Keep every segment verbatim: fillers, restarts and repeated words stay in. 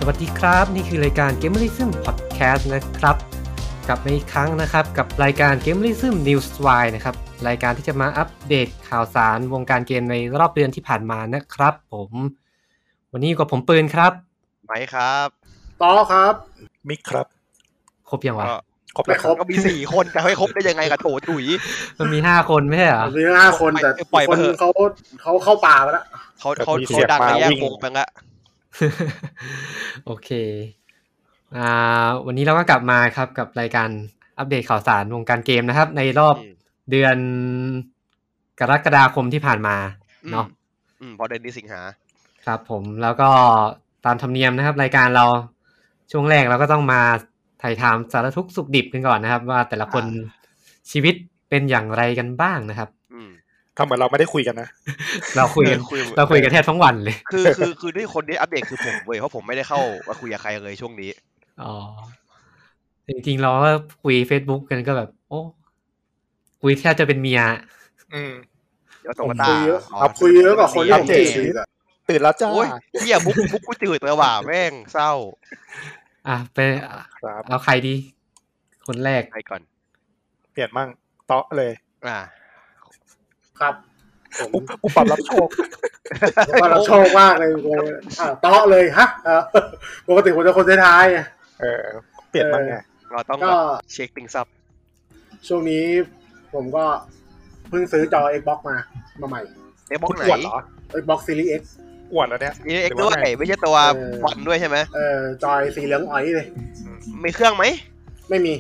วัสดีครับนี่คือรายการ Gamerism Podcast นะครับกลับมาอีกครั้งนะครับกับรายการ Gamerism Newswire นะครับรายการที่จะมาอัปเดตข่าวสารวงการเกมในรอบเดือนที่ผ่านมานะครับผมวันนี้อยู่กับผมปืนครับไหมครับต่อครับมิกครับครบยังวะครบแล้วครับก็มีสี่คนจะให้ครบได้ยังไงกับโถตุ๋ยมันมีห้าคนไม่ใช่เหรอมีห้าคนแต่ปล่อยคนเขาเขาเข้าป่าไปแล้วเขาเขาเขาดังในแยกวงไปละโอเคอ่าวันนี้เราก็กลับมาครับกับรายการอัปเดตข่าวสารวงการเกมนะครับในรอบเดือนกรกฎาคมที่ผ่านมาเนาะอืมพอเดือนนี้สิงหาครับผมแล้วก็ตามธรรมเนียมนะครับรายการเราช่วงแรกเราก็ต้องมาถ่ายทำสารทุกข์สุขดิบกันก่อนนะครับว่าแต่ละคนชีวิตเป็นอย่างไรกันบ้างนะครับทำเหมือนเราไม่ได้คุยกันนะเราคุยกันเราคุยกันแทบทั้งวันเลยคือคือคือที่คนที่อัปเดตคือผมเว้ยเพราะผมไม่ได้เข้ามาคุยกับใครเลยช่วงนี้อ๋อจริงๆเราก็คุย Facebook กันก็แบบโอ้คุยแทบจะเป็นเมียอืมเดี๋ยวตรงตาครับคุยเยอะกว่าคนที่ผมจีบอ่ะตื่นแล้วจ้าโอ้ยเหี้ยมุกมุกกูตื่นแล้วว่ะแม่งเศร้าอ่ะไปเอาใครดีคนแรกใครก่อนเปลี่ยนมั่งเตาะเลยอ่าครับผมผมปรับรับโชคผมปรับรับโชคมากเลยอ่าเตาะเลยฮะปกติผมจะคนท้ายๆเออเปลี่ยนมั่งไงเราต้องเช็คติ้งซับช่วงนี้ผมก็เพิ่งซื้อจอ Xbox มามาใหม่ Xbox ไหน Xbox Series X อวดแล้วเนี่ย X ด้วยไม่ใช่ตัวบอลด้วยใช่ไหมเออจอยสีเหลืองอ๋อยเลยมีเครื่องไหมไม่มี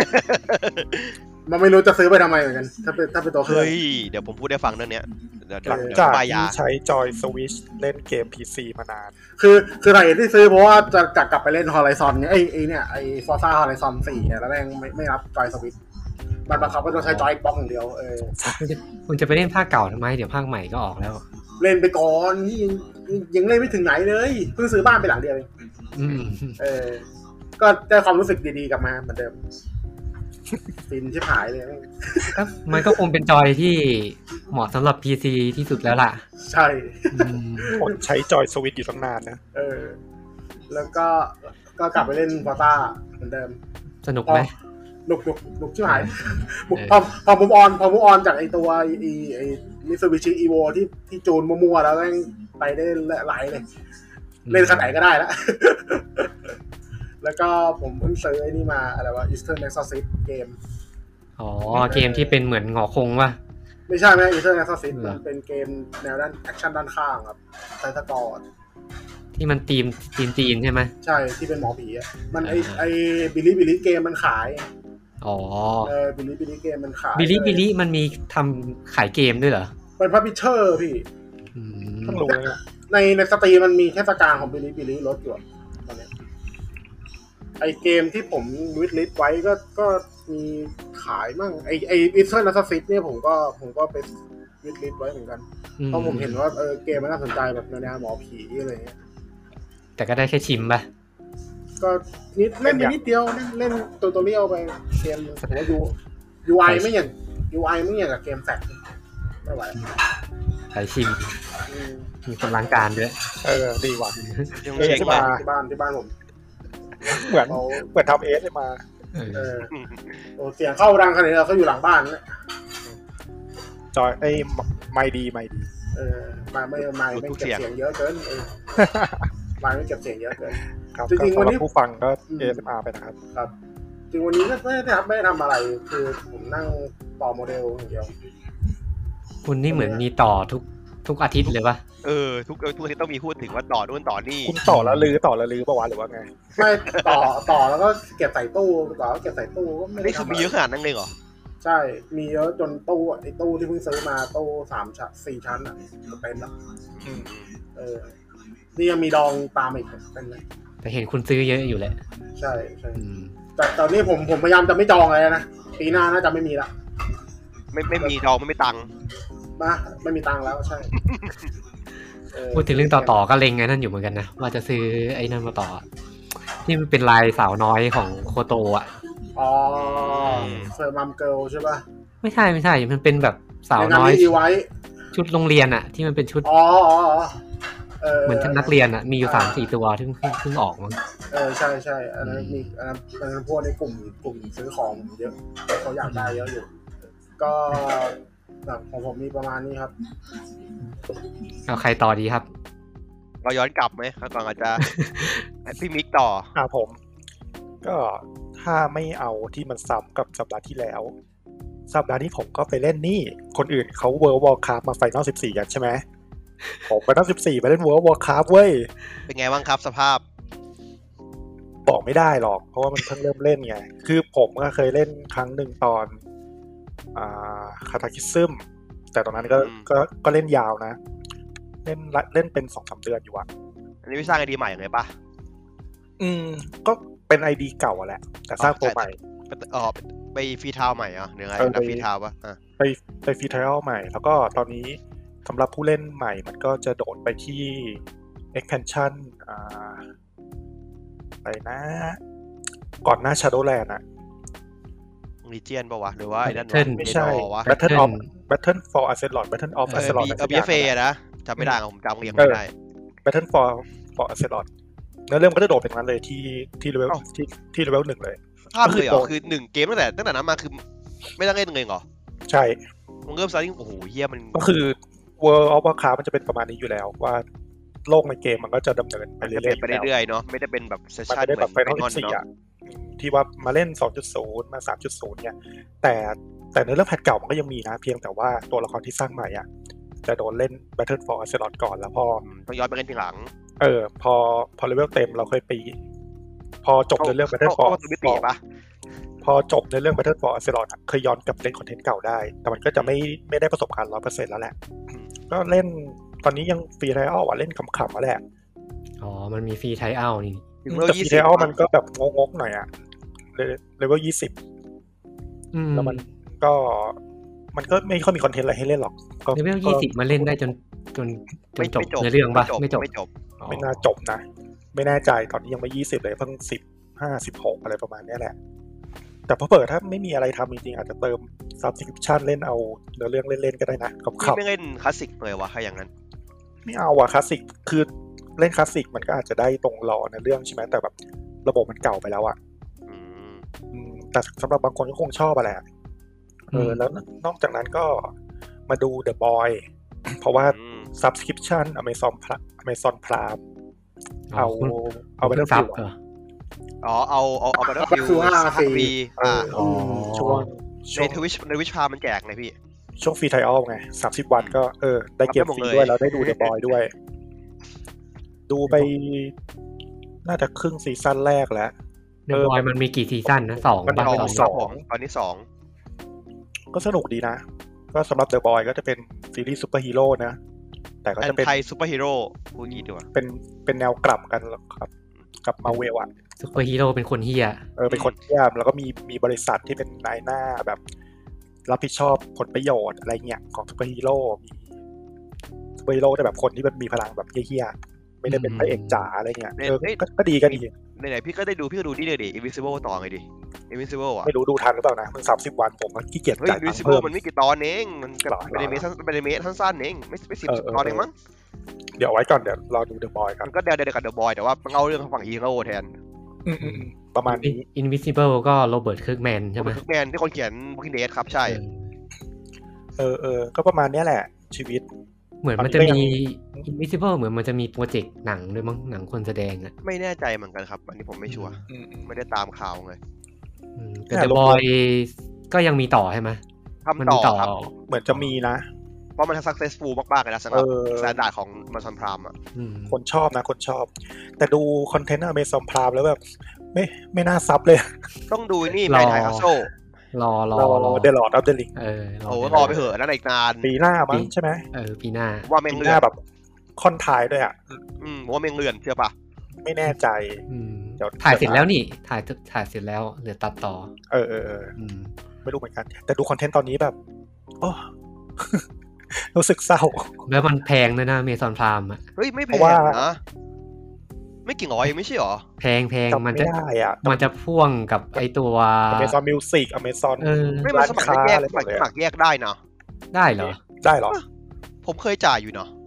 มันไม่รู้จะซื้อไปทำไมเหมือนกันถ้าเป็นถ้าเป็นตัวเครื่องเฮ้ยเดี๋ยวผมพูดได้ฟังเรื่องนี้หลังจากที่ใช้จอยสวิชเล่นเกม พี ซี มานานคือคืออะไรที่ซื้อเพราะว่าจะจะกลับไปเล่น Horizon เนี่ยไอ้ไอ้เนี่ยไอ้ Forza Horizon สี่เนี่ยแล้วแม่งไม่ไม่รับจอยสวิชมันบังคับว่าต้องใช้จอย Xbox อย่างเดียวเออคุณจะไปเล่นภาคเก่าทำไมเดี๋ยวภาคใหม่ก็ออกแล้วเล่นไปก่อนที่ยังเล่นไม่ถึงไหนเลยเพิ่งซื้อบ้านไปหลังเดียวเองเออก็ได้ความรู้สึกดีๆกลับมาเหมือนเดิมฟินที่หายเลยครับมันก็คงเป็นจอยที่เหมาะสำหรับ พี ซี ที่สุดแล้วล่ะใช่ผมใช้จอยสวิตช์อยู่ตั้งนานนะเออแล้วก็ก็กลับไปเล่น Forza เหมือนเดิมสนุกไหมหนุกหนุกหนุกที่หายพอพอมุมออนพอมุมออนจากไอตัวไอไอมิซูบิชิอีโวที่ที่จูนมัวๆแล้วแม่งไปได้หลายเลยเล่นขนาดไหนก็ได้แล้วแล้วก็ผมเพิ่งซื้อไอ้นี่มาอะไรวะ Eastern Exorcist เกมอ๋อเกมที่เป็นเหมือนหงอคงป่ะไม่ใช่ไหม Eastern Exorcist มันเป็นเกมแนวด้านแอคชั่นด้านข้างครับไซส์สกอร์ที่มันธีมจีนๆใช่ไหมใช่ที่เป็นหมอผีอ่ะมันไอไอบิลลี่บิลลี่เกมมันขายอ๋อเออบิลลี่บิลลี่เกมมันขายบิลลี่บิลลี่มันมีทำขายเกมด้วยเหรอเป็นพับลิชเชอร์พี่ต้องรู้ในในสตรีมันมีเทศกาลของบิลลี่บิลลี่ลดอยู่ตอนนี้ไอเกมที่ผมวิดลิสต์ไว้ก็ก็มีขายมั่งไอไออิสเทอร์นัสซิสเนี่ยผมก็ผมก็ไปวิดลิสต์ไว้เหมือนกันเพราะผมเห็นว่าเออเกมมันน่าสนใจแบบแนวหมอผีอะไรเงี้ยแต่ก็ได้แค่ชิมป่ะก็นิดเล่นไปนิดเดียวเล่นเล่นตัวตัวเลี้ยวไปเกมผมว่ายูยูไอไม่อย่างยูไอไม่อย่างกับเกมแฟกไม่ไหวใส่ชิมมีคนล้างการด้วยเออดีว่ะเช็คมาที่บ้านที่บ้านผมเหมือนเหมือนทำเอสมาเออโอ้เสียงเข้าดังขนาดนี้เขาอยู่หลังบ้านเนี่ยจอยไอ้ไม่ดีไม่ดีเออไม่ไม่ไม่ไม่เก็บเสียงเยอะเกินเออไม่ไม่เก็บเสียงเยอะเกินจริงๆวันนี้ผู้ฟังก็ เอ เอส เอ็ม อาร์ ไปนะครับครับจริงวันนี้ไม่ได้ทำไม่ได้ทำอะไรคือผมนั่งต่อโมเดลอย่างเดียวคุณนี่เหมือนมีต่อทุกทุกอาทิตย์เลยป่ะเออทุกทุกอาทิตย์ต้องมีพูดถึงว่าต่อนู่นต่อนี่คุณต่อแล้วลือต่อแล้วลือป่ะวะหรือว่าไงไม่ต่อต่อแล้วก็เก็บใส่ตู้ต่อแล้วเก็บใส่ตู้ก็ไม่ได้คือมีเยอะขนาดนั้นเลยเหรอใช่มีเยอะจนตู้ไอ้ตู้ที่เพิ่งซื้อมาตู้สามชั้นสี่ชั้นอ่ะเป็นอ่ะเออนี่ยังมีดองตามอีกเป็นเลยแต่เห็นคุณซื้อเยอะอยู่แหละใช่ใช่แต่ตอนนี้ผมผมพยายามจะไม่จองอะไรนะปีหน้าน่าจะไม่มีละไม่ไม่มีดองไม่ไม่ตังค์มาไม่มีตังค์แล้วใช่พูดถึงเรื่องต่อต่อก็เล็งไงนั่นอยู่เหมือนกันนะว่าจะซื้อไอ้นั่นมาต่อที่มันเป็นลายสาวน้อยของโคโตะอ๋อเฟอร์มัมเกิร์ลใช่ป่ะไม่ใช่ไม่ใช่มันเป็นแบบสาวน้อยชุดโรงเรียนอะที่มันเป็นชุดอ๋อเออเหมือนนักเรียนอ่ะมีอยู่สามสี่ตัวที่เพิ่งเพิ่งออกมั้งเออใช่ใช่อันนั้นมีอันนั้นอันนั้นพวกในกลุ่มกลุ่มซื้อของเยอะเขาอยากได้เยอะอยู่ก็แบบของผมมีประมาณนี้ครับเอาใครต่อดีครับเราย้อนกลับไหมครับก่อนอาจจะ พี่มิกต่ออ่าผม ก็ถ้าไม่เอาที่มันซ้ำกับสัปดาห์ที่แล้วสัปดาห์นี้ผมก็ไปเล่นนี่คนอื่นเขา World of Warcraft มา Final สิบสี่กันใช่ไหมผม Final สิบสี่ไปเล่น World of Warcraft เว้ยเป็นไงบ้างครับสภาพบอกไม่ได้หรอกเพราะว่ามันเพิ่งเริ่มเล่นไงคือผมก็เคยเล่นครั้งหนึ่งตอนอ่าคาตาคิซึมแต่ตอนนั้นก็อืมก็ก็เล่นยาวนะ เล่นเล่นเป็น สองสาม เดือนอยู่อ่ะอันนี้ไม่สร้างไอดีใหม่เลยปะอืมก็เป็น ไอ ดี เก่าอะแหละแต่สร้างตัวใหม่อ๋อไปฟรีทาวน์ใหม่เหรอหรือไงเออนับไปฟรีทาวน์ปะอ่ะไปไปฟรีไทรัลใหม่แล้วก็ตอนนี้สำหรับผู้เล่นใหม่มันก็จะโดดไปที่ expansion อ่าไปนะ ก่อนหน้า Shadowland อ่ะลีเจียนปะวะหรือว่าไอ้นั่นวะ Battle ไม่ใช่เดดอร์วะ Battle of Battle for Azeroth Battle of เออ Azeroth บีอะไรเอสัอก บีอเอย่าง ฟนั่นแหละนะจำไม่ได้ผมจำเรียงไม่ได้ Battle for for Azeroth เนื้อเรื่องก็จะโดดเป็นนั้นเลยที่ที่เลเวลอ้าวที่ที่เลเวลหนึ่งเลยภาพเลยเหรก็อคือคือหนึ่งเกมตั้งแต่ตั้งแต่นั้นมาคือไม่ต้องเล่นเลยเหรอใช่มันเริ่มสตาร์ทโอ้โหเฮียมันก็คือ World of Warcraft มันจะเป็นประมาณนี้อยู่แล้วว่าโลกในเกมมันก็จะดำเนินไปมันเรื่จะอยเป็นๆไปเรื่อยๆเนาะไม่ได้เป็นแบบเซสมันชั่นไม่ได้แบบเหมือน Final ไนอนสิบสี่เนาะอ่ะที่ว่ามาเล่น สองจุดศูนย์ มา สามจุดศูนย์ เนี่ยแต่แต่ในเรื่องแพทเก่ามันก็ยังมีนะเพียงแต่ว่าตัวละครที่สร้างใหม่อ่ะจะโดนเล่น Battle for Azeroth ก่อนแล้วพออืมต้องย้อนไปเล่นทีหลังเออพอพอเลเวลเต็มเราเคยไปพอจบในเรื่อง Battle เข้า for เข้าตัวมิติปะพอจบในเรื่อง Battle for Azeroth อะเคยย้อนกลับเล่นคอนเทนต์เก่าได้ แต่มันก็จะไม่ไม่ได้ประสบการณ์ ร้อยเปอร์เซ็นต์ แล้วแหละ ก็เล่นตอนนี้ยังฟรีไทอัลอ่ะเล่นขำๆมาแหละอ๋อมันมีฟรีไทอัลนี่ถึงเลเวแต่ลฟยี่รีสิไทบอัลมันก็แบบงกๆหน่อยอ่ะเลเวลยี่สิบอืมแล้วมันก็มันก็ไม่ค่อยมีคอนเทนต์อะไรให้เล่นหรอกก็เลเวลก็ยี่สิบมาเล่นได้จนจนจนจบไม่จบในเรื่องปะไม่จบไม่จบไม่จบไม่น่าจบนะ ไม่แน่ใจตอนนี้ยังไม่ยี่สิบเลยเพิ่งสิบห้าสิบหกอะไรประมาณนี้แหละ แต่พอเปิดถ้าไม่มีอะไรทำจริงๆอาจจะเติม subscription เล่นเอาเนื้อเรื่องเล่นๆก็ได้นะขับพี่ขับไม่เล่นคลาสสิกเลยวะถ้าอย่างนั้นไม่เอาอะคลาสสิกคือเล่นคลาสสิกมันก็อาจจะได้ตรงรอในเรื่องใช่ไหมแต่แบบระบบมันเก่าไปแล้วอะอืมอืมแต่สำหรับบางคนก็คงชอบอะแหละเออแล้วนอกจากนั้นก็มาดู The Boy เพราะว่าอืม subscription Amazon Prime Amazon Prime เอาคุณเอาไปคุณเล่นซัฟิบวเหรออ๋อเอาเอาเอาไปแล้วฟิว Battlefield ห้าฟรีฟรีอ่าอ๋อช่วงช่ในวงทวิชในวิชามันแจกไงพี่ช่วงฟรีไทอัลไงสามสิบวันก็เออได้เกมฟรีด้วยแล้วได้ดู The Boy ด้วย ดูไปน่าจะครึ่งซีซั่นแรกแล้วเดอะบอยมันมีกี่ซีซั่นนะสองมันป่ะมีสองตอนคนี้รับผมตอนนี้สองก็สนุกดีนะ ก็สำหรับ The Boy ก็จะเป็นซีรีส์ซูเปอร์ฮีโร่นะ แต่ก็อัจะนเป็นไทยซูเปอร์ฮีโร่พูดงี้ดีกว่าเป็นเป็นแนวกลับกันครับ กับมาเวลอะซุปเปอร์ฮีโร่เป็นคนเฮียเออเป็นคนเที่ยมแล้วก็มีมีบริษัทที่เป็นนายหน้าแบบ รับผิดชอบผลประโยชน์อะไรเงี้ยของซูเปอร์ฮีโร่มีซูเปอร์ฮีโร่แต่แบบคนที่มันมีพลังแบบเฮี้ยๆไม่ได้เป็นพระเอกจ๋าอะไรเงี้ยเออก็ก็ดีก็ดีไหนๆพี่ก็ได้ดูพี่ก็ดูนี่เลยดิ Invisible ต่อไงดิ Invisible อ่ะไม่รู้ดูทันหรือเปล่านะมันสามสิบวันผมมันขี้เกียจเฮ้ยจ่ายตังค์ Invisible เพิ่มมันไม่กี่ตอนเองมันก็หรอเป็นเมสั้นเป็นเมสั้นๆเองไม่ไม่สิบเออเออตอนเองมั้งเดี๋ยวเอาไว้ก่อนเดี๋ยวรอดู The Boy กัมัน นก็เดียวเดียวกับ The Boy แต่ว่ามันเอาเรื่องฝั่งฮีโร่แทนอืมอืมอืมประมาณนี้อินวิซิเบิลก็โรเบิร์ตเคิร์กแมนใช่ไหมทุกแมนที่คนเขียน Walking Dead ครับใช่เออเออเออก็ประมาณเนี้ยแหละ ชีวิตเหมือนมันจะมีอินวิซิเบิลเหมือนมันจะมีโปรเจกต์หนังด้วยมั้งหนังคนแสดงอ่ะไม่แน่ใจเหมือนกันครับอันนี้ผมไม่ชัวร์อืมอืมไม่ได้ตามข่าวเลยอืมแต่เดอะบอยก็ยังมีต่อใช่ไหมมันทำมีต่อต่อครับเหมือนจะมีนะเพราะมัน successful มากๆเลยนะสำหรับเออสแตนดาร์ดของ Amazon Prime อ่ะอืมคนชอบนะคนชอบ แต่ดูคอนเทนต์อเมซอนพรามแล้วแบบ ไม่ไม่น่าซับเลยต้องดูนี่แมนไทฮัสโซรอรอรอเดลอดอัพเดลิงเออโอ้รอไปเหอะนั่นอีกนานปีหน้ามั้งใช่ไหมเออปีหน้าว่าแม่ปีงหเลื่อน้าน แบบค่อนท้ายด้วยอ่ะอืมว่าแม่งเลื่อนเชื่อปะไม่แน่ใจอืมเดี๋ยวถ่ายเสร็จแล้วนี่ถ่ายถ่ายเสร็จแล้วเหลือตัดต่อเออเออเอออืมไม่รู้เหมือนกัน แต่ดูคอนเทนต์ตอนนี้แบบโอ้ รู้สึกเศร้าแล้วมันแพงด้วยนะเมซอนพรามอ่ะเฮ้ยไม่แพเพราะงว่านะไม่กี่ร้อยเองไม่ใช่หรอแพงแพงจำมันไม่จะได้อ่ะมันจะพ่วงกับไอตัวอเมซอนมิวสิกอเมซอนเออไม่มันสมัครได้แยกอะไรสหมมัคดรเลยสมัครแยกได้นะได้เหรอได้เหรอผมเคยจ่ายอยู่เนาะ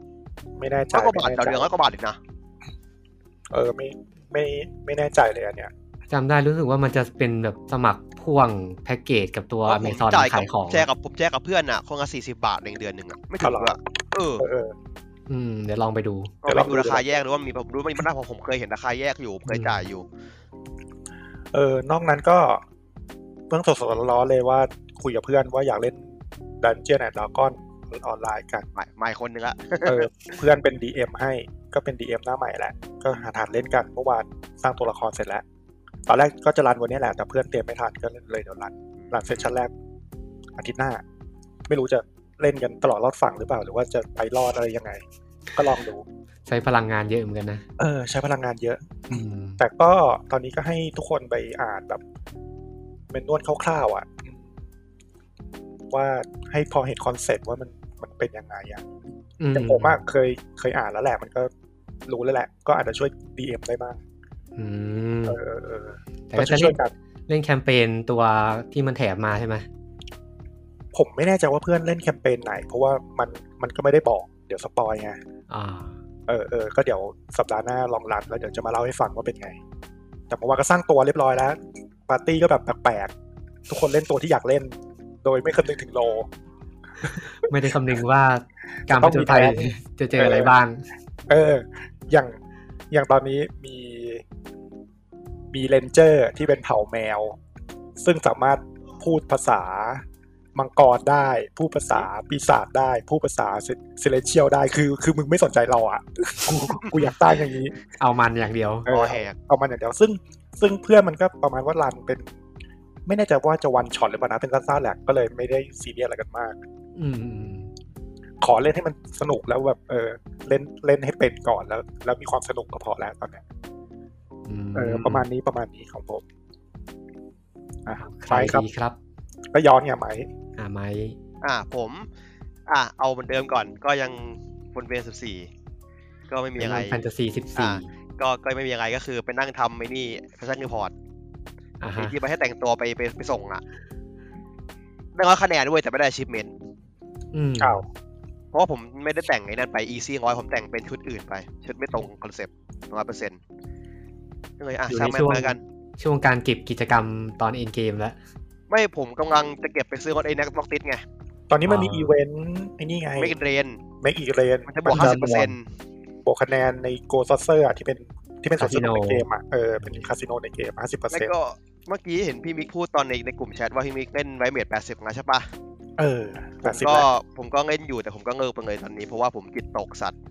ไม่แน่ใจร้อยกว่าบาทต่อเดือนร้อยกว่าบาทอีกนะเออไม่ไม่ไม่แน่ใจเลยอันเนี้ยจำได้รู้สึกว่ามันจะเป็นแบบสมัครพ่วงแพ็กเกจกับตัวผม Amazon จ่ายกับขายของแชร์กับผมแชร์กับเพื่อนอ่ะคนละสี่สิบบาทในเดือนหนึ่งอ่ะไม่ถึงอ่ะเออเอออืมเดี๋ยวลองไปดูก็ไปดูราคาแยกหรือว่ามีผมรู้มันน่าผมเคยเห็นราคาแยกอยู่เคยจ่ายอยู่เออนอกนั้นก็เพิ่งสดๆร้อนๆเลยว่าคุยกับเพื่อนว่าอยากเล่น Dungeons and Dragons ออนไลน์กันใหม่ใหม่คนนึงละเออเพื่อนเป็น ดี เอ็ม ให้ก็เป็น ดี เอ็ม หน้าใหม่แหละก็หาทานเล่นกันเมื่อวานสร้างตัวละครเสร็จแล้วตอนแรกก็จะรันวันนี้แหละแต่เพื่อนเตรียมไม่ทันก็เลยเดี๋ยวรันรันเซสชั่นแรกอาทิตย์หน้าไม่รู้จะเล่นกันตลอดรอดฝั่งหรือเปล่าหรือว่าจะไปรอดอะไรยังไงก็ลองดูใช้พลังงานเยอะเหมือนกันนะเออใช้พลังงานเยอะอืมแต่ก็ตอนนี้ก็ให้ทุกคนไปอ่านแบบเมนนวลคร่าวๆอ่ะว่าให้พอเห็นคอนเซ็ปต์ว่ามันมันเป็นยังไงอ่ะแต่ผมอะเคยเคยอ่านแล้วแหละมันก็รู้แล้วแหละก็อาจจะช่วย ดี เอ็ม ได้บ้างอืมเออเออแต่ก็จะเล่นเล่นแคมเปญตัวที่มันแถมมาใช่ไหมผมไม่แน่ใจว่าเพื่อนเล่นแคมเปญไหนเพราะว่ามันมันก็ไม่ได้บอกเดี๋ยวสปอยไงอ่าเออเออก็เดี๋ยวสัปดาห์หน้าลองรันแล้วเดี๋ยวจะมาเล่าให้ฟังว่าเป็นไงแต่เมื่อวานก็สร้างตัวเรียบร้อยแล้วปาร์ตี้ก็แบบแปลกๆทุกคนเล่นตัวที่อยากเล่นโดยไม่คำนึงถึงโลไม่ได้คำนึงว่าการผจญภัยจะเจออะไรบ้างเอออย่างอย่างตอนนี้มีมีเรนเจอร์ที่เป็นเผ่าแมวซึ่งสามารถพูดภาษามังกรได้พูดภาษาปีศาจได้พูดภาษาเซเลเชียลได้คือคือมึงไม่สนใจเราอ่ะ กูกูอยากตั้งอย่างนี้เอามันอย่างเดียวเออเอามันอย่างเดียวซึ่งซึ่งเพื่อนมันก็ประมาณว่ารันเป็นไม่แน่ใจว่าจะวันช็อตหรือเปล่านะเป็นสั้นๆแหละก็เลยไม่ได้ซีเรียสอะไรกันมากอืมขอเล่นให้มันสนุกแล้วแบบเออเล่นเล่นให้เป็นก่อนแล้วแล้วมีความสนุกก็พอแล้วตอนเนี้ยเออประมาณนี้ประมาณนี้ของผมอ่ะใครดีครับก็ย้อนไงไหมอ่าไหมอ่าผมอ่าเอาเหมือนเดิมก่อนก็ยังบนเวสิบสี่ก็ไม่มีอะไรแฟนตาซีสิบสี่ก็ก็ไม่มีอะไรก็คือไปนั่งทำไอ้นี่แฟชั่นรีพอร์ตอ่าฮะที่ไปให้แต่งตัวไปไปไปส่งอ่ะได้ร้อยคะแนนด้วยแต่ไม่ได้ achievement อืมอ้าวเพราะว่าผมไม่ได้แต่งไอ้นั่นไป easy ร้อยผมแต่งเป็นชุดอื่นไปชุดไม่ตรงคอนเซ็ปต์ร้อยเปอร์เซ็นต์เลยอ่ะช่างแม่งเลยกันช่วงการเก็บกิจกรรมตอนเอ็นเกมแล้วไม่ผมกำลังจะเก็บไปซื้อรถไอ้นักบล็อกติสไงตอนนี้มันมีอีเวนต์ไอ้นี่ไงไม่กินเรนไม่อีเรนมันจะบวก ห้าสิบเปอร์เซ็นต์บวกคะแนนในโกซอเซอร์ที่เป็นที่เป็นสวนสนุกในเกมอ่ะเออเป็นคาสิโนในเกม ห้าสิบเปอร์แล้วเซ็นต์ก็เมื่อกี้เห็นพี่มิกพูดตอนในในกลุ่มแชทว่าพี่มิกเล่นไวเมดแปดสิบนะใช่ปะเออผมแปดสิบก็แล้วผมก็เล่นอยู่แต่ผมก็เงิบไปเลยตอนนี้เพราะว่าผมจิตตกสัตว์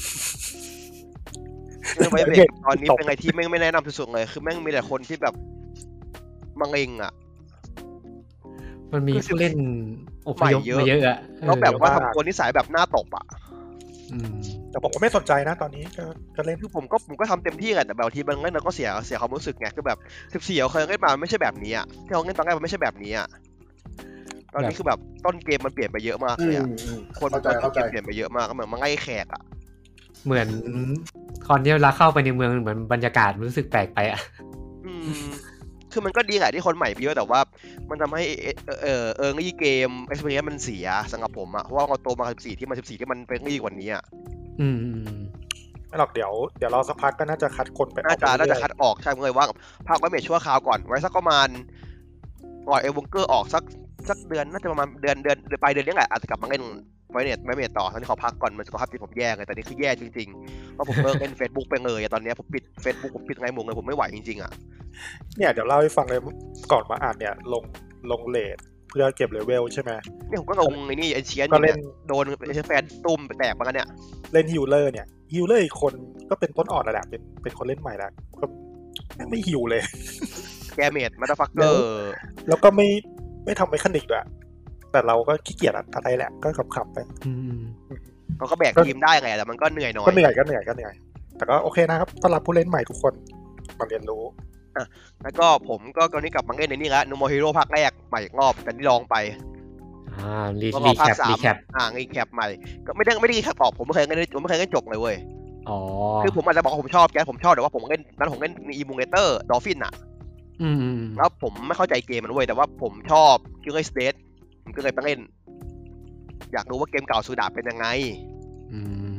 เรื่องไวเมดตอนนี้เป็นไงที่แม่งไม่แนะนำสุดๆเลยคือแม่งมีแต่คนที่แบบมังเองอ่ะมันมีผู้เล่นอพยพมาเยอะอะแล้วแบบว่าทำตัวนิสัยแบบหน้าตบอ่ะอืมแต่ผมก็ไม่สนใจนะตอนนี้ก็ก็เล่นคือผมก็ผมก็ทำเต็มที่แหละแต่บางทีบางเล่นเราก็เสียเสียความรู้สึกไงคือแบบสิบสี่เขาเคยเล่นมาไม่ใช่แบบนี้อ่ะที่เขาเล่นตอนแรกมันไม่ใช่แบบนี้อ่ะตอนนี้คือแบบต้นเกมมันเปลี่ยนไปเยอะมากเลยอ่ะคนต้นเกมเปลี่ยนไปเยอะมากก็เหมือนมันไล่แขกอ่ะเหมือนตอนที่เวลาเข้าไปในเมืองเหมือนบรรยากาศรู้สึกแปลกไปอ่ะอืมคือมันก็ดีแหละที่คนใหม่เยอะแต่ว่ามันทำให้เออเออเอองี้เกมเอ็กซ์เพรียมันเสียสำหรับผมอ่ะเพราะว่าเราโตมาสิบสี่ที่มันสิบสี่ที่มันเป็นงี้กว่านี้อ่ะอืมไม่หรอกเดี๋ยวเดี๋ยวรอสักพักก็น่าจะคัดคนไปน่าจะน่าจะคัดออกใช่เลยว่าภาคไวเมทชั่วคราวก่อนไว้สักประมาณก่อนเอวงเกอร์ออกสักสักเดือนน่าจะประมาณเดือนเดือนเดือนปลายเดือนนี้แหละอาจจะกลับมาเล่นไวเมทไวเมทต่อตอนนี้ขอพักก่อนมันสุขภาพจิตผมแย่เลยแต่นี่คือแย่จริงๆเพราะผมเลิกเล่น Facebook ไปเลยตอนนี้ผมปิด Facebook ผมปิดไงมุงเลยผมไม่ไหวจริงๆอ่ะเนี่ยเดี๋ยวเล่าให้ฟังเลยก่อนมาอ่านเนี่ยลงลงเลทเพื่อเก็บเลเวลใช่ไหมนี่ผมก็ลงไอ้นี่ไอเชียนก็เล่นโดนไอเชียนแฟนตุ้มไปแตกมากันเนี่ยเล่นฮิลเลอร์เนี่ยฮิลเลอร์อีกคนก็เป็นต้นอ่อนแล้วแหละเป็นเป็นคนเล่นใหม่แล้วก็ไม่ฮิลเลยแกเมดมาตาฟักเกอร์แล้วก็ไม่ไม่ทำเมคานิกด้วยแต่เราก็ขี้เกียจอะไรแหละก็ขับๆไปอืมเขาก็แบกทีมได้ไงแต่มันก็เหนื่อยหน่อยก็เหนื่อยก็เหนื่อยก็เหนื่อยแต่ก็โอเคนะครับต้อนรับผู้เล่นใหม่ทุกคนมาเรียนรู้อ่ะแล้วก็ผมก็ตอนนี้กลับมาเล่นในนี่แล้วนูโมฮิโร่ภาคแรกใหม่อีกรอบแต่ที่ลองไปอ่ารีก็รีภาแคคปสามรีแคปอ่ารีแคปใหม่ก็ไม่ได้ไม่ได้รีแคปออกผมไม่เคยเล่นผมไม่เคยเล่นจบเลยเว้ยอ๋อคือผมอาจจะบอกว่าผมชอบแกผมชอบแต่ว่าผมเล่นนั้นผมเล่นอีมูเลเตอร์ดอลฟินอ่ะอืมแล้วผมไม่เข้าใจเกมมันเว้ยแต่ว่าผมชอบคิวเกอร์สเตทผมก็เลยไปเล่นอยากรู้ว่าเกมเก่าซูดาเป็นยังไงอืม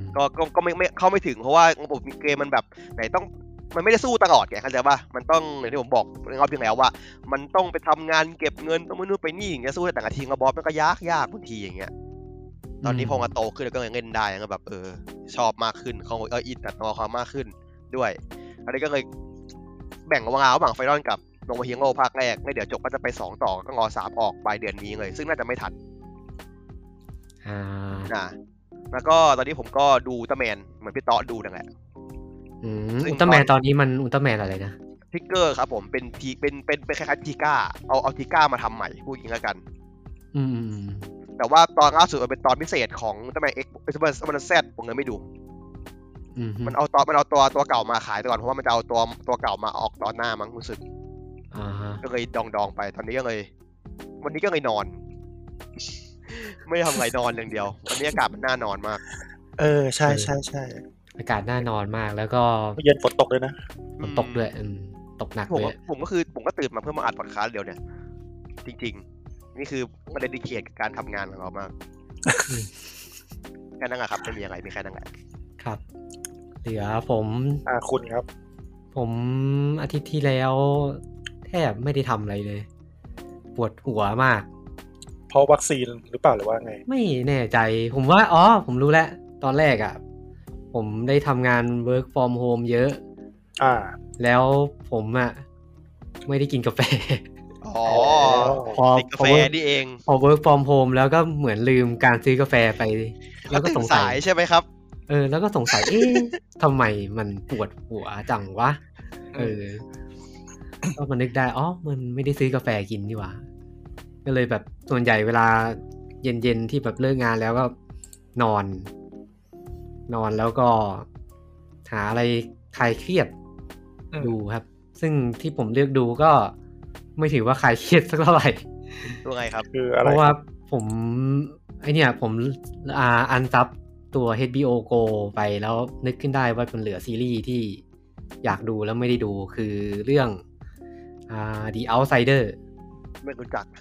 ก็ก็ก็ไม่ไม่เข้าไม่ถึงเพราะว่าระบบเกมมันแบบไหนต้องมันไม่ได้สู้ตลอดไงเข้าใจป่ะมันต้องอย่างที่ผมบอกในรอบที่แล้วว่ามันต้องไปทำงานเก็บเงินต้องไปนู่นไปนี่อย่างเงี้ยสู้แต่กับทีมกับบอสมันก็ยากยากบางทีอย่างเงี้ยตอนนี้พอมาโตขึ้นแล้วก็เล่นได้ก็แบบเออชอบมากขึ้นเขาเอออินกับตัวเขามากขึ้นด้วยอันนี้ก็เลยแบ่งเวลาระหว่างไฟนอลกับลงมาเฮียโร่ภาคแรกไม่เดี๋ยวจบก็จะไปสองต่อก็งอสามออกปลายเดือนนี้เลยซึ่งน่าจะไม่ทันอ่านะแล้วก็ตอนนี้ผมก็ดูอุลตร้าแมนเหมือนพี่ต๊อดดูนั่นแหละอืมซึ่งอุลตร้าแมนตอนนี้มันอุลตร้าแมนอะไรนะทิกเกอร์ครับผมเป็นทีเป็นเป็นเป็นคล้ายๆทีก้าเอาเอาทีก้ามาทำใหม่พูดอย่างนี้แล้วกันอืมอืมแต่ว่าตอนล่าสุดมันเป็นตอนพิเศษของอุลตร้าแมนเอ็กซ์มันแซดผมเลยไม่ดูอืมมันเอาตอนมันเอาตัวตัวเก่ามาขายก่อนเพราะว่ามันจะเอาตัวตัวเก่ามาออกตอนหน้ามั้งรู้สึกอ่าฮะก็เลยดองดองไปตอนนี้ก็เลย วันนี้ก็เลยนอน ไม่ได้ทำอะไรนอนอย่างเดียววันนี้อากาศมันน่านอนมากเออใช่ใช่ใช่อากาศน่านอนมากแล้วก็เย็นฝนตกเลยนะฝนตกด้วยอืมตกหนักผมเลก็ยผมก็คือผมก็ตื่นมาเพื่อมาอัดพอดคาสต์เดียวเนี่ย จริงๆ นี่คือมันเดดิเคทกับการทำงานของเรามากแค่นั้นแหละครับไม่มีอะไรมีแค่นั้นแหละครับ เหลือผมอ่าคุณครับผมอาทิตย์ที่แล้วแทบไม่ได้ทำอะไรเลย ปวดหัวมากเพราะวัคซีนหรือเปล่าหรือว่าไงไม่แน่ใจ ผมว่าอ๋อผมรู้แล้วตอนแรกอ่ะ ผมได้ทำงาน work from home เยอะอ่าแล้วผมอ่ะไม่ได้กินกาแฟอ๋อพอติดกาแฟนี่เองพอ work from home แล้วก็เหมือนลืมการซื้อกาแฟไปแล้แล้ว วก็ตื่สนงสัสาย ยใช่ไหมครับเออ แล้วก็สงสัย เอ๊ะทำไมมันปวดหัวจังวะ เออ ก็มานึกได้ อ๋อ มันไม่ได้ซื้อกาแฟกินนี่หว่า ก็เลยแบบส่วนใหญ่เวลาเย็นๆที่แบบเลิกงานแล้วก็นอน นอนแล้วก็หาอะไรคลายเครียดอืมดูครับ ซึ่งที่ผมเลือกดูก็ไม่ถือว่าคลายเครียดสักเท่าไหร่ตัวไงครับคืออะไรเพราะว่าผมไอเนี่ยผมอ่าอันซับตัว เอช บี โอ Go ไปแล้วนึกขึ้นได้ว่ามันเหลือซีรีส์ที่อยากดูแล้วไม่ได้ดูคือเรื่องอ่า The Outsider ไม่รู้จัก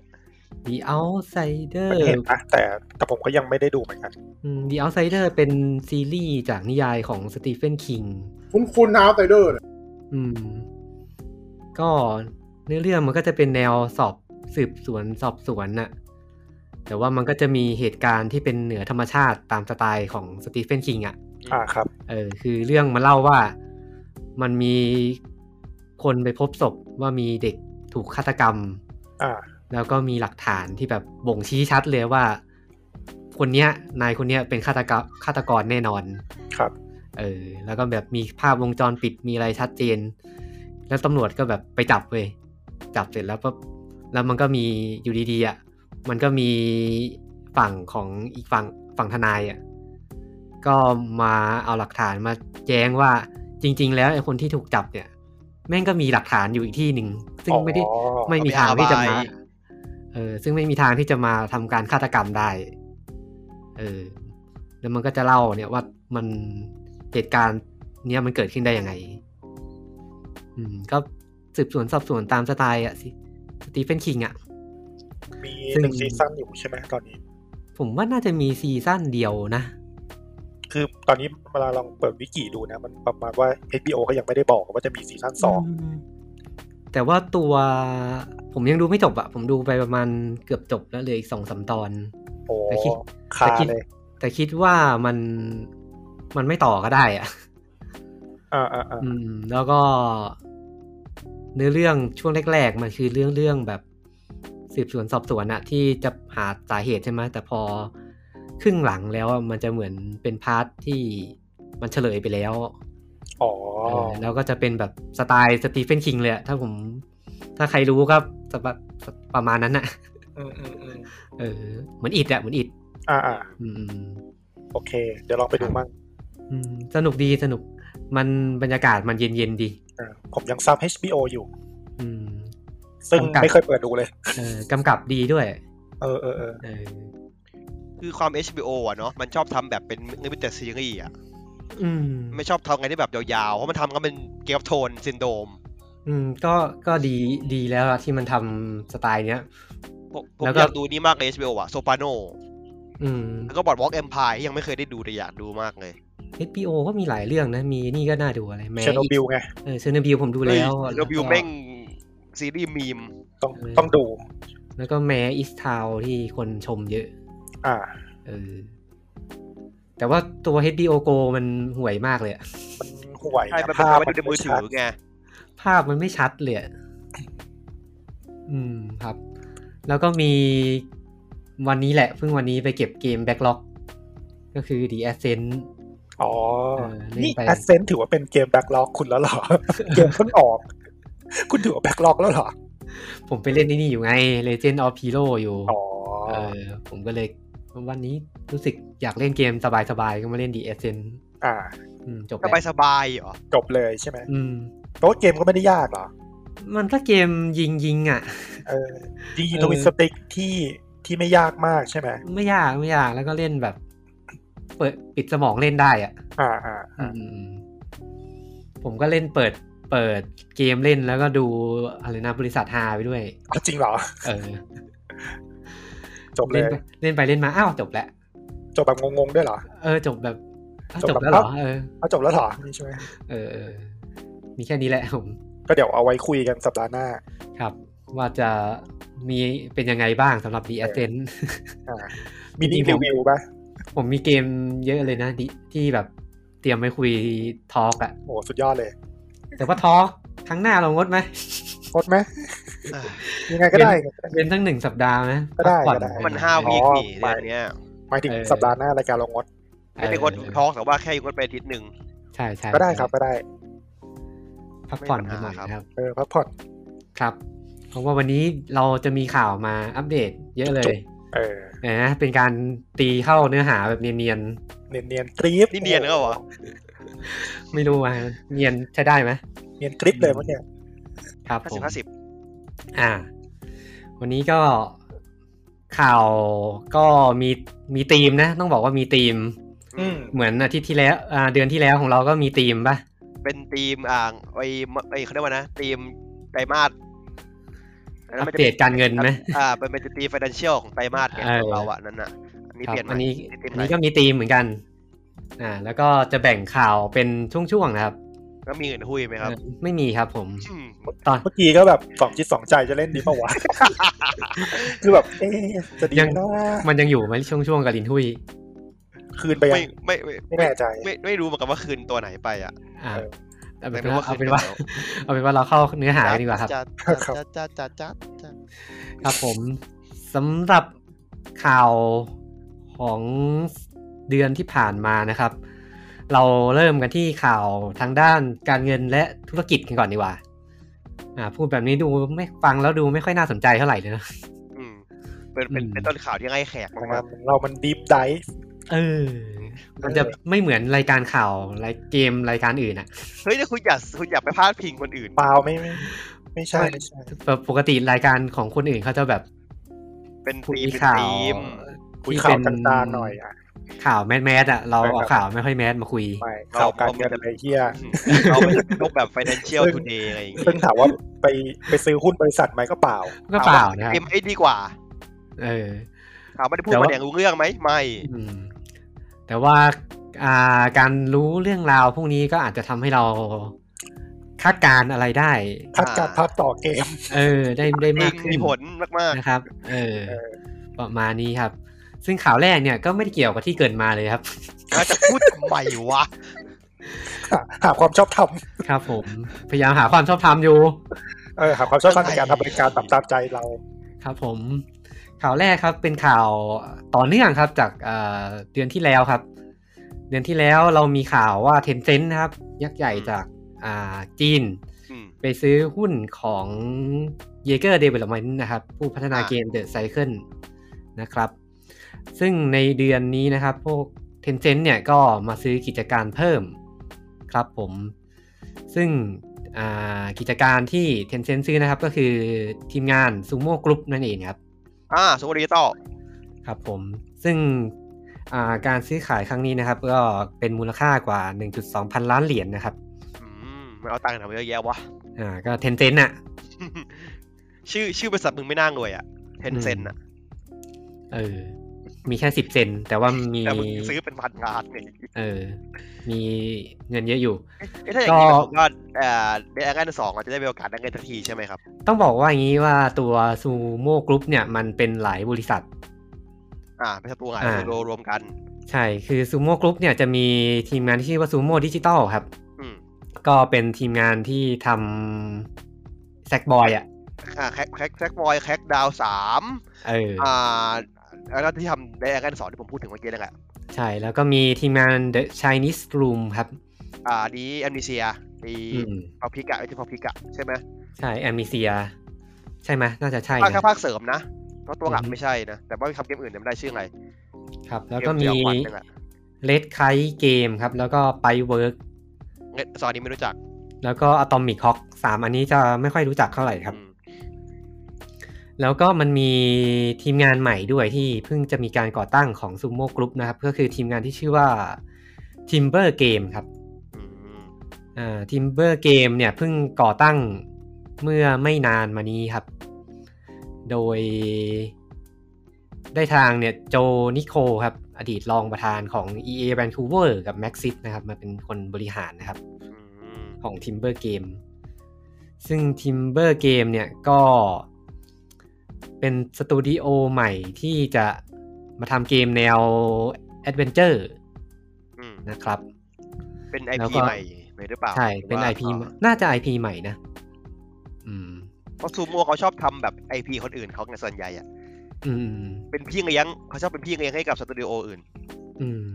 The Outsider มันเห็นนะแต่แต่ผมก็ยังไม่ได้ดูเหมือนกันอืม The Outsider เป็นซีรีส์จากนิยายของสตีเฟนคิงคุณคุณนาวไตเดอร์เนี่ยอืม ก็เนื้อเรื่องมันก็จะเป็นแนวสอบสืบสวนสอบสวนน่ะ แต่ว่ามันก็จะมีเหตุการณ์ที่เป็นเหนือธรรมชาติตามสไตล์ของสตีเฟนคิงอ่ะอ่าครับเออ คือเรื่องมันเล่าว่ามันมีคนไปพบศพว่ามีเด็กถูกฆาตกรรมอ่าแล้วก็มีหลักฐานที่แบบบ่งชี้ชัดเลยว่า คนเนี้ยนายคนเนี้ยเป็นฆาตกรฆาตกรแน่นอนครับเออ แล้วก็แบบมีภาพวงจรปิดมีอะไรชัดเจน แล้วตำรวจก็แบบไปจับเว้ยจับเสร็จแล้วปุ๊บแล้วมันก็มีอยู่ดีๆอ่ะมันก็มีฝั่งของอีกฝั่งฝั่งทนายอ่ะก็มาเอาหลักฐานมาแย้งว่าจริง ๆ แล้วไอ้คนที่ถูกจับเนี่ย แม่งก็มีหลักฐานอยู่อีกที่หนึ่งซึ่งไม่ได้อ๋อไม่มีทางที่จะมาเอาไปอาบายเออซึ่งไม่มีทางที่จะมาทำการฆาตกรรมได้ เออ แล้วมันก็จะเล่าเนี่ยว่ามันเหตุการณ์เนี้ยมันเกิดขึ้นได้ยังไง อืม ก็สืบสวนสอบสวนตามสไตล์อะสิสตีเฟนคิงอะมีซึ่งหนึ่งซีซั่นอยู่ใช่ไหมตอนนี้ผมว่าน่าจะมีซีซั่นเดียวนะคือตอนนี้เวลาลองเปิดวิกิดูนะมันประมาณว่า เอช บี โอ ก็ยังไม่ได้บอกว่าจะมีซีซั่นสองมแต่ว่าตัวผมยังดูไม่จบอะผมดูไปประมาณเกือบจบแล้วเหลยอีกสองสามตอนโอ้แต่คิดคาแต่คิดเลยแต่คิดว่ามันมันไม่ต่อก็ได้อะอ่าอ่าอ่าอืม แล้วก็เนื้อเรื่องช่วงแรกๆมันคือเรื่องเรื่องแบบสืบสวนสอบสวนอะที่จะหาสาเหตุใช่ไหมแต่พอครึ่งหลังแล้วอะมันจะเหมือนเป็นพาร์ทที่มันเฉลยไปแล้วอ๋อเออแล้วก็จะเป็นแบบสไตล์สตีเฟนคิงเลยอะถ้าผมถ้าใครรู้ก็จะแบบประมาณนั้นอะอืมอืมอืมเออเหมือนอิดอะเหมือนอิดอ่าอ่าอืมโอเค เดี๋ยวลองไปดูมั่งอืมสนุกดีสนุกมันบรรยากาศมันเย็นๆดีอ่าผมยังซับ เอช บี โอ อยู่อืมซึ่งกำกับไม่เคยเปิดดูเลยเออกำกับดีด้วยเออเออเออเออคือความ เอช บี โอ อ่ะเนาะมันชอบทำแบบเป็นเนื้อเป็นแต่ซีรีส์อ่ะอืมไม่ชอบทำไงที่แบบยาวๆเพราะมันทำกันเป็นเกมโทนซินโดมอืมก็ก็ดีดีแล้วอะที่มันทำสไตล์เนี้ยผมผมแล้วก็อยากดูนี่มากเลย เอช บี โอ อ่ะโซปาโนอืมแล้วก็บอร์ดวอล์กเอ็มพายยังไม่เคยได้ดูแต่อยากดูมากเลยเอช บี โอ ก็มีหลายเรื่องนะมีนี่ก็น่าดูอะไรแม้เชอร์โนบิลไงเออเชอร์โนบิลผมดูแล้วเรวิวแม่งซีรีส์มีมต้องต้องดูแล้วก็แม้อิสทาวที่คนชมเยอะอ่าเออแต่ว่าตัว เอช บี โอ Go มันห่วยมากเลยอะมันห่วยใช่มันเป็นภาพภาพในมือถือไงภาพมันไม่ชัดเลยอะอืมครับ แล้วก็มีวันนี้แหละเพิ่งวันนี้ไปเก็บเกม Backlog ก็คือ The Ascent อ๋อเออเล่นนี่ไป Ascent ถือว่าเป็นเกมแบ็กล็อกคุณแล้วเหรอ เกมเพิ่งออก คุณถือว่าแบ็กล็อกแล้วเหรอผมไปเล่นนี่อยู่ไง Legend of Hero อยู่อ๋อเออผมก็เลยวันนี้รู้สึกอยากเล่นเกมสบายๆก็มาเล่น The Ascent อ่าอืมจบสแล้วบายสบายๆเหรอจบเลยใช่ไหมอืมเพราะว่าเกมก็ไม่ได้ยากเหรอมันก็เกมยิงยิงๆอ่ะเออดีเออทวิสติกที่ที่ไม่ยากมากใช่ไหมไม่ยากไม่ยากแล้วก็เล่นแบบ เปิดปิดสมองเล่นได้อ่ะอ่าอ่าอือ่ามผมก็เล่นเปิดเปิดเกมเล่นแล้วก็ดูอะไรนะบริษัทฮาไปด้วยเอาจริงเหรอเออจบเลเล่นยไปเล่นไปเล่นมาอ้าวจบแล้วจบแบบงงๆด้วยเหรอเออจบแบบอ้าวจจบบ แบบแล้วเหรอเออเอาจบแล้วเหรอนี่ใช่ไหมเออเออมีแค่นี้แหละผมก็เดี๋ยวเอาไว้คุยกันสัปดาห์หน้าครับ ว่าจะมีเป็นยังไงบ้างสำหรับ The Ascent อ่ามินิรีวิวป่ะผมมีเกมเยอะเลยนะที่ที่แบบเตรียมไว้คุยทอล์กอะโอ้สุดยอดเลยแต่ว่าทอล์กครั้งหน้าเรางดไหมกดไหมยังไงก็ได้เป็นทั้งหนึ่งสัปดาห์นะก็ได้พัผ่อนก็ได้มันห้าวีคอ๋อนี่เดือนเนี้ยหมายถึงเออสัปดาห์หน้ารายการเรางดไม่ได้งดทอล์กแต่ว่าแค่งดไปอาทิตย์หนึ่งใช่ใช่ก็ได้ครับก็ได้พักผ่อนไม่กันมีหปัน่ญอยหาครับนะครับเออพักผ่อนครับ เพราะว่าวันนี้เราจะมีข่าวมาอัปเดตเยอะเลยเออนะเป็นการตีเข้าเนื้อหาแบบเนียนเนียนเนียนๆกรี๊บนี่เนียนแล้วเหรอๆไม่รู้ว่าเนียนใช้ได้ไหมเนียนกริ๊บเลยเมื่อกี้ครับห้าผสิบมห้าสิบอ่า วันนี้ก็ข่าวก็มีมีธีมนะ ต้องบอกว่ามีธีมอืมเหมือนอาทิตย์ที่แล้วอ่าเดือนที่แล้วของเราก็มีธีมป่ะเป็นทีมอ่างไอ้ไอ้เขาเรียกว่านะทีมไตรมาสอัปเดตการเงินไหมอ่าเป็นเป็นทีม financial ของไตรมาสเนี่ยเออของเราอ่ะนั่นน่ะอันนี้ครัเปลี่ยบนอันนี้ทีมอันไหนนี้ก็มีธีมเหมือนกัน อ่า แล้วก็จะแบ่งข่าวเป็นช่วงๆนะครับแล้วมีเงินหุ้ยไหมครับเออไม่มีครับผมอืมตอนเมื่อกี้ก็แบบสองจิตสองใจจะเล่นดีป่าวะ คือแบบเอ๊ะจะดียังนะมันยังอยู่ไหมช่วงๆกับลินทุยคืนไปยัไม่งไม่ไม่ไม่แน่ใจไม่ไม่รู้เหมือนกันว่าคืนตัวไหนไปอ่ะอ่าเออเอาเป็นไม่รู้ว่าว่าเอาเป็นว่าคืนแล้วเอาเป็นว่าเราเข้าเนื้อหากันดีกว่าครับจัดครับจัดจัดจัดจัดจัดครับผมสำหรับข่าวของเดือนที่ผ่านมานะครับ เราเริ่มกันที่ข่าวทางด้านการเงินและธุรกิจกันก่อนดีกว่าอ่าพูดแบบนี้ดูไม่ฟังแล้วดูไม่ค่อยน่าสนใจเท่าไหร่เลยนะอืมเป็นเป็นอืมเป็นต้นข่าวที่ง่ายแขกของมากเรามันดีฟไดฟ์เออ มันจะไม่เหมือนรายการข่าวรายเกมรายการอื่นอะๆเฮ้ยนี่คุณอยากคุณอยากไปพาดพิงคนอื่นเปล่าไม่ไม่ไม่ใช่ไม่ใช่ปกติรายการของคนอื่นเขาจะแบบเป็นคุยทีมเป็นข่าวทีมคุยที่ข่าเป็วน ต่างๆหน่อยอ่ะข่าวแมสแมสอะเราใช่ครับเอาข่าวไม่ค่อยแมสมาคุยไม่ข่าวการเงินอะไรเฮียเราเป็นพวกแบบ financial ซึ่ง today อะไรอย่างเงี้ยซึ่งถามว่าไปไปซื้อหุ้นบริษัทไหมก็เปล่าก็เปล่านะครับเอ็มไอดีกว่าเออถามไม่ได้พูดแต่มาว่าอย่างรู้เรื่องไหมไม่อืมแต่ว่าอ่าการรู้เรื่องราวพวกนี้ก็อาจจะทำให้เราคาดการณ์อะไรได้พักการพักต่อเกมเออ ได้ได้จริมาง กขึ้นมีผลมากนะครับ เออเออประมาณนี้ครับ ซึ่งข่าวแรกเนี่ยก็ไม่ได้เกี่ยวกับที่เกิดมาเลยครับๆน่าจะพูดทำไมวะหาหาความชอบธรรมครับผมพยายามหาความชอบธรรมอยู่เออหาความชอบธรรมในการทำรายการตามตามใจเราครับผมข่าวแรกครับเป็นข่าวต่อเนื่องครับจากเอ่อเดือนที่แล้วครับ เดือนที่แล้วเรามีข่าวว่า Tencent นะครับยักษ์ใหญ่จากอ่าจีนอืมไปซื้อหุ้นของ Jaeger Development นะครับ ผู้พัฒนาอ่าเกม The Cycle นะครับ ซึ่งในเดือนนี้นะครับ พวก Tencent เนี่ยก็มาซื้อกิจการเพิ่มครับผม ซึ่งอ่ากิจการที่ Tencent ซื้อนะครับก็คือทีมงาน Sumo Group นั่นเองครับอ่าสวัสดีต่อครับผม ซึ่งอ่าการซื้อขายครั้งนี้นะครับ ก็เป็นมูลค่ากว่า หนึ่งจุดสอง พันล้านเหรียญนะครับอืมมันเอาตังค์ทำเยอะแยะวะอ่าก็ Tencent น่ะชื่อชื่อบริษัทมึงไม่น่างรวยอ่ะเทนเซ็นอ่ะเออมีแค่สิบเซนแต่ว่ามีแต่มึงซื้อเป็นพันงานไงเออมีเงินเยอะอยู่เอ๊ะถ้าอย่างนี้ผมว่าเอ่อในแอคชั่นสองจะได้มีโอกาสได้เงินทันทีใช่ไหมครับต้องบอกว่าอย่างนี้ว่าตัวซูโม่กรุ๊ปเนี่ยมันเป็นหลายบริษัทอ่าเป็นตัวหลายตัวรวมกันใช่คือซูโม่กรุ๊ปเนี่ยจะมีทีมงานที่ชื่อว่าซูโม่ดิจิตอลครับก็เป็นทีมงานที่ทำแซกบอยอ่ะอ่าแคคแคคแซกบอยแคคดาวสามเอออ่าแล้วที่ทำในแอคชั่นสองที่ผมพูดถึงเมื่อกี้นั่นแหละใช่แล้วก็มีทีมงาน The Chinese Room ครับอ่าดีแอมนิเซียดีเอาพิกะไอ้ที่พอพิกะใช่ไหมใช่แอมนิเซียใช่ไหมน่าจะใช่ภาคแค่ภาคเสริมนะเพราะตัวหลักไม่ใช่นะแต่ว่าทำเกมอื่นไม่ได้ชื่ออะไรครับแล้วก็มีRed Kite Game ครับแล้วก็ Pipeworks สองนี้ไม่รู้จักแล้วก็ Atomic Hawk สามอันนี้จะไม่ค่อยรู้จักเท่าไหร่ครับแล้วก็มันมีทีมงานใหม่ด้วยที่เพิ่งจะมีการก่อตั้งของ Sumo Group นะครับก็คือทีมงานที่ชื่อว่า Timber Game ครับอ่า Timber Game เนี่ยเพิ่งก่อตั้งเมื่อไม่นานมานี้ครับโดยได้ทางเนี่ยโจนิโคครับอดีตรองประธานของ อี เอ Vancouver กับ Maxis นะครับมาเป็นคนบริหารนะครับของ Timber Game ซึ่ง Timber Game เนี่ยก็เป็นสตูดิโอใหม่ที่จะมาทำเกมแนว Adventure นะครับเป็น ไอ พี ใหม่หรือเปล่าใช่เป็น ไอ พี น่าจะ ไอ พี ใหม่นะอืมเพราะซูโม่เขาชอบทำแบบ ไอ พี คนอื่นเขาในส่วนใหญ่อ่ะอืมเป็นพี่เลี้ยงเขาชอบเป็นพี่เลี้ยงให้กับสตูดิโออื่นอืม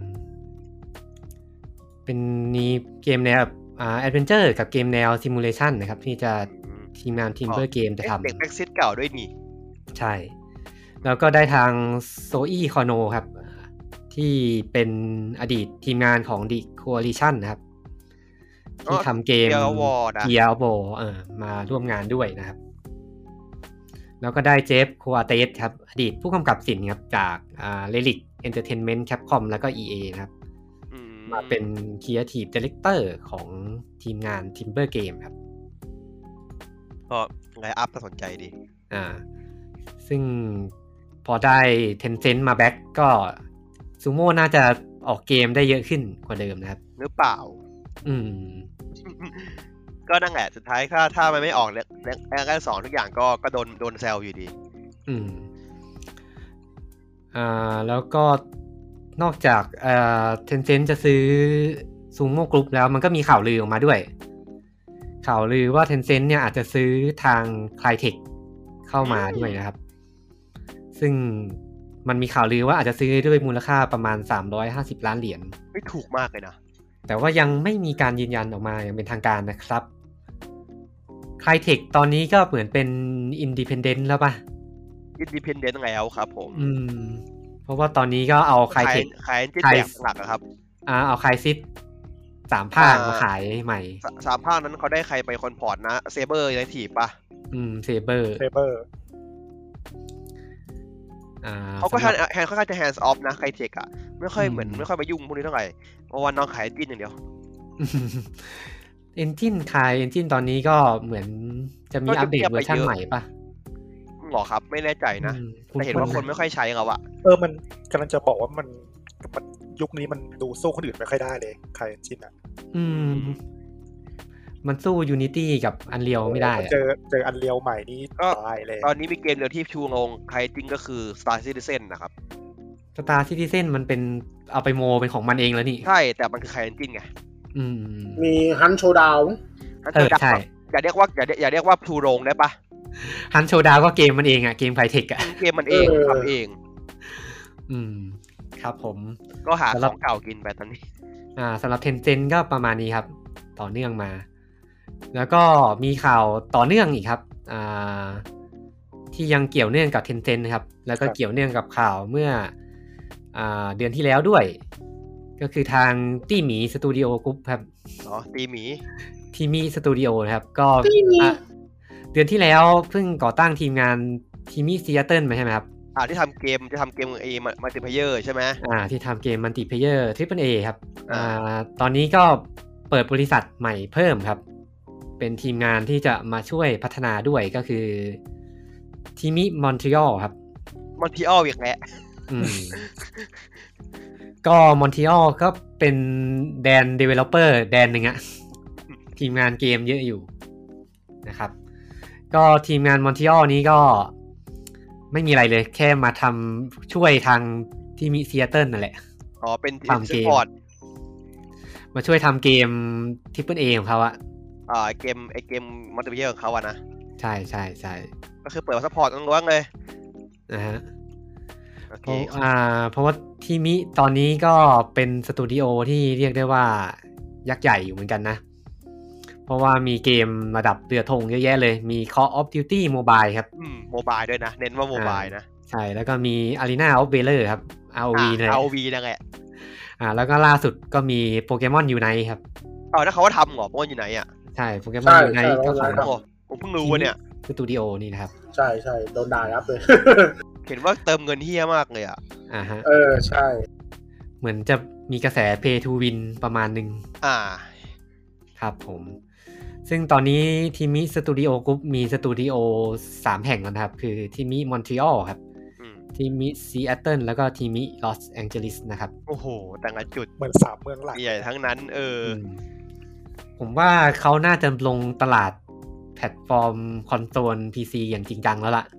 เป็นนี้เกมแนวอ่าแอดเวนเจอร์กับเกมแนวซิมูเลชันนะครับที่จะทีมงาน Timber Game จะทำเด็กแบ็กซิตเก่าด้วยนี่ใช่แล้วก็ได้ทางโซอี้คอโนครับที่เป็นอดีตทีมงานของ The Coalition นะครับที่ทำเกม Gear of War เออมาร่วมงานด้วยนะครับแล้วก็ได้เจฟโคอาเตสครับอดีตผู้กำกับสินครับจากอ่า Relic Entertainment Capcom แล้วก็ อี เอ นะครับมาเป็น Creative Director ของทีมงาน Timber Game ครับก็ไงอัพก็สนใจดีอ่าซึ่งพอได้ Tencent มาแบ็คก็ซูโม่น่าจะออกเกมได้เยอะขึ้นกว่าเดิมนะครับหรือเปล่าอืมก็นั่งแหละสุดท้ายถ้าถ้ามันไม่ออกแล้วแค่สองทุกอย่างก็ก็โดนโดนแซวอยู่ดีอืมอ่าแล้วก็นอกจากเอ่อ Tencent จะซื้อ Sumo Group แล้วมันก็มีข่าวลือออกมาด้วยข่าวลือว่า Tencent เนี่ยอาจจะซื้อทาง Crytek เข้ามาด้วยนะครับซึ่งมันมีข่าวลือว่าอาจจะซื้อด้วยมูลค่าประมาณสามร้อยห้าสิบล้านเหรียญไม่ถูกมากเลยนะแต่ว่ายังไม่มีการยืนยันออกมาอย่างเป็นทางการนะครับ Crytek ตอนนี้ก็เหมือนเป็น Independent แล้วป่ะ Independent แล้วครับผมอืมเพราะว่าตอนนี้ก็เอา Crytek ขายจิ้นแบบหลักครับอ่าเอา Crysis สามภาคมาขายใหม่สามภาคนั้นเขาได้ใครไปคอนพอร์ตนะ Saber ในทีป่ะอืม Saber Saber เขาก็แฮนด์ค่อนข้างจะ hands off นะ Crytek อ่ะไม่ค่อยเหมือนไม่ค่อยมายุ่งพวกนี้เท่าไหร่เพราะว่าน้องขายจิ้นอย่างเดียวเอนจินขายเอนจินตอนนี้ก็เหมือนจะมีอัปเดตเวอร์ชันใหม่ป่ะหรอครับไม่แน่ใจนะแต่เห็นว่าคนไม่ค่อยใช้เขาอะเออมันกำลังจะบอกว่ามันมันยุคนี้มันดูสู้คนอื่นไม่ค่อยได้เลยขายเอนจินอะอืมมันสู้ Unity กับ Unreal ไม่ได้เจอเจอ Unreal ใหม่นี่ตายเลยตอนนี้มีเกมเดียวที่ชูงงใครจริงก็คือ Star Citizen นะครับ Star Citizen มันเป็นเอาไปโมเป็นของมันเองแล้วนี่ใช่แต่มันคือใครจริงไงอืมมีฮันโชดาวเออใช่อย่าเรียกว่าอย่าอย่าเรียกว่าพลูโรงได้ปะฮันโชดาวก็เกมมันเองอ่ะเกมไฟเทคอ่ะเกมมันเองทำเองอืมครับผมก็หาของเก่ากินไปตอนนี้อ่าสำหรับ Tencent ก็ประมาณนี้ครับต่อเนื่องมาแล้วก็มีข่าวต่อเนื่องอีกครับอ่าที่ยังเกี่ยวเนื่องกับ Tencent นะครับแล้วก็เกี่ยวเนื่องกับข่าวเมื่ออ่าเดือนที่แล้วด้วยก็คือทางตี้หมีสตูดิโอกรุ๊ปครับอ๋อตี้หมีทีมีสตูดิโอนะครับก็เดือนที่แล้วเพิ่งก่อตั้งทีมงานทีมีซีแอตเทิลมาใช่ไหมครับอ่าที่ทำเกมจะทำเกมเอมัลติเพลเยอร์ใช่ไหมอ่าที่ทำเกมมัลติเพลเยอร์ทริปเปิลเอครับอ่าตอนนี้ก็เปิดบริษัทใหม่เพิ่มครับเป็นทีมงานที่จะมาช่วยพัฒนาด้วยก็คือทีมิมอนทรีออลครับมอนทรีออลอีกแล้วอืมก็มอนทรีออลก็เป็นแดน developer แดนหนึ่งอะทีมงานเกมเยอะอยู่นะครับก็ทีมงานมอนทรีออลนี้ก็ไม่มีอะไรเลยแค่มาทำช่วยทางที่มีซีแอตเทิลนั่นแหละอ๋อเป็นทำเกมมาช่วยทำเกม Triple A ของเขาอะอ่าเกมไอเกมมัลติเพลเยอร์ของเขาอะนะใช่ใช่ใช่ก็คือเปิดซัพพอร์ตล้วนๆเลยนะฮะเพราะอ่าเพราะว่าทีมิตอนนี้ก็เป็นสตูดิโอที่เรียกได้ว่ายักษ์ใหญ่อยู่เหมือนกันนะเพราะว่ามีเกมระดับเรือธงเยอะแยะเลยมี Call of Duty Mobile ครับอืมโมบายด้วยนะเน้นว่าโมบายนะใช่แล้วก็มี Arena of Valor ครับ อาร์ โอ วีนั่นแหละ อาร์ โอ วี นั่นแหละอ่าแล้วก็ล่าสุดก็มี Pokemon Unite ครับอ๋อแล้วเขาว่าทำเหรอ Pokemon Unite อ่ะใช่ Pokemon Unite ก็ของผมเพิ่งรู้ว่าเนี่ยสตูดิโอนี่นะครับใช่ใช่โดนด่ายับเลยเห็นว่าเติมเงินเฮี้ยมากเลยอ่ะอ่าฮะเออใช่เหมือนจะมีกระแส Pay to Win ประมาณนึงอ่าครับผมซึ่งตอนนี้ทีมิสตูดิโอกรุ๊ปมีสตูดิโอสามแห่งแล้วนะครับคือทีมิมอนทรีออลครับทีมิซีแอตเทิลแล้วก็ทีมิลอสแองเจลิสนะครับโอ้โหแต่ละจุดเหมือนสามเมืองหลักใหญ่ทั้งนั้นเออผมว่าเขาน่าจะลงตลาดแพลตฟอร์มคอนโซล พี ซี อย่างจริงจังแล้วล่ะ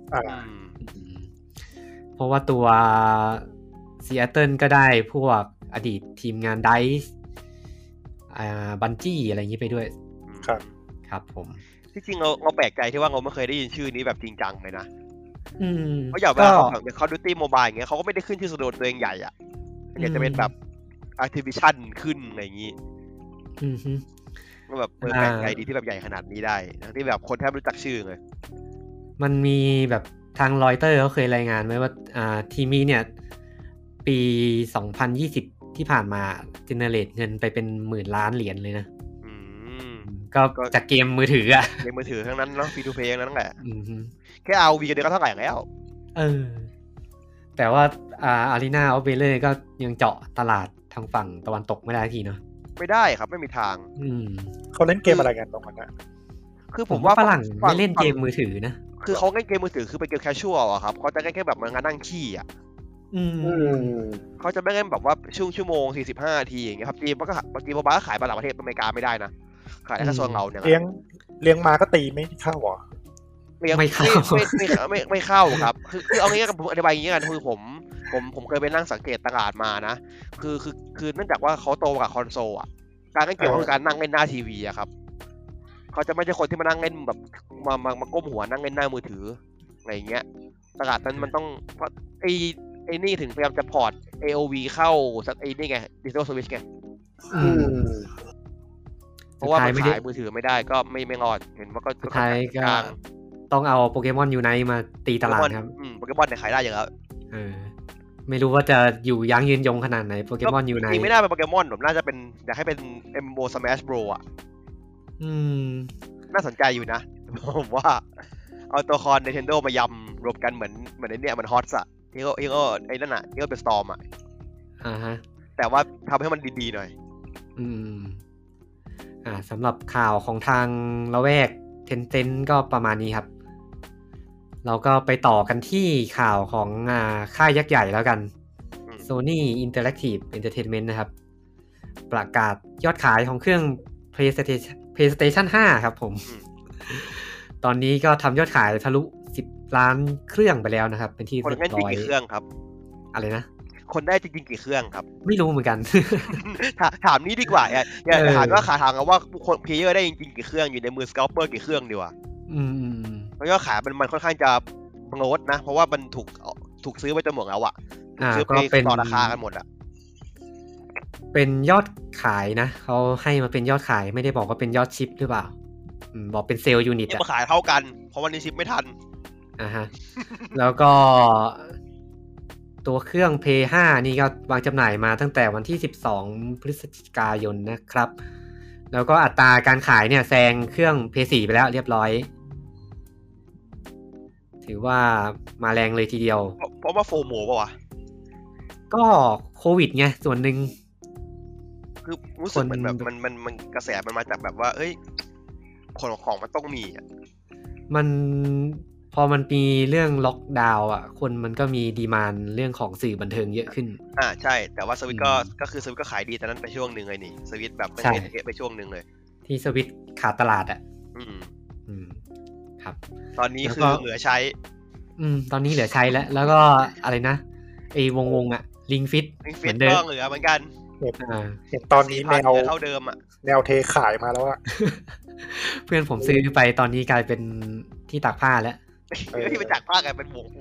เพราะว่าตัวซีแอตเทิลก็ได้พวกอดีตทีมงานไดซ์อ่าบันจี้อะไรอย่างนี้ไปด้วยครับครับผมที่จริงเราเราแปลกใจที่ว่าเราไม่เคยได้ยินชื่อนี้แบบจริงจังเลยนะอืมเพราะอย่างว่าเขาอย่างเขาดูตี้โมบายอย่างเงี้ยเขาก็ไม่ได้ขึ้นชื่อสตูดิโอตัวเองใหญ่อ่ะอยากจะเป็นแบบ Activision ขึ้นอะไรอย่างงี้อือฮึก็แบบเปิดแปลกใจดีที่แบบใหญ่ขนาดนี้ได้ทั้งที่แบบคนแทบไม่รู้จักชื่อเลยมันมีแบบทางรอยเตอร์เขาเคยรายงานไว้ว่าอ่าทีมีเนี่ยปีสองพันยี่สิบที่ผ่านมาเจเนเรตเงินไปเป็นหมื่นล้านเหรียญเลยนะก็จากเกมมือถืออะเกมมือถือทั้งนั้นเนาะ ฟรี ทู เพลย์ ทั้งนั้นแหละแค่ อาร์ โอ วี กันเดียวก็เท่าไหร่แล้วเออแต่ว่าอ่า Arena of Valor ก็ยังเจาะตลาดทางฝั่งตะวันตกไม่ได้ทีเนาะไม่ได้ครับไม่มีทางอืมเขาเล่นเกมอะไรกันตรงนั้นนะคือผมว่าฝรั่งไม่เล่นเกมมือถือนะคือเขาเล่นเกมมือถือคือเป็นเกมแคชชวลอะครับเขาจะเล่นแค่แบบมันงานนั่งขี้อ่ะอืมเขาจะไม่เล่นแบบว่าชั่วชั่วโมงสี่สิบห้านาทีอย่างเงี้ยครับจีนมันก็บางทีโมบายก็ขายไปต่างประเทศอเมริกาไม่ได้นะขายแค่โซนเราเนี่ยเลี้ยงเลี้ยงมาก็ตีไม่เข้าหรอเลี้ยงไม่เข้าไม่ไม่ไม่ไม่เข้าครับคือคือเอางี้กันผมอธิบายอย่างงี้กันคือผมผมผมเคยไปนั่งสังเกตตลาดมานะคือคือคือเนื่องจากว่าเขาโตกับคอนโซลอ่ะการเล่นเกมก็คือการนั่งเล่นหน้าทีวีอะครับเขาจะไม่ใช่คนที่มานั่งเล่นแบบมามามาก้มหัวนั่งเล่นหน้ามือถืออะไรอย่างเงี้ยตลาดนั้นมันต้องไอไอ้นี่ถึงพยายามจะพอร์ต เอ โอ วี เข้าสักไอ้นี่ไง Digital Switch ไงเพราะว่ามันขายมือถือไม่ได้ก็ไม่ไม่รอดเห็นว่าก็ขายกลางต้องเอาโปเกมอนยูไนท์มาตีตลาดครับอืมโปเกมอนเนี่ยขายได้อย่างแล้วเออไม่รู้ว่าจะอยู่ยั้งยืนยงขนาดไหนโปเกมอนยูไนท์จริงไม่น่าเป็นโปเกมอนผมน่าจะเป็นอยากให้เป็น เอ็ม เอ็ม โอ Smash Bros อ่ะอืมน่าสนใจอยู่นะผมว่าเอาตัวคอน Nintendo มายำรวมกันเหมือนเหมือนไอ้เนี่ยมันฮอตอะที่ก็ที่ก็ไอ้นั่นน่ะที่ก็เป็น Storm อ่ะอ่าฮะแต่ว่าทำให้มันดีๆหน่อยอืมอ่าสำหรับข่าวของทางละแวก Tencent ก็ประมาณนี้ครับเราก็ไปต่อกันที่ข่าวของอ่าค่ายยักษ์ใหญ่แล้วกัน Sony Interactive Entertainment นะครับประกาศยอดขายของเครื่อง PlayStation PlayStation ห้าครับผมตอนนี้ก็ทำยอดขายทะลุสิบล้านเครื่องไปแล้วนะครับเป็นที่เรียบร้อยคนได้จริงกี่เครื่องครับอะไรนะคนได้จริงๆกี่เครื่องครับไม่รู้เหมือนกันถามนี้ดีกว่าอย่าอย่าถามว่าขาถามกันว่าคนเพลเยอร์ได้จริงๆกี่เครื่องอยู่ในมือสแกลเปอร์กี่เครื่องดีวะอืมแล้วก็ขายมันมันค่อนข้างจะบังโลดนะเพราะว่ามันถูกถูกซื้อไปจนหมดแล้วอ่ะซื้อไปต่อราคากันหมดอ่ะเป็นยอดขายนะเขาให้มาเป็นยอดขายไม่ได้บอกว่าเป็นยอดชิปหรือเปล่าบอกเป็นเซลล์ยูนิตอ่ะขายเท่ากันเพราะวันนี้ชิปไม่ทันอ่าฮะแล้วก็ตัวเครื่อง พี ห้า นี่ก็วางจำหน่ายมาตั้งแต่วันที่สิบสองพฤศจิกายนนะครับแล้วก็อัตราการขายเนี่ยแซงเครื่อง พี โฟร์ ไปแล้วเรียบร้อยถือว่ามาแรงเลยทีเดียวเพราะว่าโฟโมป่ะวะก็โควิดไงส่วนหนึ่งคือรู้สึกเหมือนแบบมันมันมันกระแสมันมาจากแบบว่าเอ้ยคนของมันต้องมีอ่ะมันพอมันมีเรื่องล็อกดาวน์อ่ะคนมันก็มีดีมานด์เรื่องของสื่อบันเทิงเยอะขึ้นอ่าใช่แต่ว่าสวิตก็อืมก็คือสวิตก็ขายดีตอนนั้นไปช่วงหนึ่งเลยนี่สวิตแบบไม่ใช่เทไปช่วงหนึ่งเลยที่สวิตขาดตลาดอ่ะอืมอืมครับตอนนี้แล้วคืก็อเหลือใช้อืมตอนนี้เหลือใช้แล้ว แล้วก็อะไรนะไอ้วงวงๆอ่ะลิงฟิตลิงเหฟิมืตอนเดิก็มเหลือเหมือนกันเห็นอ่าเห็นตอนนี้สี่แนพันวเหลือเท่าเดิมอ่ะแนวเทขายมาแล้วอะเพื่อนผมซื้อไปตอนนี้กลายเป็นที่ตากผ้าแล้วเออที่ไปจากผ้ากันเป็นวง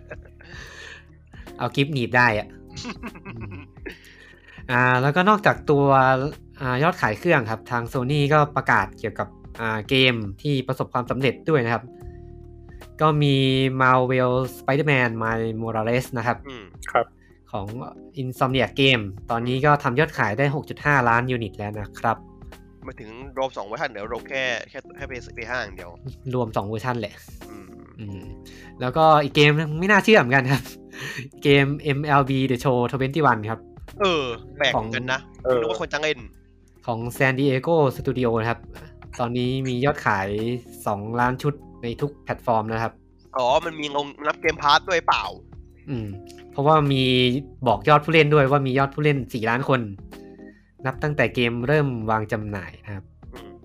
เอากิฟต์หนีบได้อ่ะ อืมอ่าแล้วก็นอกจากตัวอ่ายอดขายเครื่องครับ ทาง Sony ก็ประกาศเกี่ยวกับอ่าเกมที่ประสบความสำเร็จด้วยนะครับ ก็มี Marvel Spider-Man Miles Morales นะครับอืมครับของ Insomniac Game ตอนนี้ก็ทำยอดขายได้ หกจุดห้า ล้านยูนิตแล้วนะครับมาถึงรวมสองเวอร์ชันเดี๋ยวรวมแค่แค่แค่เพย์ห้าอย่างเดียวรวมสองเวอร์ชันแหละอืมอืมแล้วก็อีกเกมนึงไม่น่าเชื่อเหมือนกันครับ เกม เอ็ม แอล บี The Show ยี่สิบเอ็ด ครับเออแปลกเหมือนกันนะเออนึกว่าคนจังเล่นของ San Diego Studio นะครับ ตอนนี้มียอดขายสองล้านชุดในทุกแพลตฟอร์มนะครับอ๋อมันมีลงนับเกมพาร์ทด้วยเปล่าอืมเพราะว่ามีบอกยอดผู้เล่นด้วยว่ามียอดผู้เล่นสี่ล้านคน นับตั้งแต่เกมเริ่มวางจำหน่ายนะครับอืม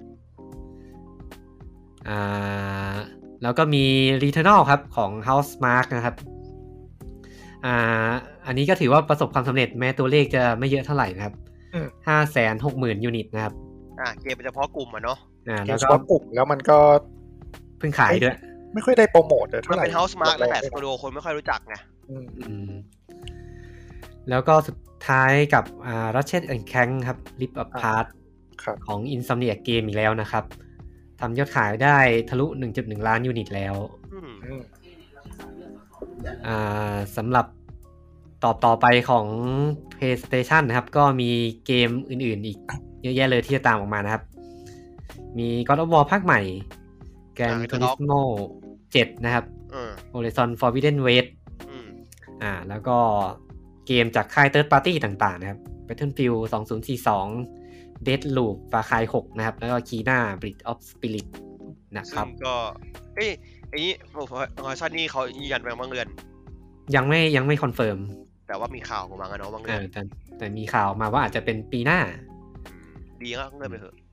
อ่าแล้วก็มี Returnal ครับของ Housemarque นะครับอ่าอันนี้ก็ถือว่าประสบความสำเร็จแม้ตัวเลขจะไม่เยอะเท่าไหร่นะครับอืมห้าแสนหกหมื่น ยูนิตนะครับอ่ะเกมเป็นเฉพาะกลุ่มอ่ะเนาะอ่าเกแล้มวเฉก็พาะกลุ่มแล้วมันก็เพิ่งขายด้วยไม่ค่อยได้โปรโมทเลยมัเท่าน ไหร่เป็นเฮาส์มาร์กนั่นแหละรสกๆตูดิโอคนไม่ค่อยรู้จักไงอืมอืมแล้วก็สุดท้ายกับอ่า Ratchet and Clank ครับ Rift Apart ครับของ Insomniac Game อีกแล้วนะครับทำยอดขายได้ทะลุ หนึ่งจุดหนึ่ง ล้านยูนิตแล้วอืมอืมอ่าสำหรับตอบต่อไปของ PlayStation นะครับ ก็มีเกมอื่นๆอีกเยอะแยะเลยที่จะตามออกมานะครับ มี God of War ภาคใหม่ Gran Turismo เจ็ด นะครับอืม Horizon Forbidden West อืมอ่าแล้วก็เกมจากค่าย Third Party ต่างๆนะครับ Battlefield สองพันสี่สิบสอง Deathloop Far Cry หก นะครับ แล้วก็ Kena Bridge of Spirit นะคซึ่รับงก็เอ้ยไอ้นี้โอ้โหฮอร์ซันนี่เขายืนยันไปบางเรือนยังไม่ยังไม่คอนเฟิร์มแต่ว่ามีข่าวออกมากันเนาะบางเรือ่าอนแต่แต่มีข่าวมาว่าอาจจะเป็นปีหน้าอืมดีก็เงินไปเถอะ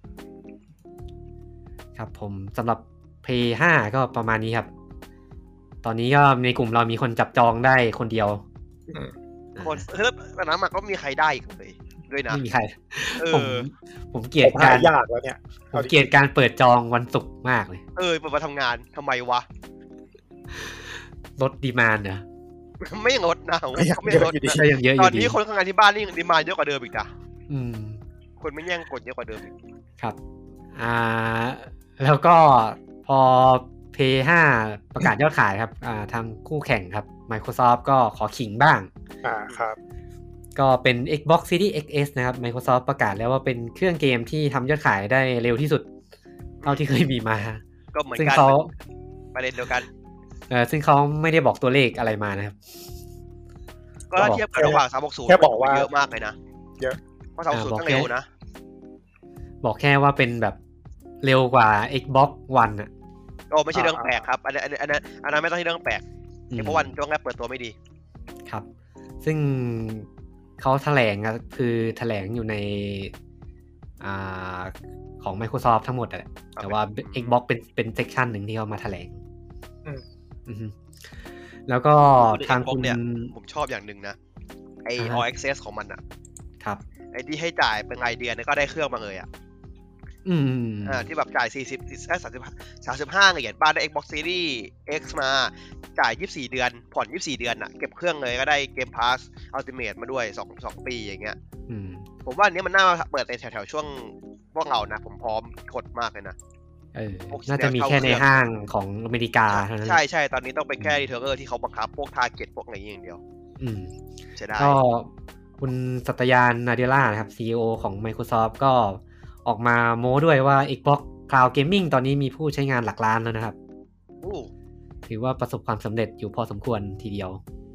ครับผมสำหรับ พี เอส ห้า ก็ประมาณนี้ครับ ตอนนี้ก็ในกลุ่มเรามีคนจับจองได้คนเดียวอืมคนเฮ้ยแล้วนั้นมันก็มีใครได้อีกเลยด้วยนะไม่มีใครเอผมอผมเกลียผดมกาหาร ยากแล้วเนี่ยผมเกลียดการเปิดจองวันศุกร์มากเลยเออเปิดมาทำงานทำไมวะลดดีมานด์เหรอไม่ลดนะผมก็ยังไม่เยลอะดอยู่ดีนะก็ยังเยอะอตอนยู่ดีนี้คนทำงานที่บ้านนี่ดีมานเยอะกว่าเดิมอีกนะอืมคนไม่แย่งกดเยอะกว่าเดิมอีกครับ อ่า แล้วก็พอ พี เอส ห้า ประกาศยอดขายครับ อ่า ทางคู่แข่งครับ Microsoft ก็ขอขิงบ้างอ่าครับก็เป็น Xbox Series เอ็กซ์ เอส นะครับ Microsoft ประกาศแล้วว่าเป็นเครื่องเกมที่ทำยอดขายได้เร็วที่สุด เท่าที่เคยมีมาก็เหมือนซึ่งกันเขาประเด็นเดียวกันเออซึ่งเขาไม่ได้บอกตัวเลขอะไรมานะครับก็ถ้าเทียบกับระหว่างสามหกศูนย์แค่บอกว่าเยอะมากเลยนะเยอะเพราะสามหกศูนย์ก็เร็วนะบอกแค่ว่าเป็นแบบเร็วกว่า Xbox One อ่ะโอ้ไม่ใช่เรื่องแปลกครับอันนั้นอันนั้นอันนั้นไม่ต้องที่เรื่องแปลกอืมเพราะวันช่วงแรกเปิดตัวไม่ดีครับ ซึ่งเขาแถลงอะคือแถลงอยู่ในอ่าของ Microsoft ทั้งหมดอะแหละแต่ว่า Xbox เป็นเป็นเซกชันหนึ่งที่เขามาแถลงอืมอือฮึแล้วก็ทางคุณเนี่ยผมชอบอย่างหนึ่งนะไออ่า All Access ของมันอะครับไอที่ให้จ่ายเป็นรายเดือนเนี่ยก็ได้เครื่องมาเลยอะอืมอ่าที่แบบจ่ายสี่สิบเอ้ยสามสิบสามสิบห้าเหรียญบ้านได้ Xbox Series X มาจ่ายยี่สิบสี่เดือนผ่อนยี่สิบสี่เดือนอะเก็บเครื่องเลยก็ได้ Game Pass Ultimate มาด้วยสอง สองปีอย่างเงี้ยอืมผมว่าอันนี้มันน่าเปิดในแถวๆช่วงพวกเรานะผมพร้อมกดมากเลยนะเออน่าจะมีแค่ในห้างของอเมริกาเท่านั้นใช่ใช่ตอนนี้ต้องเป็นแค่รีเทลเลอร์ที่เขาบังคับพวกทาร์เก็ตพวกอะไรอย่างเดียวอืมใช่ได้ก็คุณสัตยานนาเดล่านะครับ ซี อี โอ ของ Microsoft ก็ออกมาโม้ด้วยว่า Xbox Cloud Gaming ตอนนี้มีผู้ใช้งานหลักล้านแล้วนะครับอู้ถือว่าประสบความสำเร็จอยู่พอสมควรทีเดียว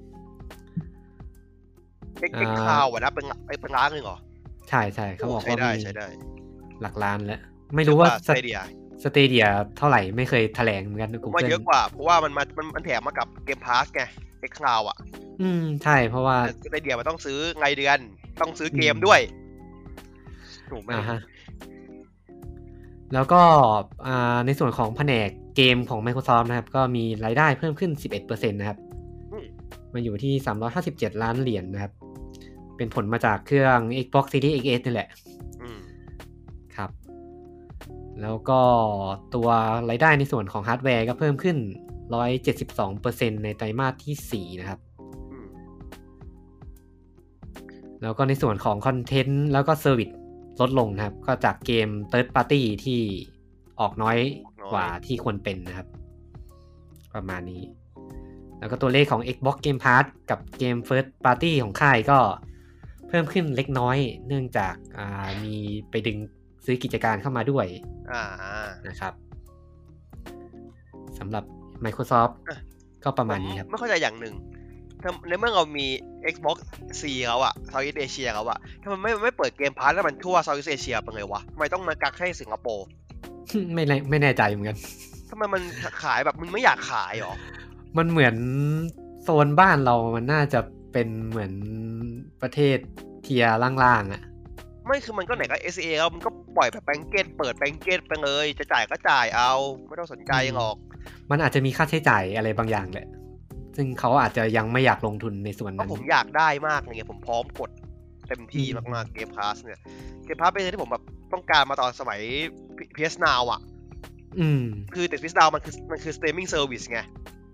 เอ็กเอ็กคลาวอะนะเป็นเป็นล้านเลยเหรอใช่ใช่เขาบอกใช้ว่าได้มีใช้ได้หลักล้านแล้ว ไม่รู้ว่าไอเดีย Stadia เท่าไหร่ไม่เคยแถลงเหมือนกันผม Google ว่าเยอะกว่าเพราะว่ามันมามันมันแถมมากับเกมพาสไง xCloud อ่ะอืมใช่เพราะว่าแต่ในเดียวมันต้องซื้อรายเดือนต้องซื้อเกมด้วยถูกไหมอ่าฮะแล้วก็อ่าในส่วนของแผนกเกมของ Microsoft นะครับก็มีรายได้เพิ่มขึ้น สิบเอ็ดเปอร์เซ็นต์ นะครับมันอยู่ที่สามร้อยห้าสิบเจ็ดล้านเหรียญ นะครับเป็นผลมาจากเครื่อง Xbox Series เอ็กซ์ เอส นี่แหละครับแล้วก็ตัวรายได้ในส่วนของฮาร์ดแวร์ก็เพิ่มขึ้น หนึ่งร้อยเจ็ดสิบสองเปอร์เซ็นต์ ในไตรมาสที่สี่นะครับแล้วก็ในส่วนของคอนเทนต์แล้วก็เซอร์วิสลดลงนะครับก็จากเกม Third Party ที่ออกน้อยกว่าที่ควรเป็นนะครับประมาณนี้แล้วก็ตัวเลขของ Xbox Game Pass กับเกม First Party ของค่ายก็เพิ่มขึ้นเล็กน้อยเนื่องจากอ่ามีไปดึงซื้อกิจการเข้ามาด้วยนะครับสำหรับ Microsoft ก็ประมาณนี้ครับไม่เข้าใจอย่างหนึ่งในเมื่อเรามี Xbox C แล้วอะ Southeast Asia แล้วอะทำไมไม่ไม่เปิดเกมพาร์ทแล้วมันทั่ว Southeast Asia เป็นไงวะทำไมต้องมากักให้สิงคโปร์ไม่ไม่แน่ใจเหมือนกันทำไมมันขายแบบมึงไม่อยากขายหรอมันเหมือนโซนบ้านเรามันน่าจะเป็นเหมือนประเทศเทียร์ล่างๆอะไม่คือมันก็ไหนก็ เอส เอ แล้วมันก็ปล่อยแบบแบงเกตเปิดแบงเกตไปเลยจะจ่ายก็จ่ายเอาไม่ต้องสนใจหรอกมันอาจจะมีค่าใช้จ่ายอะไรบางอย่างแหละซึ่งเขาอาจจะยังไม่อยากลงทุนในส่วนนั้นผมอยากได้มากไงผมพร้อมกดเต็มที่มากๆเกมพาสเนี่ยเกมพาสเป็นที่ผมแบบต้องการมาตอนสมัย พี เอส Now อ่ะอืมคือแต่ พี เอส Now มันคือมันคือ streaming service ไง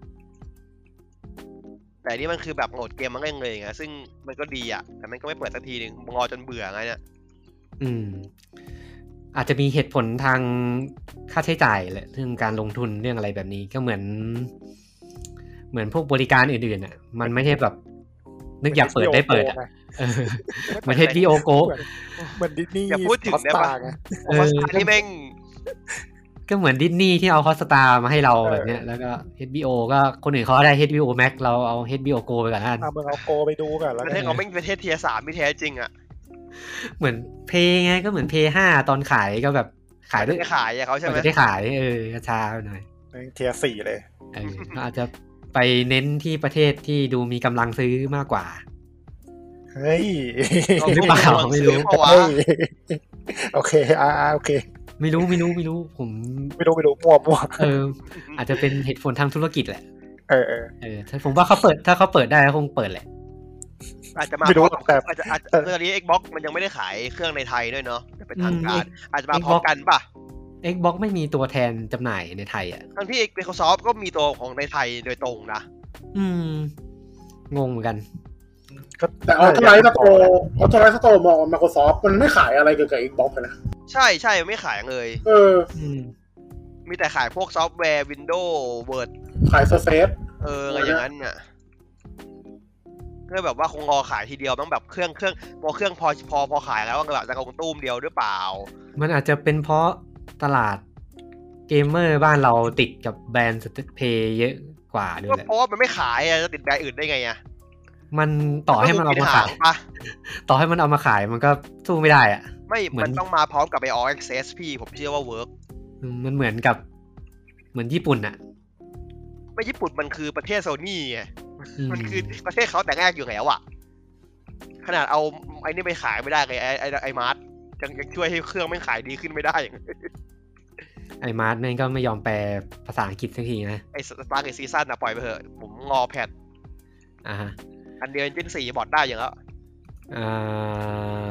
แต่นี่มันคือแบบโหลดเกมมาเล่นเลยไงซึ่งมันก็ดีอ่ะแต่มันก็ไม่เปิดสักทีนึงงอจนเบื่อไงเนี่ยอืมอาจจะมีเหตุผลทางค่าใช้จ่ายแหละเรื่องการลงทุนเรื่องอะไรแบบนี้ก็เหมือนเหมือนพวกบริการอื่นๆอ่ะมันไม่ใช่แบบนึกอยากเปิดได้เปิดอ่ะเหมือน เอช บี โอ Go เหมือนดิสนีย์อย่าพูดถึงได้ป่ะฮอสตานี่แม่งก็เหมือนดิสนีย์ที่เอาฮอสตามาให้เราแบบเนี้ยแล้วก็ เอช บี โอ ก็คนอื่นเขาได้ เอช บี โอ Max เราเอา เอช บี โอ Go ไปก่อนนะเอามึงเอา Go ไปดูกันแล้วประเทศเขาไม่ประเทศเทียร์สามที่แท้จริงอ่ะเหมือนเพย์ไงก็เหมือนเพย์ห้าตอนขายก็แบบขายด้วยขายเขาใช่ไหมไม่ได้ขายเออกระชาหน่อยเทียร์สี่เลยเอออาจจะไปเน้นที่ประเทศที่ดูมีกำลังซื้อมากกว่าเฮ้ยหรือเปล่าไม่รู้โอเคอ่าโอเคไม่รู้ไม่รู้ไม่รู้ผมไม่รู้ไม่รู้มั่วมั่วเอออาจจะเป็นเหตุผลทางธุรกิจแหละเออเออเออผมว่าเขาเปิดถ้าเขาเปิดได้ก็คงเปิดแหละอาจจะมาไม่รู้แต่อาจจะอาจจะตอนนี้ Xbox มันยังไม่ได้ขายเครื่องในไทยด้วยเนาะเป็นทางการอาจจะมาพร้อมกันป่ะ Xbox ไม่มีตัวแทนจำหน่ายในไทยอ่ะทั้งที่ Microsoft ก็มีตัวของในไทยโดยตรงนะอืมงงเหมือนกันแต่เอาตัวไรสโตร์เอาตัวไรสโตร์มอง Microsoft มันไม่ขายอะไรเกี่ยวกับ Xbox นะใช่ใช่ไม่ขายเลยเออมีแต่ขายพวกซอฟต์แวร์ Windows Word ขาย Surface เอออะไรอย่างนั้นน่ะก็แบบว่าคงรอขายทีเดียวต้องแบบเครื่องเครื่องพอเครื่องพอพอพอขายแล้วก็แบบจะกองตุ้มเดียวหรือเปล่ามันอาจจะเป็นเพราะตลาดเกมเมอร์บ้านเราติดกับแบรนด์สเตทเพย์เยอะกว่าด้วยแหละเพราะว่ามันไม่ขายจะติดแบรนด์อื่นได้ไงอ่ะมันต่อให้มันเอามาขายต่อให้มันเอามาขายมันก็สู้ไม่ได้อ่ะไม่มันต้องมาพร้อมกับไอ้ All Access พี่ผมเชื่อว่าเวิร์กมันเหมือนกับเหมือนญี่ปุ่นอ่ะไม่ญี่ปุ่นมันคือประเทศโซนี่ไงมันคือประเทศเขาแต่แรกอยู่แล้วอ่ะขนาดเอาไอ้นี่ไปขายไม่ได้ไงไอ้ไอ้ไอ้มาร์ทยังยังช่วยให้เครื่องไม่ขายดีขึ้นไม่ได้ไอ้มาร์ทนั่นก็ไม่ยอมแปลภาษาอังกฤษสักทีนะไอ้สตาร์เกตซีซั่นนะปล่อยไปเถอะผมรอแพทอ่าฮะอันเดียวจินสี่บอทได้อย่างแล้วอ่า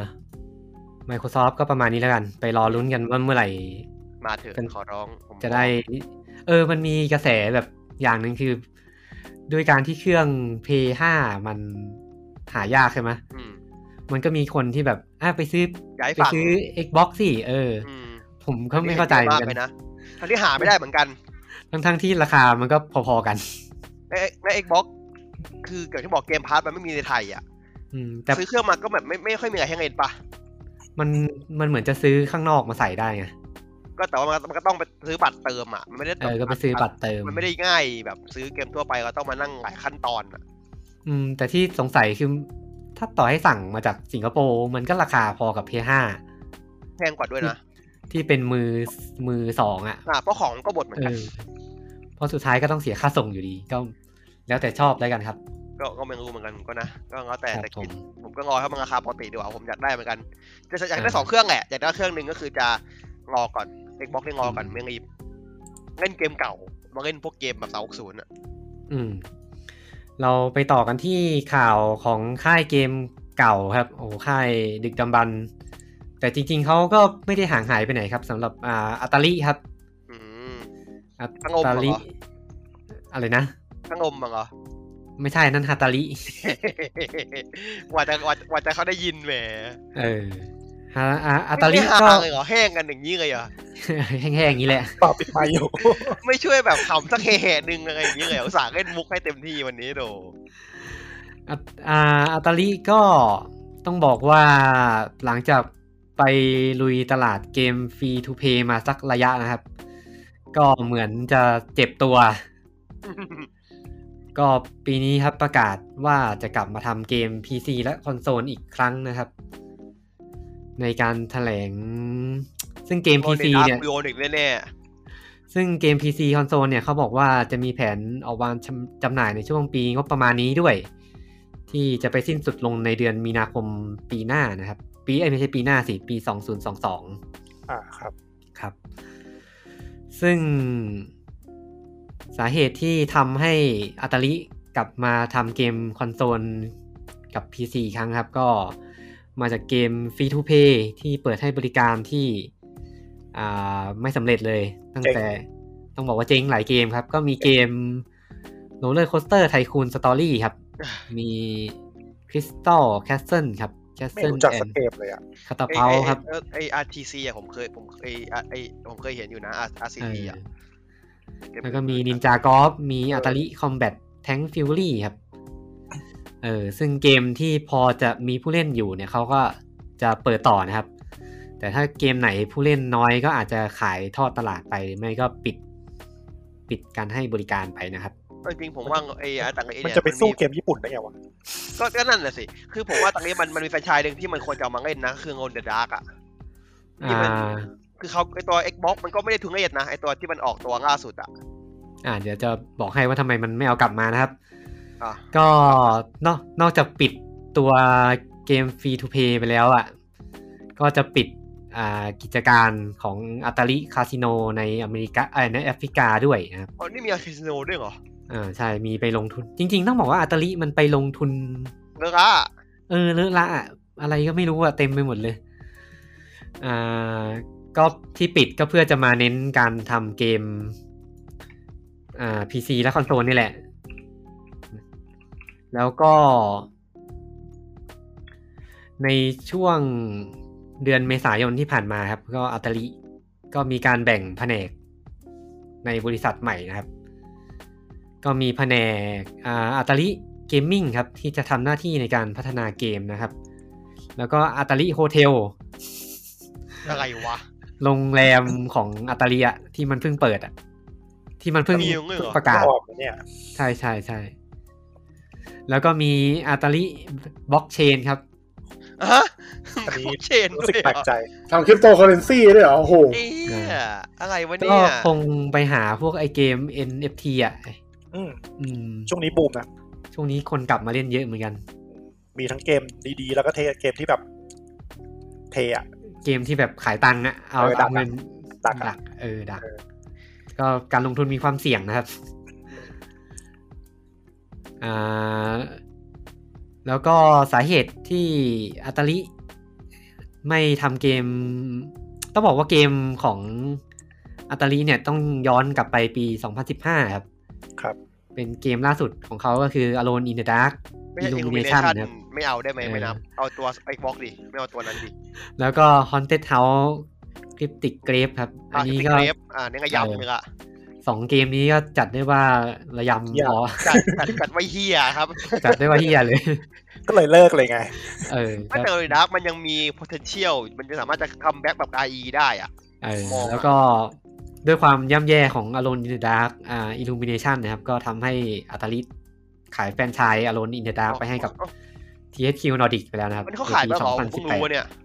Microsoft ก็ประมาณนี้แล้วกันไปรอลุ้นกันว่าเมื่อไหร่มาเถอะขอร้องจะได้เออมันมีกระแสแบบอย่างนึงคือด้วยการที่เครื่อง พี เอส ห้า มันหายากใช่ไหมมันก็มีคนที่แบบอ่ะไปซื้อไปซื้อ Xbox สิเออผมก็ไม่เข้าใจเหมือนกันนะทั้งที่หาไม่ได้เหมือนกันทั้งทั้งที่ราคามันก็พอๆกันในใน Xbox คือเกิดที่บอกเกมพาสมันไม่มีในไทยอ่ะแต่ซื้อเครื่องมาก็แบบไม่ไม่ค่อยมีอะไรให้เล่นปะมันมันเหมือนจะซื้อข้างนอกมาใส่ได้ไงก็แต่ว่ามันก็ต้องไปซื้อบัตรเติมอ่ะมันไม่ได้เออก็ไปซื้อบัตรเติมมันไม่ได้ง่ายแบบซื้อเกมทั่วไปก็ต้องมานั่งหลายขั้นตอนอ่ะอืมแต่ที่สงสัยคือถ้าต่อให้สั่งมาจากสิงคโปร์มันก็ราคาพอกับ พี เอส ห้าแพงกว่าด้วยนะที่เป็นมือมือสองอ่ะอ่าเพราะของก็บดเหมือนเอกันอเพราะสุดท้ายก็ต้องเสียค่าส่งอยู่ดีก็แล้วแต่ชอบแล้วกันครับก็ก็ไม่รู้เหมือนกันก็นะก็แล้วแต่ครับแต่คิดผมผมก็รอให้มันราคาปกติดีกว่าผมอยากได้เหมือนกันจะอยากได้อ่าสองเครื่องแหละอยากได้เครื่องหนึ่งก็คือจะรอก่อน Xbox นี่รอก่อนอืมไม่รีบเล่นเกมเก่ามาเล่นพวกเกมแบบสามหกศูนย์อ่ะอืมเราไปต่อกันที่ข่าวของค่ายเกมเก่าครับโอ้ค่ายดึกดำบรรพ์แต่จริงๆเขาก็ไม่ได้ห่างหายไปไหนครับสำหรับอ่าอัตาลิครับอืมอัตั้งอมตาเหรอลิอะไรนะทั้งอมมั้งเหรอไม่ใช่นั่นฮาตาลิกว่าจะกว่ากว่าจะเขาได้ยินแหมเออฮาอ่าอัตาลิไม่ก็ห่างเลยเหรอแห้งกันอย่างนี้เลยเหรอแห้งๆอย่างนี้แหละเปล่าปิดไมค์อยู่ไม่ช่วยแบบขำสักแห่หนึ่งอะไรอย่างนี้เลยเหรออุตส่าห์เล่นมุกให้เต็มที่วันนี้โดอ่ะอ่าอัตาลิก็ต้องบอกว่าหลังจากไปลุยตลาดเกมฟรีทูเพย์มาสักระยะนะครับ ก็เหมือนจะเจ็บตัว ก็ปีนี้ครับประกาศว่าจะกลับมาทำเกม พี ซี และคอนโซลอีกครั้งนะครับ ในการแถลงซึ่งเกม พี ซี เนี่ยโยนอีกแน่ซึ่งเกม พี ซี คอนโซลเนี่ยเขาบอกว่าจะมีแผนออกวางจำจำหน่ายในช่วงปีงบประมาณนี้ด้วย ที่จะไปสิ้นสุดลงในเดือนมีนาคมปีหน้านะครับ ปีเอ้ยไม่ใช่ปีหน้าสิปีสองพันยี่สิบสองอ่าครับครับ ซึ่งสาเหตุที่ทำให้อัตาลิกลับมาทำเกมคอนโซลกับ พี ซี ครั้งครับ ก็มาจากเกม Free to Play ที่เปิดให้บริการที่อ่าไม่สำเร็จเลย ตั้งแต่ต้องบอกว่าเจ๊งหลายเกมครับ ก็มีเกม Roller Coaster Tycoon Story ครับ มี Crystal Castle ครับไม่ Castle รู้จักสัก and เกมเลยอ่ะๆ Catapult ครับไอไออาร์ทีซีอะผมเคยผมไอไอผมเคยเห็นอยู่นะอาร์ซีทีอะแล้วก็มี Ninja Golf มี Atari Combat Tank Fury ครับ เออซึ่งเกมที่พอจะมีผู้เล่นอยู่เนี่ยเขาก็จะเปิดต่อนะครับ แต่ถ้าเกมไหนผู้เล่นน้อยก็อาจจะขายทอดตลาดไปหรือไม่ก็ปิดปิดการให้บริการไปนะครับจริงๆผมว่าไออาร์ต่างไอมันเนี่ยจะไปสู้เกมญี่ปุ่นได้ไงวะก็ก็นั่นแหละสิคือผมว่าตอนนี้มันมันมีแฟรนไชส์หนึ่งที่มันควรจะเอามาเล่นนะคือ Alone in the Dark อะที่อ่ามันคือเขาไอตัว Xbox มันก็ไม่ได้ทุนละเอียดนะไอตัวที่มันออกตัวล่าสุดอะอ่าเดี๋ยวจะบอกให้ว่าทำไมมันไม่เอากลับมานะครับอ่ะก็นอกนอกจากปิดตัวเกมฟรีทูเพย์ไปแล้วอ่ะก็จะปิดอ่ากิจการของ Atari Casino ในอเมริกาเอ้ยในแอฟริกาด้วยนะครับอ๋อนี่มีอาร์คิสโนด้วยเหรออ่าใช่มีไปลงทุนจริงๆต้องบอกว่า Atari มันไปลงทุนเลิกละเออเลอะละอะอะไรก็ไม่รู้อะเต็มไปหมดเลยอ่าก็ที่ปิดก็เพื่อจะมาเน้นการทำเกมอ่า พี ซี และคอนโซลนี่แหละ แล้วก็ในช่วงเดือนเมษายนที่ผ่านมาครับก็อัตาลิก็มีการแบ่งแผนกในบริษัทใหม่นะครับ ก็มีแผนกอ่าอัตาลิเกมมิ่งครับที่จะทำหน้าที่ในการพัฒนาเกมนะครับ แล้วก็อัตาลิโฮเทลอะไรวะโรงแรมของอัตาลิอะที่มันเพิ่งเปิดอะที่มันเพิ่งมีอย่างงี้เหรอประกาศออกเนี่ยใช่ใช่ใช่แล้วก็มีอัตาลิบล็อกเชนครับฮะอันนี้เชนรู้ด้สึวกยเหแปรลอกใจทำคริปโตเคอเรนซีด้วยเหรอโอ้โหเอ๊ะอะไรวะก็เนี่ยคงไปหาพวกไอเกม เอ็น เอฟ ที อ่ะอืมอืมช่วงนี้บูมนะช่วงนี้คนกลับมาเล่นเยอะเหมือนกันมีทั้งเกมดีๆ แล้วก็เทเกมที่แบบเทอะเกมที่แบบขายตังค์อะเอาเออดัเอากอะเงินดักอะดักเออดักเออก็การลงทุนมีความเสี่ยงนะครับอ่าแล้วก็สาเหตุที่อัตาลิไม่ทำเกมต้องบอกว่าเกมของอัตาลิเนี่ยต้องย้อนกลับไปปีสองพันสิบห้าครับครับเป็นเกมล่าสุดของเขาก็คือ Alone in the Dark ไม่ใช่ Illumination Illumination ครับไม่เอาได้ไหมไม่นับเออเอาตัว Xbox ดิไม่เอาตัวนั้นดิแล้วก็ Haunted House Cryptic Grave ครับ อัอ่านนี้นี้ก็ก็อ่านี่ก็ยำเลยอะสองเกมนี้ก็จัดได้ว่าระยำพอจัดจัดจัดไว้เฮียครับจัดได้ว่าเฮียเลยก็เลยเลิกเลยไงเออไม่แต่เลยดักมันยังมี potential มันจะสามารถจะคัมแบ็กแบบ อาร์ อี ได้อ่ะเออมองอะแล้วก็ด้วยความย่ำแย่ของ Alone in the Dark อ่า Illumination นะครับ ก็ทำให้อัตาลิขายแฟรนไชส์ Alone in the Dark ไปให้กับ ที เอช คิว Nordic ไปแล้วนะครับมันเขาขายในมาปีเหรอผมเพิ่งรู้สองพันสิบแปดเนี่ย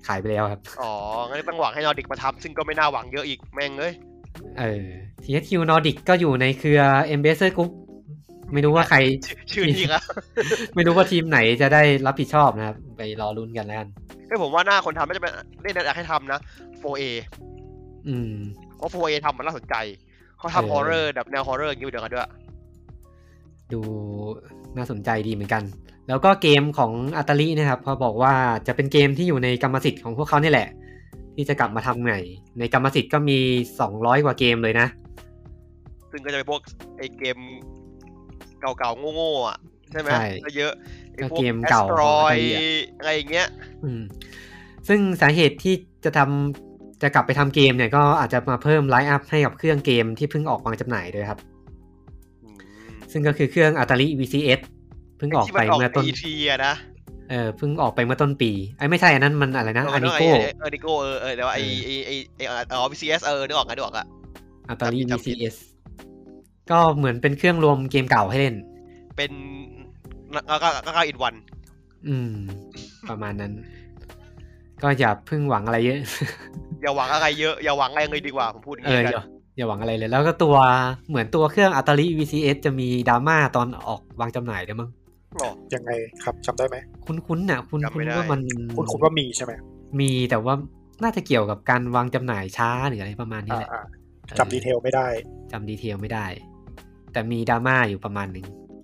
ขายไปแล้วครับอ๋องั้นต้องหวังให้นอร์ดิกมาทำซึ่งก็ไม่น่าหวังเยอะอีกแม่งเอ้ยเออ ที เอช คิว Nordic ก็อยู่ในเครือ Embracer Group ไม่รู้ว่าใครชื่อนี้ครับไม่รู้ว่าทีมไหนจะได้รับผิดชอบนะครับไปรอลุ้นกันแล้วกันเฮ้ยผมว่าหน้าคนทำไม่จะเป็นได้อยากให้ทำนะ โฟร์ เออืมเพราะ โฟร์ เอ ทำมันน่าสนใจเขาทำฮอร์เรอร์แบบแนวฮอร์เรอร์อย่างนี้เดียวกันด้วยดูน่าสนใจดีเหมือนกันแล้วก็เกมของอัตาลีนะครับเขาบอกว่าจะเป็นเกมที่อยู่ในกรรมสิทธิ์ของพวกเขานี่แหละที่จะกลับมาทำใหม่ในกรรมสิทธิ์ก็มีสองร้อยกว่าเกมเลยนะซึ่งก็จะเป็นพวกไอเกมเก่าๆโง่ๆอ่ะใช่ไหมก็เยอะไอพวกเกมเก่าอะไรอย่างเงี้ยอืมซึ่งสาเหตุที่จะทำจะกลับไปทำเกมเนี่ยก็อาจจะมาเพิ่มไลน์อัพให้กับเครื่องเกมที่เพิ่งออกวางจำหน่ายด้วยครับซึ่งก็คือเครื่อง Atari วี ซี เอส เพิ่งออกไปเมื่อต้นปีนะเออเพิ่งออกไปเมื่อต้นปีไอ้ไม่ใช่อันนั้นมันอะไรนะ Anico Anico เออเออแต่ว่าไอไอไอไออ๋อ วี ซี เอส เออนึกออกนึกออกอ่ะ Atari วี ซี เอส ก็เหมือนเป็นเครื่องรวมเกมเก่าให้เล่นเป็นแล้วก็ก็อีกวันอืมประมาณนั้นก็อย่าเพิ่งหวังอะไรเยอะอย่าหวังอะไรเยอะอย่าหวังอะไรเลยดีกว่าผมพูดอย่างนี้กันอย่าหวังอะไรเลยแล้วก็ตัวเหมือนตัวเครื่อง Atari วี ซี เอส จะมีดราม่าตอนออกวางจำหน่ายด้วยมั้งยังไงครับจำได้ไหมคุ้นๆน่ะคุ้นๆว่ามันคุ้นๆว่ามีใช่ไหมมีแต่ว่าน่าจะเกี่ยวกับการวางจำหน่ายช้าหรืออะไรประมาณนี้แหละจำดีเทลไม่ได้จำดีเทลไม่ได้แต่มีดราม่าอยู่ประมาณนึง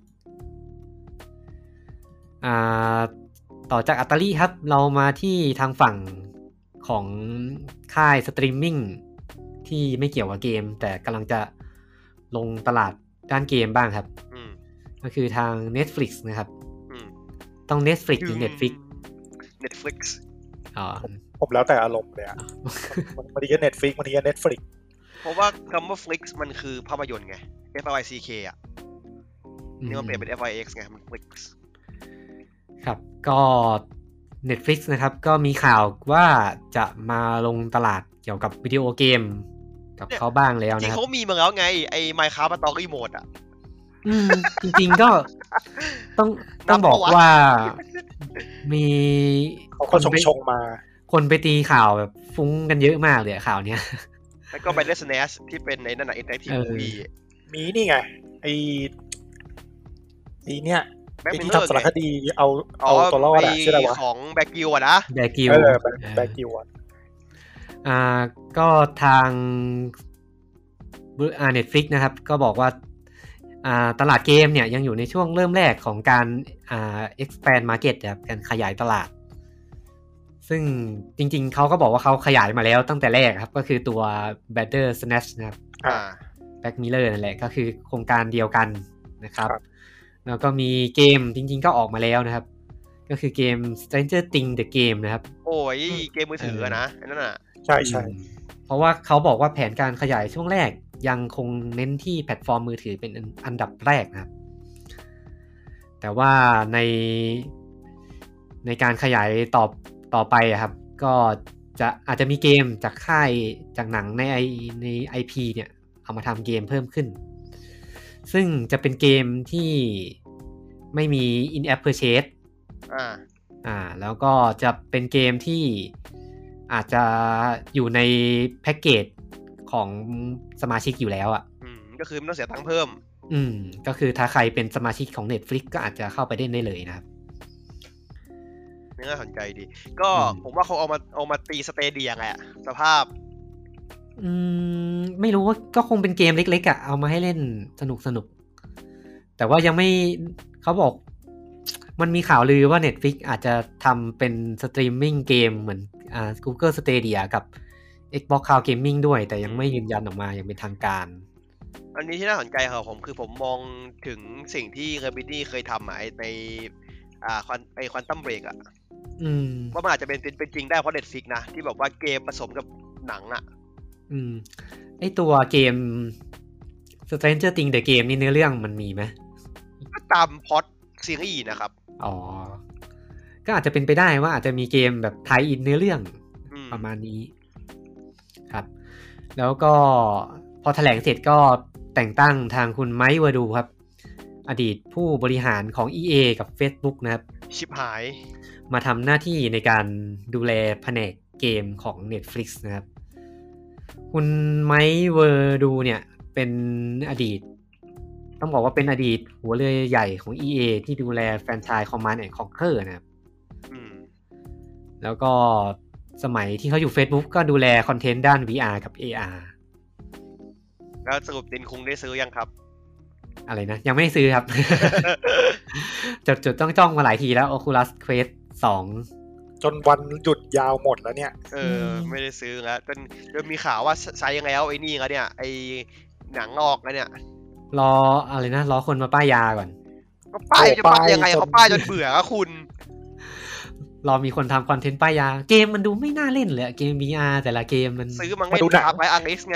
อ่าต่อจาก Atari ครับเรามาที่ทางฝั่งของค่ายสตรีมมิ่งที่ไม่เกี่ยวกับเกมแต่กำลังจะลงตลาดด้านเกมบ้างครับก็คือทาง Netflix นะครับต้อง Netflix หรือ Netflix Netflix อ๋อผมแล้วแต่อารมณ์เลยอ่ะบางทีก็ Netflix บางทีก็ Netflix เพราะว่าคำว่า Flix มันคือภาพยนตร์ไง F L I C K อ่ะนี่มันเปลี่ยนเป็น F I X ไงมัน Flix ครับก็ Netflix นะครับก็มีข่าวว่าจะมาลงตลาดเกี่ยวกับวิดีโอเกมกับเขาบ้างแล้วนะครับจริงเขามีมาแล้วไงไอ้ Minecraft Story Mode อ่ะอืมจริงๆก็ต้องต้องบอกว่ามีคนชงมาคนไปตีข่าวแบบฟุ้งกันเยอะมากเลยข่าวเนี้ยแล้วก็ไปเล่น Snash ที่เป็นในนั่นน่ะ Interactive Movie มีนี่ไงไอ้นี่เนี่ยไอ้ที่ทำสารคดีเอาเอาตัวรอดอ่ะชื่ออะไรวะของแบคกิวอ่ะนะแบคกิวเออแบคกิวอ่ะอ่าก็ทางอ่า Netflix นะครับก็บอกว่าอ่าตลาดเกมเนี่ยยังอยู่ในช่วงเริ่มแรกของการอ่า expand market ครับการขยายตลาดซึ่งจริงๆเขาก็บอกว่าเขาขยายมาแล้วตั้งแต่แรกครับก็คือตัว Better Snatch นะครับอ่า Black Mirror นั่นแหละก็คือโครงการเดียวกันนะครับแล้วก็มีเกมจริงๆก็ออกมาแล้วนะครับก็คือเกม Stranger Things The Game นะครับโอ้ยเกมมือถือนะนั่นน่ะใช่ใช่เพราะว่าเขาบอกว่าแผนการขยายช่วงแรกยังคงเน้นที่แพลตฟอร์มมือถือเป็นอันดับแรกนะครับแต่ว่าในในการขยายต่อต่อไปครับก็จะอาจจะมีเกมจากค่ายจากหนังในไอใน ไอ พี เนี่ยเอามาทำเกมเพิ่มขึ้นซึ่งจะเป็นเกมที่ไม่มี in-app purchase อ่าอ่าแล้วก็จะเป็นเกมที่อาจจะอยู่ในแพ็กเกจของสมาชิกอยู่แล้วอ่ะอืมก็คือไม่ต้องเสียตังค์เพิ่มอืมก็คือถ้าใครเป็นสมาชิกของ Netflix ก็อาจจะเข้าไปเล่นได้เลยนะครับน่าสนใจดีก็ผมว่าเขาเอามาเอามาตีสเตเดียไงอ่ะสภาพอืมไม่รู้ว่าก็คงเป็นเกมเล็กๆอ่ะเอามาให้เล่นสนุกๆแต่ว่ายังไม่เขาบอกมันมีข่าวลือว่า Netflix อาจจะทำเป็นสตรีมมิ่งเกมเหมือนอ่า Google Stadia กับ Xbox Cloud Gaming ด้วยแต่ยังไม่ยืนยันออกมาอย่างเป็นทางการอันนี้ที่น่าสนใจครับผมคือผมมองถึงสิ่งที่ Remedy เคยทำในอ่าไอ Quantum Break อ่ะว่ามันอาจจะเป็นเป็นจริงได้เพราะ Netflix นะที่แบบว่าเกมผสมกับหนังอ่ะอืมไอตัวเกม Stranger Things The Game นี่เนื้อเรื่องมันมีไหมก็ตามพล็อตซีรีส์นะครับอ๋อก็อาจจะเป็นไปได้ว่าอาจจะมีเกมแบบไทอินเนื้อเรื่องประมาณนี้ครับแล้วก็พอแถลงเสร็จก็แต่งตั้งทางคุณไมค์วาดูครับอดีตผู้บริหารของ อี เอ กับ Facebook นะครับชิบหายมาทำหน้าที่ในการดูแลแผนกเกมของ Netflix นะครับคุณไมค์เวอร์ดูเนี่ยเป็นอดีตต้องบอกว่าเป็นอดีตหัวเรือใหญ่ของ อี เอ ที่ดูแลแฟรนไชส์ Command and Conquer นะครับแล้วก็สมัยที่เขาอยู่ Facebook ก็ดูแลคอนเทนต์ด้าน วี อาร์ กับ เอ อาร์แล้วสรุปตินคุงได้ซื้อยังครับอะไรนะยังไม่ได้ซื้อครับ จดจดต้องจ้องมาหลายทีแล้ว Oculus Quest สองจนวันหยุดยาวหมดแล้วเนี่ยเออไม่ได้ซื้อแล้วจนจนมีข่าวว่าใช้ยังไงแล้วไอ้นี่แล้วเนี่ยไอ้หนังออกแล้วเนี่ยรออะไรนะรอคนมาป้ายยาก่อนก็ป้ายจะป้ายยังไงเขาป้ายจนเบื่อครับคุณรอมีคนทำคอนเทนต์ป้ายยาเกมมันดูไม่น่าเล่นเลยเกม วี อาร์ แต่ละเกมมันซื้อมาไงดูครับไออาร์เอ็กซ์ไง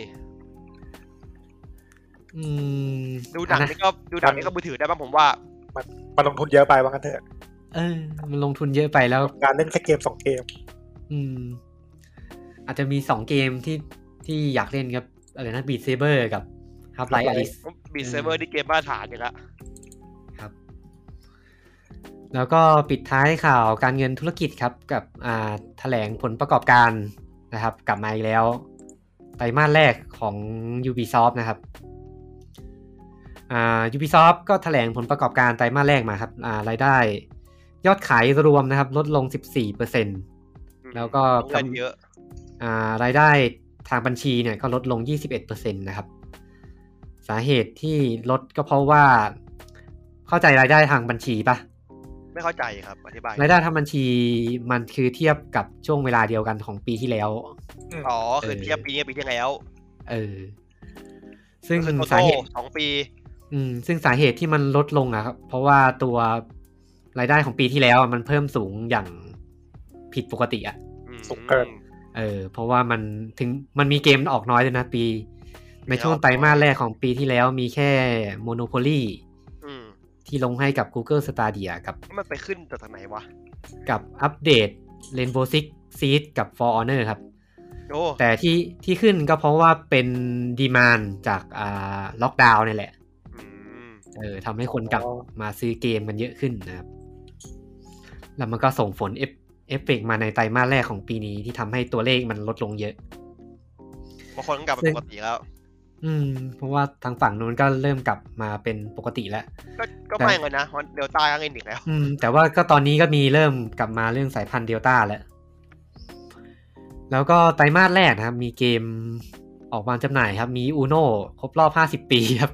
อืมดูหนังนี่ก็ดูหนังนี่ก็มือถือได้ป่ะผมว่ามันมันลงทุนเยอะไปว่างั้นเถอะเออมันลงทุนเยอะไปแล้วการเล่นแค่เกมสองเกมอืมอาจจะมีสองเกมที่ที่อยากเล่นครับอะไรนะ Beat Saber กับ Half-Life Alyx Beat Saber ที่เกมมาตรฐานอยู่แล้วครับแล้วก็ปิดท้ายข่าวการเงินธุรกิจครับกับอ่าแถลงผลประกอบการนะครับกลับมาอีกแล้วไตรมาสแรกของ Ubisoft นะครับอ่า Ubisoft ก็แถลงผลประกอบการไตรมาสแรกมาครับอ่ารายได้ยอดขายรวมนะครับลดลง สิบสี่เปอร์เซ็นต์ แล้วก็เงินเยอะอ่ารายได้ทางบัญชีเนี่ยก็ลดลง ยี่สิบเอ็ดเปอร์เซ็นต์ นะครับสาเหตุที่ลดก็เพราะว่าเข้าใจรายได้ทางบัญชีปะไม่เข้าใจครับอธิบายรายได้ทางบัญชีมันคือเทียบกับช่วงเวลาเดียวกันของปีที่แล้วอ๋อคือเทียบปีนี้ปีที่แล้วเออซึ่งสาเหตุสองปีอืมซึ่งสาเหตุที่มันลดลงอะครับเพราะว่าตัวรายได้ของปีที่แล้วมันเพิ่มสูงอย่างผิดปกติอ่ะสูงเกินเออเพราะว่ามันถึงมันมีเกมออกน้อยเลยนะปีในช่วงไตรมาสแรกของปีที่แล้วมีแค่ Monopoly ที่ลงให้กับ Google Stadia กับมันไปขึ้นจากไหนวะกับอัปเดต Rainbow Six Siege กับ For Honor ครับแต่ที่ที่ขึ้นก็เพราะว่าเป็นดีมานด์จากอ่าล็อกดาวน์นี่แหละเออทำให้คนกลับมาซื้อเกมกันเยอะขึ้นนะครับแล้วมันก็ส่งผลเอฟเอฟเฟกต์มาในไตรมาสแรกของปีนี้ที่ทำให้ตัวเลขมันลดลงเยอะบางคนกลับมาปกติแล้วอืมเพราะว่าทางฝั่งนู้นก็เริ่มกลับมาเป็นปกติแล้วก็ก็ไม่เลยนะเดลต้าก็เองอีกแล้วอืมแต่ว่าก็ตอนนี้ก็มีเริ่มกลับมาเรื่องสายพันธุ์เดลต้าแล้วแล้วก็ไตรมาสแรกนะครับมีเกมออกมาจำหน่ายครับมี Uno ครบรอบห้าสิบปีครับ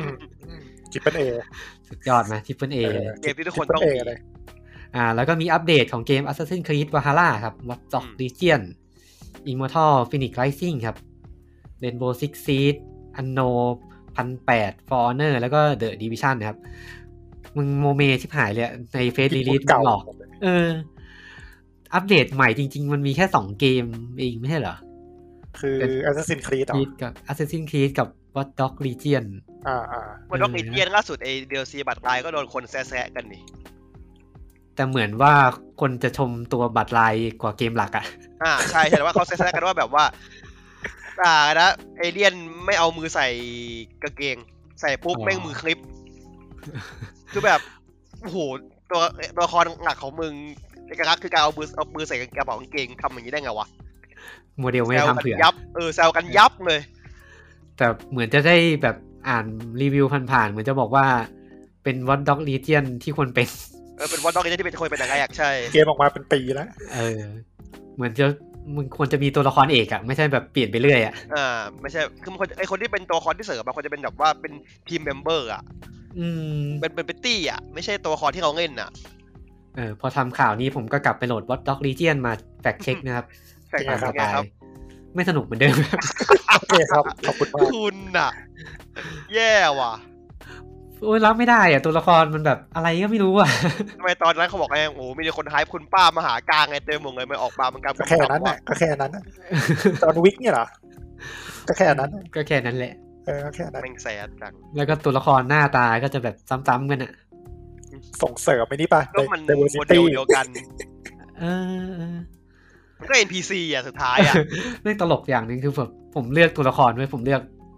Triple A สุดยอดนะ Triple A เกมที่ทุกคนต้องมีอ่าแล้วก็มีอัปเดตของเกม Assassin's Creed Valhalla ครับ Watch Dogs Legion Immortal Phoenix Rising ครับ Rainbow Six Siege Anno หนึ่งพันแปดร้อย For Honor แล้วก็ The Division นะครับมึงโมเมชิบหายเลยในเฟซรีลีสมันหลอกเอออัปเดตใหม่จริงๆมันมีแค่สองเกมเองไม่ใช่เหรอคือ Assassin's Creed อ่ะกับ Assassin's Creed กับ Watch Dogs Legion อ่าๆ Watch Dogs Legion ล่าสุดไอ้ ดี แอล ซี บัตรลายก็โดนคนแซะๆกันนี่แต่เหมือนว่าคนจะชมตัวบัตรลายกว่าเกมหลักอ่ะอ่าใช่แต่ว่าเขาแซะๆกันว่าแบบว่าอ่านะเอเลี่ยนไม่เอามือใส่กางเกงใส่ปุ๊บแม่งมือคลิปคือแบบโอ้โหตัวตัวละครหลักของมึงเอกลักษณ์คือการเอามือเอามือใส่กระเป๋ากางเกงทำอย่างนี้ได้ไงวะโมเดลไม่ทำเผื่อยับเออแซวกันยับเลยแต่เหมือนจะได้แบบอ่านรีวิวผ่านๆเหมือนจะบอกว่าเป็น Watch Dogs Legion ที่ควรเป็นเออเป็น Watch Dogs Legion ที่เป็นคนเป็นอย่างไรอ่ะใช่เกมออกมาเป็นปีแล้วเออเหมือนจะมึงควรจะมีตัวละครเอกอ่ะไม่ใช่แบบเปลี่ยนไปเรื่อยอ่ะอ่าไม่ใช่คือมันไอคนที่เป็นตัวละครที่เสริมบางคนจะเป็นแบบว่าเป็นทีมเมมเบอร์อ่ะอืมเป็นเป็นเป็นตี้อ่ะไม่ใช่ตัวละครที่เขาเล่นอ่ะเออพอทำข่าวนี้ผมก็กลับไปโหลด Watch Dogs Legion มาแฟกเช็คนะครับแฟกเช็คครับไม่สนุกเหมือนเดิมโอเคครับขอบคุณมากคุณน่ะแย่ว่ะโอ้ยรับไม่ได้อ่ะตัวละครมันแบบอะไรก็ไม่รู้อ่ะทำไมตอนนั้นเขาบอกไงโอ้มีคนไฮป์คุณป้ามหากลางไงเต็มหมดเลยมันออกมามันกำก็แค่นั้นน่ะก็แค่นั้นน่ะตอนวิกเนี่ยเหรอก็แค่นั้นก็แค่นั้นแหละเออก็แค่นั้นแม่งแสบจังแล้วก็ตัวละครหน้าตาก็จะแบบซ้ำๆกันอ่ะส่งเสริมไปนี่ป่ะก็มันโมเดลเดียวกันเออมันก็ เอ็น พี ซี อ่ะสุดท้ายอ่ะเรื่องตลกอย่างนึงคือแบบผมเลือกตัวละครไว้ผมเลือก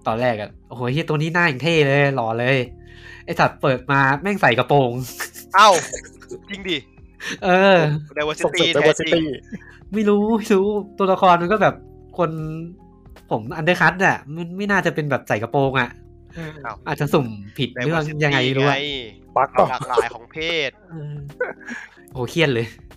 ตอนแรกอ่ะโอ้โหเฮียตัวนี้หน้าอย่างเท่เลยหล่อเลยไอ้สัตว์เปิดมาแม่งใส่กระโปรงเอ้าจริงดิเออส่งเสริ diversity มแท้จริ diversity งไม่รู้ไม่รู้ตัวละครมันก็แบบคนผมอันเดอร์คัตอ่ะมันไม่น่าจะเป็นแบบใส่กระโปรงอ่ะอ้าวอาจจะสุ่มผิดเรื่อง diversity ยังไงไม่รู้อะไงบั๊กความก็หลากหลายของเพศเออโหเครียดเลย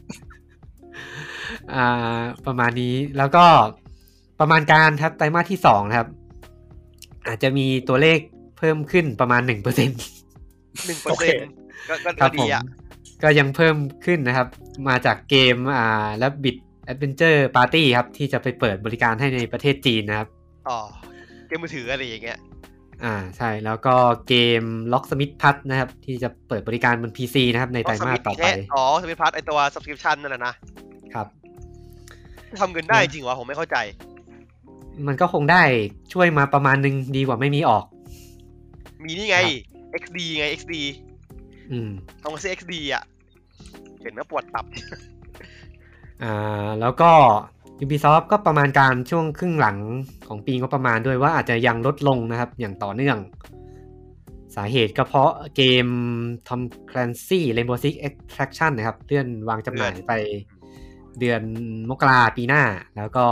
อ่า ประมาณนี้แล้วก็ประมาณการครับไตรมาสที่สองนะครับ อาจจะมีตัวเลขเพิ่มขึ้นประมาณหนึ่งเปอร์เซ็นต์หนึ่งเปอร์เซ็นต์ก็ก็ครับผดีมอ่ะก็ยังเพิ่มขึ้นนะครับ มาจากเกมอ่า Rabbit Adventure Party ครับ ที่จะไปเปิดบริการให้ในประเทศจีนนะครับอ๋อเกมมือถืออะไรอย่างเงี้ยอ่าใช่แล้วก็เกม Locksmith Plus นะครับ ที่จะเปิดบริการบน พี ซี นะครับในไตรมาสต่อไปอ๋อสมิธพัทไอตัว subscription นั่นแหละนะครับ ทำเงินได้จริงวะผมไม่เข้าใจมันก็คงได้ช่วยมาประมาณนึงดีกว่าไม่มีออกมีนี่ไงครับเอ็กซ์ ดี ไง เอ็กซ์ ดีอืมต้องมาซื้อ เอ็กซ์ ดี อ่ะเห็นแล้วปวดตับอ่าแล้วก็ Ubisoft ก็ประมาณการช่วงครึ่งหลังของปีงบประมาณด้วยว่าอาจจะยังลดลงนะครับ อย่างต่อเนื่อง สาเหตุก็เพราะเกม Tom Clancy Rainbow Six Extraction นะครับเลื่อนวางจำหน่ายไปเดือนมกราปีหน้า แล้วก็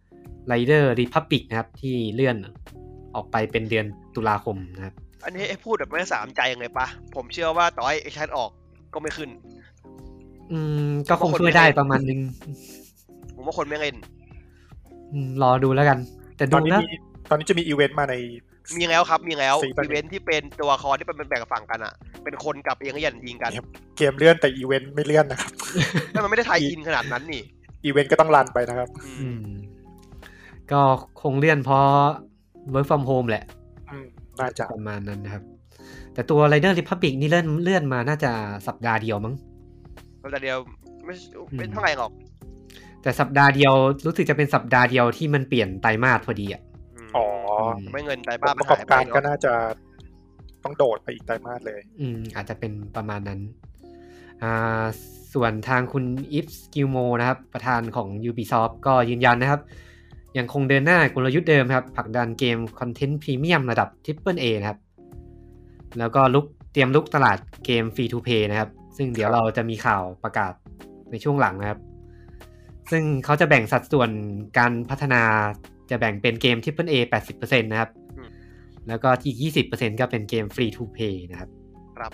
Rider Republic นะครับที่เลื่อนออกไปเป็นเดือนตุลาคมนะครับอันนี้ให้พูดแบบไม่สามใจยังไงปะผมเชื่อว่าต่อให้เอ็กชันออกก็ไม่ขึ้นอืมก็คงช่วยได้ประมาณนึงผมว่าคนไม่เล่นอืมรอดูแล้วกัน แต่ตดูอนนี้แล้วมีตอนนี้จะมีอีเวนต์มาในมีแล้วครับมีแล้วสี่ประเด็นอีเวนท์ที่เป็นตัวละครที่เป็นแบ่งฝั่งกันอ่ะ เป็นคนกับเอียงเอียนยิงกันเกมเลื่อนแต่อีเวนต์ไม่เลื่อนนะครับแต่มันไม่ได้ไทยอินขนาดนั้นนี่อีเวนต์ก็ต้องรันไปนะครับอือืมมก็คงเลื่อนเพราะ work from home แหละอืมน่าจะประมาณนั้นนะครับ แต่ตัว Rider Republic นี่เลื่อนเลื่อนมาน่าจะสัปดาห์เดียวมั้งแต่เดียวไม่ไม่เท่าไหร่หรอกแต่สัปดาห์เดียวรู้สึกจะเป็นสัปดาห์เดียวที่มันเปลี่ยนไตรมาสพอดีอ่ะมอ๋อไม่เงินไตรผบ้าลนปมันระกอบหายไปการก็เนาะน่าจะต้องโดดไปอีกไตรมาสเลยอืมอาจจะเป็นประมาณนั้นอ่าส่วนทางคุณ Yves Guillemot นะครับ ประธานของ Ubisoft ก็ยืนยันนะครับ ยังคงเดินหน้ากลยุทธ์เดิมครับผลักดันเกมคอนเทนต์พรีเมียมระดับ Triple A นะครับ แล้วก็ลุกเตรียมลุกตลาดเกม Free to Play นะครับ ซึ่งเดี๋ยวเราจะมีข่าวประกาศในช่วงหลังนะครับ ซึ่งเขาจะแบ่งสัดส่วนการพัฒนาจะแบ่งเป็นเกม Triple A แปดสิบเปอร์เซ็นต์ นะครับ แล้วก็อีก ยี่สิบเปอร์เซ็นต์ ก็เป็นเกม Free to Play นะครับครับ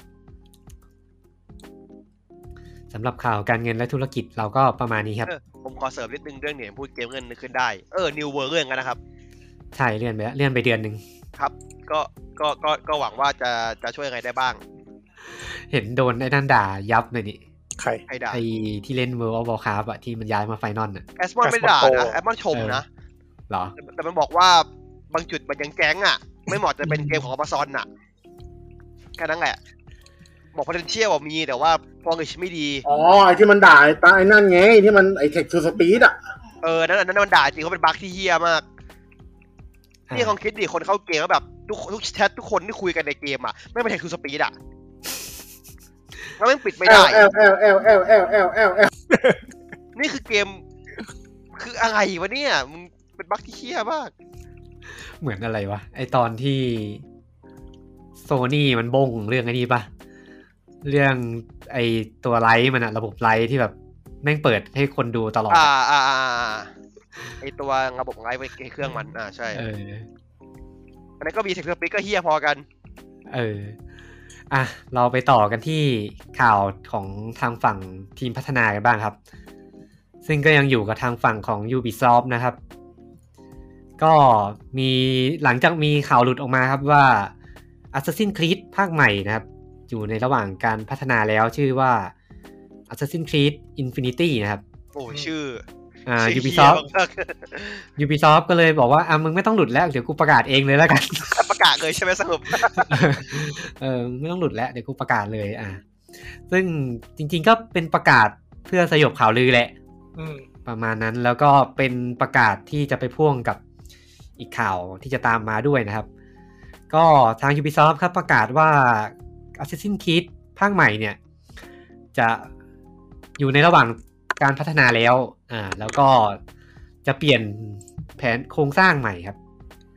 สำหรับข่าวการเงินและธุรกิจเราก็ประมาณนี้ครับเออผมขอเสริมนิดนึงเรื่องเนี่ยพูดเกมเงินนึกขึ้นได้เออ New World เรื่องกันนะครับใช่เลื่อนไปแล้วเลื่อนไปเดือนหนึ่งครับ ก็ก็ก็ก็หวังว่าจะจะช่วยยังไงได้บ้างเห็นโดนไอ้นั่นด่ายับเลยนี่ใครให้ด่าไอ้ที่เล่น World of Warcraft อะที่มันย้ายมาไฟนอลน่ะแอสมอนไม่ด่า Asmon นะ Pro แอสมอนชมนะเหรอแต่แต่มันบอกว่าบางจุดมันยังแจ้งอ่ะ ไม่เหมาะจะเป็นเกมของ Amazon อ่ะแค่นั้นแหละ บอก potential ว่ามีแต่ว่า polish ไม่ดีอ๋อไอ้ที่มันด่าไอ้ตาไอ้นั่นไงที่มันไอ้เทคทูสปีดอ่ะเออ นั่นนั่นมันด่าจริงเขาเป็นบั๊กที่เฮี้ยมาก นี่ลองคิดดิคนเข้าเกมแล้วแบบทุกทุกแชททุกคนที่คุยกันในเกมอ่ะไม่เป็นเทคทูสปีดอ่ะแล้วไม่ปิดไม่ได้ L L L L L L L L L นี่คือเกม คืออะไรวะเนี่ยมึงเป็นบั๊กที่เฮี้ยมากเหมือนอะไรวะ ไอตอนที่โซนี่มันบงเรื่องไอ้นี้ปะเรื่องไอตัวไลท์มันอะระบบไลท์ที่แบบแม่งเปิดให้คนดูตลอดอ่าอะอ่าอ่าไอตัวระบบไลฟ์ไว้เครื่องมันอ่าใช่เอออันนั้นก็มีเทคทูสปีดก็เฮี้ยพอกันเออ อ่ะ เราไปต่อกันที่ข่าวของทางฝั่งทีมพัฒนากันบ้างครับ ซึ่งก็ยังอยู่กับทางฝั่งของ Ubisoft นะครับ ก็มีหลังจากมีข่าวหลุดออกมาครับว่า Assassin's Creed ภาคใหม่นะครับ อยู่ในระหว่างการพัฒนาแล้วชื่อว่า Assassin's Creed Infinity นะครับโอ้ชื่ออ่าชื่อ Ubisoft เหี้ยมาก Ubisoft ก็เลยบอกว่าอ่ะมึงไม่ต้องหลุดแล้วเดี๋ยวกูประกาศเองเลยแล้วกันประกาศเลยใช่ไหมสรุปเออไม่ต้องหลุดแล้วเดี๋ยวกูประกาศเลยอ่ะซึ่งจริงๆก็เป็นประกาศเพื่อสยบข่าวลือแหละอืมประมาณนั้นแล้วก็เป็นประกาศที่จะไปพ่วงกับอีกข่าวที่จะตามมาด้วยนะครับ ก็ทาง Ubisoft ครับประกาศว่า Assassin's Creed ภาคใหม่เนี่ยจะอยู่ในระหว่างการพัฒนาแล้วอ่าแล้วก็จะเปลี่ยนแผนโครงสร้างใหม่ครับ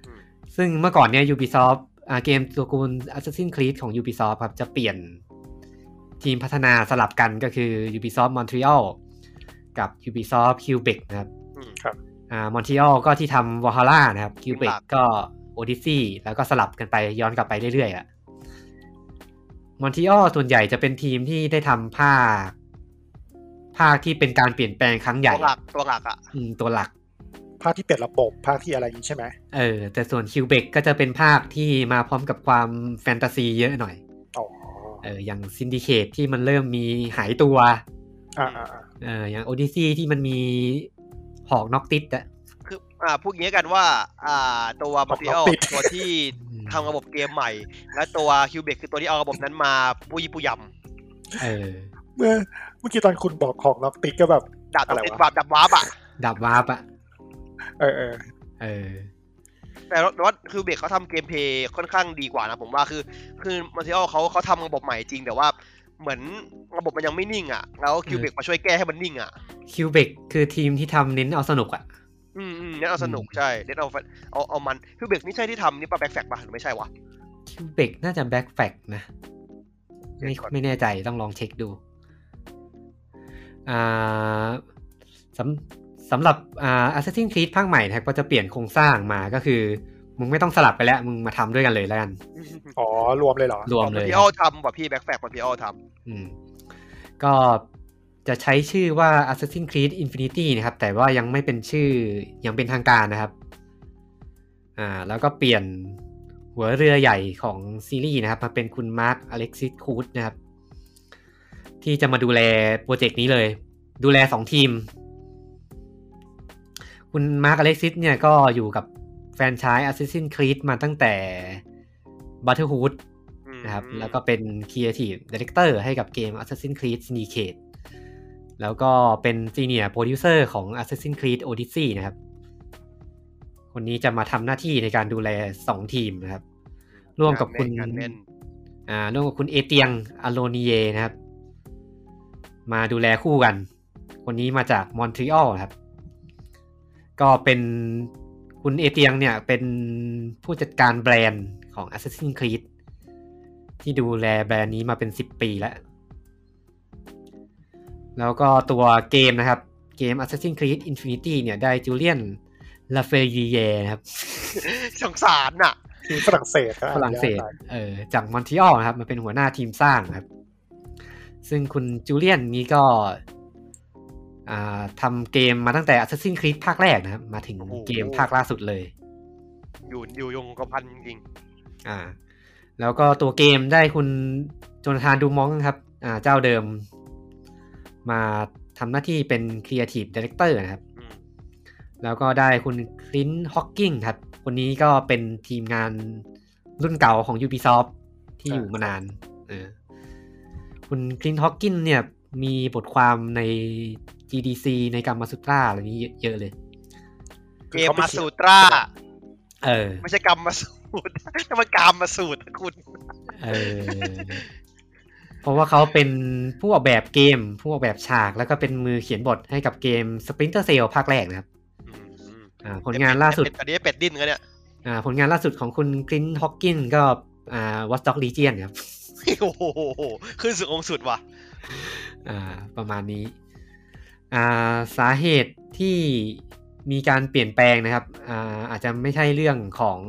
ซึ่งเมื่อก่อนเนี่ย Ubisoft อ่าเกมตระกูล Assassin's Creed ของ Ubisoft ครับจะเปลี่ยนทีมพัฒนาสลับกันก็คือ Ubisoft Montreal กับ Ubisoft Quebec นะครับครับอ่า Montreal ก็ที่ทำ Valhalla นะครับ Quebec ก็ Odyssey แล้วก็สลับกันไปย้อนกลับไปเรื่อยๆอ่ะ Montreal ส่วนใหญ่จะเป็นทีมที่ได้ทำภาคภาคที่เป็นการเปลี่ยนแปลงครั้งใหญ่ตัวหลักตัวหลักอ่ะอืมตัวหลักภาคที่เปลี่ยนระบบภาคที่อะไรอย่างนี้ใช่ไหมเออแต่ส่วน Quebec ก็จะเป็นภาคที่มาพร้อมกับความแฟนตาซีเยอะหน่อยอ๋อเอออย่าง Syndicate ที่มันเริ่มมีหายตัวอ่าเอออย่าง Odyssey ที่มันมีหอกน็อกติดอะคืออ่าพูดงี้กันว่าอ่าตัว Montreal ตัวที่ทำระบบเกมใหม่และตัว Quebec คือตัวที่เอาระบบนั้นมาปุยปุยำเออเมื่อเมื่อกี้ตอนคุณบอกของน็อกติดก็แบบดาบอะไรวะดาบวาร์ปอ่ะดาบวาร์ปอ่ะเออเออเออแต่ว่าคือเบกเขาทำเกมเพลย์ค่อนข้างดีกว่านะผมว่าคือคือมอนทรีออลเขาเขาทำระบบใหม่จริงแต่ว่าเหมือนระบบมันยังไม่นิ่งอ่ะแล้วคิวเบกมาช่วยแก้ให้มันนิ่งอ่ะคิวเบกคือทีมที่ทำเน้นเอาสนุกอ่ะอืมอืมเน้นเอาสนุกใช่เน้นเอาเอาเอามันคิวเบกนี่ใช่ที่ทำนี่ป่ะแบ็คแฟกป่ะหรือไม่ใช่วะคิวเบกน่าจะแบ็คแฟกนะไม่ไม่แน่ใจต้องลองเช็คดูอ่าสำสำหรับอ่า Assassin's Creed ภาคใหม่นะครับก็จะเปลี่ยนโครงสร้างมาก็คือมึงไม่ต้องสลับไปแล้วมึงมาทำด้วยกันเลยแล้วกันอ๋อรวมเลยเหรอรวมเลยพี่อ้อทำแบบพี่แบ็คแฟกพี่อ้อทำอืมก็จะใช้ชื่อว่า Assassin's Creed Infinity นะครับแต่ว่ายังไม่เป็นชื่อยังเป็นทางการนะครับอ่าแล้วก็เปลี่ยนหัวเรือใหญ่ของซีรีส์นะครับมาเป็นคุณมาร์คอเล็กซิสคูดนะครับที่จะมาดูแลโปรเจกต์นี้เลยดูแลสองทีมคุณมาร์คอเล็กซิสเนี่ยก็อยู่กับแฟรนไชส์ Assassin's Creed มาตั้งแต่ Brotherhood นะครับแล้วก็เป็น Creative Director ให้กับเกม Assassin's Creed Syndicate แล้วก็เป็น Senior Producer ของ Assassin's Creed Odyssey นะครับคนนี้จะมาทำหน้าที่ในการดูแลสองทีมนะครับร่วมกับคุณอ่าร่วมกับคุณเอเตียงอโลนีเยนะครับมาดูแลคู่กันคนนี้มาจากมอนทรีออลครับก็เป็นคุณเอเตียงเนี่ยเป็นผู้จัดการแบรนด์ของ Assassin's Creed ที่ดูแลแบรนด์นี้มาเป็นสิบปีแล้วแล้วก็ตัวเกมนะครับเกม Assassin's Creed Infinity เนี่ยได้จูเลียนลาเฟยีเยนะครับสงสารน่ะฝรั่งเศสครับฝรั่งเศสเออจากมอนทรีออลนะครับมาเป็นหัวหน้าทีมสร้างครับซึ่งคุณจูเลียนนี้ก็อ่าทำเกมมาตั้งแต่ Assassin's Creed ภาคแรกนะครับมาถึงเกมภาคล่าสุดเลยอยู่อยู่ยงกระพันจริงๆอ่าแล้วก็ตัวเกมได้คุณโจนาธานดูมองครับอ่าเจ้าเดิมมาทำหน้าที่เป็น Creative Director นะครับแล้วก็ได้คุณคลินต์ฮอกกิงครับคนนี้ก็เป็นทีมงานรุ่นเก่าของ Ubisoft ที่อยู่มานานเออคุณคลินต์ฮอกกินเนี่ยมีบทความใน จี ดี ซี ในกัมมาสุตราอะไรนี้เยอะเลยเกมมาสุตราเออไม่ใช่กัมมาสูตรแต่มันกัมมาสูตรคุณเออเพราะว่าเขาเป็นผู้ออกแบบเกมผู้ออกแบบฉากแล้วก็เป็นมือเขียนบทให้กับเกม Splinter Cell ภาคแรกนะครับอ่าผลงานล่าสุดอันนี้เป็ดดิ้นกันเนี่ยอ่าผลงานล่าสุดของคุณคลินต์ฮอกกินก็อ่า Watch Dogs Legion ครับโอ้โหขึ้นสุดองสุดว่ะอ่าประมาณนี้อ่าสาเหตุที่มีการเปลี่ยนแปลงนะครับอ่าอาจจะไม่ใช่เรื่องของ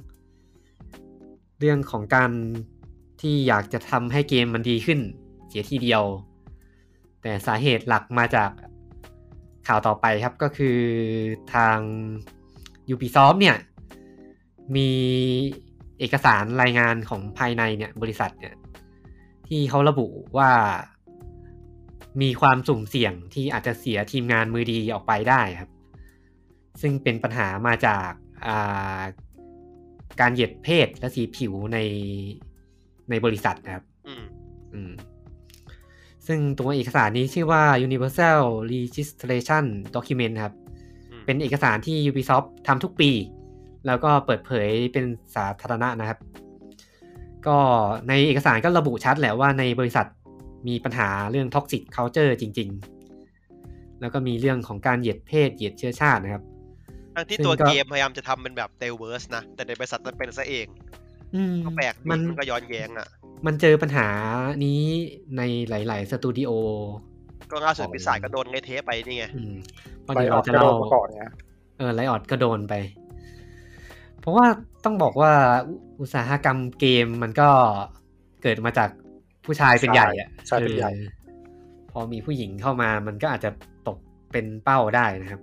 เรื่องของการที่อยากจะทำให้เกมมันดีขึ้นเสียทีเดียวแต่สาเหตุหลักมาจากข่าวต่อไปครับก็คือทาง Ubisoft เนี่ยมีเอกสารรายงานของภายในเนี่ยบริษัทเนี่ยที่เขาระบุว่ามีความสุ่มเสี่ยงที่อาจจะเสียทีมงานมือดีออกไปได้ครับซึ่งเป็นปัญหามาจากาการเหยียดเพศและสีผิวในในบริษัทนะครับอืมอืมซึ่งตัวเอกสารนี้ชื่อว่า Universal Registration Document ครับเป็นเอกสารที่ Ubisoft ทำทุกปีแล้วก็เปิดเผยเป็นสาธารณะนะครับก็ในเอกสารก็ระบุชัดแหละว่าในบริษัทมีปัญหาเรื่อง Toxic Culture จริงๆแล้วก็มีเรื่องของการเหยียดเพศเหยียดเชื้อชาตินะครับทั้งที่ตัวเกมพยายามจะทำเป็นแบบ diverse นะแต่ในบริษัทมันเป็นซะเองก็แปลกมันก็ย้อนแย้งอ่ะมันเจอปัญหานี้ในหลายๆสตูดิโอก็ล่าสุดปีศาจก็โดนไงเทปไปนี่ไงตอนนี้เราจะเล่าก่อนเนี่ยเออไลออดก็โดนไปเพราะว่าต้องบอกว่าอุตสาหกรรมเกมมันก็เกิดมาจากผู้ชายเป็นใหญ่อ่ะชายเป็นใหญ่พอมีผู้หญิงเข้ามามันก็อาจจะตกเป็นเป้าได้นะครับ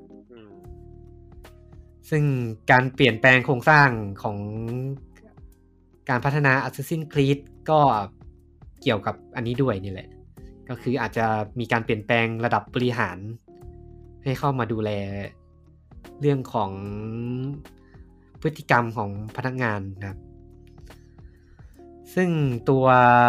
ซึ่งการเปลี่ยนแปลงโครงสร้างของการพัฒนา Assassin's Creed ก็เกี่ยวกับอันนี้ด้วยนี่แหละก็คืออาจจะมีการเปลี่ยนแปลงระดับบริหารให้เข้ามาดูแลเรื่องของพฤติกรรมของพนักงานนะครับซึ่งตัว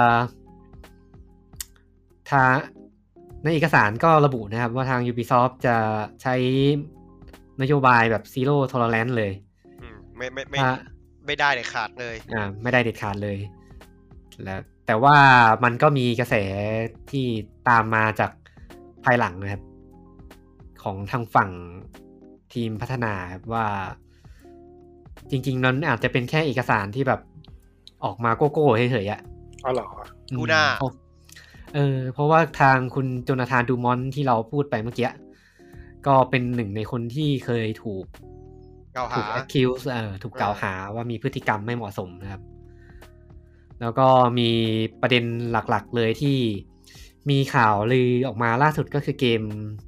ทางในเอกสารก็ระบุนะครับว่าทาง Ubisoft จะใช้นโยบายแบบ Zero Tolerance เลยอืมไม่ไม่ไม่ไม่ได้เด็ดขาดเลยอ่าไม่ได้เด็ดขาดเลยแล้วแต่ว่ามันก็มีกระแสที่ตามมาจากภายหลังนะครับของทางฝั่งทีมพัฒนาครับว่าจริงๆนั้นอาจจะเป็นแค่เอกสารที่แบบออกมาโก้โก้เฉยๆอ่ะอ๋อเหรอกูหน้าเออเพราะว่าทางคุณโจนาธานดูมอนที่เราพูดไปเมื่อกี้ก็เป็นหนึ่งในคนที่เคยถูกถูก accuse เอ่อถูกกล่าวหาว่ามีพฤติกรรมไม่เหมาะสมนะครับแล้วก็มีประเด็นหลักๆเลยที่มีข่าวลือออกมาล่าสุดก็คือเกม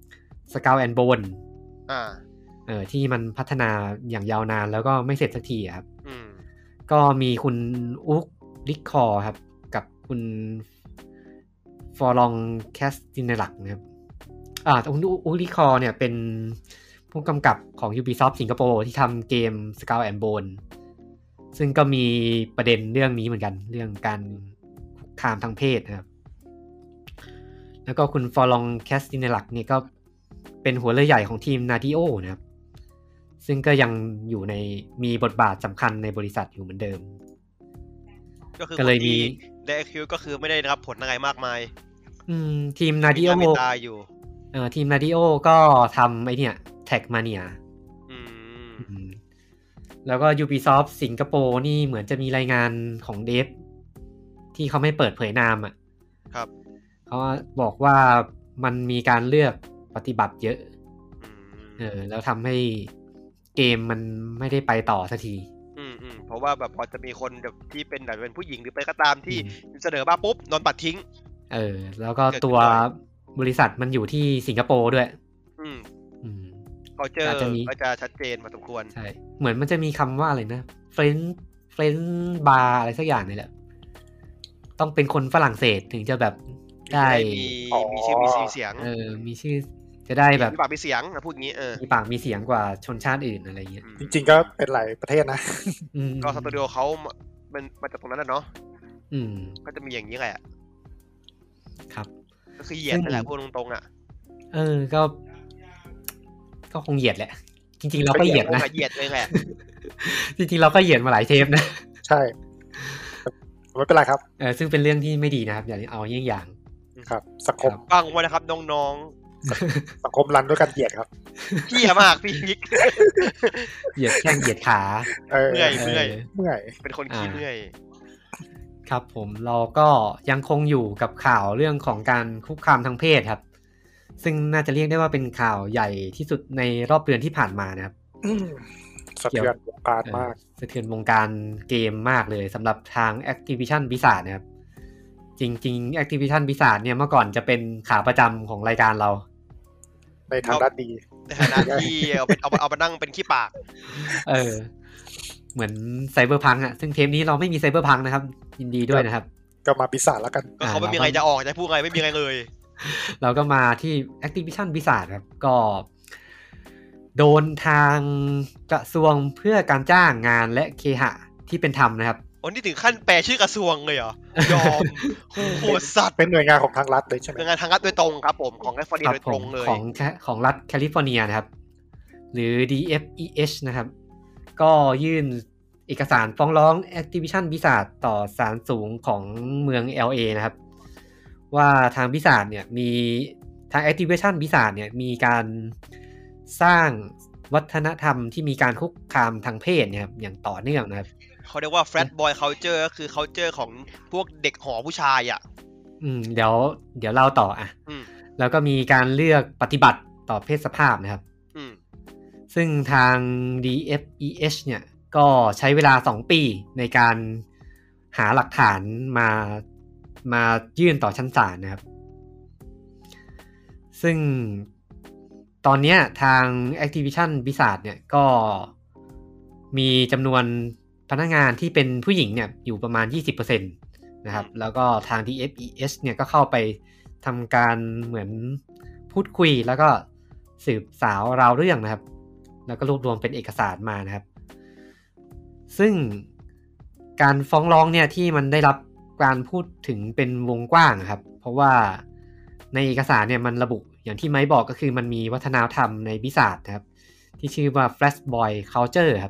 Skull and Bones อ่าเออที่มันพัฒนาอย่างยาวนานแล้วก็ไม่เสร็จสักทีครับก็มีคุณอุ๊กลิคคอร์ครับกับคุณฟอร์ลองแคสตินเนลักนะครับอ่าคุณอุ๊กลิคคอร์เนี่ยเป็นผู้กำกับของ Ubisoft สิงคโปร์ที่ทำเกม Skull and Bones ซึ่งก็มีประเด็นเรื่องนี้เหมือนกันเรื่องการคุกคามทางเพศนะครับแล้วก็คุณฟอร์ลองแคสตินเนลักเนี่ยก็เป็นหัวเรือใหญ่ของทีม Nadio นะครับซึ่งก็ยังอยู่ในมีบทบาทสำคัญในบริษัทอยู่เหมือนเดิมก็เลยมีได้คิวก็คือไม่ได้รับผลอะไรมากมายอืมทีม Nadio ตายอยู่เออทีม Nadio ก็ทำไอ้เนี่ย Trackmania อืมแล้วก็ Ubisoft สิงคโปร์นี่เหมือนจะมีรายงานของเดฟที่เขาไม่เปิดเผยนามอ่ะครับเขาบอกว่ามันมีการเลือกปฏิบัติเยอะเออแล้วทำให้เกมมันไม่ได้ไปต่อสักทีอืมอืมเพราะว่าแบบพอจะมีคนแบบที่เป็นแบบเป็นผู้หญิงหรือไปก็ตามที่เสนอมาปุ๊บโดนปัดทิ้งเออแล้วก็ตัวบริษัทมันอยู่ที่สิงคโปร์ด้วยอืมอืมเขาเจอก็จะชัดเจนมาสมควรใช่เหมือนมันจะมีคำว่าอะไรนะเฟรนด์เฟรนด์บาร์อะไรสักอย่างนี่แหละต้องเป็นคนฝรั่งเศสถึงจะแบบได้มีมีชื่อมีเสียงเออมีชื่อจะได้แบบมีปากมีเสียงนะพูดงี้เออมีปากมีเสียงกว่าชนชาติอื่นอะไรเงี้ยจริงๆก็เป็นหลายประเทศนะก็สตูดิโอเขาเป็นมาจากตรงนั้นแหละเนาะอืมก็จะมีอย่างนี้แหละครับก็คือเหยียดนั่นแหละพูดตรงๆอ่ะเออก็ก็คงเหยียดแหละจริงๆเราก็เหยียดนะเหยียดเลยแหละจริงๆเราก็เหยียดมาหลายเทปนะใช่ไม่เป็นไรครับเออซึ่งเป็นเรื่องที่ไม่ดีนะครับอย่าเอาเยี่ยงอย่างครับสังคมฟังไว้นะครับน้องๆสังคมรันด้วยการเหยียดครับเหี้ยมากพี่พิกเหยียดแข้งเหยียดขาเมื่อยเมื่อยเมื่อยเป็นคนขี้เมื่อยครับผมเราก็ยังคงอยู่กับข่าวเรื่องของการคุกคามทางเพศครับซึ่งน่าจะเรียกได้ว่าเป็นข่าวใหญ่ที่สุดในรอบเดือนที่ผ่านมานะครับสะเทือนวงการมากสะเทือนวงการเกมมากเลยสำหรับทาง Activision Blizzard นะครับจริงๆ Activision Blizzard เนี่ยเมื่อก่อนจะเป็นขาประจำของรายการเราในทางด้านดีในฐานะที่เอาเอาเอามานั่งเป็นขี้ปากเออเหมือนไซเบอร์พังอ่ะซึ่งเทปนี้เราไม่มีไซเบอร์พังนะครับยินดีด้วยนะครับก็มาปีศาจแล้วกันก็เขาไม่มีใครจะออกจะพูดไงไม่มีใครเลยเราก็มาที่ Activision Blizzard ครับก็โดนทางกระทรวงเพื่อการจ้างงานและเคหะที่เป็นธรรมนะครับโอ้นี่ถึงขั้นแปลชื่อกระทรวงเลยเหรอยอมโหดสัตว์เป็นหน่วยงานของทางรัฐเลยใช่ไหมหน่วยงานทางรัฐโดยตรงครับผมของแคลิฟอร์เนียโดยตรงเลยของของรัฐแคลิฟอร์เนียนะครับหรือ ดี เอฟ อี เอช นะครับก็ยื่นเอกสารฟ้องร้อง Activision Blizzard ต่อศาลสูงของเมือง แอล เอ นะครับว่าทาง Blizzard เนี่ยมีทาง Activision Blizzard เนี่ยมีการสร้างวัฒนธรรมที่มีการคุกคามทางเพศเนี่ยครับอย่างต่อเนื่องนะครับเขาเรียกว่า frat boy culture ก็คือ culture ของพวกเด็กหอผู้ชายอ่ะอืมเดี๋ยวเดี๋ยวเล่าต่ออ่ะอืมแล้วก็มีการเลือกปฏิบัติต่อเพศสภาพนะครับอืมซึ่งทาง ดี เอฟ อี เอช เนี่ยก็ใช้เวลาสองปีในการหาหลักฐานมามายื่นต่อชั้นศาลนะครับซึ่งตอนนี้ทาง Activision Blizzard เนี่ยก็มีจำนวนพนักงานที่เป็นผู้หญิงเนี่ยอยู่ประมาณ ยี่สิบเปอร์เซ็นต์ นะครับแล้วก็ทาง ดี เอฟ อี เอช เนี่ยก็เข้าไปทำการเหมือนพูดคุยแล้วก็สืบสาวราวเรื่องนะครับแล้วก็รวบรวมเป็นเอกสารมานะครับซึ่งการฟ้องร้องเนี่ยที่มันได้รับการพูดถึงเป็นวงกว้างครับเพราะว่าในเอกสารเนี่ยมันระบุอย่างที่ไม้บอกก็คือมันมีวัฒนธรรมในบิซาร์ดนะครับที่ชื่อว่า Flash Boy Culture ครับ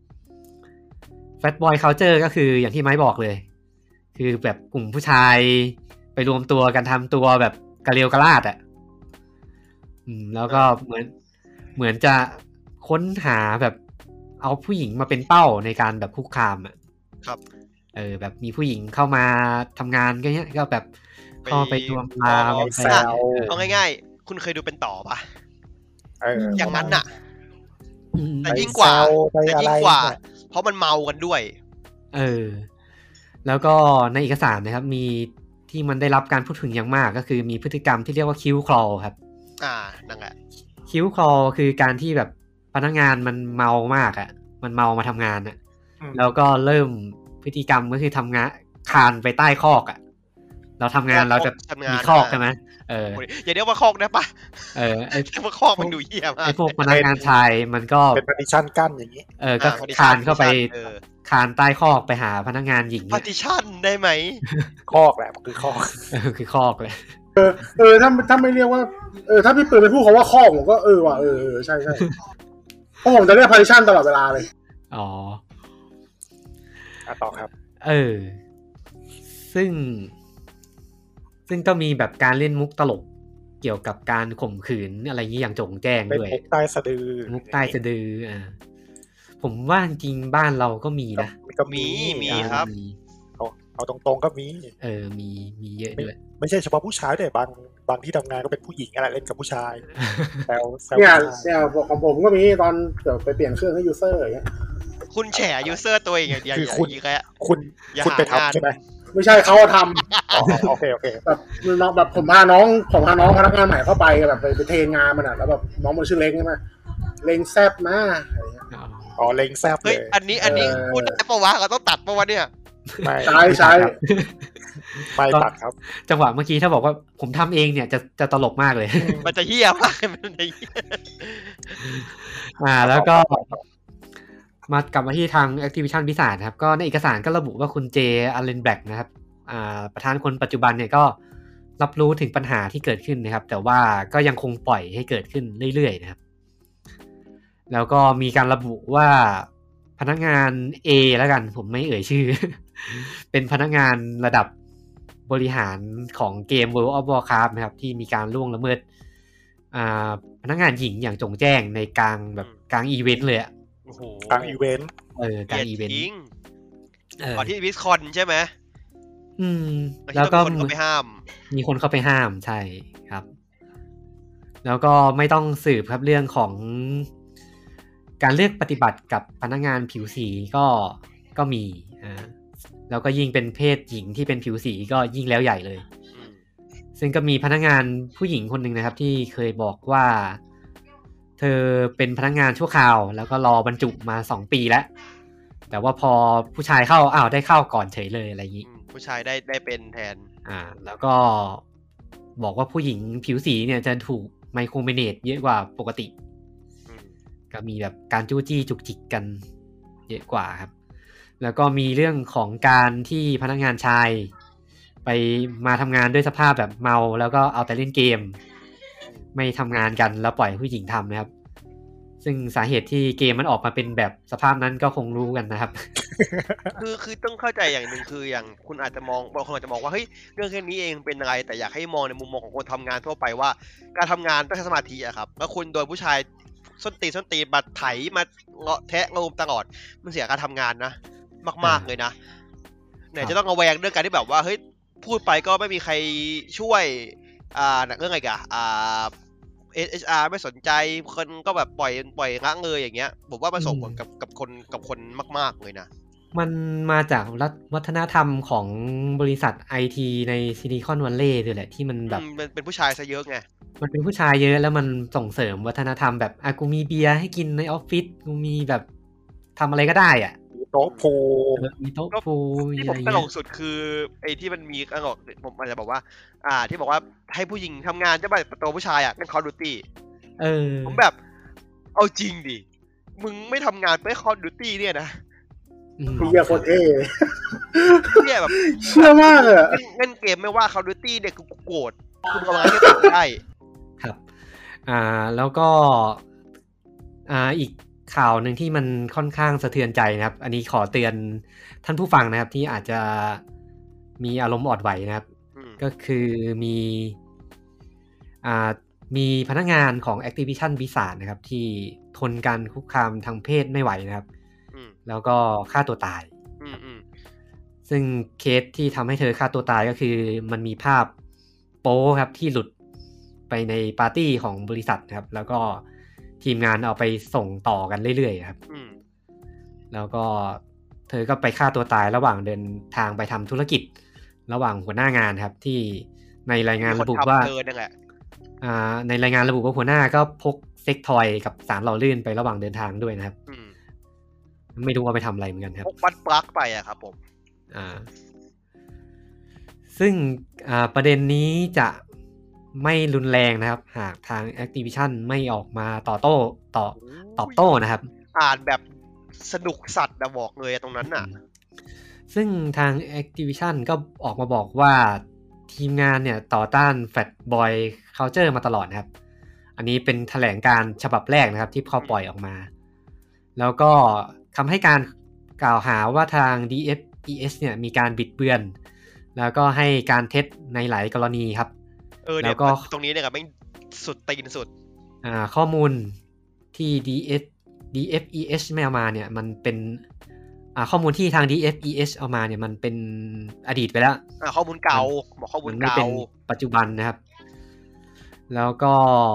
Flash Boy Culture ก็คืออย่างที่ไม้บอกเลยคือแบบกลุ่มผู้ชายไปรวมตัวกันทำตัวแบบกระเรียวกระลาดอ่ะอืมแล้วก็เหมือนเหมือนจะค้นหาแบบเอาผู้หญิงมาเป็นเป้าในการแบบคุกคามอ่ะครับเออแบบมีผู้หญิงเข้ามาทำงานก็เนี้ยก็แบบเข้าไปรวมลามแซวเอาง่ายๆคุณเคยดูเป็นต่อปะเอออย่างนั้นน่ะแต่ยิ่งกว่าแต่ยิ่งกว่าเพราะมันเมากันด้วยเออแล้วก็ในเอกสารนะครับมีที่มันได้รับการพูดถึงอย่างมากก็คือมีพฤติกรรมที่เรียกว่าคิ้วคลอครับอ่านั่นแหละคิ้วคลอคือการที่แบบพนักงานมันเมามากอ่ะมันเมามาทำงานอ่ะแล้วก็เริ่มพฤติกรรมก็คือทำงานคานไปใต้คอกอ่ะเราทำงานเราจะมีคอกใช่ไหมเอออย่าเรียกว่าคอกได้ปะเออไอ้เรียกว่าคอกมันดูเหี้ยมากไอ้พวกพนักงานชายมันก็เป็นพาร์ติชันกั้นอย่างนี้เออก็คานเข้าไปคานใต้คอกไปหาพนักงานหญิงพาร์ติชันได้ไหมคอกแหละมันคือคอกเออคือคอกเลยเออเออถ้าถ้าไม่เรียกว่าเออถ้าพี่ปืนไปพูดเขาว่าคอกผมก็เออว่ะเออเออใช่ใช่เพราะผมจะเรียกพาร์ติชันตลอดเวลาเลยอ๋ออ่ะต่อครับเออซึ่งซึ่งก็มีแบบการเล่นมุกตลกเกี่ยวกับการข่มขืนอะไรอย่างนี้อย่างโจ่งแจ้งด้วยมุกใต้สะดือมุกใต้สะดืออ่าผมว่าจริงบ้านเราก็มีนะก็มีมีครับเอาเอาตรงๆก็มีเออมีมีเยอะด้วยไม่ใช่เฉพาะผู้ชายด้วยบางบางที่ทำงานก็เป็นผู้หญิงอะไรเล่นกับผู้ชายแซวเนี่ยเนี่ยของผมก็มีตอนเดี๋ยวไปเปลี่ยนเครื่องให้ยูเซอร์อย่างเงี้ยคุณแฉยูเซอร์ตัวเองอย่างเดียวคือคุณคุณคุณไปทำใช่ไหมไม่ใช่เขาทำโอเคโอเคแบบน้องแบบผมพาน้องผมพาน้องพนักงานใหม่เข้าไปแบบไปไปเทงานมันอ่ะแล้วแบบน้องมันชื่อเล้งใช่ไหมเล้งแซบมาอ๋อเล้งแซบเลยอันนี้อันนี้พูดได้ปะวะเราต้องตัดปะวะเนี่ยใช่ใช่ไปตัดครับจังหวะเมื่อกี้ถ้าบอกว่าผมทำเองเนี่ยจะจะตลกมากเลยมันจะเหี้ยมากมันจะเหี้ยอ่าแล้วก็มากลับมาที่ทาง Activision Blizzard นะครับก็ในเอกสารก็ระบุว่าคุณเจอเลนแบล็กนะครับอ่าประธานคนปัจจุบันเนี่ยก็รับรู้ถึงปัญหาที่เกิดขึ้นนะครับแต่ว่าก็ยังคงปล่อยให้เกิดขึ้นเรื่อยๆนะครับแล้วก็มีการระบุว่าพนักงาน A แล้วกันผมไม่เอ่ยชื่อ เป็นพนักงานระดับบริหารของเกม World of Warcraft นะครับที่มีการล่วงละเมิดอ่าพนักงานหญิงอย่างจงแจ้งในกลางแบบกลางอีเวนต์เลยอ่ะโอ้โหกลางอีเวนต์เออกลางอีเวนต์เออที่วิสคอนใช่ไหมอืมแล้วก็มีคนเข้าไปห้ามมีคนเข้าไปห้ามใช่ครับแล้วก็ไม่ต้องสืบครับเรื่องของการเลือกปฏิบัติกับพนักงานผิวสีก็ก็มีอ่าแล้วก็ยิ่งเป็นเพศหญิงที่เป็นผิวสีก็ยิ่งแล้วใหญ่เลยซึ่งก็มีพนักงานผู้หญิงคนหนึ่งนะครับที่เคยบอกว่าเธอเป็นพนักงานชั่วคราวแล้วก็รอบรรจุมาสองปีแล้วแต่ว่าพอผู้ชายเข้าอ้าวได้เข้าก่อนเฉยเลยอะไรอย่างนี้ผู้ชายได้ได้เป็นแทนอ่าแล้วก็บอกว่าผู้หญิงผิวสีเนี่ยจะถูกไมโครเมเนจเยอะกว่าปกติก็มีแบบการจู้จี้จุกจิกกันเยอะกว่าครับแล้วก็มีเรื่องของการที่พนักงานชายไปมาทำงานด้วยสภาพแบบเมาแล้วก็เอาแต่เล่นเกมไม่ทำงานกันแล้วปล่อยผู้หญิงทำนะครับซึ่งสาเหตุที่เกมมันออกมาเป็นแบบสภาพนั้นก็คงรู้กันนะครับคือคือต้องเข้าใจอย่างหนึ่งคืออย่างคุณอาจจะมองบางคนอาจจะมองว่าเฮ้ยเรื่องแค่นี้เองเป็นอะไรแต่อยากให้มองในมุมมองของคนทำงานทั่วไปว่าการทำงานต้องใช้สมาธิอะครับแล้วคุณโดนผู้ชายส้นตีนส้นตีนมาไถมาเงาะแทะงูตลอดมันเสียการทำงานนะมากๆเลยนะไหนจะต้องระแวงเรื่องการที่แบบว่าเฮ้ยพูดไปก็ไม่มีใครช่วยอ่าเรื่องอะไรกันอ่า เอช อาร์ ไม่สนใจคนก็แบบปล่อยปล่อยละเลยอย่างเงี้ยผมว่ามันส่งผลกับกับคนกับคนมากๆเลยนะมันมาจากวัฒนธรรมของบริษัท ไอ ที ในซิลิคอนวัลเลย์ด้วยแหละที่มันแบบมันเป็นผู้ชายซะเยอะไงมันเป็นผู้ชายเยอะแล้วมันส่งเสริมวัฒนธรรมแบบอ่ะกูมีเบียร์ให้กินในออฟฟิศกูมีแบบทำอะไรก็ได้อ่ะมีโต๊ะพูมีโต๊ะพูที่ผมตลกสุดคือไอ้ที่มันมีตลกผมอาจจะบอกว่าอ่าที่บอกว่าให้ผู้หญิงทำงานจะไปประตูผู้ชายอ่ะเป็นคอร์ดิวตี้เออผมแบบเอาจริงดิมึงไม่ทำงานไปคอร์ดิวตี้เนี่ยนะพี่ยาคนเท่เนี่ยแบบเชื่อมากเลยเล่นเกมไม่ว่าคอร์ดิวตี้เนี่ยกูโกรธคุณทำงานแค่ตัดได้ครับอ่าแล้วก็อ่าอีกข่าวหนึ่งที่มันค่อนข้างสะเทือนใจนะครับอันนี้ขอเตือนท่านผู้ฟังนะครับที่อาจจะมีอารมณ์อ่อนไหวนะครับก็คือมีอ่ามีพนักงานของ Activision Blizzard นะครับที่ทนการคุกคามทางเพศไม่ไหวนะครับแล้วก็ฆ่าตัวตายซึ่งเคสที่ทำให้เธอฆ่าตัวตายก็คือมันมีภาพโป๊ครับที่หลุดไปในปาร์ตี้ของบริษัทนะครับแล้วก็ทีมงานเอาไปส่งต่อกันเรื่อยๆครับแล้วก็เธอก็ไปฆ่าตัวตายระหว่างเดินทางไปทำธุรกิจระหว่างหัวหน้างานครับที่ในรายงานระบุว่าในรายงานระบุว่าหัวหน้าก็พกเซ็กทอยกับสารหล่อลื่นไประหว่างเดินทางด้วยนะครับไม่รู้ว่าไปทำอะไรเหมือนกันครับพกบัตรปลั๊กไปอะครับผมอ่าซึ่งอ่าประเด็นนี้จะไม่รุนแรงนะครับหากทาง Activision ไม่ออกมาต่อโต้ต่อตอบโต้นะครับอ่านแบบสนุกสัตว์นะบอกเลยตรงนั้นน่ะซึ่งทาง Activision ก็ออกมาบอกว่าทีมงานเนี่ยต่อต้าน Fat Boy Culture มาตลอดนะครับอันนี้เป็นแถลงการฉบับแรกนะครับที่เขาปล่อยออกมาแล้วก็คำให้การกล่าวหาว่าทาง ดี เอฟ อี เอส เนี่ยมีการบิดเบือนแล้วก็ให้การเท็จในหลายกรณีครับเออแล้วก็ตรงนี้เนี่ยครับแม่งสุดตีนสุดอ่าข้อมูลที่ ดี เอฟ ดี เอฟ อี เอส ไม่เอามาเนี่ยมันเป็นอ่าข้อมูลที่ทาง ดี เอฟ อี เอส เอามาเนี่ยมันเป็นอดีตไปแล้วอ่าข้อมูลเก่าบอกข้อมูลเก่าไม่เป็นปัจจุบันนะครับแล้วก็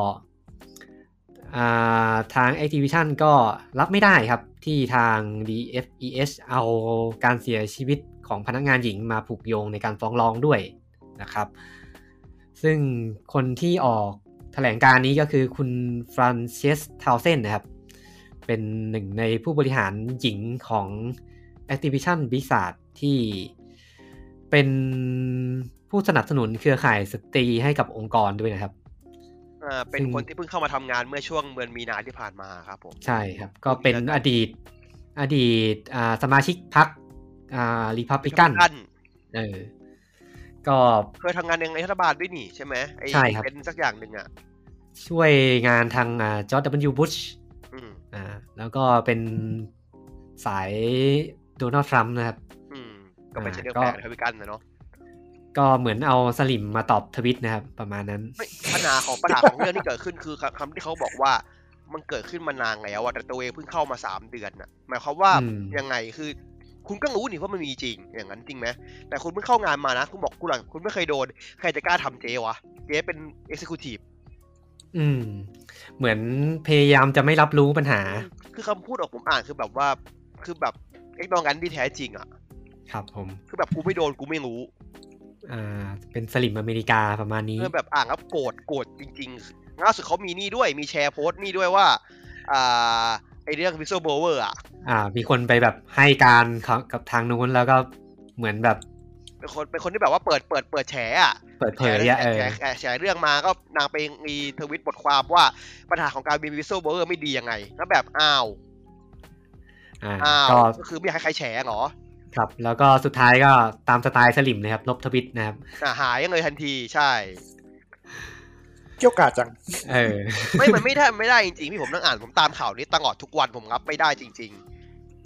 อ่าทาง Activision ก็รับไม่ได้ครับที่ทาง ดี เอฟ อี เอส เอาการเสียชีวิตของพนักงานหญิงมาผูกโยงในการฟ้องร้องด้วยนะครับซึ่งคนที่ออกแถลงการนี้ก็คือคุณฟรานเซสทาวเซนนะครับเป็นหนึ่งในผู้บริหารหญิงของ Activision Blizzard ที่เป็นผู้สนับสนุนเครือข่ายสตรีให้กับองค์กรด้วยนะครับอ่าเป็นคนที่เพิ่งเข้ามาทำงานเมื่อช่วงเดือนมีนาที่ผ่านมาครับผมใช่ครับก็เป็นอดีตอดีตอ่าสมาชิกพรรคอ่ารีพับลิกันเออก็เคยทำงานในรัฐบาลด้วยนี่ใช่ไหมใช่ครับเป็นสักอย่างหนึ่งอ่ะช่วยงานทางอ่าจอร์จ ดับเบิลยู บุชอ่าแล้วก็เป็นสายโดนัลด์ทรัมป์นะครับอืมก็เป็นเช่นเดียวกันรีพับลิกันนะเนาะก็เหมือนเอาสลิมมาตอบทวิตนะครับประมาณนั้นปัญหาของปัญหาของเรื่องที่เกิดขึ้นคือคำที่เขาบอกว่ามันเกิดขึ้นมานานแล้วแต่ตัวเองเพิ่งเข้ามาสามเดือนน่ะหมายความว่ายังไงคือคุณก็รู้นี่ว่ามันมีจริงอย่างนั้นจริงไหมแต่คุณเพิ่งเข้างานมานะคุณบอกคุณหลังคุณไม่เคยโดนใครจะกล้าทำเจ๊วะเจ๊เป็น executive อืมเหมือนพยายามจะไม่รับรู้ปัญหาคือคำพูดออกผมอ่านคือแบบว่าคือแบบไอ้ตรงนั้นที่แท้จริงอ่ะครับผมคือแบบกูไม่โดนกูไม่รู้อ่าเป็นสลิมอเมริกาประมาณนี้คือแบบอ่านแล้วโกรธโกรธจริงๆล่าสุดเขามีนี่ด้วยมีแชร์โพสต์นี่ด้วยว่าอ่าไอเรื่อง whistleblower อ่ะอ่ามีคนไปแบบให้การกับทางนู้นแล้วก็เหมือนแบบเป็นคนเป็นคนที่แบบว่าเปิดเปิดเปิดแฉอ่ะเปิดเผยอ่ะเออแฉเรื่องมาก็นางไปมีทวิตบทความว่าปัญหาของการมี whistleblower ไม่ดียังไงแล้วแบบอ้าวอ้าวก็คือไม่อยากให้ใครแฉหรอครับแล้วก็สุดท้ายก็ตามสไตล์สลิมนะครับลบทวิตนะครับหายเลยทันทีใช่เกี่ยวกาดจังเออไม่มันไม่ได้ไม่ได้จริงๆพี่ผมนั่งอ่านผมตามข่าวนี้ตลอดทุกวันผมรับไม่ได้จริง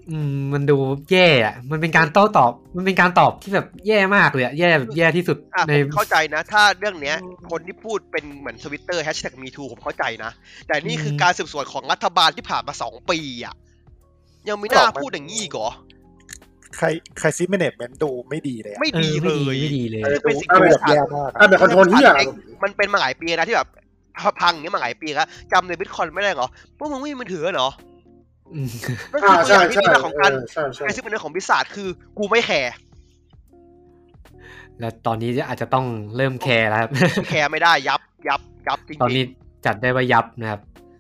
อืมมันดูแย่อะมันเป็นการโต้ตอบมันเป็นการตอบที่แบบแย่มากเลยอะแย่แบบแย่ที่สุดอ่ะในผมเข้าใจนะ ถ้าเรื่องเนี้ย คนที่พูดเป็นเหมือนทวิตเตอร์แฮชแท็กมีทูผมเข้าใจนะ แต่นี่คือการสืบสวนของรัฐบาลที่ผ่านมาสองปีอ่ะยังไม่น่าพูดอย่างนี้อีกเหรอใครใครซิมเมเนจเมนต์ดูไม่ดีเลยอะไม่เอดีอเลไม่ดียไม่ดีเลยคือเป็นสิ่งดูที่แบบแย่มากถ้าอะเป็นคอนโทรลที่อ่ะมันเป็นมาหลายปีนะที่แบบพังอย่างเงี้ยมาหลายปีแล้วจำในบิตคอยน์ไม่ได้เหรอพวกมึงไม่มีมือถือเหรออืมนั่นอ่าคือตัวอใช่ย่างที่ใช่ดีของการเออใช่ใช่การซึ่งเป็นเรื่องของบิสซาร์ดคือกูไม่แคร์แล้วตอนนี้อาจจะต้องเริ่มแคร์แล้วครับแคร์ไม่ได้ยับยับยับจริงๆตอนนี้จัดได้ว่ายับนะครับ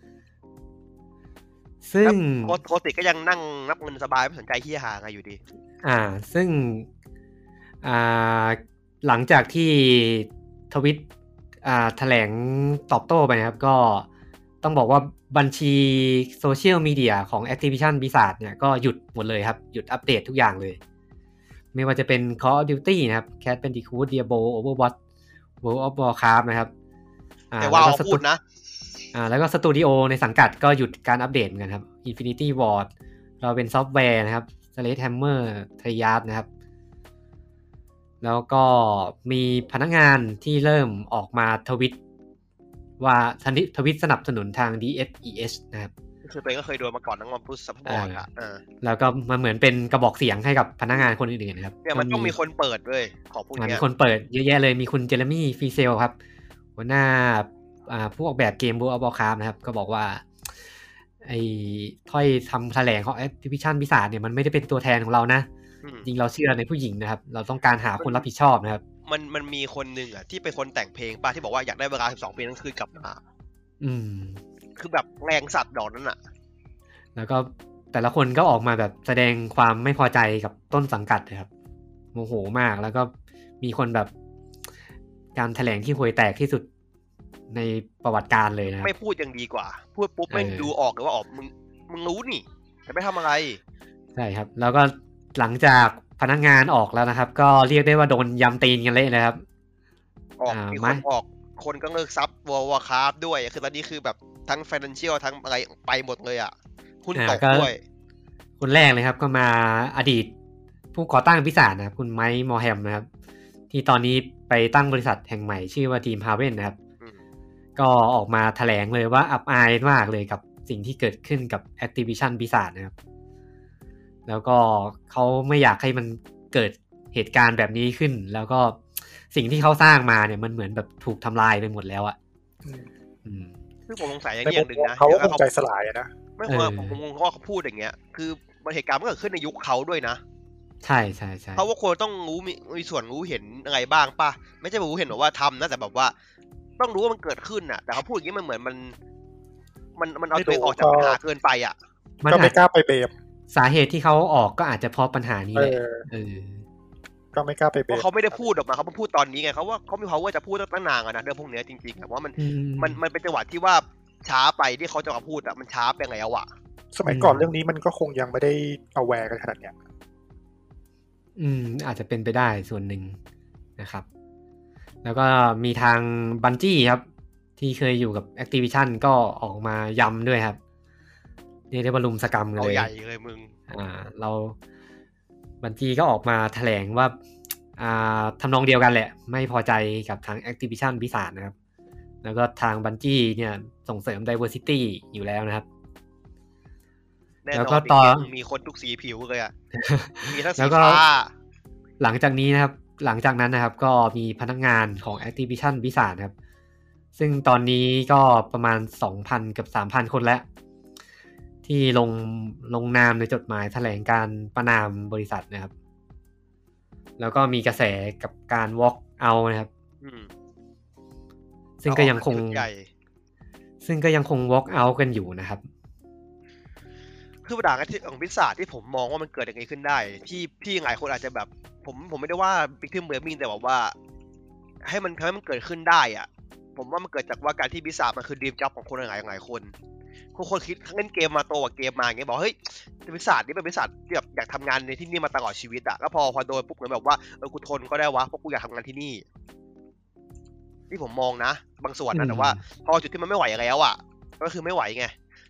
ซึ่งโคโคติก็ยังนั่งนับเงินสบายไม่สนใจเฮียหาไงอยู่ดีอ่า ซึ่ง อ่า หลังจากที่ทวิต อ่า แถลงตอบโต้ไปนะครับ ก็ต้องบอกว่าบัญชีโซเชียลมีเดียของ Activision Blizzard เนี่ยก็หยุดหมดเลยครับ หยุดอัปเดตทุกอย่างเลย ไม่ว่าจะเป็น Call of Duty นะครับ Crash Bandicoot Diablo Overwatch World of Warcraft นะครับ อ่าแต่ว่าแล้วก็เอาสพูตูดนะอ่าแล้วก็สตูดิโอในสังกัดก็หยุดการอัปเดตเหมือนกันครับ Infinity Ward เราเป็นซอฟต์แวร์นะครับ Sledgehammer Triad นะครับ แล้วก็มีพนักงานที่เริ่มออกมาทวิตว่าทวิตสนับสนุนทาง ดี เอส อี เอช นะครับคือตัวเองก็เคยโดนมาก่อนทั้งวันพุธซัพพอร์ตอ่ะเออแล้วก็มันเหมือนเป็นกระบอกเสียงให้กับพนักงานคนอื่นๆนะครับเนี่ยมันต้องมีคนเปิดด้วยของพวกอ่าเนี้มียคนเปิดเยอะแยะเลยมีคุณเจเรมี่ฟรีเซลครับหัวหน้าอ่าผู้ออกแบบเกม World of Warcraft นะครับก็บอกว่าไอ้ถ้อยทำแถลงของ Activision Blizzard เนี่ยมันไม่ได้เป็นตัวแทนของเรานะอืมจริงเราเชื่อในผู้หญิงนะครับ เราต้องการหาคนรับผิดชอบนะครับมันมันมีคนหนึ่งอ่ะที่เป็นคนแต่งเพลงป่ะที่บอกว่าอยากได้เวลาสิบสองปีนั้นคืนกลับมาอืมคือแบบแรงสัตว์ดอกนั้นอ่ะแล้วก็แต่ละคนก็ออกมาแบบแสดงความไม่พอใจกับต้นสังกัดนะครับโมโหมากแล้วก็มีคนแบบการแถลงที่ห่วยแตกที่สุดในประวัติการเลยนะครับไม่พูดยังดีกว่า พูดปุ๊บแม่งเออดูออกเลยว่าออกมึงมึงรู้นี่แต่ไม่ทำอะไรใช่ครับ แล้วก็หลังจากพนักงานออกแล้วนะครับ ก็เรียกได้ว่าโดนยำตีนกันเละเลยครับออกอ่ามีไม่คนออกคนก็เลิกซับวอลวอร์คราฟด้วยคือตอนนี้คือแบบทั้ง financial ทั้งอะไรไปหมดเลยอ่ะหุ้นตกด้วยคนแรกเลยครับก็มาอดีตผู้ก่อตั้งพิศาจนะครับคุณไมค์มอร์แฮมนะครับ ที่ตอนนี้ไปตั้งบริษัทแห่งใหม่ชื่อว่าทีมฮาเว่นนะครับอืมก็ออกมาแถลงเลยว่าอับอายมากเลยกับสิ่งที่เกิดขึ้นกับ Activision Blizzard นะครับ แล้วก็เขาไม่อยากให้มันเกิดเหตุการณ์แบบนี้ขึ้น แล้วก็สิ่งที่เขาสร้างมาเนี่ยมันเหมือนแบบถูกทำลายไปหมดแล้วอ่ะอืมอืมคือผมสงสัยอย่างในนี้อมุมย่างหนึ่งนะเขาก็คดี๋ยวงใจสลายอะนะไม่ควรเออผมงงว่าเขาพูดอย่างเงี้ย คือมันเหตุการณ์มันเกิดขึ้นในยุคเขาด้วยนะใช่ใช่ใช่เขาว่าควรต้องรู้มีมีส่วนรู้เห็นอะไรบ้างป่ะไม่ใช่รู้เห็นแบบว่าทำนะแต่แบบว่า ต้องรู้ว่ามันเกิดขึ้นอ่ะ แต่เขาพูดอย่างนี้มันเหมือนมัน มันมันเอาตัวเองออกจากปัญหาเกินไปอ่ะมันก็อาไม่จกล้าไปเบมสาเหตุที่เขาออกก็อาจจะเพราะปัญหานี้เอแหละอเออก็ไม่กล้าไปเพเบมราะเขาไม่ได้พูดออกมาเขาเพิ่งพูดตอนนี้ไงเขาว่าเขามี power จะพูดตั้งนานอะนะเรื่องพวกเนี้ยจริงๆอะว่ามันอืมมันมันเป็นจังหวะที่ว่าช้าไปที่เขาจะมาพูดอะมันช้าไปไงเอาอะสมัยก่อนเรื่องนี้มันก็คงยังไม่ได้เอาแวร์กันขนาดเนี้ยอืมอาจจะเป็นไปได้ส่วนหนึ่งนะครับ แล้วก็มีทางบันจี้ครับ ที่เคยอยู่กับ Activision ก็ออกมาย้ำด้วยครับเรียกได้ว่ารุมสกรรมกันเอาเลยใหญ่เลยมึงอ่าเราบันจี้ก็ออกมาแถลงว่าอ่าทำนองเดียวกันแหละ ไม่พอใจกับทาง Activision Blizzard นะครับ แล้วก็ทางบันจี้เนี่ยส่งเสริม diversity อยู่แล้วนะครับแน่นแล้วอก็นต่อที่มีคนทุกสีผิวเลยอะมีทั้งแล้สีวก็ฟ้าหลังจากนี้นะครับ หลังจากนั้นนะครับ ก็มีพนักงานของ Activision Blizzard นะครับ ซึ่งตอนนี้ก็ประมาณ สองพัน กับ สามพัน คนแล้ว ที่ลงลงนามในจดหมายแถลงการประนามบริษัทนะครับ แล้วก็มีกระแสกับการ walk out นะครับอืมซึ่งก็ยังคงชุดใหญ่ซึ่งก็ยังคง walk out กันอยู่นะครับคือปัญหาของพิซซ่าที่ผมมองว่ามันเกิดอย่างนี้ขึ้นได้ ที่พี่หลายคนอาจจะแบบ ผมผมไม่ได้ว่าบิ๊กทิมเบอร์มิงแต่แบบว่า ให้มันทำให้มันเกิดขึ้นได้อ่ะ ผมว่ามันเกิดจากว่าการที่พิซซ่ามันคือดีมจ็อบของคนหลายหลายคนคนคนคิดเล่นเกมมาโตกว่าเกมมาอย่างเงี้ยบอกเฮ้ยพิซซ่านี่เป็นพิซซ่าที่แบบอยากทำงานในที่นี่มาตลอดชีวิตอ่ะแล้วพอพอโดนปุ๊บเหมือนแบบว่าเออกูทนก็ได้วะเพราะกูอยากทำงานที่นี่ที่ผมมองนะบางส่วนนะแต่ว่า พอจุดที่มันไม่ไหวแล้วอ่ะก็คือไม่ไหวไง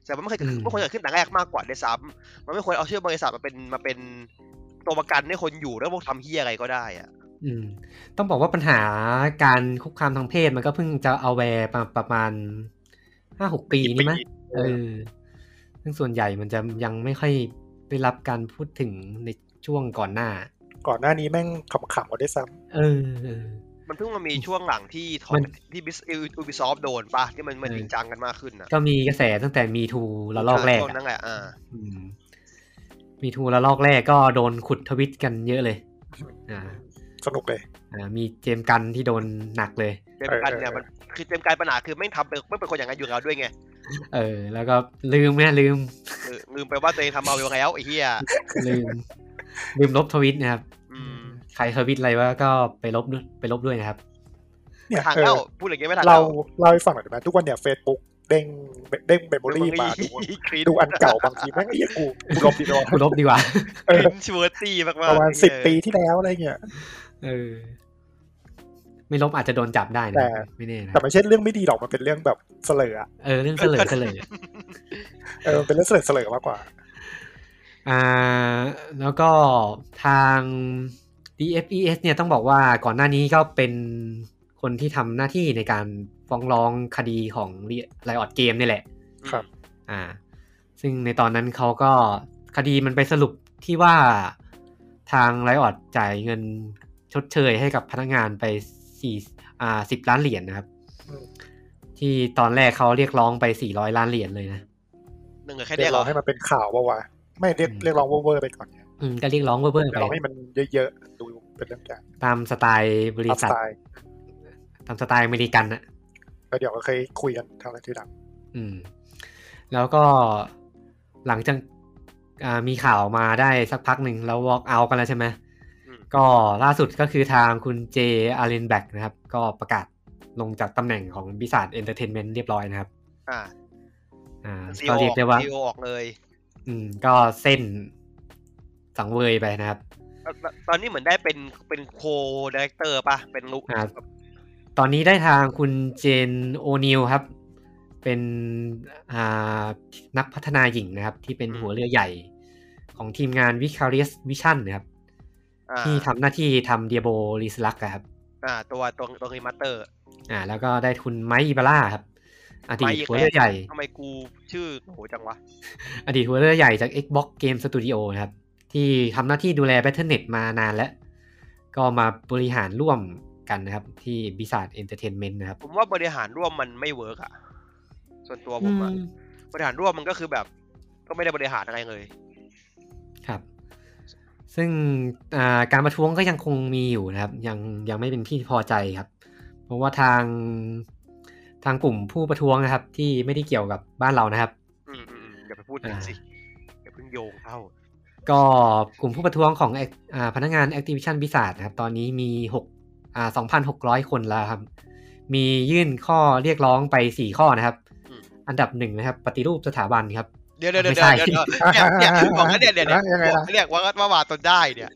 แต่มันไม่เคยไม่ควรเกิดขึ้นแต่แรกมากกว่าด้วยซ้ำมันไม่ควรเอาชื่อบริษัทมาเป็นมาเป็นตัวประกันให้คนอยู่แล้วพวกทำเหี้ยอะไรก็ได้อ่ะอืมต้องบอกว่าปัญหาการคุกคามทางเพศมันก็เพิ่งจะเอาแวร์มาประมาณ ห้าหก ปีนี่มั้ยเออซึ่งส่วนใหญ่มันจะยังไม่ค่อยได้รับการพูดถึงในช่วงก่อนหน้าก่อนหน้านี้แม่งขำๆกว่าด้วยซ้ำเออมันเพิ่งมามีช่วงหลังที่ที่ Ubisoft โดนป่ะที่มันมันจริงจังกันมากขึ้นน่ะก็มีกระแสตั้งแต่มีทูละลอกแรกนั่นแหละอ่าอืมมีทูละลอกแรกก็โดนขุดทวิตกันเยอะเลยอ่าสนุกเลยอ่ามีเจมกันที่โดนหนักเลยเจมกันเนี่ยมันคือเจมกันปัญหาคือไม่ทำเป็นไม่เป็นคนอย่างนั้นอยู่แล้วด้วยไงเออแล้วก็ลืมแม่ลืมลืมไปว่าตัวเองทำมาอยู่แล้วไอ้เหี้ยลืมลืมลบทวิตนะครับใครทวิตอะไรว่าก็ไปลบไปลบด้วยนะครับเนี่ยทางเข้าพูดอย่างเงี้ยไม่ทันเราเราให้ฟังหน่อยได้ไหมทุกวันเนี่ย Facebook เด้งเด้งเมมโมรี่มาดูดูอันเก่าบางทีแม่งไอ้เหี้ยกูกูลบดีกว่ากูลบดีกว่าเออชัวร์ตี้มากๆประมาณสิบปีที่แล้วอะไรเงี้ยเออไม่ลบอาจจะโดนจับได้นะไม่แน่นะแต่ไม่ใช่เรื่องไม่ดีหรอกมันเป็นเรื่องแบบเสลอเออเรื่องเสลอเสลอเออเป็นเรื่องเสลอเสลอมากกว่าอ่าแล้วก็ทาง ดี เอฟ อี เอส เนี่ยต้องบอกว่าก่อนหน้านี้ก็เป็นคนที่ทำหน้าที่ในการฟ้องร้องคดีของ Riot Games นี่แหละครับอ่าซึ่งในตอนนั้นเขาก็คดีมันไปสรุปที่ว่าทาง Riot จ่ายเงินชดเชยให้กับพนักงานไปสี่อ่าสิบล้านเหรียญนะครับที่ตอนแรกเขาเรียกร้องไปสี่ร้อยล้านเหรียญเลยนะนึงแค่เรียกร้องให้มันเป็นข่าวว่าวะไม่เรียกเรียกร้องเว่อร์ๆไปก่อนอืมก็เรียกร้องเว่อร์ๆไปร้องให้มันเยอะๆดูเป็นเรื่องการตามสไตล์บริษัทตามสไตล์อเมริกันน่ะแล้วเดี๋ยวก็เคยคุยกันทางอะไรที่ดังอืมแล้วก็หลังจากอ่ามีข่าวมาได้สักพักหนึ่งแล้ว walk out กันแล้วใช่ไหมก็ล่าสุดก็คือทางคุณเจอารินแบ็กนะครับก็ประกาศลงจากตำแหน่งของบิซาร์ดเอนเตอร์เทนเมนต์เรียบร้อยนะครับอ่าอ่าก็เรียกได้ว่าซี อี โอ ออกเลยอืมก็เส้นสังเวยไปนะครับตอนนี้เหมือนได้เป็นเป็นโคไดเรคเตอร์ป่ะเป็นลุกตอนนี้ได้ทางคุณเจนโอนิลครับเป็นอ่านักพัฒนาหญิงนะครับที่เป็นหัวเรือใหญ่ของทีมงาน Vicarious Vision นะครับที่ทำหน้าที่ทำ Diablo Resurrect ครับอ่าตัวตัวตัวรีมาสเตอร์อ่าแล้วก็ได้คุณไมค์อิบาร่าครับอดีตหัวเรือใหญ่ทำไมกูชื่อโหจังวะอดีตหัวเรือใหญ่จาก Xbox Game Studio นะครับที่ทำหน้าที่ดูแล แบทเทิลเน็ต มานานแล้วก็มาบริหารร่วมกันนะครับที่ Blizzard Entertainment นะครับผมว่าบริหารร่วมมันไม่เวิร์กอ่ะส่วนตัวผมอ่ะบริหารร่วมมันก็คือแบบก็ไม่ได้บริหารอะไรเลยครับซึ่งการประท้วงก็ยังคงมีอยู่นะครับยังยังไม่เป็นที่พอใจครับเพราะว่าทางทางกลุ่มผู้ประท้วงนะครับที่ไม่ได้เกี่ยวกับบ้านเรานะครับอืมๆอย่าไปพูดถึงสิอย่าเพิ่งโยงเข้าก็กลุ่มผู้ประท้วงของอ่าพนักงาน Activision Blizzard นะครับตอนนี้มีหกอ่า สองพันหกร้อย คนแล้วครับมียื่นข้อเรียกร้องไปสี่ข้อนะครับอันดับหนึ่งนะครับปฏิรูปสถาบันครับเดี๋ยวๆๆๆเนี่ยเนี่ยบอกแล้วเนี่ยๆๆเรียกว่าว่าว่าตนได้เนี่ย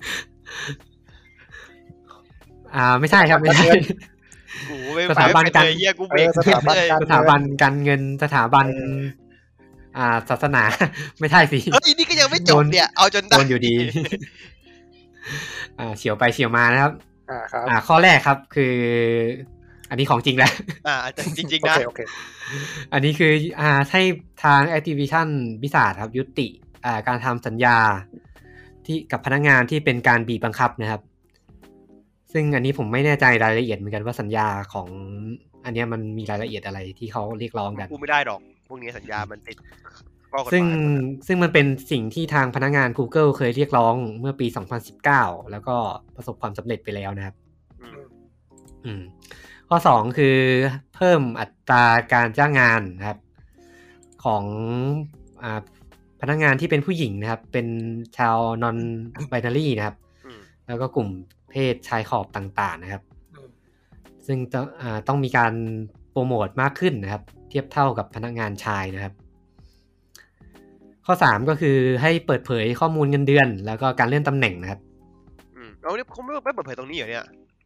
อ่าไม่ใช่ครับไม่ใช่สถาบันการเหี้ยกูเบรกสถาบันการเงินสถาบันอ่าศาสนาไม่ใช่สิเฮ้ยนี่ก็ยังไม่จบเนี่ยเอาจนได้โดนอยู่ดีอ่าเฉียวไปเฉียวมานะครับอ่าครับอ่าข้อแรกครับคืออันนี้ของจริงแล้วอ่าจริงๆนะโอเคอันนี้คืออ่าให้ทาง Activision Blizzard ครับยุติอ่าการทำสัญญาที่กับพนักงานที่เป็นการบีบบังคับนะครับซึ่งอันนี้ผมไม่แน่ใจรายละเอียดเหมือนกันว่าสัญญาของอันนี้มันมีรายละเอียดอะไรที่เขาเรียกร้องกันกูไม่ได้ดอกพวกนี้สัญญามันติดซึ่งซึ่งมันเป็นสิ่งที่ทางพนักงาน Google เคยเรียกร้องเมื่อปีสองพันสิบเก้าแล้วก็ประสบความสำเร็จไปแล้วนะครับอืมข้อสองคือเพิ่มอัตราการจ้างงานนะครับของอ่าพนักงานที่เป็นผู้หญิงนะครับเป็นชาว non binary นะครับแล้วก็กลุ่มเพศชายขอบต่างๆนะครับซึ่งต้องอ่าต้องมีการโปรโมทมากขึ้นนะครับเทียบเท่ากับพนักงานชายนะครับข้อสามก็คือให้เปิดเผยข้อมูลเงินเดือนแล้วก็การเลื่อนตำแหน่งนะครับอืมเอาเนี่ยเขาไม่ไม่เปิดเผยตรงนี้เหรอเนี่ย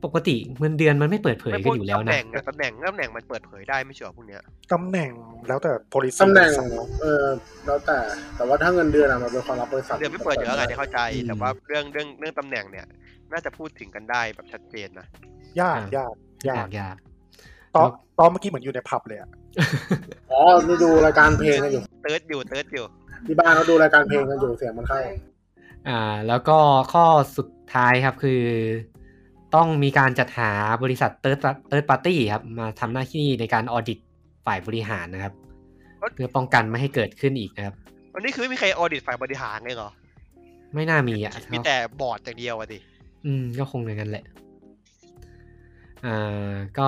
ปกติเงินเดือนมันไม่เปิดเผยไม่กัพูนดอยู่แล้วตำแหนะน่งอะตำแหน่งตำแหน่งมันเปิดเผยได้ไม่เชื่อพวกเนี้ยตำแหน่งแล้วแต่ policy ตำแหน่งบริษัทเออแล้วแต่แต่ว่าถ้าเงินเดือนอะมันเป็นความลับบริษัทเดือนไม่เปิดเยอะไงเนี่ยเข้าใจอืมแต่ว่าเรื่องเรื่องเรื่องตำแหน่งเนี่ย น่าจะพูดถึงกันได้แบบชัดเจนนะยากอ่ะยากยายาก กยากตอนตอนเมื่อกี้เหมือนอยู่ในผับเลยอะอ๋อนี่ดูรายการเพลงกันอยู่เติร์ดอยู่เติร์ดอยู่ที่บ้านเขาดูรายการเพลงกันอยู่เสียงมันเข้าอ่าแล้วก็ข้อสุดท้ายครับคือ ต้องมีการจัดหาบริษัทเติร์ดเติร์ดปาร์ตี้ครับมาทำหน้าที่ในการออดิตฝ่ายบริหารนะครับ เพื่อป้องกันไม่ให้เกิดขึ้นอีกนะครับวันนี้คือไม่มีใครออดิตฝ่ายบริหารเลยเหรอไม่น่ามีอ่ะมีแต่บอร์ดอย่างเดียวอะดิอืมก็คงอย่างนั้นแหละอ่าก็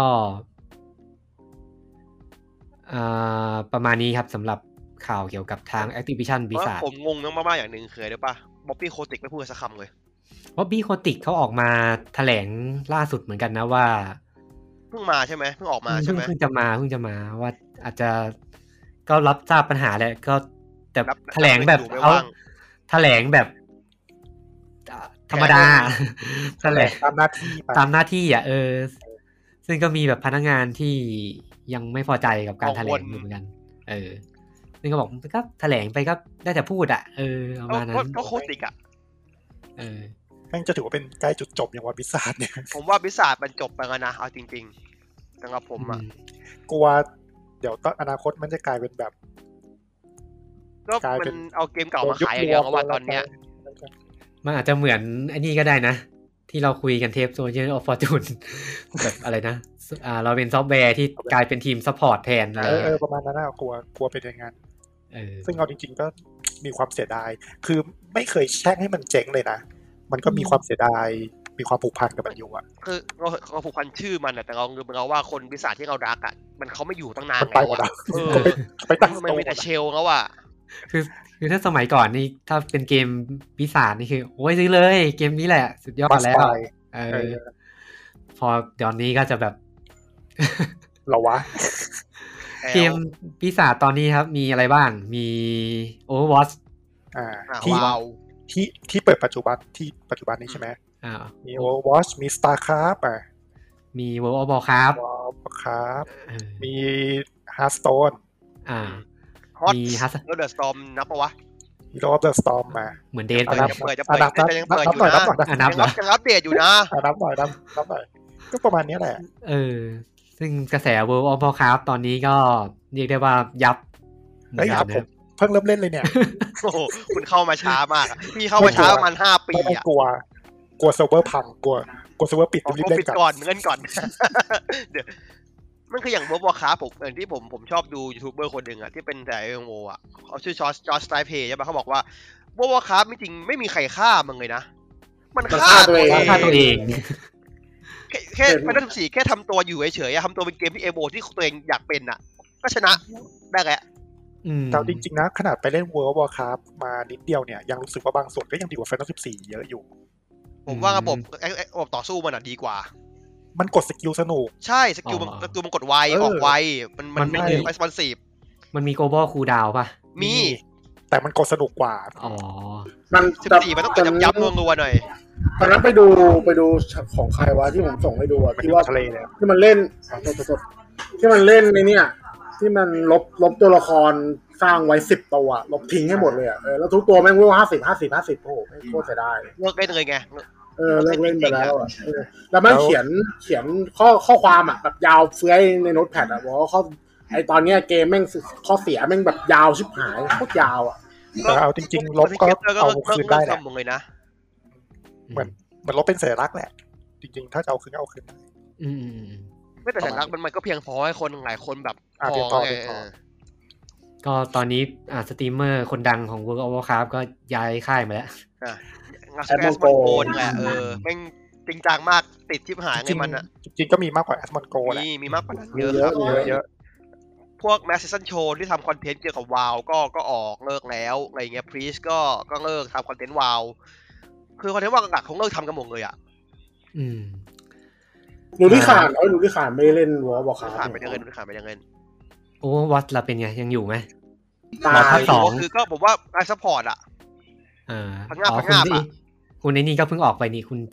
อ่าประมาณนี้ครับสำหรับข่าวเกี่ยวกับทาง Activision เพราะ Blizzard ผมงงมากๆอย่างหนึ่งเคยได้ปะบ๊อบบี้โคติกไม่พูดสักคำเลยเพราะบี้โคติกเขาออกมาแถลงล่าสุดเหมือนกันนะว่าเพิ่งมาใช่ไหมเพิ่งออกมาใช่เพิ่งไหมเพิ่งจะมาเพิ่งจะมาว่าอาจจะก็รับทราบปัญหาแหละก็แต่รับแถลงแบบรับไม่อยู่ไม่เอาว่างแถลงแบบอ่าธรรมดา แถลงตามหน้าที่ไปตามหน้าที่อ่ะเออ ซึ่งก็มีแบบพนักงานที่ยังไม่พอใจกับการแถลงอยู่เหมือนกัน เออ ซึ่งก็บอกก็แถลงไปก็ได้แต่พูดอ่ะเออประมาณนั้นก็โคติกอะเออแม่งจะถือว่าเป็นใกล้จุดจบอย่างว่าบิซาร์ดเนี่ยผมว่าบิสาดมันจบไปแล้วนะเอาจริงๆสำหรับผมอะกลัวเดี๋ยวตอนอนาคตมันจะกลายเป็นแบบก็กลายมัเป็นนเอาเกมเก่ามาขายอย่างเดียวเพราะว่าตอนเนี้ยมันอาจจะเหมือนไอ้นี่ก็ได้นะ ที่เราคุยกันเทป Soldier of Fortune แบบอะไรนะอ่าเราเป็นซอฟต์แวร์ที่กลายเป็นทีมซัพพอร์ตแทนอะไรเออเอเงี้อย ประมาณนั้นนะกลัวกลัวเป็นอย่างนั้นเออซึ่งเอาจริงๆก็มีความเสียดาย คือไม่เคยแช่งให้มันเจ๊งเลยนะ มันก็มีความเสียดาย มีความผูกพันกับมันอยู่อะคือเราเราผูกพันชื่อมันอะแต่เราลืมไปแล้วว่าคนบิสาดที่เรารักอะมันเขาไม่อยู่ตั้งนานมันไปหมดแล้แล้ว วอะเออไปตั้งมันโต๊ะมีแต่เชลแล้วอะคือคือถ้าสมัยก่อนนี่ถ้าเป็นเกมปีศาจนี่คือโอ้ยซื้อเลยเกมนี้แหละ สุดยอดแล้ว Must buy เอเอออพอเดี๋ยวนี้ก็จะแบบเหรอวะเกมปีศาจตอนนี้ครับ มีอะไรบ้าง มี Overwatch อ่าอ่ะที่ว้าวที่ที่เปิดปัจจุบันที่ปัจจุบันนี้ใช่ไหมอ่ามี Overwatch มี StarCraft อ่ะมี World of Warcraft Warcraft เออมี Hearthstone อ่าฮอตมี Hearth แล้วเดอะสตอมนับปะวะ Hero of the Storm มาเหมือนเดทอ่ะไปนับจะเปิดจะอ่ะเปิดนับนับแต่ยังเปิดนัอบ ยู่หน่อยนันะบหน่อยอ่ะนับยังเหรอัอปยังอัปเดตอยู่นะอ่ะนับหน่อยนับนับหน่อยก็ประมาณนี้แหละเออ ซึ่งกระแส World of Warcraft ตอนนี้ก็เรียกได้ว่ายับเหมืเฮ้อย นคกัรับนผนะมเพิ่งเริ่มเล่นเลยเนี่ยโอ้โหคุณเข้ามาช้ามากอะพี่เข้ามาช้าประมาณห้าปีไม่ต้องอะกลัว กลัวเซิร์ฟเวอร์พังกลัวกลัวเซิร์ฟเวอร์ปิดผมรีบก็เล่นปิดกันก่อนเงินก่อน เดี๋ยวมันคืออย่างเวิร์บวอร์คราฟผมอย่างที่ผมผมชอบดูยูทูบเบอร์คนหนึ่งอะที่เป็นแต่เอ็มโออะเขาชื่อจอร์จจอร์จสไตเพย์ใช่ปะเขาบอกว่าเวิร์บวอร์คราฟจริงๆไม่มีใครฆ่ามันเลยนะ มันมันฆ่าฆ่าตัตัว วเอเอง งฆ่าตัวเองแค่แค่ไฟนอลสิบสี่แค่ทำตัวอยู่เฉยๆอะทำตัวเป็นเกมที่เอโบที่ตัวเองอยากเป็นอะก็ชนะได้แหละอืมแต่จริงๆนะขนาดไปเล่น World of Warcraft มานิดเดียวเนี่ยยังรู้สึกว่าบางส่วนก็ยังดีกว่า Final สิบสี่เยอะอยู่ผมว่าระบบไอ้ไอ้ระบบต่อสู้มันอะดีกว่ามันกดสกิลสนุกใช่สกิลมันสกิลมันกดไวเออออกไวมันมันมันไม่ไม่เรสปอนซีฟมันมี global cooldown ป่ะมีแต่มันกดสนุกกว่าอ๋อมันสิบสี่มันต้องกดย้ำๆนัวๆหน่อยตอนนั้นไปดูไปดูของใครวะที่ผมส่งให้ดูอะมันที่อยู่ว่าทะเลเลยที่มันเล่นสดๆที่มันเล่นในเนี่ยที่มันลบลบตัวละครสร้างไว้สิบตัวลบทิ้งให้หมดเลยอ่ะเออแล้วทุกตัวแม่งเวลห้าสิบห้าสิบห้าสิบโอ้โหโคตรเสียดายเลิกเล่นเลยไงเออเลิกเล่นไปแล้วอ่ะเออแล้วมันเขียนเขียนข้อข้อความอ่ะแบบยาวเฟื้อยในโน้ตแพดอ่ะบอกว่าข้อไอตอนเนี้ยเกมแม่งข้อเสียแม่งแบบยาวชิบหายโคตรยาวอ่ะแต่เอาจริงๆลบก็เอาคืนได้แหละทำเลยนะเหมือนเหมือนลบเป็นสัญลักษณ์แหละ จริงๆ ถ้าจะเอาคืนก็เอาคืนได้อืมอืมอืมไม่แต่สัญลักษณ์มันมันก็เพียงพอให้คนหลายคนแบบอ่ะพเพียงอพอไงเพียงพอก็ตอนนี้อ่าสตรีมเมอร์คนดังของ World of Warcraft ก็ย้ายค่ายมาแล้วอ่ะงานแอสมอนโกนแหละเออแม่งจริงจังมากติดชิบหายไงมันอ่ะจริงๆก็มีมากกว่าแอสมอนโกแหละมีมีมากกว่านั้นมีเยอะเยครัอะบมีเยอะเยอะพวกแมสซิชันโชว์ที่ทำคอนเทนต์เกี่ยวกับวาวก็ก็ออกเลิกแล้วอะไรเงี้ยพรีสก็ก็เลิกทำคอนเทนต์วาวคือคอนเทนต์วาวหลักๆเขาเลิกทำกันหมดเลยอ่ะอืมหนูที่ขานเอ้ยหนูที่ขานไม่ได้เล่นวอลบอกขาขาดไปยังไงขาดไปยังไง Overwatch เราเป็นไงยังอยู่ไหมตาภาคยสองคือก็ผมว่าไอซัพพอร์ตอ่ะอ่าพังงาบอ๋อพังงาบคุณนี่อะคุณในนี่ก็เพิ่งออกไปนี่คุณเจฟ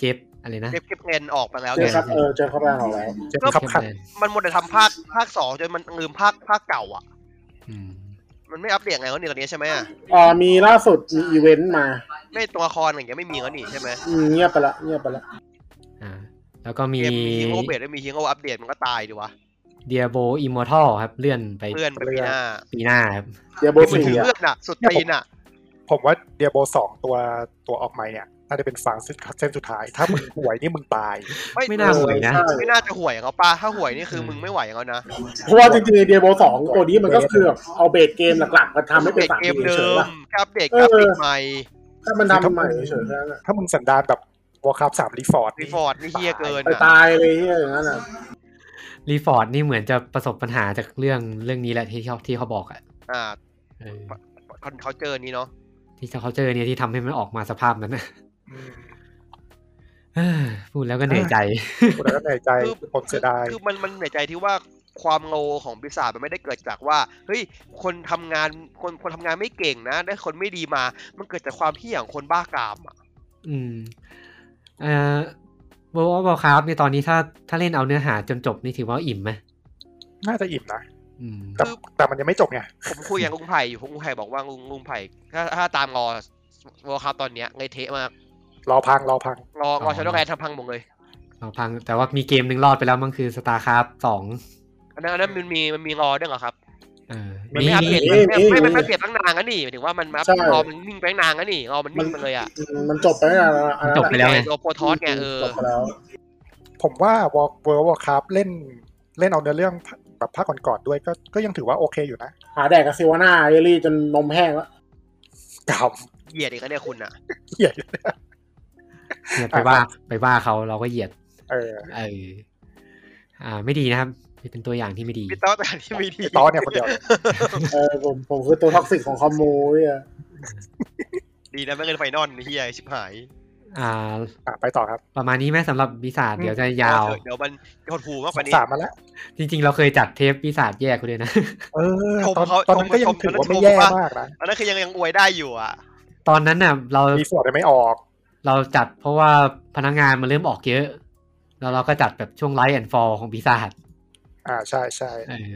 อะไรนะเก็บเก็บเงินออกไปแล้วเจอไงครับเออเจอครับแรงออกแล้วเจอครับขัดมันหมดแต่ทำภาคภาคสองจนมันลืมภาคภาคเก่าอ่ะอืมมันไม่อัปเดตไงวะนี่ตอนนี้ใช่ไหมอ่ะอ่ามีล่าสุดมีอีเวนต์มาไม่ตัวละครอย่างเงี้ยไม่มีแล้วนี่ใช่ไหมอืมเงียบไปละเงียบไปละอ่าแล้วก็มีเกมมีฮิงโอเบดไม่มีฮิงโออัปเดตมันก็ตายดีวะ Diablo Immortal ครับเลื่อนไปเลื่อนไปปีหน้าปีหน้าครับเดียโบมือสี่ถืออ่ะเลื่อนอ่ะสุดตีนอ่ะผมว่าเดียโบสองตัวตัวออกใหม่เนี่ยน่าจะเป็นฝั่งเส้นสุดท้าย ถ้ามึงห่วยนี่มึงตายไม่น่าห่วยนะใช่ไม่น่าจะห่วยเขาป้าถ้าห่วยนี่คือมึงไม่ไหวเขานะเพราะว่าจริงๆเดียโบสองตัวนี้มันก็คือแบบเอาเบสเกมหลักๆมาทำให้เป็นสามเกมดีเดิเฉยๆมป่ะกราฟเด็กกราฟิกใหม่ถ้ามันทำใหม่เฉยๆแค่นั้นอะถ้ามึงสันดานแบบวอลคราฟสามรีฟอร์ดรีฟอร์ดนี่เฮียเกินไปอ่ะตายเลยที่อย่างนั้นอ่ะรีฟอร์ดนี่เหมือนจะประสบปัญหาจากเรื่องเรื่องนี้แหละที่เขาที่เขาบอกอ่ะอ่าเออเขาเจอนี้เนาะที่เขาเจอเนี่ยที่ทำให้มันออกมาสภาพนั้นนะเอ้อพูดแล้วก็เหนื่อยใจคนนั้นก็เหนื่อยใจคือผมเสียดายคือมันมันเหนื่อยใจที่ว่าความโลของปีศาจมันไม่ได้เกิดจากว่าเฮ้ยคนทำงานคนคนทำงานไม่เก่งนะ ได้คนไม่ดีมา มันเกิดจากความเหี้ยของคนบ้ากามอ่ะอืมเอ่อ World of Warcraft ในตอนนี้ถ้าถ้าเล่นเอาเนื้อหาจนจบนี่ถือว่าอิ่มไหมน่าจะอิ่มนะอืมแต่แต่มันยังไม่จบไงผมคุยกับลุงไผ่อยู่ลุงไผ่บอกว่าลุงลุงไผ่ถ้าถ้าตามรอวอลคาตอนเนี้ยเลยเทะมากรอพังรอพังรอรอชาโดว์แกนทำพังหมดเลยเราพังแต่ว่ามีเกมหนึ่งรอดไปแล้วมันคือ StarCraft สองอันนั้นอันนั้นมันมีมันมีรอด้วยเหรอครับเออมันมีไม่อัปเดตมีไม่มีไม่มีไม่อัปเดตตั้งนานกันนี่หมายถึงว่ามันอัปใช่รอมันนิ่งไปตั้งนานกันนี่รอมันนิ่งไปเลยอ่ะมันจบไปแล้วนะอันนั้นจบไปแล้วไงโดโปรทอสไงเออจบไปแล้วผมว่าวอลเวิร์ลวอลคราฟเล่นเล่นเอาเนื้อเรื่องแบบภาคก่อนๆด้วยก็ก็ยังถือว่าโอเคอยู่นะหาแดกกับซิวาน่าเอลี่จนนมแห้งแล้วกเหยียดอีกแล้วเนี่ยคุณอ่ะำเหี้ยเนี่ยไปว่าไปว่าเขาเราก็เหยียดเออเอออ่าไม่ดีนะครับเป็นตัวอย่างที่ไม่ดีพี่ต๊อกแต่ที่ไม่ดีไอ้ต้อเนี่ยคนเดียวเออผมผมคือตัวท็อกซิกของคอมมูเนี่ยดีนะไม่เงินไฟนอลเฮียชิบหายอ่าอ่ะไปต่อครับประมาณนี้ไหมสำหรับปีศาจเดี๋ยวจะยาวเดี๋ยวมันหดหูมากกว่านี้สามมาแล้วจริงๆ เราเคยจัดเทปปีศาจแยกคุณเลยนะเออชมตอนเขาตอนนั้นก็ยังชมถือว่าชมไม่แย่ว่ามากนะอันนั้นคือยังยังอวยได้อยู่อ่ะตอนนั้นน่ะเรารีฟอร์ดยังไม่ออกเราจัดเพราะว่าพนักงานมันเริ่มออกเยอะ แล้วเราก็จัดแบบช่วงไลท์แอนด์ฟอลของปีศาจอ่าใช่ใช่เออ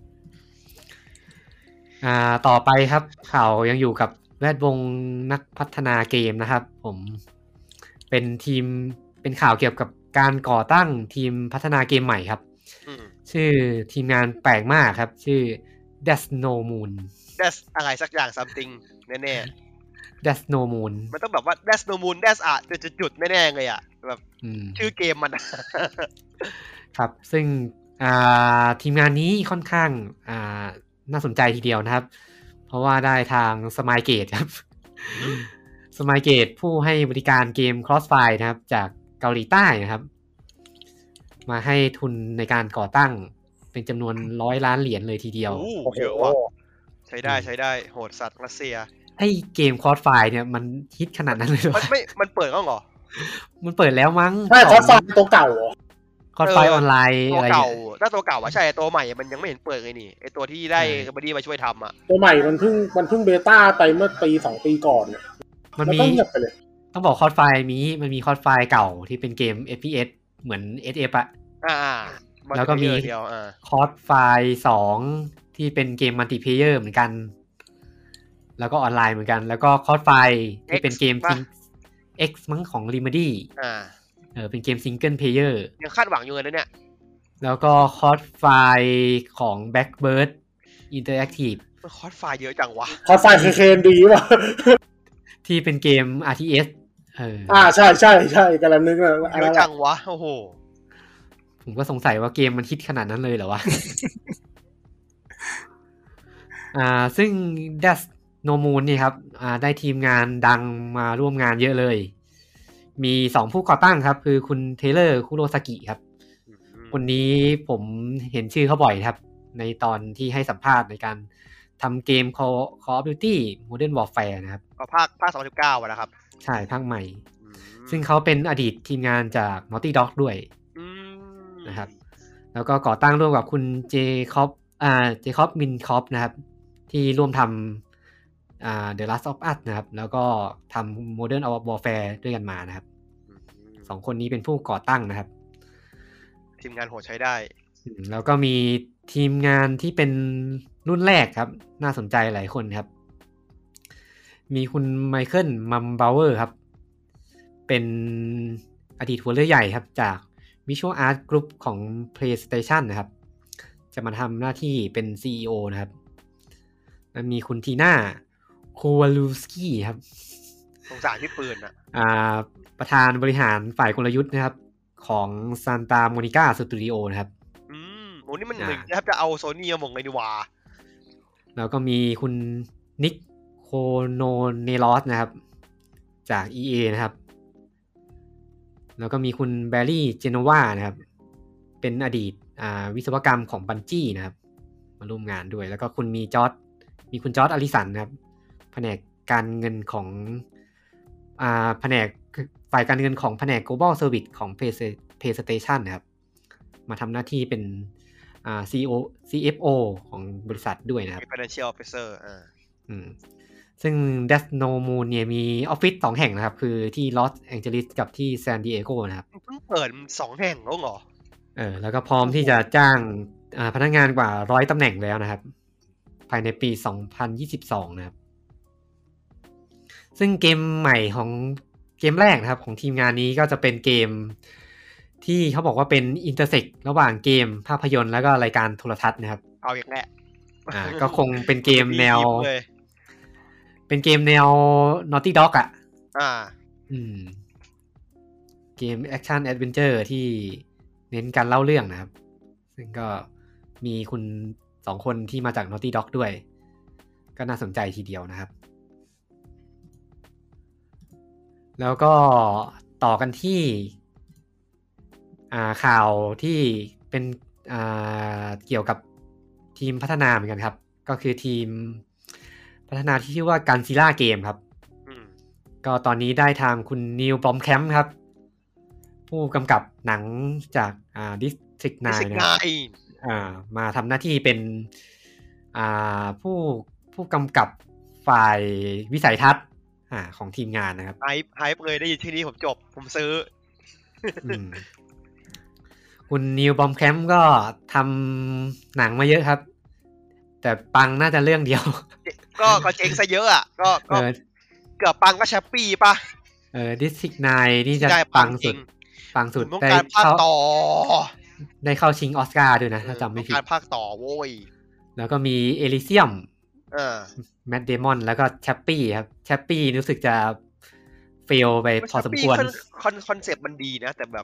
อ่าต่อไปครับข่าวยังอยู่กับแวดวงนักพัฒนาเกมนะครับ ผมเป็นทีมเป็นข่าวเกี่ยวกับการก่อตั้งทีมพัฒนาเกมใหม่ครับอืมชื่อทีมงานแปลกมากครับ ชื่อ There's No Moon that's อะไรสักอย่าง something แน่ There's No Moon ๆมันต้องแบบว่า that's no moon that's อ่ะจุดๆๆแน่ๆเลยอ่ะแบบอืมชื่อเกมมันอะครับ ซึ่งอ่าทีมงานนี้ค่อนข้างอ่าน่าสนใจทีเดียวนะครับ เพราะว่าได้ทาง Smilegate ครับ Smilegate ผู้ให้บริการเกม Crossfire นะครับ จากเกาหลีใต้นะครับ มาให้ทุนในการก่อตั้งเป็นจำนวนร้อยล้านเหรียญเลยทีเดียวโอ้โอ้โหเยอะว่ะใช้ได้ใช้ได้โหดสัตว์รัสเซียไอ้เกม Crossfire เนี่ยมันฮิตขนาดนั้นเลยเหรอมันไม่มันเปิดก็เหรอมันเปิดแล้วมั้งใช่คอร์สไฟตัวเก่าเหรอ Crossfire เออออนไลน์ตัวอะไรเก่าเนี่ยถ้าตัวเก่าอะใช่ตัวใหม่มันยังไม่เห็นเปิดเลยนี่ไอตัวที่ได้ใช่บอดี้มาช่วยทำอะตัวใหม่มันเพิ่งมันเพิ่งเบต้าไปเมื่อปีสองปีก่อนเนี่ยมันแล้วมีก็เงียบไปเลยต้องบอก Crossfire มีมันมี Crossfire เก่าที่เป็นเกม เอฟ พี เอส เหมือน เอส เอฟ อะอ่าแล้วก็มีเดียวอ่า Crossfire สองที่เป็นเกมมัลติเพลเยอร์เหมือนกัน แล้วก็ออนไลน์เหมือนกัน แล้วก็ Crossfire ที่เป็นเกมป่ะ X มั้งของ Remedy อ่าเออเป็นเกมซิงเกิลเพลเยอร์ยังคาดหวังอยู่เลยนะเนี่ยแล้วก็ Crossfire ของ Blackbird Interactive มันคอร์สไฟล์เยอะจังวะคอร์สไฟเคเคนดีป่ะที่เป็นเกม อาร์ ที เอส เอออ่าใช่ใช่ใช่กำลังนึกว่าอันเยนั้อะนแหจัละงวะโอ้โหผมก็สงสัยว่าเกมมันฮิตขนาดนั้นเลยเหรอวะ อ่าซึ่ง That's No Moon นี่ครับอ่าได้ทีมงานดังมาร่วมงานเยอะเลย มีสองผู้ก่อตั้งครับ คือคุณเทเลอร์คุโรซากิครับ คนนี้ผมเห็นชื่อเขาบ่อยครับ ในตอนที่ให้สัมภาษณ์ในการทำเกม Call of Duty Modern Warfare นะครับก็ภาคภาคสองสิบเก้าอะนะครับใช่ภาคใหม่อืมซึ่งเขาเป็นอดีตทีมงานจาก Naughty Dog ด้วยอืมนะครับ แล้วก็ก่อตั้งร่วมกับคุณเจคอบอ่าเจคอบมินคอปนะครับ ที่ร่วมทำอ่า The Last of Us นะครับ แล้วก็ทำ Modern Warfare ด้วยกันมานะครับอืมสองคนนี้เป็นผู้ก่อตั้งนะครับทีมงานโหดใช้ได้แล้วก็มีทีมงานที่เป็นรุ่นแรกครับน่าสนใจหลายคนครับมีคุณไมเคิลมัมบาวเวอร์ครับเป็นอดีตหัวเรือใหญ่ครับจาก Visual Art Group ของ PlayStation นะครับจะมาทำหน้าที่เป็น ซี อี โอ นะครับแล้วมีคุณทีน่าโควาลูสกี้ครับสงสารที่ปืนอ่ะอ่าประธานบริหารฝ่ายกลยุทธ์นะครับของ Santa Monica Studio นะครับอืมโหนี่มันเหมือนนะครับจะเอาโซนี่มาหมงไงดีวะแล้วก็มีคุณนิกโคโนเนลอสนะครับจาก อี เอ นะครับแล้วก็มีคุณแบร์รี่เจโนวานะครับเป็นอดีตอ่าวิศวกรรมของบันจี้นะครับมาร่วมงานด้วยแล้วก็คุณมีจอร์จมีคุณจอร์จอลิสันนะครับแผนกการเงินของอ่าแผนกฝ่ายการเงินของแผนก Global Service ของ PlayStation นะครับมาทำหน้าที่เป็นอ่า ซี อี โอ ซี เอฟ โอ ของบริษัทด้วยนะครับ Financial Officer อ่าอืมซึ่ง Death No Moon เนี่ยมีออฟฟิศสองแห่งนะครับคือที่ลอสแองเจลิสกับที่ซานดิเอโกนะครับเพิ่งเปิดสองแห่งแล้วเหรอเออแล้วก็พร้อมที่จะจ้างอ่าพนักงานกว่าร้อยตำแหน่งแล้วนะครับภายในปีสองพันยี่สิบสองนะครับซึ่งเกมใหม่ของเกมแรกนะครับของทีมงานนี้ก็จะเป็นเกมที่เขาบอกว่าเป็นอินเตอร์เซกระหว่างเกมภาพยนตร์แล้วก็รายการโทรทัศน์นะครับเอาอย่างแหละอ่าก็คงเป็นเกมแนวเป็นเกมแนว Naughty Dog อ่ะอ่าอืมเกมแอคชั่นแอดเวนเจอร์ที่เน้นการเล่าเรื่องนะครับซึ่งก็มีคุณสองคนที่มาจาก Naughty Dog ด้วยก็น่าสนใจทีเดียวนะครับแล้วก็ต่อกันที่อ่าข่าวที่เป็นอ่าเกี่ยวกับทีมพัฒนาเหมือนกันครับก็คือทีมพัฒนาที่ชื่อว่า Godzilla Game ครับก็ตอนนี้ได้ทางคุณนิวบลอมแคมป์ครับผู้กำกับหนังจากอ่า District ไนน์นะครับอ่ามาทำหน้าที่เป็นอ่าผู้ผู้กำกับฝ่ายวิสัยทัศน์อ่าของทีมงานนะครับไฮป์ไฮป์เลยได้ยินที่นี้ผมจบผมซื้อคุณนิวบอมแคมป์ก็ทำหนังมาเยอะครับแต่ปังน่าจะเรื่องเดียวก็ก็เจ๊งซะเยอะอ่ะก็ก็เกือบปังก็แชปปี้ป่ะเออ District ไนน์นี่จะปังสุดปังสุดได้เข้าต่อได้เข้าชิงออสการ์ด้วยนะถ้าจำไม่ผิดการภาคต่อโว้ยแล้วก็มีเอลิเซียมเออแมทเดมอนแล้วก็แชปปี้ครับแชปปี้รู้สึกจะเฟลไปพอสมควรคอนคอนเซ็ปต์มันดีนะแต่แบบ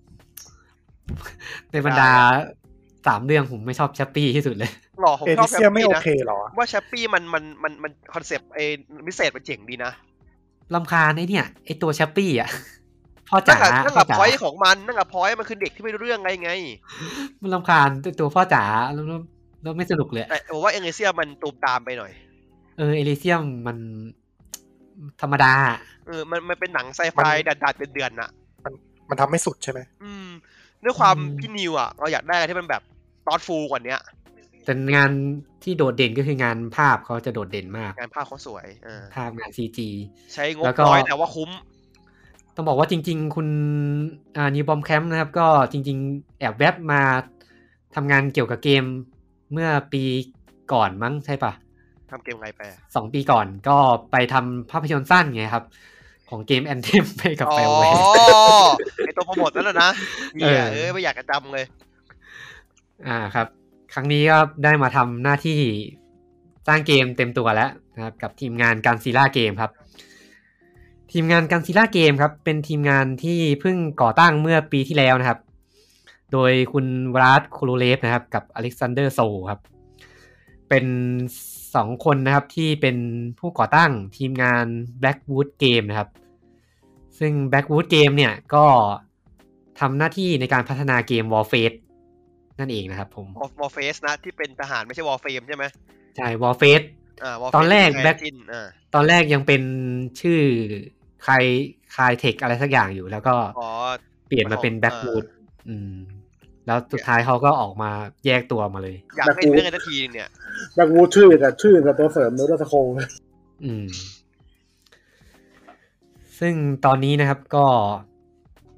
ในบรรดาสามเรื่องผมไม่ชอบแชปปี้ที่สุดเลยหรอผมชอบแชปปี้ไม่โอเคหรอว่าแชปปี้มันมันมันมันคอนเซ็ปต์ไอ้พิเศษมันเจ๋งดีนะรำคาญไอ้เนี่ยไอ้ตัวแชปปี้อ่ะพ่อจ๋านั่งกับพอยต์ของมันนั่งกับพอยต์มันคือเด็กที่ไม่รู้เรื่องไงไงมันรำคาญตัวพ่อจ๋าแล้วแล้วไม่สนุกเลยแต่ผมว่าเอลิเซียมมันตูมตามไปหน่อยเออเอลิเซียมมันธรรมดาเออมันมันเป็นหนังไซไฟดัดๆเดือนๆน่ะมันมันทำไม่สุดใช่ไหมอืมด้วยความพี่นิวอ่ะเราอยากได้อะไรที่มันแบบตอดฟูกว่านี้แต่งานที่โดดเด่นก็คืองานภาพเขาจะโดดเด่นมากงานภาพเขาสวยภาพงาน ซี จีใช้งบน้อยแต่ว่าคุ้มต้องบอกว่าจริงๆคุณอ่านิวบอมแคมป์นะครับก็จริงๆแอบแวบมาทำงานเกี่ยวกับเกมเมื่อปีก่อนมั้งใช่ปะทำเกมไงไปสองปีก่อนก็ไปทำภาพยนตร์สั้นไงครับของเกม Anthem ไปกับแฟร์เวย์อ๋อไอตัวโปรโมทนั่นแหละนะเออเออไม่อยากจะจำเลยอ่าครับครั้งนี้ก็ได้มาทำหน้าที่สร้างเกมเต็มตัวแล้วนะครับกับทีมงาน Godzilla Game ครับทีมงาน Godzilla Game ครับเป็นทีมงานที่เพิ่งก่อตั้งเมื่อปีที่แล้วนะครับโดยคุณวราดโคโลเลฟนะครับกับอเล็กซานเดอร์โซครับเป็นสองคนนะครับที่เป็นผู้ก่อตั้งทีมงาน Blackwood Game นะครับซึ่ง Blackwood Game เนี่ยก็ทำหน้าที่ในการพัฒนาเกม Warface นั่นเองนะครับผม Warface นะที่เป็นทหารไม่ใช่ Warframe ใช่ไหมใช่ Warface อ่าตอนแรก Black ตอนแรกยังเป็นชื่อคายคายเทคอะไรสักอย่างอยู่แล้วก็เปลี่ยนมาเป็น Blackwood อืมแล้วสุดท้ายเขาก็ออกมาแยกตัวมาเลยอยากให้เรื่องกันทีเนี่ย Blackwood ชื่อกับชื่อกับตัวเสริมเนื้อสโคงอืมซึ่งตอนนี้นะครับก็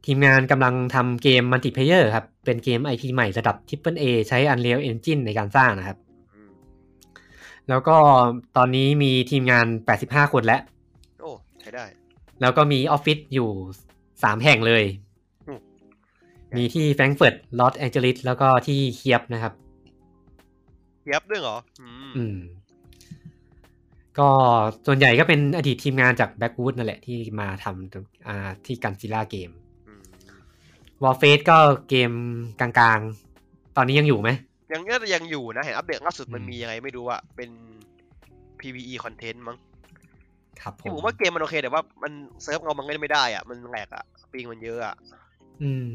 ทีมงานกำลังทำเกมมัลติเพลเยอร์ครับเป็นเกม ไอ พี ใหม่ระดับ Triple A ใช้ Unreal Engine ในการสร้างนะครับแล้วก็ตอนนี้มีทีมงานแปดสิบห้าคนแล้วโอ้ใช้ได้แล้วก็มีออฟฟิศอยู่สามแห่งเลยมีที่แฟรงก์เฟิร์ตลอสแองเจลิสแล้วก็ที่เคียบนะครับเคียบด้วยเหรออืมก็ส่วนใหญ่ก็เป็นอดีตทีมงานจากแบ็กวูดนั่นแหละที่มาทำอ่าที่กันซิลล่าเกมวอลเฟสก็เกมกลางๆตอนนี้ยังอยู่ไหมยังยังอยู่นะเห็นอัปเดตล่าสุดมันมียังไงไม่รู้อะเป็น พี วี อี content มั้งครับผมผมว่าเกมมันโอเคแต่ว่ามันเซิร์ฟเรามันเล่นไม่ได้อ่ะมันแหลกอ่ะปิงมันเยอะอ่ะอืม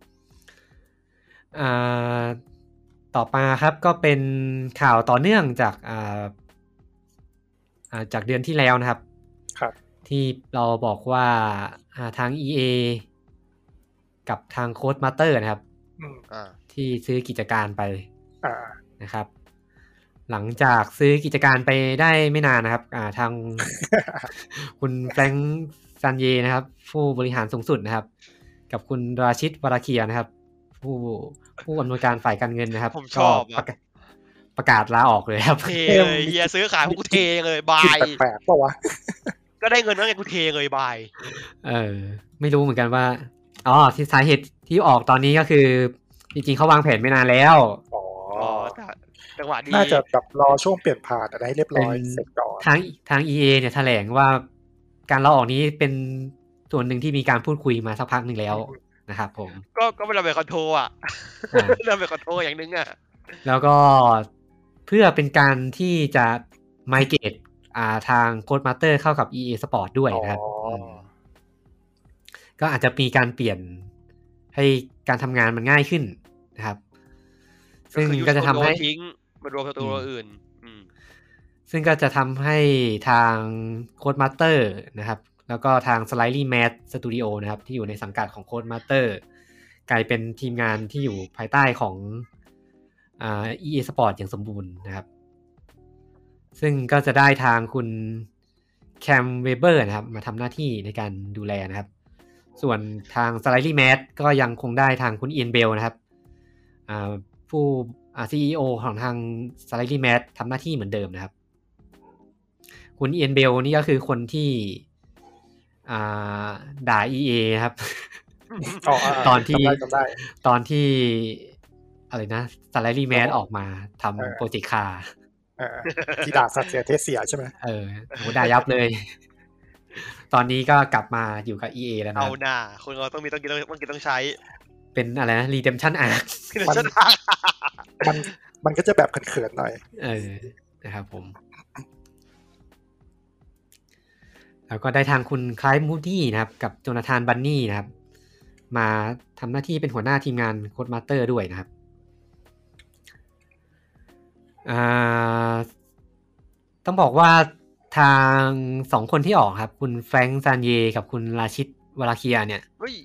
อ่าต่อมาครับก็เป็นข่าวต่อเนื่องจากอ่าอ่าจากเดือนที่แล้วนะครับครับที่เราบอกว่าอ่าทาง อี เอ กับทางโค้ดมาสเตอร์นะครับที่ซื้อกิจการไปนะครับหลังจากซื้อกิจการไปได้ไม่นานนะครับอ่าทาง คุณแฟรงค์ซันเยนะครับผู้บริหารสูงสุดนะครับกับคุณราชิดวาราเคียนะครับผู้ผู้อำนวยการฝ่ายการเงินนะครับผมชอบประกาศประกาศลาออกเลยครับเทเลยเฮียซื้อขายกูเทเลยบายแปลกๆป่าวะก็ได้เงินแล้วไงกูเทเลยบายเออไม่รู้เหมือนกันว่าอ๋อที่สาเหตุที่ออกตอนนี้ก็คือจริงๆเขาวางแผนไม่นานแล้วอ๋อจังหวะดีน่าจะแบบรอช่วงเปลี่ยนผ่านอะไรให้เรียบร้อยเสร็จก่อนทางทาง อี เอ เนี่ยแถลงว่าการลาออกนี้เป็นส่วนหนึ่งที่มีการพูดคุยมาสักพักหนึ่งแล้วนะครับผมก็ก็เป็นระเบิดคอนโทรอ่ะระเบิดคอนโทรอย่างนึงอ่ะแล้วก็เพื่อเป็นการที่จะไมเกรตอ่าทางโค้ดมาสเตอร์เข้ากับ อี เอ Sport ด้วยนะครับก็อาจจะมีการเปลี่ยนให้การทำงานมันง่ายขึ้นนะครับซึ่งก็จะทำให้ทิ้งมารวมกับตัวอื่นซึ่งก็จะทำให้ทางโค้ดมาสเตอร์นะครับแล้วก็ทาง Slightly Mad Studio นะครับที่อยู่ในสังกัดของโค้ดมาสเตอร์กลายเป็นทีมงานที่อยู่ภายใต้ของอ่า อี เอ Sport อย่างสมบูรณ์นะครับซึ่งก็จะได้ทางคุณแคมเวเบอร์นะครับมาทำหน้าที่ในการดูแลนะครับส่วนทาง Slightly Mad ก็ยังคงได้ทางคุณเอียนเบลนะครับอ่าผู้อ่า ซี อี โอ ของทาง Slightly Mad ทำหน้าที่เหมือนเดิมนะครับคุณเอียนเบลนี่ก็คือคนที่อ่าด่า อี เอ ครับ ตอนที่ตอนที่อะไรนะ Slightly Mad ออกมาทำโปรเจกต์คาร์ที่ด่าสัตว์เสียเทสเสียใช่ไหมเออโหด่ายับเลย ตอนนี้ก็กลับมาอยู่กับ อี เอ แล้วนะเอาหน้าคนเราต้องมีต้องกินต้องกินต้องใช้เป็นอะไรนะ Redemption Arc มันมันมันก็จะแบบเขินๆหน่อยเออนะครับผมแล้วก็ได้ทางคุณคลายมูดี้นะครับกับโจนาธานบันนี่นะครับมาทำหน้าที่เป็นหัวหน้าทีมงานโค้ดมาสเตอร์ด้วยนะครับอ่าต้องบอกว่าทางสองคนที่ออกครับคุณแฟรงค์ซานเยกับคุณราชิดวาราเคียเนี่ยเฮ้ย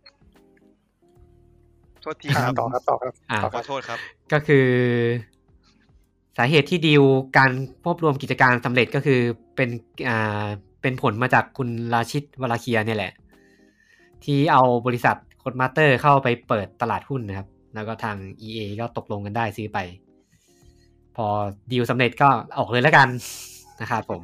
โทษทีครับต่อครับต่อครับขอโทษครับก็คือสาเหตุที่ดีลการรวบรวมกิจการสำเร็จก็คือเป็นอ่าเป็นผลมาจากคุณราชิดวาราเคียเนี่ยแหละที่เอาบริษัทโค้ดมาสเตอร์เข้าไปเปิดตลาดหุ้นนะครับแล้วก็ทาง อี เอ ก็ตกลงกันได้ซื้อไปพอดีลสำเร็จก็ออกเลยแล้วกันนะครับผม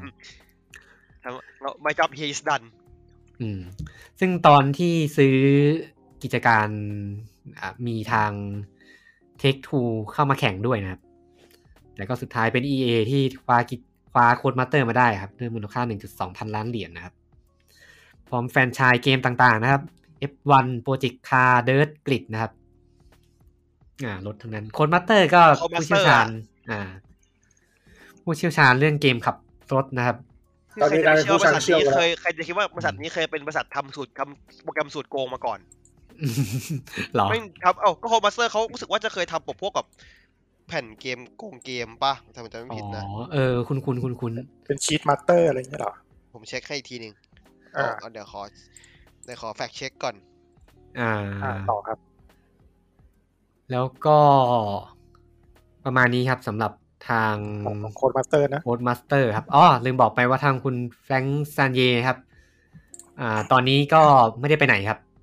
My job here is done อืมซึ่งตอนที่ซื้อกิจการมีทาง Take Two เข้ามาแข่งด้วยนะครับแต่ก็สุดท้ายเป็น อี เอ ที่คว้ากิจคว้าโค้ดมาสเตอร์มาได้ครับด้วยมูลค่า หนึ่งจุดสอง พันล้านเหรียญนะครับพร้อมแฟรนไชส์เกมต่างๆนะครับ เอฟ วัน Project Car Dirt Grid นะครับอ่ารถทั้งนั้นโค้ดมาสเตอร์ก็ผู้เชี่ยวชาญอ่าผู้เชี่ยวชาญเรื่องเกมขับรถนะครับตอนนี้การบริษัทนี้เคยใครจะคิดว่าบริษัทนี้เคยเป็นบริษัททำสูตรทำโปรแกรมสูตรโกงมาก่อนหรอไม่ครับเอ้าก็โฮมมาสเตอร์เขารู้สึกว่าจะเคยทำพวกกับแผ่นเกมโกงเกมป่ะถ้าผมจำไม่ผิดนะอ๋อเออคุณคุณคุณคุณเป็นชีทมาสเตอร์อะไรอย่างเงี้ยหรอผมเช็คให้อีกทีนึงอ่าเดี๋ยวขอเดี๋ยวขอแฟกเช็คก่อนอ่าต่อครับแล้วก็ประมาณนี้ครับสำหรับทางโค้ดมาสเตอร์นะโค้ดมาสเตอร์ครับอ๋อลืมบอกไปว่าทางคุณแฟรงค์ซานเยครับอ่าตอนนี้ก็ไม่ได้ไปไหนครับไป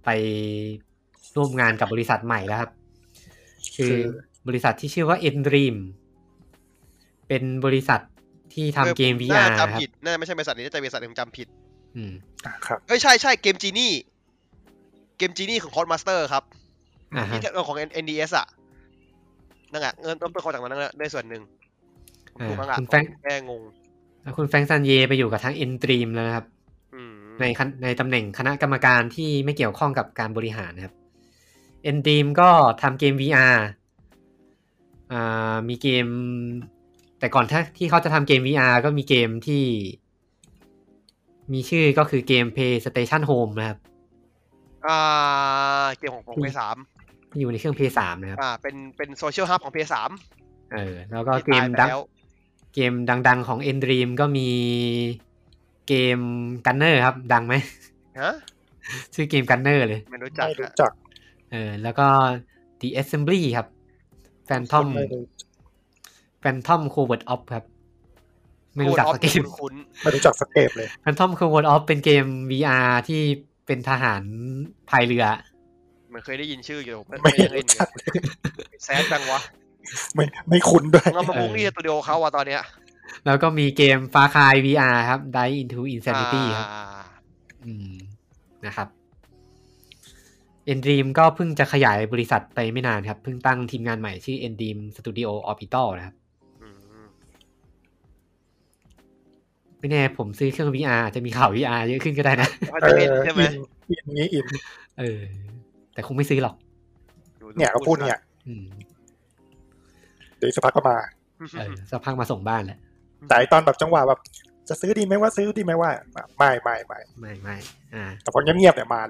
ไปร่วมงานกับบริษัทใหม่แล้วครับคืคือบริษัทที่ชื่อว่า Endream เป็นบริษัทที่ทำเกม วีน่าอาร์จะครับจำผิดน่าจะไม่ใช่บริษัทนี้น่าจะบริษัทหนึ่งจำผิดอืมอ่าครับเอ้ยใช่ใช่เกมจีนี่เกมจีนี่ของ Codemaster ครับอ่าฮะที่ของ เอ็น ดี เอส อ่ะนั่นแหละเงินต้นต้นจากนั้นได้ส่วนหนึ่งผมถูกมั้งอ่ะคุณแฟรงค์แค่งงคุณแฟรงค์ซันเยไปอยู่กับทาง Endream แล้วนะครับอืมในคณในตำแหน่งคณะกรรมการที่ไม่เกี่ยวข้องกับการบริหารนะครับ Endream ก็ทำเกม วี อาร์ อ่ามีเกมแต่ก่อนถ้าที่เขาจะทำเกม วี อาร์ ก็มีเกมที่มีชื่อก็คือเกม PlayStation Home นะครับอ่าเกมของของ พี สามที่อยู่ในเครื่อง พี สาม นะครับอ่าเป็นเป็นโซเชียลฮับของ พี สามเออแล้วก็ที่เกตาม ยไปดังแล้วเกมดังๆของ Endream ก็มีเกม Gunner ครับดังไหมฮะชื่อเกม Gunner เลยไม่รู้จักไม่รู้อะจักเออแล้วก็ The Assembly ครับ Phantom ไม่รู้ Phantom Covert Ops ครับ ไม่รู้จักสักเกมคุ้นไม่รู้จักสักเกมเลย Phantom Covert Ops เป็นเกม วี อาร์ ที่เป็นทหารพายเรือๆมันเคยได้ยินชื่ออยู่ผมไม่ไม่ได้เล่นรู้จักไงแซดจังวะไม่ไม่คุ้นด้วยเรามามุ่งที่สตูดิโอเขาอะตอนเนี้ยแล้วก็มีเกม Far Cry วี อาร์ ครับ Die into Insanity ครับอ่าอืมนะครับ Endream ก็เพิ่งจะขยายบริษัทไปไม่นานครับ เพิ่งตั้งทีมงานใหม่ชื่อ Endream Studio Orbital นะครับอืมไม่แน่ผมซื้อเครื่อง วี อาร์ อาจจะมีข่าว วี อาร์ เยอะขึ้นก็ได้นะเขาเอจะอเล่นใช่ไหมอินอินงี้อินเออ แต่คงไม่ซื้อหรอกเนี่ยก็พูดเนี่ยอืมเดี๋ยวสักพักก็มาเออสักพักมาส่งบ้านแหละแต่ไอ้ตอนแบบจังหวะแบบจะซื้อดีไหมว่าซื้อดีไหมว่าไม่ไม่ไม่ไม่ไม่อ่าแต่พอเงียบๆเนี่ยมาเลย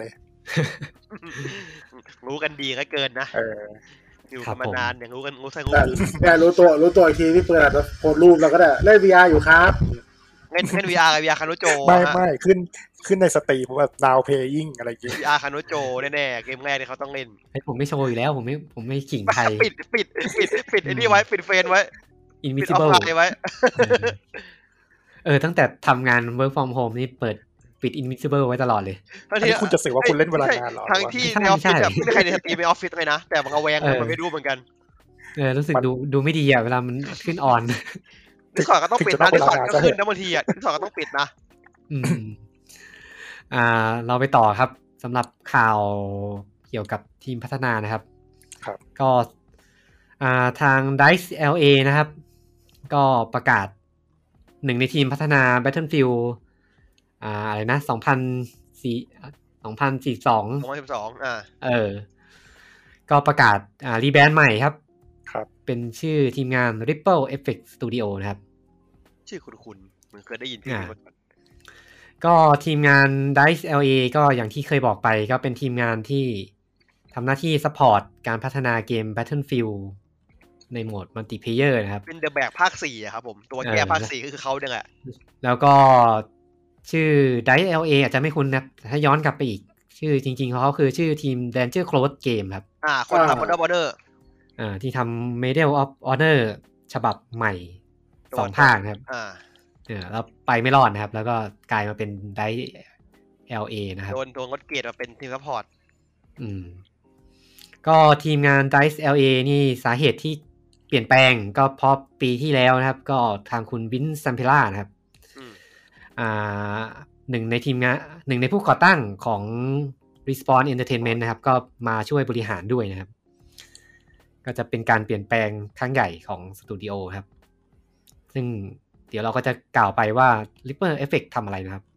รู้กันดีก็เกินนะเอออยู่กันมานานอย่างรู้กันรู้ใช่รู้แต่แต่รู้ตัวรู้ตัวอีกทีที่เปิดอาจจะโพสต์รูปแล้วก็ได้เล่น วี อาร์ อยู่ครับเล่นเล่น วี อาร์ กับ วี อาร์ คานุโจไม่ฮะไม่ขึ้นขึ้นในสตรีมว่า now playing อะไรอย่างเงี้ยวี อาร์ คานุโจแน่ๆเกมแรกที่เขาต้องเล่นให้ผมไม่โชว์อยู่แล้วผมไม่ผมไม่ขิงใครปิดปิดปิดปิดไอ้นี่ไว้ปิดเฟรนไว้ปิดออฟ Invisible ไลน์ไว้เออเออตั้งแต่ทำงาน work from home นี่เปิดปิด Invisible ไว้ตลอดเลยอันนี้คุณจะสื่อว่าคุณเล่นเวลางานเหรอทั้งที่ไม่ใช่ในออฟฟิศไม่ใช่แบบไม่มีใครในสตรีมในออฟฟิศเลยนะ แต่มันเอาแวงเออมันไม่รู้เหมือนกันเออรู้สึกดูดูไม่ดีอ่ะเวลามันขึ้นออนดิสคอร์ดก็ต้องปิดนะดิสคอร์ดก็ขึ้นนะบางทีอ่ะดิสคอร์ดก็ต้องปิดนะอืมอ่าเราไปต่อครับสำหรับข่าวเกี่ยวกับทีมพัฒนานะครับครับก็อ่าทาง Dice แอล เอ นะครับ ก็ประกาศหนึ่งในทีมพัฒนา Battlefield อ่าอะไรนะสองพันสี่ สองพันสี่สิบสองสองพันสิบสองอ่าเออ ก็ประกาศอ่ารีแบรนด์ใหม่ครับครับเป็นชื่อทีมงาน Ripple Effect Studio นะครับชื่อคุณคุณเหมือนเคยได้ยินชื่อนี้มาก่อนก็ทีมงาน Dice แอล เอ ก็อย่างที่เคยบอกไปก็เป็นทีมงานที่ทำหน้าที่ซัพพอร์ตการพัฒนาเกม Battlefield ในโหมดมัลติเพลเยอร์นะครับเป็นเดอะแบกภาคสี่อะครับผมตัวแก้ภาคสี่ก็คือเขาเนี่ยแหละแล้วก็ชื่อ Dice แอล เอ อาจจะไม่คุ้นนะถ้าย้อนกลับไปอีก ชื่อจริงๆของเขาคือชื่อทีม Danger Close Game ครับอ่าคนทำ Border Border อ่าที่ทำ Medal of Honor ฉบับใหม่สองภาคนะครับอ่าเออแล้วไปไม่รอดนะครับ แล้วก็กลายมาเป็น Dice แอล เอ นะครับโดนโดนงดเกรดมาเป็นทีมซัพพอร์ตอืมก็ทีมงาน Dice แอล เอ นี่สาเหตุที่เปลี่ยนแปลงก็เพราะปีที่แล้วนะครับ ก็ทางคุณวินซัมเพล่านะครับอืมอ่าหนึ่งในทีมงานหนึ่งในผู้ก่อตั้งของ Respawn Entertainment นะครับ ก็มาช่วยบริหารด้วยนะครับ ก็จะเป็นการเปลี่ยนแปลงครั้งใหญ่ของสตูดิโอครับ ซึ่งเดี๋ยวเราก็จะกล่าวไปว่า Ripple Effect ทำอะไรนะครับ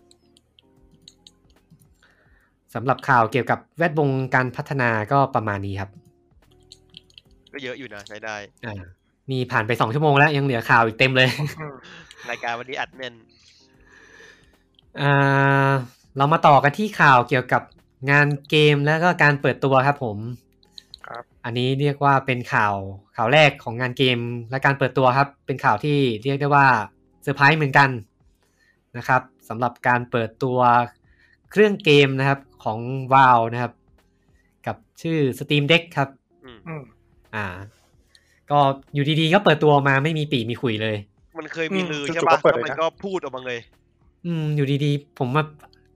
สำหรับข่าวเกี่ยวกับแวดวงการพัฒนาก็ประมาณนี้ครับก็เยอะอยู่นะใช้ได้อ่านี่ผ่านไปสองชั่วโมงแล้วยังเหลือข่าวอีกเต็มเลยรายการวันนี้อัดแน่นอ่าเรามาต่อกันที่ข่าวเกี่ยวกับงานเกมแล้วก็การเปิดตัวครับผมครับอันนี้เรียกว่าเป็นข่าวข่าวแรกของงานเกมและการเปิดตัวครับ เป็นข่าวที่เรียกได้ว่าเซอร์ไพรส์เหมือนกันนะครับสำหรับการเปิดตัวเครื่องเกมนะครับของ Valve นะครับกับชื่อ Steam Deck ครับอืมอืมอ่าก็อยู่ดีๆก็เปิดตัวมาไม่มีปีมีขุยเลยมันเคยมีลืออืมใช่จู่ๆป่ะก็เปิดแล้วเลยมันนะก็พูดออกมาเลยอืมอยู่ดีๆผมมา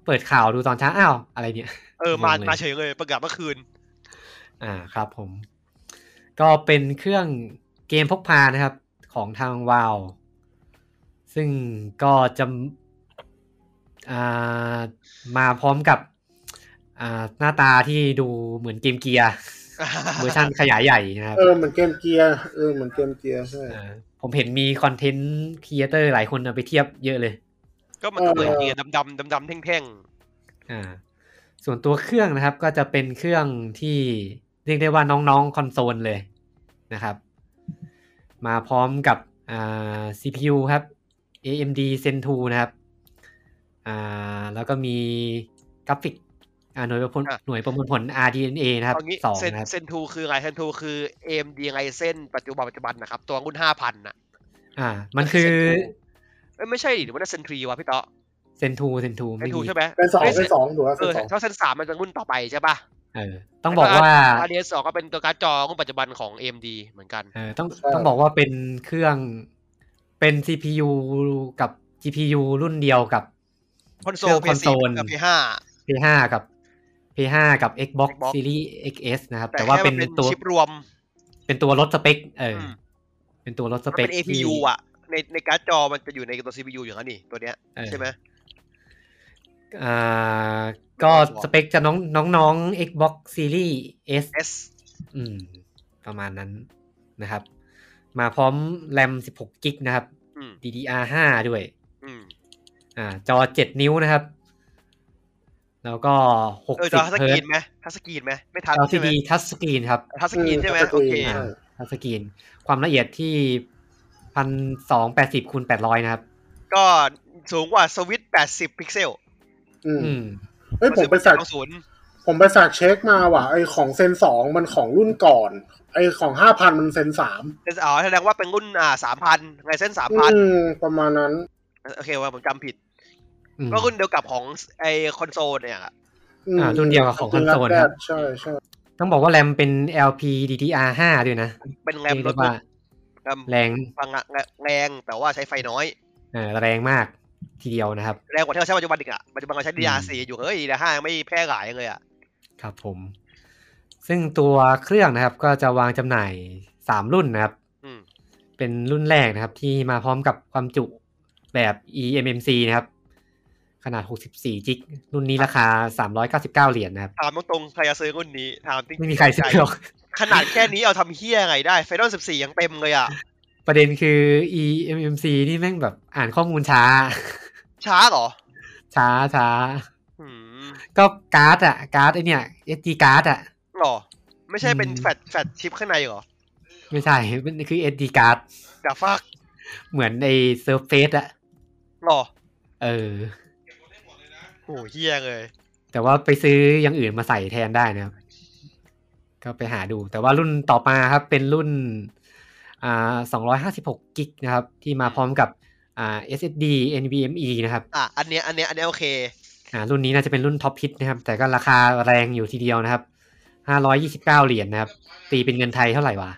เปิดข่าวดูตอนเช้าอ้าวอะไรเนี่ยเออมามาเฉยเลยประกาศเมื่อคืนอ่าครับผมก็เป็นเครื่องเกมพกพานะครับของทาง Valve ซึ่งก็จะอ่ามาพร้อมกับอ่าหน้าตาที่ดูเหมือนเกมเกียร์เวอร์ชันขยายใหญ่นะครับเออเหมือนเกมเกียร์เออเหมือนเกมเกียร์ใช่ผมเห็นมีคอนเทนต์ครีเอเตอร์หลายคนเอาไปเทียบเยอะเลยก็มันก็เหมือนเกียร์ดำๆดำๆแท่งๆอ่าส่วนตัวเครื่องนะครับก็จะเป็นเครื่องที่เรียกได้ว่าน้องๆคอนโซลเลยนะครับมาพร้อมกับอ่า ซี พี ยู ครับ เอ เอ็ม ดี เซน ทู นะครับอ่าแล้วก็มีกราฟิกอ่าหน่วยประมวลหน่วยประมวลผล อาร์ ดี เอ็น เอ นะครับสองนะครับเซน ทู คืออะไร เซน ทู คือ เอ เอ็ม ดี Ryzen ปัจจุบันปัจจุบันนะครับตัวรุ่น ห้าพัน น่ะอ่ามันคือเอ้ยไม่ใช่หรือว่า เซน ทรี วะพี่ต๊อเซน ทู เซน ทูเซน ทู ใช่มั้ยเป็นสองเป็นสองถูกป่ะเออถ้าเซน สามมันจะรุ่นต่อไปใช่ป่ะเออต้องบอกว่าอาร์ ดี เอส สองก็เป็นตัวการ์ดจอรุ่นปัจจุบันของ เอ เอ็ม ดี เหมือนกันเออต้องต้องบอกว่าเป็นเครื่องเป็น ซี พี ยู กับ จี พี ยู รุ่นเดียวกับคอนโซล พี สี่ กับ พี ห้าพี ห้า กับ พี ห้า กับ Xbox Series เอ็กซ์ เอส นะครับแต่ว่าเป็นตัวชิปรวมเป็นตัวลดสเปคเออเป็นตัวลดสเปคเป็น เอ พี ยู อ่ะในในการ์ดจอมันจะอยู่ในตัว ซี พี ยู อย่างนั้นนี่ตัวเนี้ยใช่มั้ยอ่าก็สเปคจะน้องน้องๆ Xbox Series S อืมประมาณนั้นนะครับมาพร้อม แรม สิบหกกิกะ นะครับ ดี ดี อาร์ ห้า ด้วยอืมอ่าจอเจ็ดนิ้วนะครับแล้วก็หกสิบเฮิร์ตซ์ทัชสกรีนมั้ยทัชสกรีนมั้ยไม่ทัชแอล ซี ดี ทัชสกรีนครับทัชสกรีนใช่มั้ยโอเคทัชสกรีนความละเอียดที่ หนึ่งพันสองร้อยแปดสิบคูณแปดร้อย นะครับก็สูงกว่าสวิตช์แปดสิบพิกเซลอืมเอ้ยผมไปสักผมไปสักเช็คมาว่ะไอของเซนสองมันของรุ่นก่อนไอของ ห้าพัน มันเซนสามเซนอ๋อแสดงว่าเป็นรุ่นอ่า สามพัน ไงเซน สามพันอืมประมาณนั้นโอเคว่าผมจำผิดก็รุ่นเดียวกับของไอคอนโซลเนี่ยอ่ะอ่ารุ่นเดียวกับของคอนโซลครับใช่ๆต้องบอกว่าแรมเป็น แอล พี ดี ดี อาร์ ห้า ด้วยนะเป็นแรมรถแรงฟังแรงแต่ว่าใช้ไฟน้อยเออแรงมากทีเดียวนะครับแรงกว่าที่เราใช้ปัจจุบันอีกอ่ะปัจจุบันเราใช้ ดี ดี อาร์ สี่ อยู่เฮ้ย ดี ดี อาร์ ห้า ยังไม่แพร่หลายเลยอ่ะครับผมซึ่งตัวเครื่องนะครับก็จะวางจำหน่ายสามรุ่นนะครับเป็นรุ่นแรกนะครับที่มาพร้อมกับความจุแบบ อี เอ็ม เอ็ม ซี นะครับขนาดหกสิบสี่จิกรุ่นนี้ราคาสามร้อยเก้าสิบเก้าเหรียญนะครับถามตรงๆใครจะซื้อรุ่นนี้ถามจริงไม่มีใครซื้อหรอกขนาดแค่นี้เอาทำเหี้ยไงได้ Final สิบสี่ยังเต็มเลยอ่ะประเด็นคือ อี เอ็ม เอ็ม ซี นี่แม่งแบบอ่านข้อมูลช้าช้าเหรอช้าช้าก็การ์ดอะการ์ดไอเนี่ย เอส ดี การ์ดอะหรอไม่ใช่เป็นแฟลชแฟลชชิปข้างในเหรอไม่ใช่มันคือ เอส ดี การ์ดแต่ฟักเหมือนไอ้ Surface อะหรอเออโหเหี้ยเลยแต่ว่าไปซื้ออย่างอื่นมาใส่แทนได้นะครับก็ไปหาดูแต่ว่ารุ่นต่อมาครับเป็นรุ่นอ่าสองร้อยห้าสิบหกกิกะ นะครับที่มาพร้อมกับอ่า เอส เอส ดี เอ็น วี เอ็ม อี นะครับอ่ะอันเนี้ยอันเนี้ยอันเนี้ยโอเคอ่ารุ่นนี้น่าจะเป็นรุ่นท็อปฮิตนะครับแต่ก็ราคาแรงอยู่ทีเดียวนะครับห้าร้อยยี่สิบเก้าเหรียญนะครับตีเป็นเงินไทยเท่าไหร่วะ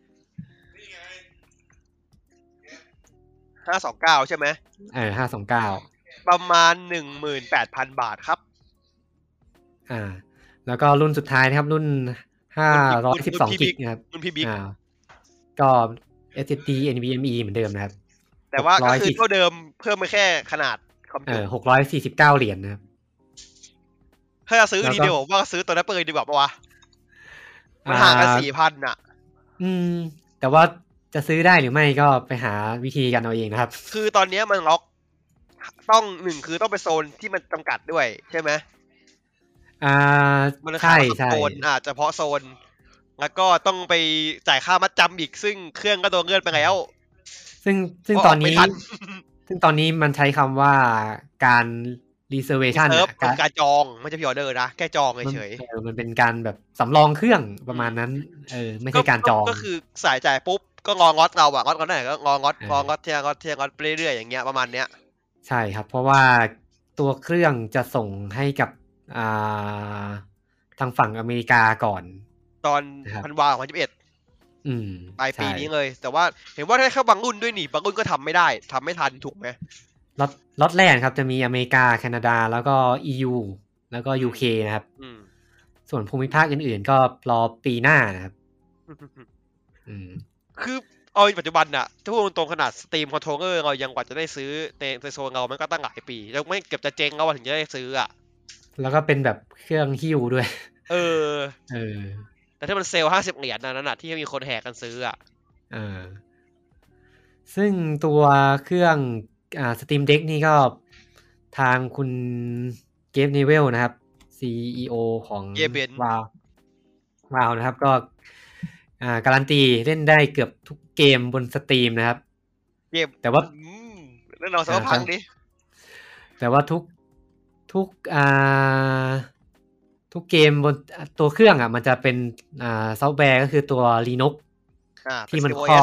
ห้าร้อยยี่สิบเก้าใช่มั้ยเออห้าร้อยยี่สิบเก้าประมาณ หนึ่งหมื่นแปดพัน บาทครับอ่าแล้วก็รุ่นสุดท้ายนะครับรุ่นห้าร้อยสิบสองกิกะ นะครับรุ่นพี่บิ๊กอ่าก็ เอส เอส ดี เอ็น วี เอ็ม อี เหมือนเดิมนะครับแต่ว่าก็คือเท่าเดิมเพิ่มมาแค่ขนาดความจุเออหกร้อยสี่สิบเก้าเหรียญนะครับถ้าจะซื้อดีเดียวผมว่าซื้อตัวนั้นเปิดดีกว่าป่ะวะมันห่างกัน สี่พัน น่ะอืมแต่ว่าจะซื้อได้หรือไม่ก็ไปหาวิธีกันเอาเองนะครับคือตอนนี้มันล็อกต้องหนึ่งคือต้องไปโซนที่มันจำกัดด้วยใช่ไหมอ่าใช่ใช่โซนอ่าเฉพาะโซนแล้วก็ต้องไปจ่ายค่ามัดจำอีกซึ่งเครื่องก็โดนเงื่อนไปแล้วซึ่งซึ่งตอนนี้ซึ่งตอนนี้มันใช้คำว่าการ reservation เป็นการจองไม่ใช่พิออเดอร์นะแค่จองเฉยๆมันเป็นการแบบสำรองเครื่องประมาณนั้นเออไม่ใช่การจองก็คือสายจ่ายปุ๊บก็งองอดเราอะงอดก่อนไหนก็งองอดงองอดเทียงอดเทียงอดไปเรื่อยๆอย่างเงี้ยประมาณเนี้ยใช่ครับเพราะว่าตัวเครื่องจะส่งให้กับอ่าทางฝั่งอเมริกาก่อนตอนธันวาคมสองพันยี่สิบเอ็ดอืมปลายปีนี้เลยแต่ว่าเห็นว่าได้แค่บางรุ่นด้วยนี่บางรุ่นก็ทำไม่ได้ทำไม่ทันถูกไหมล็อตล็อตแรกครับจะมีอเมริกาแคนาดาแล้วก็ อี ยู แล้วก็ ยู เค นะครับส่วนภูมิภาคอื่นๆก็รอปีหน้านะครับอืมคือเอาในปัจจุบันน่ะถ้าพูดตรงๆขนาด Steam Controller เรายังกว่าจะได้ซื้อในในโซนเรามันก็ตั้งหลายปีแล้วไม่เกือบจะเจ๊งแล้วถึงจะได้ซื้ออ่ะแล้วก็เป็นแบบเครื่องหิ้วด้วยเออเออแต่ถ้ามันเซลล์ห้าสิบเหรียญนั่นน่ะที่มีคนแห่กันซื้ออ่ะเออซึ่งตัวเครื่องอ่า Steam Deck นี่ก็ทางคุณเกฟนิเวลนะครับ ซี อี โอ ของ Valve Valve นะครับก็อ่าการันตีเล่นได้เกือบทุกเกมบน Steam นะครับเกมแต่ว่าเล่นเอาซะพังดิแต่ว่าทุกทุกอ่าทุกเกมบนตัวเครื่องอ่ะมันจะเป็นอ่าซอฟต์แวร์ก็คือตัว Linux ที่มันครอบ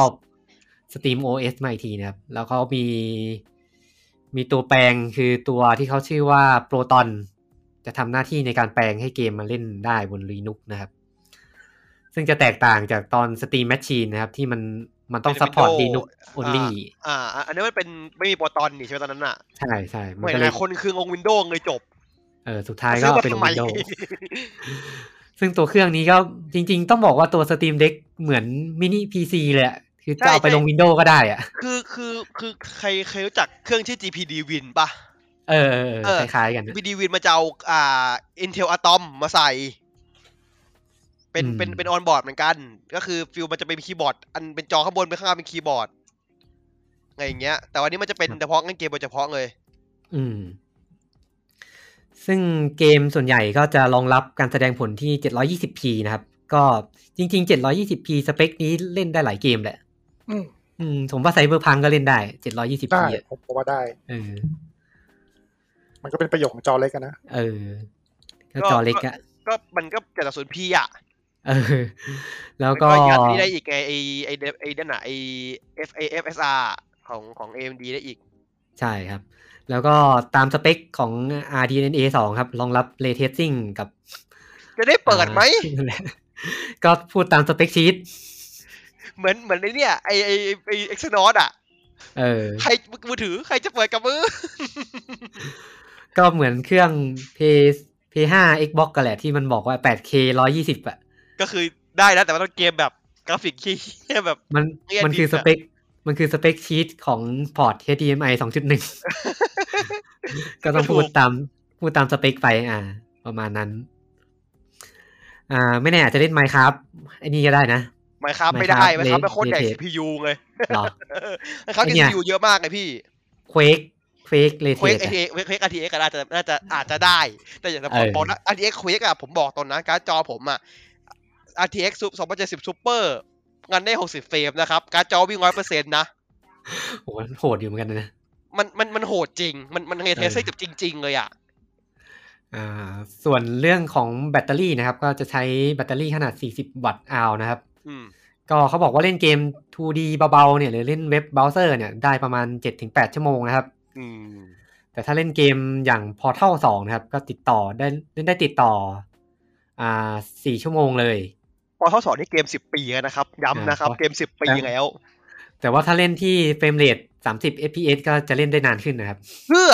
Steam โอ เอส มาอีกทีนะครับแล้วก็มีมีตัวแปลงคือตัวที่เขาชื่อว่า Proton จะทำหน้าที่ในการแปลงให้เกมมาเล่นได้บน Linux นะครับซึ่งจะแตกต่างจากตอน Steam Machine นะครับที่มันมันต้อง support Linux only อ่าอันนี้มันเป็นไม่มีโปรตอนนี่ใช่ไหมตอนนั้นน่ะใช่ใช่เหมือนคนคือลง Windows เลยจบเออสุดท้ายก็เป็นลง Windows ซึ่งตัวเครื่องนี้ก็จริงๆต้องบอกว่าตัว Steam Deck เหมือนมินิ พี ซี เลยอ่ะคือจะเอาไปลง Windows ก็ได้อ่ะคือคือคือใครใครรู้จักเครื่องชื่อ จี พี ดี Win ป่ะเออเออคล้ายๆกันจี พี ดี Win มันจะเอาอ่า Intel Atom มาใส่เป็นเป็นเป็นออนบอร์ดเหมือนกันก็คือฟิลมันจะเป็นคีย์บอร์ดอันเป็นจอข้างบนเป็นข้างล่างเป็นคีย์บอร์ดไงอย่างเงี้ยแต่วันนี้มันจะเป็นเฉพาะเล่นเกมโดยเฉพาะเลยอืมซึ่งเกมส่วนใหญ่ก็จะรองรับการแสดงผลที่ เจ็ดร้อยยี่สิบพี นะครับก็จริงๆ เจ็ดร้อยยี่สิบพี สเปคนี้เล่นได้หลายเกมแหละอืมอืมผมว่า Cyberpunk ก็เล่นได้ เจ็ดร้อยยี่สิบพีได้ผมว่าได้เออมันก็เป็นประโยชน์ของจอเล็กนะเออก็จอเล็กอ่ะก็มันก็เจ็ดศูนย์พีอ่ะเออแล้วก็ยัดนี่ได้อีกไงไอไอไอนั่นน่ะไอ เอฟ เอ เอฟ เอส อาร์ ของของ เอ เอ็ม ดี ได้อีกใช่ครับแล้วก็ตามสเปคของ อาร์ ดี เอ็น เอ สองครับรองรับ Ray Tracing กับจะได้เปิดไหมก็พูดตามสเปคชีทเหมือนเหมือนไอเนี่ยไอไอไอ Exynos อ่ะเออใครมือถือใครจะเปิดกับมือก็เหมือนเครื่อง P พี ห้า Xbox กันแหละที่มันบอกว่า แปดเค หนึ่งร้อยยี่สิบ อ่ะก็คือได้นะแต่ว่าต้องเกมแบบกราฟิกที่แบบมันมันคือสเปคมันคือสเปคชีทของพอร์ต เอช ดี เอ็ม ไอ สองจุดหนึ่ง ก็ต้องพูดตามพูดตามสเปคไปอ่าประมาณนั้นอ่าไม่แน่อาจจะเล่น Minecraft ไอ้นี่ก็ได้นะ Minecraft ไม่ได้ Minecraft เป็นโคตรใหญ่ ซี พี ยู เลยเหรอ Minecraft ซี พี ยู เยอะมากเลยพี่ Quake Quake เลย Quake เอ Quake อาร์ ที เอ็กซ์ ก็น่าจะน่าจะอาจจะได้แต่อย่างผมบอกนะ อาร์ ที เอ็กซ์ Quake อ่ะผมบอกตอนนั้นการ์ดจอผมอ่ะ อาร์ ที เอ็กซ์ สองพันเจ็ดสิบ Super งันได้หกสิบเฟรมนะครับการ์ดจอวิ่ง หนึ่งร้อยเปอร์เซ็นต์ นะโหโหดอยู่เหมือนกันนะมันมันมันโหดจริงมันมันเทสได้จริงๆเลยอ่ะอ่าส่วนเรื่องของแบตเตอรี่นะครับก็จะใช้แบตเตอรี่ขนาดสี่สิบวัตต์อาวนะครับอืมก็เขาบอกว่าเล่นเกม ทู ดี เบาๆเนี่ยหรือเล่นเว็บเบราว์เซอร์เนี่ยได้ประมาณ เจ็ดถึงแปด ชั่วโมงนะครับอืมแต่ถ้าเล่นเกมอย่าง Portal สองนะครับก็ติดต่อได้เล่นได้ติดต่ออ่าสี่ชั่วโมงเลย Portal สองนี่เกมสิบปีแล้วนะครับย้ำนะครับเกมสิบปีแล้วแต่ว่าถ้าเล่นที่เฟรมเรทสามสิบ เอฟ พี เอส ก็จะเล่นได้นานขึ้นนะครับเพื่อ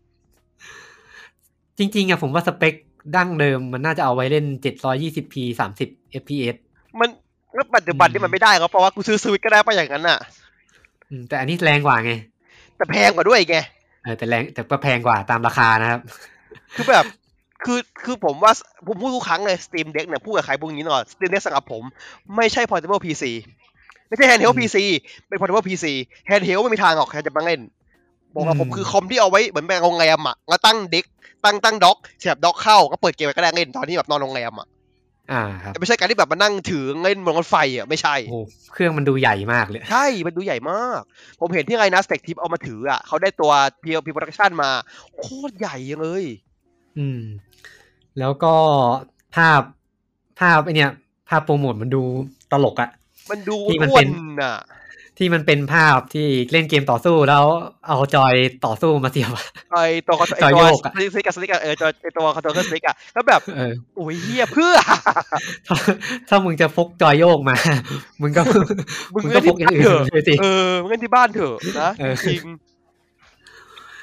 จริงๆอ่ะผมว่าสเปคดั้งเดิมมันน่าจะเอาไว้เล่น เจ็ดร้อยยี่สิบพี สามสิบ เอฟ พี เอสมันแล้วปัจจุบันนี่มันไม่ได้ครับเพราะว่ากูซื้อสวิตช์ก็ได้ป่ะอย่างนั้นน่ะแต่อันนี้แรงกว่าไงแต่แพงกว่าด้วยไงเออแต่แรงแต่ก็แพงกว่าตามราคานะครับคือแบบคือคือผมว่าผมพูดทุกครั้งเลย Steam Deck เนี่ยพูดกับใครพวกนี้หน่อย Steam Deck สำหรับผมไม่ใช่ Portable พี ซี ไม่ใช่ Handheld พี ซี เป็น Portable พี ซี Handheld ไม่มีทางหรอกใครจะมาเล่นบอกว่าผมคือคอมที่เอาไว้เหมือนแบบโรงแรมอ่ะแล้วตั้งเด็กตั้งตั้งด็อกเสียบด็อกเข้าก็เปิดเกมก็ได้เล่นตอนที่แบบนอนโรงแรมอ่ะอ่าครับไม่ใช่การที่แบบมานั่งถือเล่นบนรถไฟอ่ะไม่ใช่โอ้เครื่องมันดูใหญ่มากเลยใช่มันดูใหญ่มากผมเห็นที่ไงนะ Stack Tip เอามาถืออ่ะเขาได้ตัว พี แอล พี Production มาโคตรใหญ่เลยอืมแล้วก็ภาพภาพไอเนี้ยภาพโปรโมทมันดูตลกอ่ะมันดูอ้วนอ่ะที่มันเป็นภาพที่เล่นเกมต่อสู้แล้วเอาจอยต่อสู้มาเสียบไอตัวจอยโยกสลิกกับสลิกกับเออจอยไอตัวคอนโทรลเลอร์สลิกอะแล้วแบบโอ้ยเหี้ยเพื่อถ้ามึงจะพกจอยโยกมามึงก็มึงก็พกอย่างอื่นเลยสิเออมึงเล่นที่บ้านเถอะนะจริง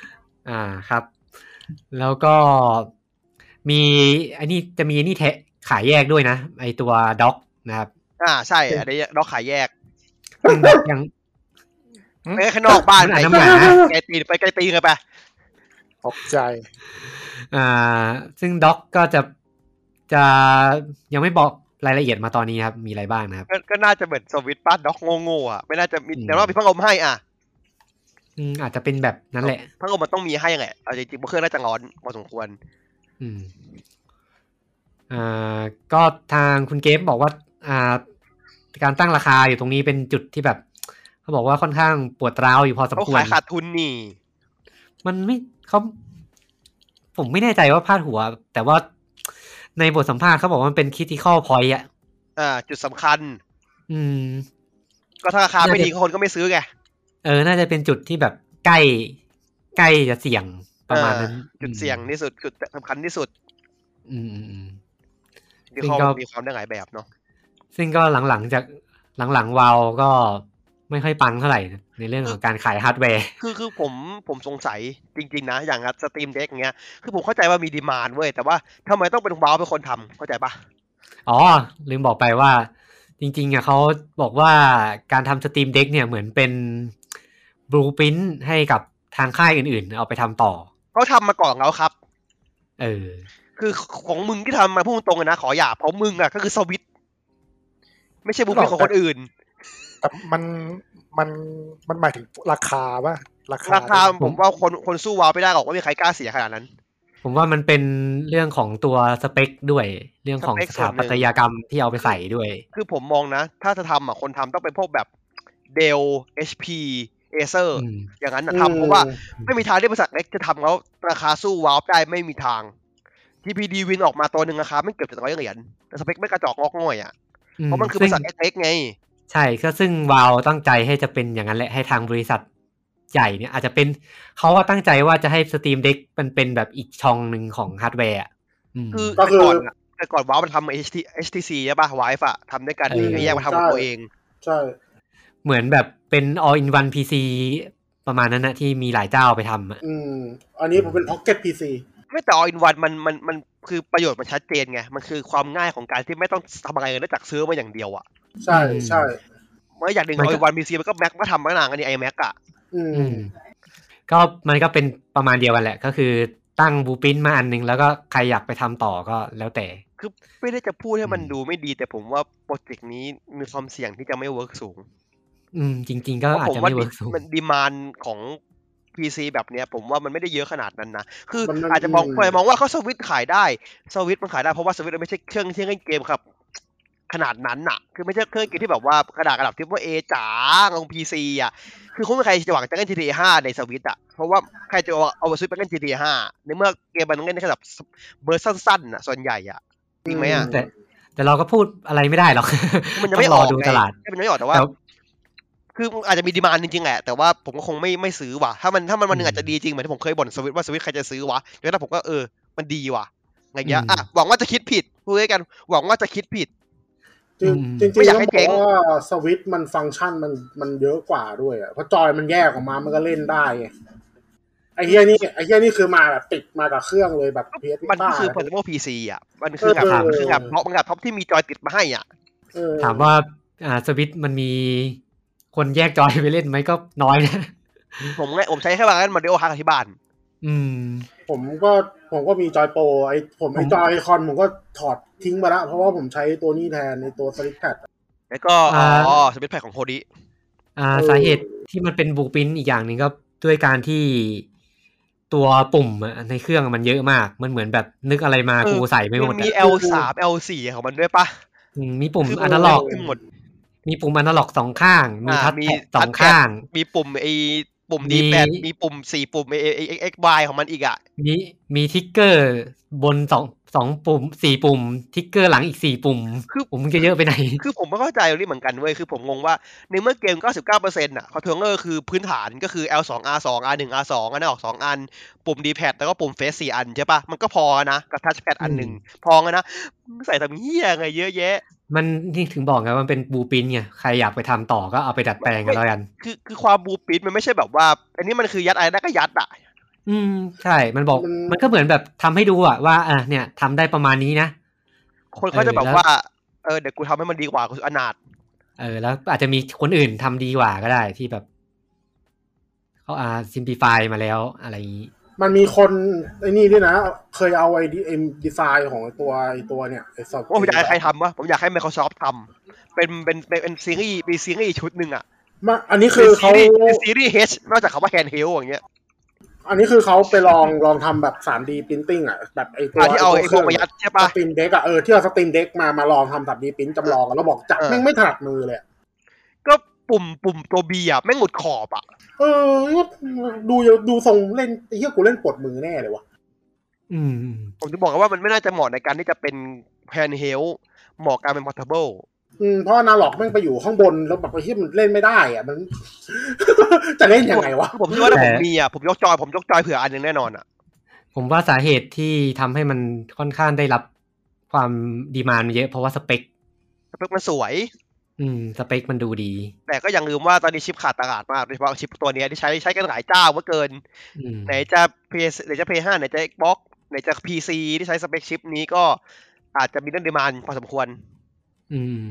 อ่าครับ แล้วก็มีอันนี้จะมีนี่แทะขายแยกด้วยนะไอตัวด็อกนะครับอ่าใช่อันนี้เราขายแยกซึ่งด็อกยังไปข้างนอกบ้านมันไปอาจจะหมาไกลตีนไปไกลตีนกันไปตกใจอ่าซึ่งด็อกก็จะจะยังไม่บอกรายละเอียดมาตอนนี้ครับมีอะไรบ้างนะครับก็ก็น่าจะเหมือนสวิตช์ป้าด็อกโง่ๆอ่ะไม่น่าจะมีอืมแต่ว่ามีพัดลมให้อ่ะอืมอาจจะเป็นแบบนั้นแหละพัดลมมันต้องมีให้แหละเอาจริงๆเครื่องน่าจะร้อนพอสมควรอืมอ่าก็ทางคุณเกมบอกว่าอ่าการตั้งราคาอยู่ตรงนี้เป็นจุดที่แบบเขาบอกว่าค่อนข้างปวดร้าวอยู่พอสมเขาควรขายขาดทุนนี่มันไม่เขาผมไม่แน่ใจว่าพาดหัว แต่ว่าในบทสัมภาษณ์เขาบอกว่ามันเป็น critical point อ่ะอ่าจุดสำคัญอืมก็ถ้าราคาไม่ดีคนก็ไม่ซื้อไงเออ น่าจะเป็นจุดที่แบบใกล้ใกล้จะเสี่ยงประมาณนั้นจุดเสี่ยงที่สุดจุดสำคัญที่สุดอืมอืมอืมที่ซึ่งเขาก็มีความได้หลายแบบเนาะซึ่งก็หลังๆจากหลังๆวาวก็ไม่ค่อยปังเท่าไหร่นะในเรื่องของการขายฮาร์ดแวร์คือคือผมผมสงสัยจริงๆนะอย่างสตรีมเด็กเงี้ยคือผมเข้าใจว่ามีดีมานด์เว้ยแต่ว่าทำไมต้องเป็นวาวเป็นคนทำเข้าใจปะอ๋อ ลืมบอกไปว่า จริงๆอ่ะเขาบอกว่าการทำสตรีมเด็กเนี่ยเหมือนเป็นบลูพรินท์ให้กับทางค่ายอื่นๆ เอาไปทำต่อเขาทำมาก่อนแล้วครับเออคือของมึงที่ทำมาพูดตรงๆนะขอหยาบเพราะมึงอ่ะก็คือสวิตไม่ใช่บุฟเฟ่ของคนอื่นแต่มันมันมันหมายถึงราคาป่ะราคาราคาผมว่าคนคนสู้วาวไม่ได้หรอกว่ามีใครกล้าเสียขนาดนั้นผมว่ามันเป็นเรื่องของตัวสเปคด้วย เรื่องของสเปคสส่วถานหนึ่ปังตยกรรมที่เอาไปใส่ด้วยคือผมมองนะ ถ้าจะทำอ่ะคนทำต้องเป็นพวกแบบ Dell เอช พี Acer อืมอย่างนั้นนะทำเพราะว่าไม่มีทางที่บริษัทเล็กจะทำแล้วราคาสู้วาวได้ไม่มีทาง ที พี ดี Win ออกมาตัวหนึ่งราคาไม่เกือบจะร้อยเหรียญแต่สเปคไม่กระจอกงอกง่อยอ่ะเพราะมันคือบริษัทเล็กๆไงใช่ก็ซึ่งวาวตั้งใจให้จะเป็นอย่างนั้นแหละให้ทางบริษัทใหญ่เนี่ยอาจจะเป็นเขาว่าตั้งใจว่าจะให้สตรีมเด็กมันเป็นแบบอีกช่องหนึ่งของฮาร์ดแวร์อืมคือก็แต่คือก่อนอะแต่ก่อนว้าวมันทำ เอช ที เอช ที ซี ใช่ป่ะไวฟ์อะทำด้วยกันเออแยกมาทำของตัวเองใช่เหมือนแบบเป็น all in one พี ซี ประมาณนั้นนะที่มีหลายเจ้าไปทำอ่ะอืมอันนี้ผมเป็น Pocket พี ซีไม่แต่ all in one มันมันมันคือประโยชน์มันชัดเจนไง มันคือความง่ายของการที่ไม่ต้องทำอะไรเลยนอกจากซื้อมาอย่างเดียวอะใช่ใช่เมื่ออย่างหนึ่ง all in one พี ซี มันก็แม็กก็ทำมานานกันนี่ iMac อะอืมอืมก็มันก็เป็นประมาณเดียวกันแหละ ก็คือตั้งบูปินมาอันนึงแล้วก็ใครอยากไปทำต่อก็แล้วแต่คือไม่ได้จะพูดให้มันอืมดูไม่ดีแต่ผมว่าโปรเจกต์นี้มีความเสี่ยงที่จะไม่เวิร์กสูงอืมจริง ๆ ก็เพราะอาจผมจะว่าไม่เวิร์กสูงมันดีมานของ พี ซี แบบเนี้ยผมว่ามันไม่ได้เยอะขนาดนั้นนะ คือมันมันอาจจะมองอืมคนมองว่าเขาสวิตช์ขายได้สวิตช์มันขายได้เพราะว่าสวิตช์มันไม่ใช่เครื่องที่เล่นเกมครับ ขนาดนั้นน่ะ คือไม่ใช่เครื่องเกมที่แบบว่ากระดาษกระดับที่ว่าเอจ๋าของ พี ซี อ่ะ คือคงไม่มีใครจะหวังจะเล่น จี ที เอ ห้าในสวิตช์อ่ะ เพราะว่าใครจะเอาเอาสวิตช์ไปเล่น จี ที เอ ห้าในเมื่อเกมมันเล่นได้แค่แบบเบอร์สั้นๆน่ะส่วนใหญ่อ่ะจริงไหมอ่ะแต่แต่เราก็พูดอะไรไม่ได้หรอกมันยังไม่ต้อรอกดูไงตลาดมันยังไม่ออกแต่ว่าแต่คืออาจจะมีดีมานจริงๆแหละแต่ว่าผมก็คงไม่ไม่ซื้อว่ะถ้ามันถ้ามันวันหนึงอืมอาจจะดีจริงเหมือนที่ผมเคยบ่นสวิตช์ว่าสวิตช์ใครจะซื้อวะแล้วถ้าผมก็เออมันดีว่ะอะไรเงี้ยอืมอ่ะหวังว่าจะคิดผิดพูดด้วยกันหวังว่าจะคิดผิดจริงอืมจริงไม่ๆอยากต้องให้บเจ๊อกงว่าสวิตช์มันฟังก์ชันมันมันเยอะกว่าด้วยอ่ะเพราะจอยมันแยกออกมามันก็เล่นได้ไงไอ้เหี้ยนี่ไอ้เหี้ยนี่คือมาแบบติดมากับเครื่องเลยแบบ พี เอสมันก็ Vita คือ portable พี ซี อ่ะมันคือแบบเออคือแบบเพราะมันแบบท็อปที่มีจอยติดมาให้อ่ะเออถามว่าอ่าสวิตช์มันมีคนแยกจอยไปเล่นไหมก็น้อยนะผมไงผมใช้แค่บางนั้นมาเดโอฮาร์ที่บ้านอืมผมก็ผมก็มีจอยโปรไอ้ผมไอ้จอยคอนผมก็ถอดทิ้งไปละเพราะว่าผมใช้ตัวนี้แทนในตัวสลิปแพดแล้วก็อ๋อ่าอสวิตช์แพดของโคดิอ่าเออสาเหตุที่มันเป็นบูปินอีกอย่างหนึ่งก็ด้วยการที่ตัวปุ่มอะในเครื่องมันเยอะมาก มันเหมือนแบบนึกอะไรมากูใส่ไม่หมมัดนมีอะแอล สาม แอล สี่ ของมันด้วยปะอืมมีปุ่มคืออนาล็อกขึ้นหมดมีปุ่มอนาล็อกสองข้าง มีอ่าทัชมีแพดสอง touchpad ข้างมีปุ่มไอ้ปุ่มมีดี แปด มีปุ่มสี่ปุ่มไอ้ไอ้ไอ้ X Y ของมันอีกอ่ะมีมีทิกเกอร์บนสองสองปุ่มสี่ปุ่ม ทิกเกอร์หลังอีกสี่ปุ่มคือผมมึงจะเยอะไปไหนคือผมไม่เข้าใจตรงนี้เหมือนกันเว้ย คือผมงงว่าในเมื่อเกม เก้าสิบเก้าเปอร์เซ็นต์ อ่ะคอนโทรลเลอร์คือพื้นฐานก็คือ แอล สอง อาร์ สอง อาร์ หนึ่ง อาร์ สอง อันนั้นออกสองอัน ปุ่ม D-pad แล้วก็ปุ่ม Face สี่อันใช่ปะมันก็พอนะกับ Touchpad อันหนึ่งพอนะใส่ทำเหี้ยไงเยอะแยะมันนี่ถึงบอกไงว่ามันเป็นบูปินไงใครอยากไปทำต่อก็เอาไปดัดแปลงกันแล้วกันคือคือความบูปิดมันไม่ใช่แบบว่า อันนี้มันคือยัดอะไรได้ก็ยัดอ่ะอืมใช่มันบอกมันมันก็เหมือนแบบทำให้ดูอะว่าอ่ะเนี่ยทำได้ประมาณนี้นะคนเขาจะเออบอกแล้วว่าเออเดี๋ยวกูทำให้มันดีกว่ากูอนาถเออแล้วอาจจะมีคนอื่นทำดีกว่าก็ได้ที่แบบเขาอ่าซิมพลิฟายมาแล้วอะไรอย่างนี้มันมีคนไอ้นี่ด้วยนะ เคยเอาไอดีเอ็มดีไซน์ของไอ้ตัวไอ้ตัวเนี่ยไอ้ซอฟต์ว่าผมอยากให้ใครทำวะผมอยากให้ Microsoft ทำเป็นเป็นเป็นเป็นซีรีส์เป็นซีรีส์ชุดหนึ่งอ่ะมาอันนี้คือเป็นเขาซีรีส์เป็นซีรีส์ H นอกจากคำว่า handheld อย่างเงี้ยอันนี้คือเขาไปลองลองทำแบบ ทรี ดี printing อ่ะแบบไอ้ตัวอ่ะที่เอาไอ้พวกมายัดใช่ปะสตรีมเด็กอ่ะเออที่เอาสตรีมเด็กมามาลองทำ ทรี ดี print จำลองแล้วบอกจับเออแม่งไม่ถนัดมือเลยอะก็ปุ่มปุ่มตัวบีอ่ะแม่งหลุดขอบอ่ะเออดูดูทรงเล่นไอ้เหี้ยกูเล่นปวดมือแน่เลยวะอืมผมจะบอกว่ามันไม่น่าจะเหมาะในการที่จะเป็น handheld เหมาะการเป็น portable อืมเพราะนาล็อกแม่งไปอยู่ข้างบนแล้วแบบไอ้ที่มันเล่นไม่ได้อ่ะมัน จะเล่นยังไงวะผมคิดว่าถ้าแต่ผมมีอ่ะผมยกจอยผมยกจอยเผื่ออันหนึงแน่นอนอ่ะผมว่าสาเหตุที่ทำให้มันค่อนข้างได้รับความดีมานด์เยอะเพราะว่าสเปคสเปคมันสวยอืมสเปคมันดูดีแต่ก็ยังลืมว่าตอนนี้ชิปขาดตลาดมากโดยเฉพาะชิปตัวเนี้ยที่ใช้ใช้กันหลายเจ้าเมื่อเกินอืมไหนจะ พี เอส ไหนจะ พี ห้า ไหนจะ Xbox ไหนจะ พี ซี ที่ใช้สเปคชิปนี้ก็อาจจะมีเรื่องดีมานด์พอสมควรอืม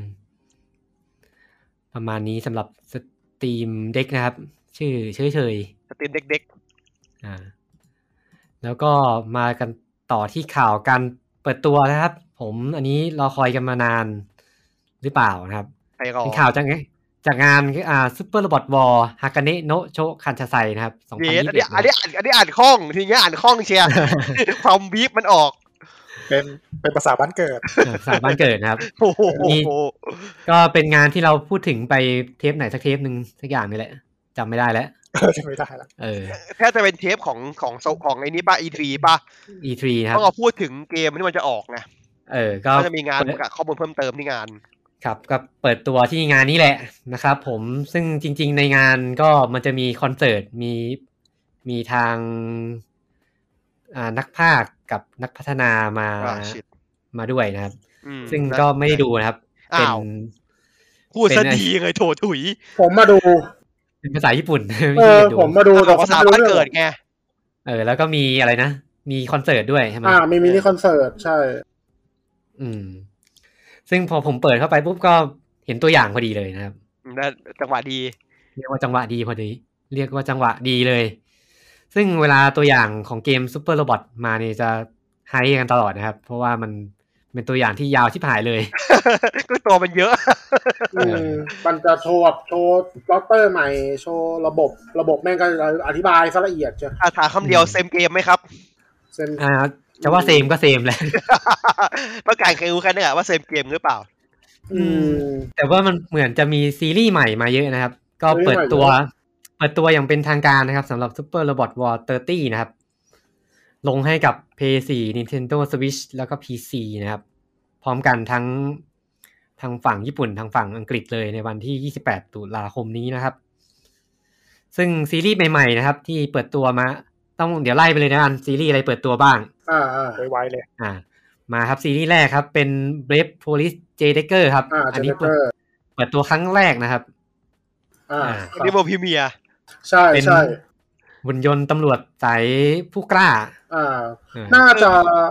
ประมาณนี้สำหรับสตรีมเด็กนะครับ ชื่อเฉยเฉยสตรีมเด็กๆอ่า แล้วก็มากันต่อที่ข่าวการเปิดตัวนะครับ ผมอันนี้รอคอยกันมานานหรือเปล่านะครับๆไปรอเป็นข่าวจากไงจากงานอ่าซูเปอร์โรบอทวอร์ฮากาเนะโนะโชคันชาไซนะครับสองพันเยสยี่อัสินบเอ็ดนี้อันนี้อ่านอันนี้อ่านคล่องทีเนี้ยอ่านคล่องเชียร์ ความบีบมันออกเป็นเป็นภาษาบ้านเกิดสายบ้านเกิดนะครับโอ้โหนี่ ก็เป็นงานที่เราพูดถึงไปเทปไหนสักเทปหนึ่งสักอย่างนี่แหละจำไม่ได้แล้วจะไม่ได้ละเออแค่จะเป็นเทปของของโซของไอ้นี้ป่ะ อี ทรี ป่ะอี ทรี นะคต้รัอบ งเอาพูดถึงเกมที่มันจะออกไงเออก็ก็จะมีงานประกาศข้อมูลเพิ่มเติมที่งานครับก็เปิดตัวที่งานนี้แหละนะครับผมซึ่งจริงๆในงานก็มันจะมีคอนเสิร์ตมีมีทางอ่านักพากย์กับนักพัฒนามาอ่า shit มาด้วยนะครับอืมซึ่งก็ไม่ได้ดูนะครับ เป็นอ้าว พูดซะดีไงโถถุยผมมาดูเป็นภาษาญี่ปุ่นเอไม่อได้ดูผมมาดูแต่ภาษาผมบ้านไม่รู้เกิดรื่องไงเออแล้วก็มีอะไรนะ มีคอนเสิร์ตด้วยใช่ไหมอ่ามีมินิคอนเสิร์ตใช่อืม ซึ่งพอผมเปิดเข้าไปปุ๊บก็เห็นตัวอย่างพอดีเลยนะครับและจังหวะดีเรียกว่าจังหวะดีพอดี เรียกว่าจังหวะดีเลย ซึ่งเวลาตัวอย่างของเกม Super Robot มาเนี่ยจะไฮกันตลอดนะครับ เพราะว่ามันเป็นตัวอย่างที่ยาวชิบหายเลยก็ตัวมันเยอะอืมมันจะโชว์แบบโชว์ล็อตเตอร์ใหม่ โชว์ระบบระบบแม่งก็อธิบายซะละเอียดจ้ะอาถามคำเดียวเซมเกมไหมครับเซ็นอ่าจะว่าเซมก็เซมแหละต้องการเคยรู้แค่นี้แหละว่าเซมเกมหรือเปล่าอืมแต่ว่ามันเหมือนจะมีซีรีส์ใหม่มาเยอะนะครับ ก็เปิดตัว เปิดตัวอย่างเป็นทางการนะครับสำหรับ Super Robot War สามสิบนะครับ ลงให้กับ พี เอส โฟร์ Nintendo Switch แล้วก็ พี ซี นะครับ พร้อมกันทั้งทางฝั่งญี่ปุ่นทางฝั่งอังกฤษเลยในวันที่ยี่สิบแปดตุลาคมนี้นะครับ ซึ่งซีรีส์ใหม่ๆนะครับ ที่เปิดตัวมาต้องเดี๋ยวไล่ไปเลยนะกันซีรีส์อะไรเปิดตัวบ้างอ่าอ่าไวๆเลยอ่า มาครับซีรีส์แรกครับเป็น Brave Police J-Decker ครับอ่าอันเจนี้เนเตเปิอดร์เปิดตัวครั้งแรกนะครับอ่าอ่าอันนี้โมพิเมียใช่เป็นใช่หุ่นยนต์ตำรวจสายผู้กล้าอ่าอ่าน่าจะ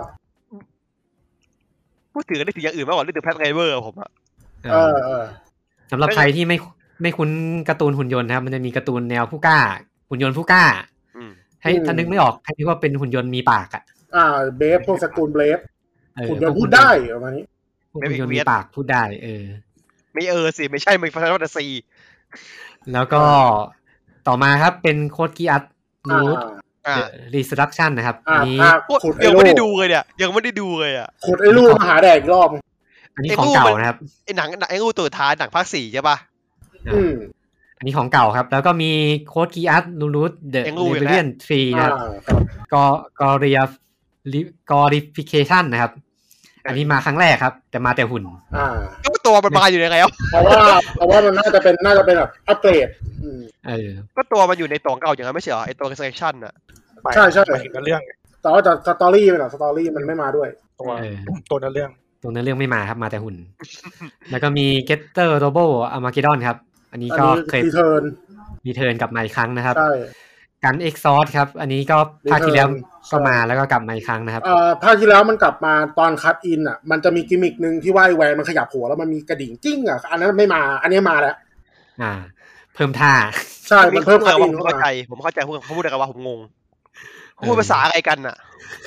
พูดถึงกันได้ถึงอย่างอื่นมากกว่าเรื่องถึงแพทไกเวอร์ผมอะเออเออสำหรับใครที่ไม่ไม่คุ้นการ์ตูนหุ่นยนต์นะครับ มันจะมีการ์ตูนแนวผู้กล้า หุ่นยนต์ผู้กล้าอืมให้ท่านนึกไม่ออกให้นึกว่าเป็นหุ่นยนต์มีปากอ่ะอ่าเบฟพวกสกุลเบฟเออคุณจะพูดได้ประมาณนี้พวกหุ่นยนต์มีปากพูดได้เออไม่เออสิ ไม่ใช่ไม่ฟันวัตซีแล้วก็ต่อมาครับเป็นโค้ดกีอัตอ่ารูทอ่ารีสตรักชั่นนะครับอ่าอันนี้อ่าพูดขุดไอ้ยังลูไม่กได้ดูเลยเนี่ยยังไม่ได้ดูเลยอ่ะขุดไอ้ลูกมาหาแดกอีกรอบอันนี้ของเก่านะครับไอ้หนังหนังไอ้งูตัวท้ายหนังภาคสี่ใช่ป่ะอ่าอืมอันนี้ของเก่าครับ แล้วก็มีโค้ดกีอัตรูทเดอะยังรู้เรอยู่เบแล้วเลียนทรีนะอ่าครับครับกอกอเรียกอริฟิเคชันนะครับ อันนี้มาครั้งแรกครับ แต่มาแต่หุ่นอ่าก็ตัวมันมาอยู่ในแล้วเพราะว่าเพราะว่ามันน่าจะเป็นน่าจะเป็นแบบอัปเกรดอืมเออก็ตัวมันอยู่ในตัวเก่าอย่างนั้นไม่ใช่เหรอไอ้ตัวเซเลคชั่นอ่ะใช่ใช่หมายถึงเรื่องแต่ว่าแต่สตอรี่เป็นแบบสตอรี่มันไม่มาด้วยตัวเออตัวเนื้อเรื่องตรงนั้นเรื่องไม่มาครับมาแต่หุ่น แล้วก็มี Getter Robo Armageddon ครับ อันนี้อันก็นี้เคยรีเทิร์นรีเทิร์นกลับมาอีกครั้งนะครับใช่กันเอ็กซอร์ครับอันนี้ก็ภาคที่แล้วก็มาแล้วก็กลับมาอีกครั้งนะครับเอ่อภาคที่แล้วมันกลับมาตอนคัทอินอ่ะมันจะมีกิมมิกนึงที่ว่าแวนมันขยับหัวแล้วมันมีกระดิ่งจิ้งอ่ะอันนั้นไม่มาอันนี้มาแล้วอ่าเพิ่มท่าใช่มันเพิ่มคัทอินผมเข้าใจผมเข้าใจเขาพูดอะไรกันว่าผมงงเขาพูดภาษาอะไรกันอ่ะ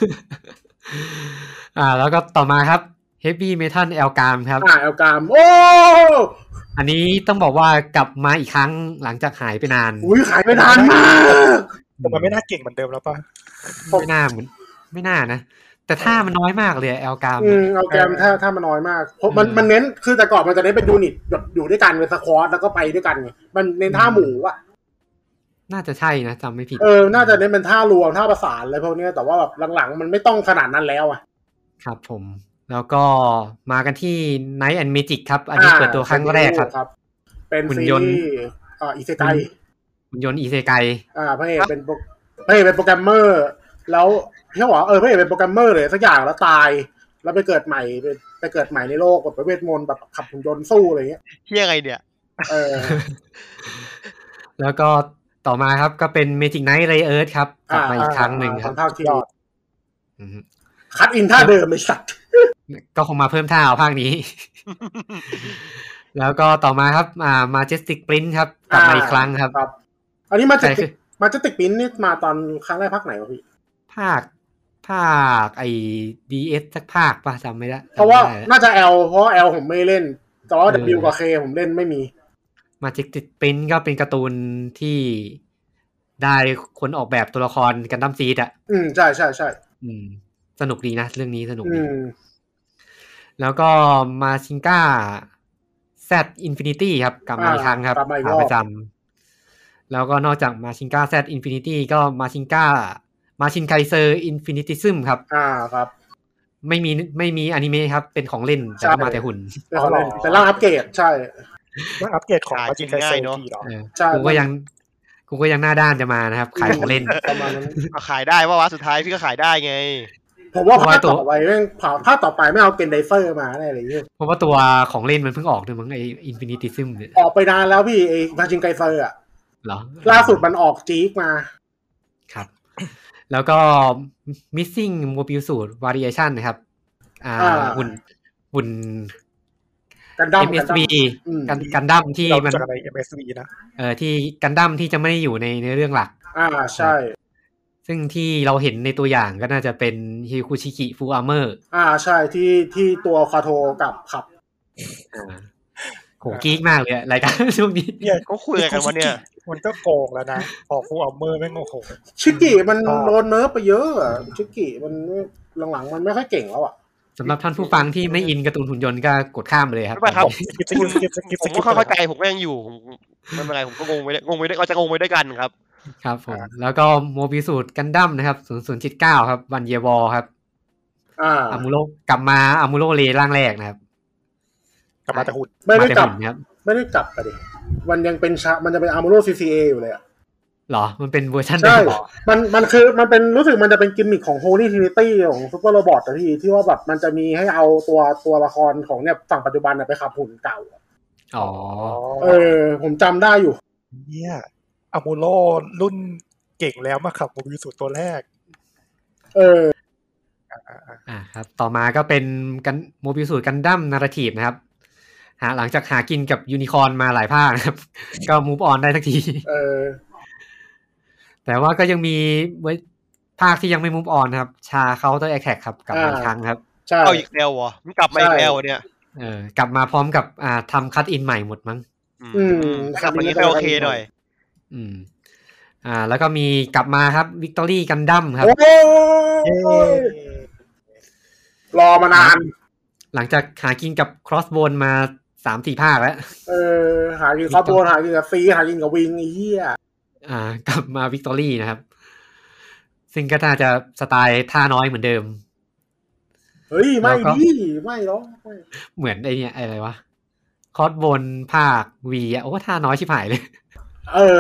อ่าแล้วก็ต่อมาครับ Heavy Metal Algam ครับอ่า Algam โอ้อันนี้ต้องบอกว่ากลับมาอีกครั้งหลังจากหายไปนานอุ้ยหายไปนานมากแต่มันไม่น่าเก่งเหมือนเดิมแล้วป่ะไม่น่าเหมือนไม่น่านะแต่ท่ามันน้อยมากเลย Algam อืม Algam ถ้าถ้ามันน้อยมากเพราะมันมันเน้นคือแต่ก่อนมันจะเน้นเป็นยูนิตแบบอยู่ด้วยกันเป็นสควอตแล้วก็ไปด้วยกันไงมันเน้นท่าหมู่อ่ะน่าจะใช่นะจำไม่ผิดเออน่าจะเน้นเป็นท่ารวมท่าประสานอะไรพวกนี้แต่ว่าแบบหลังๆมันไม่ต้องขนาดนั้นแล้วอ่ะครับผมแล้วก็มากันที่ Night and Magic ครับอันนี้เปิดตัวครั้งแรกครับเป็นหุ่นยนต์อ่าอิเซไกหุ่นยนต์อิเซไกอ่าพระเอกเป็นพระเอกเป็นโปรแกรมเมอร์แล้วพี่บอกเออพระเอกเป็นโปรแกรมเมอร์เลยสักอย่างแล้วตายแล้วไปเกิดใหม่ไปไปเกิดใหม่ในโลกแบบเวทมนต์แบบขับหุ่นยนต์สู้อะไรเงี้ยเฮี้ยไงเนี่ยเออแล้วก็ต่อมาครับก็เป็น Magic Knight Ray-Earth ครับกลับมาอีกครั้งหนึ่งครับภาคที่คัดอินท่าเดิมไม่สัตว์ก็คงมาเพิ่มท่าเอาภาคนี้ แล้วก็ต่อมาครับอ่า Majestic Prince ครับกลับมาอีกครั้งครับอันนี้ Majestic Majestic Prince นี่มาตอนครั้งแรกภาคไหนวะพี่ภาคภาคไอ้ ดี เอส สักภาคป่ะจำไม่ได้เพราะว่าน่าจะ L เพราะ L ผมไม่เล่นแต่ว่า W กับ K ผมเล่นไม่มี Majestic Prince ก็เป็นการ์ตูนที่ได้คนออกแบบตัวละครกันดั้มซีดอ่ะอืมใช่ใช่ใช่อืมสนุกดีนะเรื่องนี้สนุกดีแล้วก็มาชิงก้า Z Infinity ครับกลับมาอีกครั้งครับขาประจำแล้วก็นอกจากมาชิงก้า Z Infinity ก็มาชิงก้ามาชินไคเซอร์อินฟินิติซึมครับอ่าครับไม่มีไม่มีอนิเมะครับเป็นของเล่นแต่ก็มาแต่หุ่นเป็นของเล่นแต่ร่างอัปเกรดใช่ร่างอัปเกรดของมาชินไคเซอร์เนาะกูก็ยังกูก็ยังหน้าด้านจะมานะครับขายของเล่นประมาณนั้นขายได้ว่าวะสุดท้ายพี่ก็ขายได้ไงผมว่าภาคต่อไปแม่งภาคต่อไปไม่เอาเกนไดเซอร์มาอะไรอย่างเงี้ยเพราะว่าตัวของเล่นมันเพิ่งออกด้วยมั้งไอ้อินฟินิติซึมเนี่ยออกไปนานแล้วพี่ไอ้มาชินไคเซอร์อ่ะเหรอล่าสุดมันออกจี๊กมาครับแล้วก็ missing mobile suit variation นะครับอ่าหุ่นหุ่นกันดั้มเอ็ม เอส วี กันกันดั้มที่มันจากอะไร เอ็ม เอส วี นะเอ่อที่กันดั้มที่จะไม่ได้อยู่ในในเรื่องหลักอ่าใช่ซึ่งที่เราเห็นในตัวอย่างก็น่าจะเป็นฮิคุชิกิฟูอาร์เมอร์อ่าใช่ที่ที่ตัวคาโทกับขับอ่าโหกิ๊กมากเลยรายการช่วงนี้เนี่ยเขาคุยกันวันเนี้ยมันก็โกงแล้วนะพอฟูอัลเมอร์แม่งโอ้โหชิกิมันโดนเนิร์ฟไปเยอะอ่ะชิกิมันหลังๆมันไม่ค่อยเก่งแล้วอ่ะสำหรับท่านผู้ฟังที่ไม่อินการ์ตูนหุ่นยนต์ก็กดข้ามเลยครับไม่ครับผมก็เข้าใจผมก็ยังอยู่ไม่เป็นไรผมก็งงไปงงไปด้วยก็จะงงไปด้วยกันครับครับผมแล้วก็โมบิสูตรกันดั้มนะครับศูนย์ศูนย์เจ็ดเก้าครับวันเยวอครับอ่าอามูโรกลับมาอามูโรเรร่างแรกนะครับกลับมาแต่หุ่นไม่ได้กลับไม่ได้กลับไปดิมันยังเป็นชามันจะเป็นอามูโร ซี ซี เอ อยู่เลยอ่ะหรอมันเป็นเวอร์ชันใช่มันมันคือมันเป็นรู้สึกมันจะเป็นกิมมิคของ Holy Trinity ของ Super Robot อ่ะพี่ที่ว่าแบบมันจะมีให้เอาตัวตัวละครของเนี่ยฝั่งปัจจุบันไปขับหุ่นเก่าอ๋อเออผมจำได้อยู่เนี่ยอามูโรรุ่นเก่งแล้วมาขับโมบิสูตรตัวแรกเอออ่าครับต่อมาก็เป็นกันโมบิสูตรกันดั้มนาราทีฟนะครับหาหลังจากหากินกับยูนิคอร์นมาหลายภาคนะครับก็มูฟออนได้สักทีเออแต่ว่าก็ยังมีภาคที่ยังไม่มูฟออนครับชาเคาน์เตอร์แอทแทคครับกลับมาอีกครั้งครับใช่เอาอีกแล้วเหรอมันกลับมาอีกแล้วเนี่ยเออกลับมาพร้อมกับอ่าทำคัทอินใหม่หมดมั้งอืมกลับมานี้โอเคหน่อยอืมอ่าแล้วก็มีกลับมาครับวิกตอรี่กันดั้มครับรอมานานหลังจากหากินกับครอสโบนมา สามสี่ ภาคแล้วเออหากินครอสโบนหากินกับซีหากินกับวิงไอ้เหี้ยอ่ากลับมาวิกตอรี่นะครับซึ่งก็น่าจะสไตล์ท่าน้อยเหมือนเดิมเฮ้ยไม่ดิไม่หรอกเหมือนไอ้เนี่ยอะไรวะคอสโบนภาค V อ่ะโอ้ท่าน้อยชิบหายเลยเออ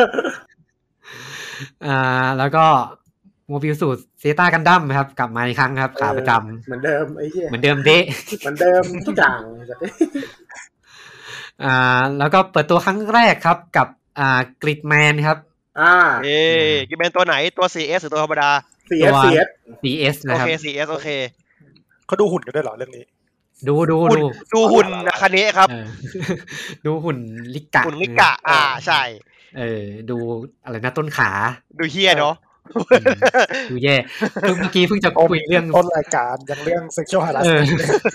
อ่าแล้วก็โมบิลสูตรเซต้ากันดั้มครับกลับมาอีกครั้งครับขาประจำเหมือนเดิมไอ้เหี้ยเหมือนเดิมเดะเหมือนเดิมทุกอย่างอ่าแล้วก็เปิดตัวครั้งแรกครับกับอ่ากริดแมนครับอ่าเอ๊ะกิเป็นตัวไหนตัว ซี เอส หรือตัวธรรมดาซี เอส ซี เอสซี เอสโอนะครับเค ซี เอส โอเคเขาดูหุ่นกันด้วยเหรอเรื่องนี้ดูดูหุ่นดูดูหุ่นนะคันนี้ครับเออ ดูหุ่นลิกะหุ่นลิกะอ่าใช่เออดูอะไรนะต้นขาดูเฮียเนาะอืมดูแย่เพิ่งเมื่อกี้เพิ่งจะคุยเรื่องต้นรายการยังเรื่อง sexual เออ harassment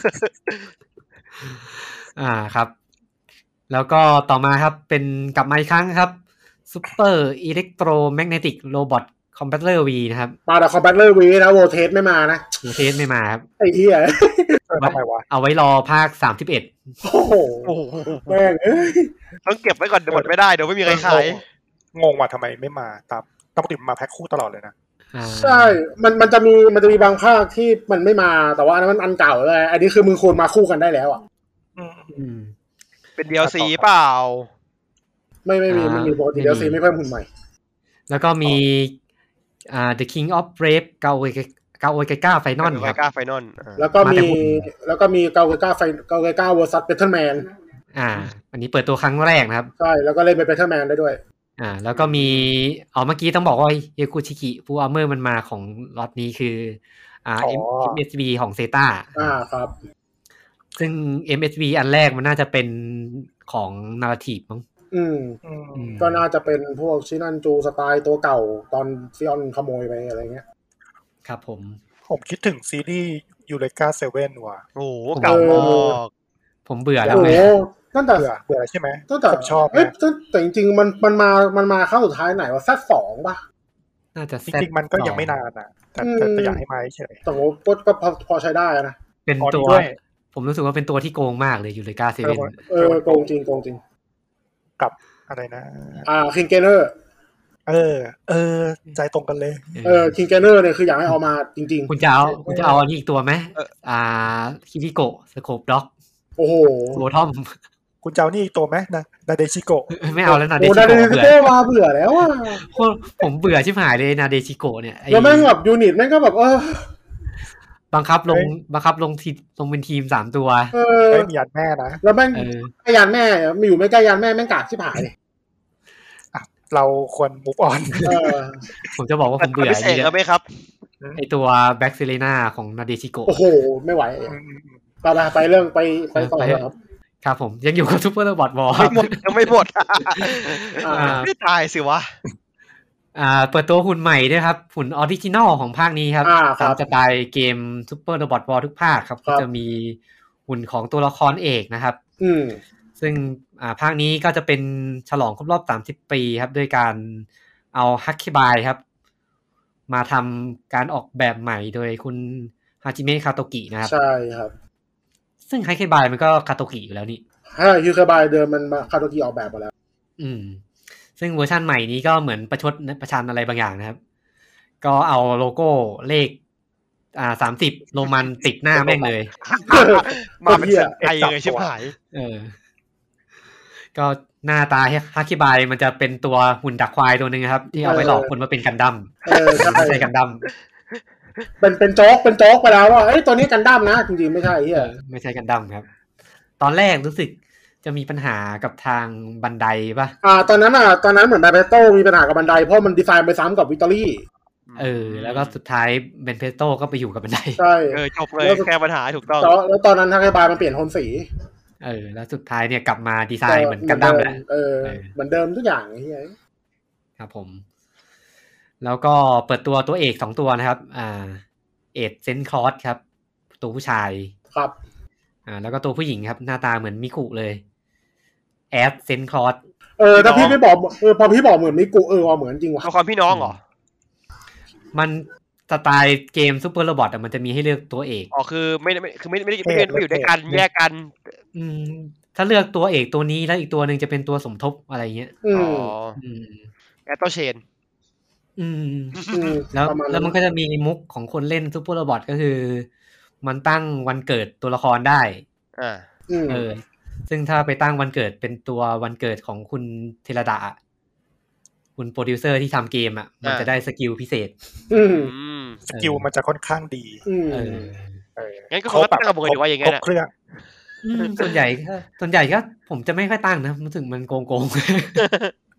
อ่าครับ แล้วก็ต่อมาครับเป็นกลับมาอีกครั้งครับ Super Electromagnetic Robot Combattler V นะครับมาแต่คอมแบทเลอร์วีนะโวเทสไม่มานะโมเทสไม่มาครับไอ้เหี้ยเออทำไมวะเอาไว้รอภาคสามสิบเอ็ดโอ้โหโอ้โหแม่งเอ้ยต้องเก็บไว้ก่อนเดี๋ยวหมดไม่ได้เดี๋ยวไม่มีใครขายงงว่าทำไมไม่มาตามปกติมันมาแพ็คคู่ตลอดเลยนะใช่ มันมันจะมีมันจะมีบางภาคที่มันไม่มาแต่ว่าอันนั้นมันอันเก่าเลยอันนี้คือมึงควรมาคู่กันได้แล้วอ่ะอืมเป็น ดี แอล ซี เปล่าไม่ไม่มีอ่าไม่มีปกติไม่มีเดี๋ยวซีไม่เพิ่มหุ่นใหม่แล้วก็มีอ่า The King of Brave เกาโอเกาโอเกก้าไฟนอลไวครับก้าไฟนอลแล้วก็มีมาแต่หุ่นแล้วก็มีเกาเกก้าไฟเกาเกก้าเวอร์ซัสเบทเทิลแมนอ่า อันนี้เปิดตัวครั้งแรกนะครับใช่แล้วก็เล่นเป็นเบทเทิลแมนได้ด้วยอ่า แล้วก็มีอ๋อเมื่อกี้ต้องบอกว่าเยกุชิกิฟูอาร์เมอร์มันมาของล็อตนี้คืออ่าอ๋อเอ็ม เอส บี ของเซตาอ่าครับซึ่ง เอ็ม เอส บี อันแรกมันน่าจะเป็นของนาราทีฟมั้งอืมอืมก็น่าจะเป็นพวกชินันจูสไตล์ตัวเก่าตอนซิออนขโมยไปอะไรเงี้ยครับผมผมคิดถึงซีรีส์ยูเรกาเซเว่นว่ะโอ้โหเก่ามากผมเบื่อแล้วโอ้ไงโหตั้งแต่เบื่อเบื่อใช่ไหมตั้งแต่ผมชอบเอ้ยนะตั้งแต่จริงๆมันมันมามันมาครั้งสุดท้ายไหนวะแซดสองป่ะน่าจะจริงๆมันก็ยังไม่นานอ่ะแต่แต่แต่อยากให้มาเฉยแต่ว่าก็ก็พอพอใช้ได้นะเป็นอ๋อตัวด้วยผมรู้สึกว่าเป็นตัวที่โกงมากเลยยูเลกาเซเว่นเออโกงจริงโกงจริงกับอะไรนะอ่าคิงเกเนอร์เออ เออ ใจตรงกันเลยเออคิงเกเนอร์เนี่ยคืออยากให้เอามาจริงคุณจะเอาคุณจะเอาอันนี้อีกตัวไหมอ่าคิริโกะสโคปด็อกๆ โอ้โหโบทอมคุณเจ้านี่อีกตัวไหมนะนาเดชิโกะไม่เอาแล้วนาเดโอ้ชิดาเดโกะซิเบื่อโกมาเบื่อแล้วอ่ะโคตรผมเบื่อชิบหายเลยนาเดชิโกะเนี่ยไอ้แล้วแม่งแบบยูนิตแม่งก็แบบเออบังคับลงบังคับลงทีลงเป็นทีมสามตัวเออไม่มียันแม่นะแล้วแม่งเออใกล้ยันแม่มีอยู่ไม่ใกล้ยันแม่แม่งกากชิบหายเลยเราควรมูฟออนเออผมจะบอกว่าผมเบื่อพิเศษแล้วไหมครับไอตัวแบ็กซิเลนาของนาเดชิโกะโอ้โหไม่ไหวไปไปไปเรื่องไปไปต่อเลยครับครับผมยังอยู่กับซูเปอร์โรบอทวอลไม่หมดยังไม่หมดอ่าไม่ตายสิวะอ่าเปิดตัวหุ่นใหม่ด้วยครับหุ่นออริจินอลของภาคนี้ครับอ่าคตารัมบสไตล์เกมซูเปอร์โรบอทวอลทุกภาคครับครัก็บจะมีหุ่นของตัวละครเอกนะครับอืมซึ่งอ่าภาคนี้ก็จะเป็นฉลองครบรอบสามสิบปีครับด้วยการเอาฮักคิบายครับ มาทำการออกแบบใหม่โดยคุณฮาจิเมะคาโตกินะครับใช่ครับซึ่งฮักคิบายมันก็คาโตกิอยู่แล้วนี่ถ้ายูคาบายเดิมมันมาคาโตกิออกแบบมาแล้วอืม ซึ่งเวอร์ชันใหม่นี้ก็เหมือนประชดประชันอะไรบางอย่างนะครับ ก็เอาโลโก้เลข อ่าสามสิบโรมันติดหน้าแม่งเลยมาเป็นไอ้ยังไงชิบหายเออ ก็หน้าตาฮักคิบายมันจะเป็นตัวหุ่นดักควายตัวหนึ่งครับ ที่เอาไปหลอกคนมาเป็นกันดั้มเออใช่ไม่ใช่กันดั้มเป็นเป็นโจ๊กเป็นโจ๊กไปแล้วว่าเอ้ยตัวนี้กันดั้มนะจริงๆไม่ใช่เฮียไม่ใช่กันดั้มครับ ตอนแรกรู้สึกจะมีปัญหากับทางบันไดป่ะอ่าตอนนั้นอ่ะตอนนั้นเหมือนไบเบโต้มีปัญหากับบันไดเพราะมันดีไซน์ไปซ้ำกับวิตอรี่เออ แล้วก็สุดท้ายเบนเพโต้ก็ไปอยู่กับบันไดใช่เออจบเลยแก้ปัญหาถูกต้องแล้วแล้วตอนนั้นทางไอบายมันเปลี่ยนโทนสีเออ แล้วสุดท้ายเนี่ยกลับมาดีไซน์เหมือนกันดั้มแหละเออเออเหมือนเดิมทุกอย่างเฮียครับผม แล้วก็เปิดตัวตัวเอกสองตัวนะครับ อ่า เอ็ดเซนคลอสครับ ตัวผู้ชายครับอ่า แล้วก็ตัวผู้หญิงครับ หน้าตาเหมือนมิคุเลยแอดเซนคลอสเออถ้าพี่ไม่บอกเออพอพี่บอกเหมือนมิกุเออว่าเหมือนจริงว่ะละครพี่น้องเหรอมันสไตล์เกมซูเปอร์โรบอทอะมันจะมีให้เลือกตัวเอกอ๋อคือไม่ไม่คือไม่ไม่ได้ไม่ได้ไม่อยู่ด้วยกันแยกกันอืม ถ้าเลือกตัวเอกตัวนี้แล้วอีกตัวหนึ่งจะเป็นตัวสมทบอะไรเงี้ยอือ๋มออืมแอตโตเชนอืมอืมแล้วประาณแล้วมันก็จะมีมุกของคนเล่นซูเปอร์โรบอทก็คือ มันตั้งวันเกิดตัวละครได้อ่าอืมเออ ซึ่งถ้าไปตั้งวันเกิดเป็นตัววันเกิดของคุณเทระดะอะคุณโปรดิวเซอร์ที่ทำเกมอ่ะ มันจะได้สกิลพิเศษอืมอืมสกิลมันจะค่อนข้างดีอืมเออเอองั้นก็คงต้องตั้งกระบวนการว่าอย่างคงั้รนบอะเครื่องอืมส่วนใหญ่ก็ส่วนใหญ่ก็ผมจะไม่ค่อยตั้งนะรู้สึกมันโกงโกง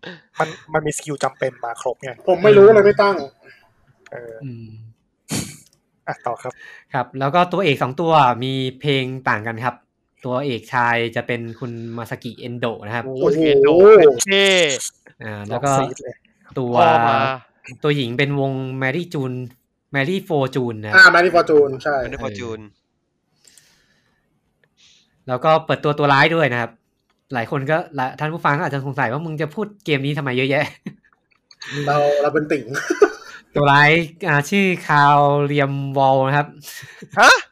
มันมันมีสกิลจำเป็นมาครบไงผมไม่รู้เลยไม่ตั้งเอออืมอ่ะต่อครับครับ แล้วก็ตัวเอกสองตัวมีเพลงต่างกันครับ ตัวเอกชายจะเป็นคุณมาซากิเอนโดะนะครับโอ้โหเอ็นโดเป็นเท่อ่าแล้วก็ซีดเลยตัวพ่อมาตัวหญิงเป็นวงแมรี่จูนแมรี่โฟจูนนะคอ่ารับมาที่ฟอร์จูนใช่เป็นฟอร์จูนแล้วก็เปิดตัวตัวร้ายด้วยนะครับ หลายคนก็ละท่านผู้ฟังก็อาจจะสงสัยว่ามึงจะพูดเกมนี้ทำไมเยอะแยะเราเราเป็นติ่งตัวร้ายอ่าชื่อคาวเรียมวอลนะครับฮะ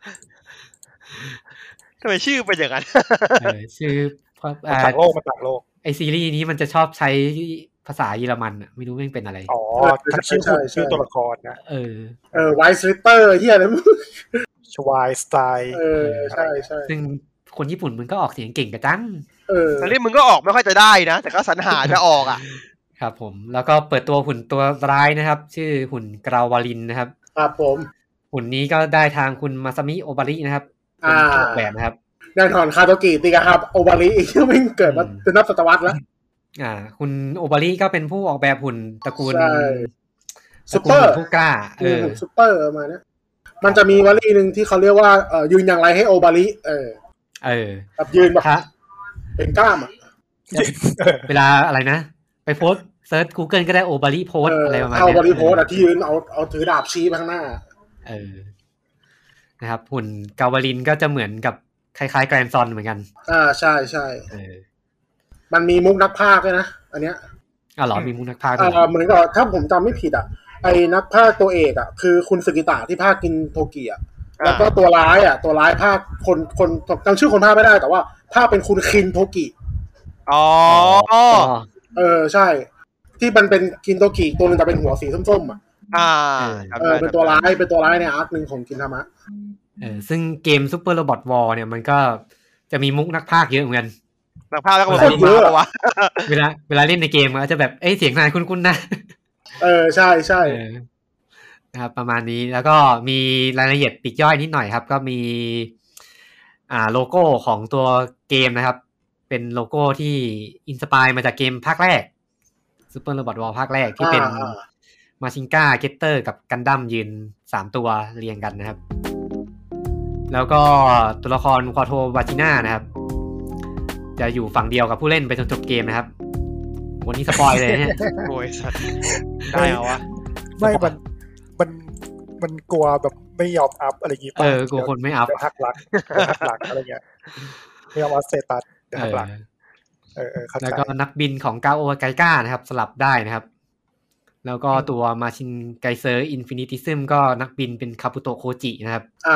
ทำไมชื่อเป็นอย่างนั้นเออชื่อเพราะมันอ่าต่างโลกมันต่างโลกไอซีรีส์นี้มันจะชอบใช้ภาษาเยอรมันอะไม่รู้มันเป็นอะไรอ๋อทั้งชื่อหุ่นชื่อตัวละครนะเออเออไวส์ริเตอร์เฮียอะไรมึงชวายสไตล์เออใช่ใช่ซึ่งคนญี่ปุ่นมันก็ออกเสียงเก่งกระจังเออตอนนี้มึงก็ออกไม่ค่อยจะได้นะ แต่ก็สรรหาจะออกอ่ะครับผม แล้วก็เปิดตัวหุ่นตัวร้ายนะครับ ชื่อหุ่นกราวาลินนะครับครับผมหุ่นนี้ก็ได้ทางคุณมาซามิโอบารินะครับเป็นอ่าผู้ออกแบบนะครับแน่นอนคาโตกิติกาครับโอบาริอีกที่ไม่งเกิดมาเป็นนับศตวรรษแล้วอ่า คุณโอบาริก็เป็นผู้ออกแบบหุ่นตระกูลใช่ตระกูลหุ่นผู้กล้า เออซุปเปอร์มาเนี้ยมันจะมีวลีหนึ่งที่เขาเรียกว่าเอ่อยืนอย่างไรให้โอบาริเออเออแบบยืนแบบถ้าเป็นกล้ามอ่ะเวลาอะไรนะ ไปโพสเซิร์ช Google ก็ได้โอบาริโพสเอออะไรประมาณเอาเนี้ยบาริโพสอะที่ยืนเอาเอาถือดาบชี้ไปข้างหน้าเออนะครับหุ่นกาวาลินก็จะเหมือนกับคล้ายๆแกรนซอนเหมือนกันอ่าใช่ใช่เออมันมีมุกนักพากย์ด้วยนะอันเนี้ยอ๋อเหรอมีมุกนักพากย์เอด้วยอเหมือนกับถ้าผมจำไม่ผิดอ่ะไอ้นักพากย์ตัวเอกอ่ะคือคุณสึกิตะที่พากย์กินโทกิอ่ะแล้วก็ตัวร้ายอ่ะตัวร้ายพากย์คนคนจำชื่อคนพากย์ไม่ได้แต่ว่าพากย์เป็นคุณคินโทกิอ๋อเออใช่ ที่มันเป็นคินโตกิตัวนึงแต่เป็นหัวสีส้มๆอ่ะอ่าเออเป็นตัวร้ายเป็นตัวร้ายในอาร์คหนึ่งของกินทามะเออซึ่งเกม Super Robot War เนี่ยมันก็จะมีมุกนักพากย์เยอะเหมือนกันนักภาพแล้วก็เป็นคนมาปะวะเวลาเวลาเล่นในเกมมันก็จะแบบเอ้ยเสียงนายคุ้นๆนะเออใช่ใช่เออนะครับประมาณนี้แล้วก็มีรายละเอียดปลีกย่อยนิดหน่อยครับ ก็มีอ่าโลโก้ของตัวเกมนะครับ เป็นโลโก้ที่อินสปายมาจากเกมภาคแรก Super Robot War ภาคแรกที่เป็นมาชิงก้าเกตเตอร์กับกันดั้มยืนสามตัวเรียงกันนะครับ แล้วก็ตัวละครควอโทวาจิน่านะครับ จะอยู่ฝั่งเดียวกับผู้เล่นไปจนจบเกมนะครับวันนี้สปอยเลยเนี่ยโอ้ยสัตว์ได้เหรอวะไม่มันมันมันกลัวแบบไม่ยอมอัพอะไรอย่างงี้เออกลัวคนไม่อัพเดี๋ยวหักหลักเดี๋ยวหักหลักอะไรเงี้ยไม่ยอมอัพสเตตัสเดี๋ยวหักหลักเออเออเข้าใจแล้วก็นักบินของกาโอไกก้านะครับ สลับได้นะครับ แล้วก็ตัวมาชินไกเซอร์อินฟินิติซึมก็นักบินเป็นคาปุโตะโคจินะครับอ่า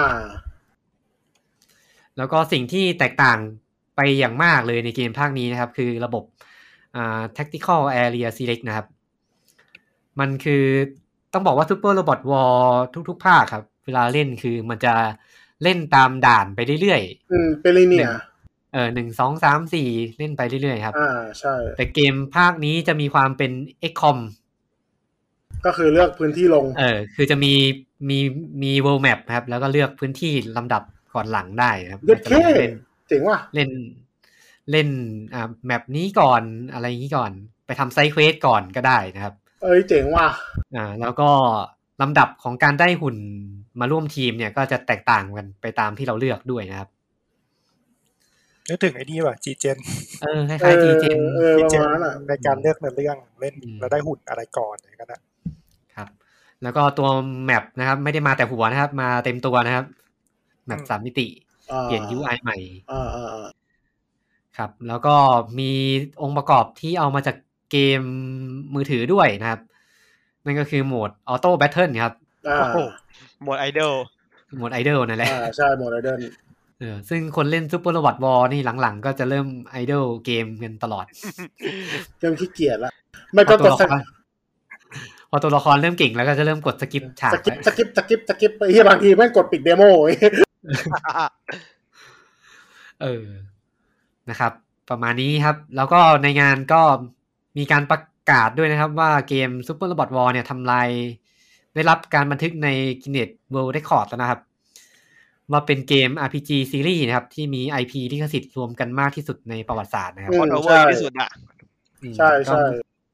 แล้วก็สิ่งที่แตกต่างไปอย่างมากเลยในเกมภาคนี้นะครับ คือระบบอ่า tactical area select นะครับ มันคือต้องบอกว่า Super Robot War ทุกๆภาคครับ เวลาเล่นคือมันจะเล่นตามด่านไปเรื่อยอืมเป็นลิเนียๆเออหนึ่งสองสามสี่เล่นไปเรื่อยๆครับอ่าใช่แต่เกมภาคนี้จะมีความเป็น เอ็กซ์ คอมก็คือเลือกพื้นที่ลงเออคือจะมีมีมี world map นะครับ แล้วก็เลือกพื้นที่ลำดับก่อนหลังได้ครับเย็ดเท่เล่นเจ๋งว่ะเล่นเล่นอ่าแมปนี้ก่อนอะไรอย่างนี้ก่อน ไปทำไซด์เควสก่อนก็ได้นะครับเอ้ยเจ๋งว่ะอ่าแล้วก็ลำดับของการได้หุ่นมาร่วมทีมเนี่ยก็จะแตกต่างกันไปตามที่เราเลือกด้วยนะครับนึกถึงไอ้นี่ว่ะจีเจนเออคล้ายๆ จี เจนเออจีประเจนมาณนั้นอ่ะในการเลือกในเรื่องเล่นอืมแล้วได้หุ่นอะไรก่อนอย่างนั้นนะครับแล้วก็ตัวแมปนะครับ ไม่ได้มาแต่หัวนะครับ มาเต็มตัวนะครับแมปสามมิติอ่าเปลี่ยน ยู ไอ ใหม่อ่าอ่าอ่าครับ แล้วก็มีองค์ประกอบที่เอามาจากเกมมือถือด้วยนะครับ นั่นก็คือโหมดออโต้แบทเทิลครับอ่าโอ้โหหมดไอดอลโหมดไอดอลนั่นแหละอ่าใช่โมเดลเดินเออซึ่งคนเล่น Super Robot War นี่หลังๆ ก็จะเริ่มไอดอลเกมกันตลอดเริ่มขี้เกียจละไม่พก็อก ตัวดละครพอตัวละครเริ่มเก่งแล้วก็จะเริ่มกดสกิปฉากสกิปสกิปสกิปสกิปไปที่บางทีแม่งกดปิดเดโมไว้เออนะครับ ประมาณนี้ครับ แล้วก็ในงานก็มีการประกาศด้วยนะครับว่าเกม Super Robot War เนี่ยทำลายได้รับการบันทึกใน Guinness World Record แล้วนะครับ ว่าเป็นเกม อาร์ พี จี ซีรีส์นะครับ ที่มี ไอ พี ลิขสิทธิ์รวมกันมากที่สุดในประวัติศาสตร์นะครับคอนโอเวอร์ที่สุดอ่ะอืมใช่ใช่ก็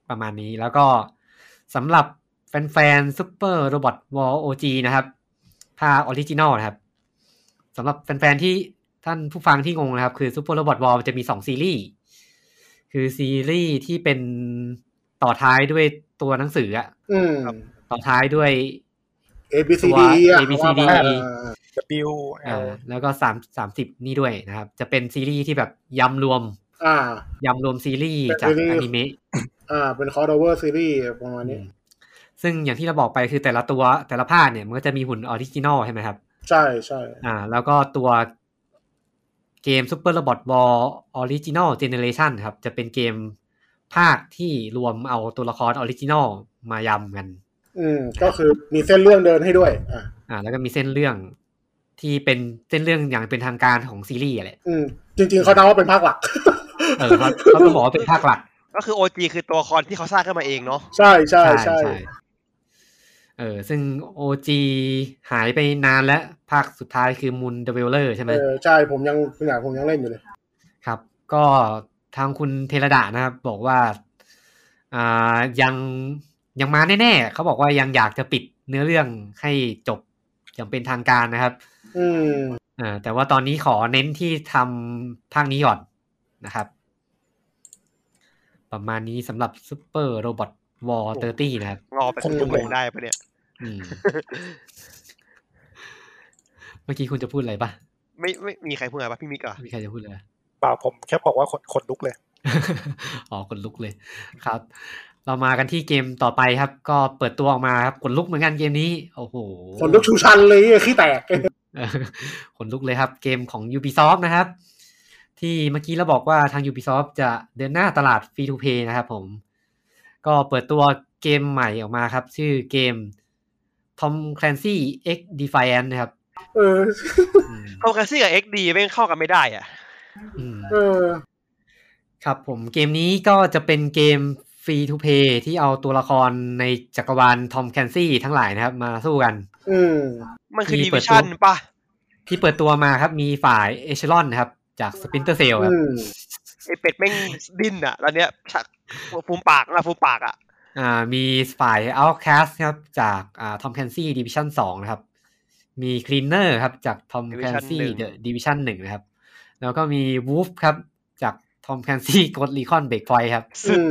ประมาณนี้แล้วก็สำหรับแฟนๆ Super Robot War โอ จี นะครับภาคออริจินอลนะครับสำหรับแฟนๆที่ท่านผู้ฟังที่งงนะครับคือ Super Robot War จะมีสองซีรีส์คือซีรีส์ที่เป็นต่อท้ายด้วยตัวหนังสืออ่ะต่อท้ายด้วย A B C D A B C D W อ่าแล้วก็สาม สามสิบนี่ด้วยนะครับจะเป็นซีรีส์ที่แบบยำรวมอ่ายำรวมซีรีส์จากอนิเมะอ่าเป็น crossover ซีรีส์ประมาณนี้ซึ่งอย่างที่เราบอกไปคือแต่ละตัวแต่ละภาคเนี่ยมันก็จะมีหุ่นออริจินอลใช่ไหมครับใช่ใช่อ่าแล้วก็ตัวเกม Super Robot War Original Generation ครับจะเป็นเกมภาคที่รวมเอาตัวละครออริจินอลมายำกันอืมก็คือมีเส้นเรื่องเดินให้ด้วยอ่าอ่าแล้วก็มีเส้นเรื่องที่เป็นเส้นเรื่องอย่างเป็นทางการของซีรีส์แหละอืมจริงๆเขานับว่าเป็นภาคหลักเออเขาเขาต้องบอกว่าเป็นภาคหลักก็คือ โอ จี คือตัวละครที่เขาสร้างขึ้นมาเองเนาะใช่ใช่ใช่เออซึ่ง โอ จี หายไปนานแล้วภาคสุดท้ายคือ Moon Dweller ใช่ไหมเออใช่ผมยังขนาดผมยังเล่นอยู่เลยครับก็ทางคุณเทระดะนะครับบอกว่าอ่ายังยังมาแน่ๆเขาบอกว่ายังอยากจะปิดเนื้อเรื่องให้จบอย่างเป็นทางการนะครับอืมอ่าแต่ว่าตอนนี้ขอเน้นที่ทำภาคนี้ก่อนนะครับประมาณนี้สำหรับ Super Robot War สามสิบนะครับงอไปคุณชั่วโมงได้ปะเนี่ยเมื่อกี้คุณจะพูดอะไรปะไม่ไม่มีใครพูดอะไรปะพี่มิกอ่ะมีใครจะพูดอะไรเปล่าผมแค่บอกว่าคนคนลุกเลยอ๋อคนลุกเลยครับเรามากันที่เกมต่อไปครับก็เปิดตัวออกมาครับขนลุกเหมือนกันเกมนี้โอ้โหขนลุกชูชันเลยขี้แตกขนลุกเลยครับเกมของ Ubisoft นะครับที่เมื่อกี้เราบอกว่าทาง Ubisoft จะเดินหน้าตลาด Free to Play นะครับผมก็เปิดตัวเกมใหม่ออกมาครับชื่อเกม Tom Clancy X Defiant นะครับเออ Tom Clancy กับ เอ็กซ์ ดี แม่งเข้ากันไม่ได้อ่ะเออครับผมเกมนี้ก็จะเป็นเกม Free to Play ที่เอาตัวละครในจักรวาล Tom Clancy ทั้งหลายนะครับมาสู้กันอืมมันคือ Division ป่ะที่เปิดตัวมาครับมีฝ่าย Echelon นะครับจาก Splinter Cell ครับไอเป็ดแม่งดิ้นอ่ะแล้วเนี้ยฟูมปากนะฟูมปากอ่ะอ่ามีฝ่าย Outcast ครับจากอ่า Tom Clancy Division สองนะครับมี Cleaner ครับจาก Tom Clancy The Division หนึ่งนะครับแล้วก็มี Wolf ครับจาก Tom Clancy Ghost Recon Breakpoint ครับ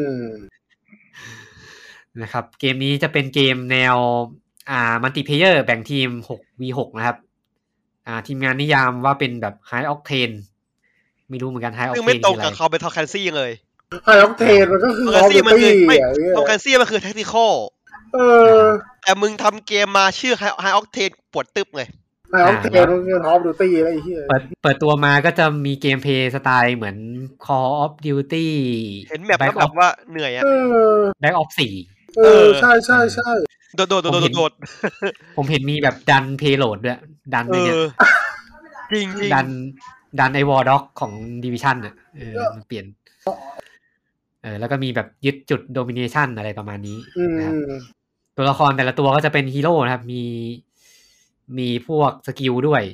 นะครับเกมนี้จะเป็นเกมแนวอ่ามัลติเพลเยอร์แบ่งทีม หก วี หก นะครับอ่าทีมงานนิยามว่าเป็นแบบ High Octane ไม่รู้เหมือนกัน High Octane คือไม่ตรงกับเขาเป็น Tom Clancy เลย High Octane มันก็คือ Tom Clancy มันคือไม่ Tom Clancy มันคือ Tactical เออแต่มึงทำเกมมาชื่อ High Octane ปวดตึ๊บเลย High Octane มันคือ Call of Duty อะไรไอ้เหี้ยเปิดเปิดตัวมาก็จะมีเกมเพลย์สไตล์เหมือน Call of Duty เห็นแบบแล้วแบบว่าเหนื่อยอ่ะ Back of สี่เออใช่ๆๆโดดๆๆๆๆผมเห็นมีแบบดันเพย์โหลดด้วยดันเนี่ยจริงๆดันดันไอ้ War Dog ของ Division น่ะเออมันเปลี่ยนเออแล้วก็มีแบบยึดจุด Domination อะไรประมาณนี้นะครับตัวละครแต่ละตัวก็จะเป็นฮีโร่นะครับมีมีพวกสกิลด้วย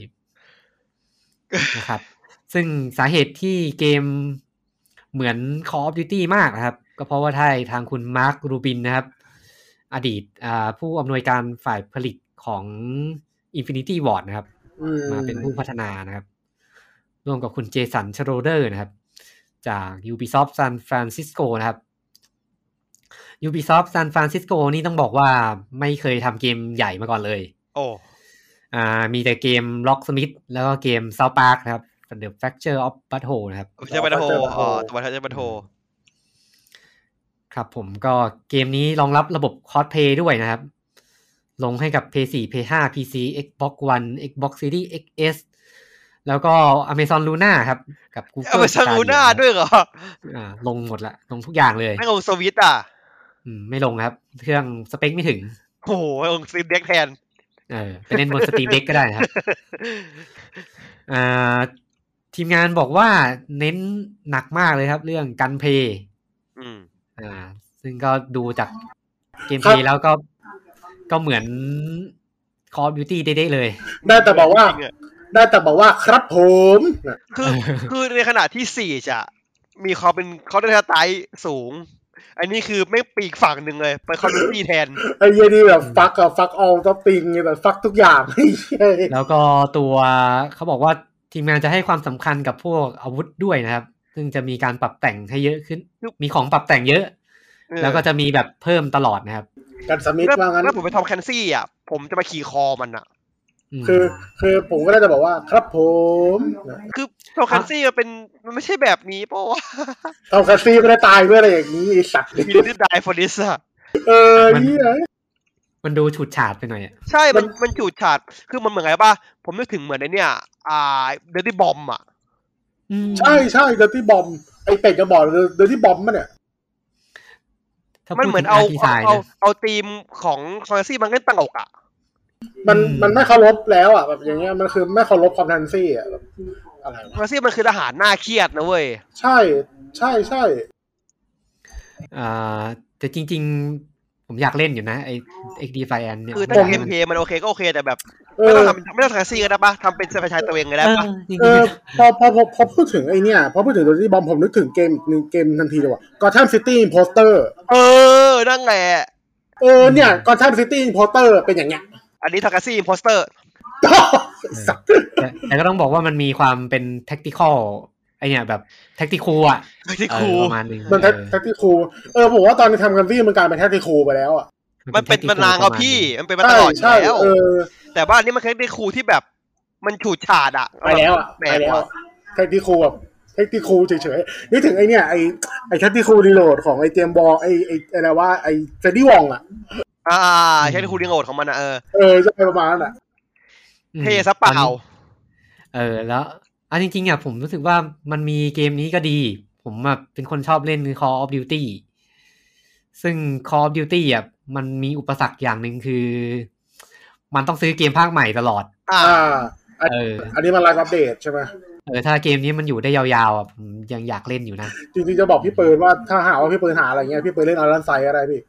นะครับซึ่งสาเหตุที่เกมเหมือน Call of Duty มากนะครับก็เพราะว่าทางคุณมาร์ครูบินนะครับอดีตผู้อำนวยการฝ่ายผลิตของ Infinity Ward นะครับมาเป็นผู้พัฒนานะครับร่วมกับคุณเจสันชโรเดอร์นะครับจาก Ubisoft San Francisco นะครับ Ubisoft San Francisco นี่ต้องบอกว่าไม่เคยทำเกมใหญ่มาก่อนเลยโอ้อ่ามีแต่เกม Locksmith แล้วก็เกม South Park นะครับ The Fracture of Butthole นะครับไม่ใช่ Butthole อ๋อตัวไม่ใช่ Butthole ครับผมก็เกมนี้รองรับระบบ Crossplay ด้วยนะครับลงให้กับ พี โฟร์ พี ไฟว์ พี ซี Xbox One Xbox Series เอ็กซ์ เอส แล้วก็ Amazon Luna ครับกับ Google Amazon Luna ด้วยเหรออ่าลงหมดละลงทุกอย่างเลยไม่ลงสวิตช์อ่ะอืมไม่ลงครับเครื่องสเปคไม่ถึงโอ้โหลง Steam Deck แทนเออไปเล่นบน Steam Deck ก็ได้ครับอ่าทีมงานบอกว่าเน้นหนักมากเลยครับเรื่องกันเพลย์อืมอ่าซึ่งก็ดูจากเกมเพลย์แล้วก็ก็เหมือน Call of Duty เด้ๆเลยได้แต่บอกว่าได้แต่บอกว่าครับผมคือคือในขณะที่สี่จะมีความเป็น Counter Strike สูงอันนี้คือไม่ปีกฝั่งหนึ่งเลยไปคอมมิตี้แทนไอ้เหี้ยนี่แบบฟักกับฟักออลท็อปปิงแบบฟักทุกอย่างแล้วก็ตัวเขาบอกว่าทีมงานจะให้ความสำคัญกับพวกอาวุธด้วยนะครับซึ่งจะมีการปรับแต่งให้เยอะขึ้นมีของปรับแต่งเยอะแล้วก็จะมีแบบเพิ่มตลอดนะครับกันสมิธว่างั้นถ้าผมไปทอมแคนซี่อ่ะผมจะมาขี่คอมันอ่ะคือคือผมก็ได้จะบอกว่าครับผมคือทอมแคนซี่มันเป็นมันไม่ใช่แบบนี้เพราะว่าทอมแคนซี่ไม่ได้ตายเพื่ออะไรอย่างนี้ไอ้สัตว์มีดิดายฟอร์ดิสอะเออนี่ไงมันดูฉูดฉาดไปหน่อยอ่ะใช่มันมันฉูดฉาดคือมันเหมือนไงป่ะผมนึกถึงเหมือนไอ้เนี่ยอ่าเดอร์ตี้บอมอ่ะใช่ใช่เดอร์ตี้บอมไอ้เป็ดจะบอกเดอร์ตี้บอมมันเนี่ยมันเหมือนเอาเอาเอาทีมของคอนซี่มันเล่นตลกอ่ะมันมันไม่เคารพแล้วอ่ะแบบอย่างเงี้ยมันคือไม่เคารพคอมแทนซี่อ่ะแบบอะไรคอนซี่มันคือทหารหน้าเครียดนะเว้ยใช่ใช่ใช่อ่าแต่จริงๆผมอยากเล่นอยู่นะไอ้ เอ็กซ์ ดี Defiant เนี่ยคือถ้าเกมเพลย์มันโอเคก็โอเคแต่แบบไม่ต้องทำไม่ต้องคอนซี่ก็ได้ป่ะทำเป็นเซอร์ไพรส์ตัวเองเลยได้ป่ะเออพอพอพอพอพูดถึงไอ้เนี่ยพอพูดถึงตัวที่บอมผมนึกถึงเกมหนึ่งเกมทันทีเลยว่ะ Gotham City Imposter เออนั่นแหละเออเนี่ย Gotham City Imposter เป็นอย่างเงี้ยอันนี้ทาคาซี่อิมโพสเตอร์แต่ก็ต้องบอกว่ามันมีความเป็นแท็กติคอลไอเนี่ยแบบแท็กติคูลอ่ะแท็กติคูลประมาณนึงมันแท็กติคูลเออผมว่าตอนนี้ทำกันที่มันกลายเป็นแท็กติคูลไปแล้วอ่ะมันเป็นมันนางเอาพี่มันเป็นมาตลอดแล้วแต่ว่าอันนี้มันแท็กติคูลที่แบบมันฉูดฉาดอ่ะไปแล้วอ่ะไปแล้วแท็กติคูลแบบแท็กติคูลเฉยๆนี่ถึงไอเนี่ยไอไอแท็กติคูลรีโหลดของไอเจมบอลไอไออะไรว่าไอเฟรดดี้วองอ่ะอ่าแท็กติคูลรีโหลดของมันอ่ะเออเออจะไปประมาณนั้นอ่ะเท่ซะเปล่าเออแล้วอ่ะจริงๆอ่ะผมรู้สึกว่ามันมีเกมนี้ก็ดีผมอ่ะเป็นคนชอบเล่นคือ Call of Duty ซึ่ง Call of Duty อ่ะมันมีอุปสรรคอย่างนึงคือมันต้องซื้อเกมภาคใหม่ตลอดอ่าเอออันนี้มันไลฟ์อัปเดตใช่ไหมเออถ้าเกมนี้มันอยู่ได้ยาวๆอ่ะผมยังอยากเล่นอยู่นะจริงๆจะบอกพี่เปิดว่าถ้าหาว่าพี่เปิดหาอะไรเงี้ยพี่เปิดเล่นอารันไซอะไรพี่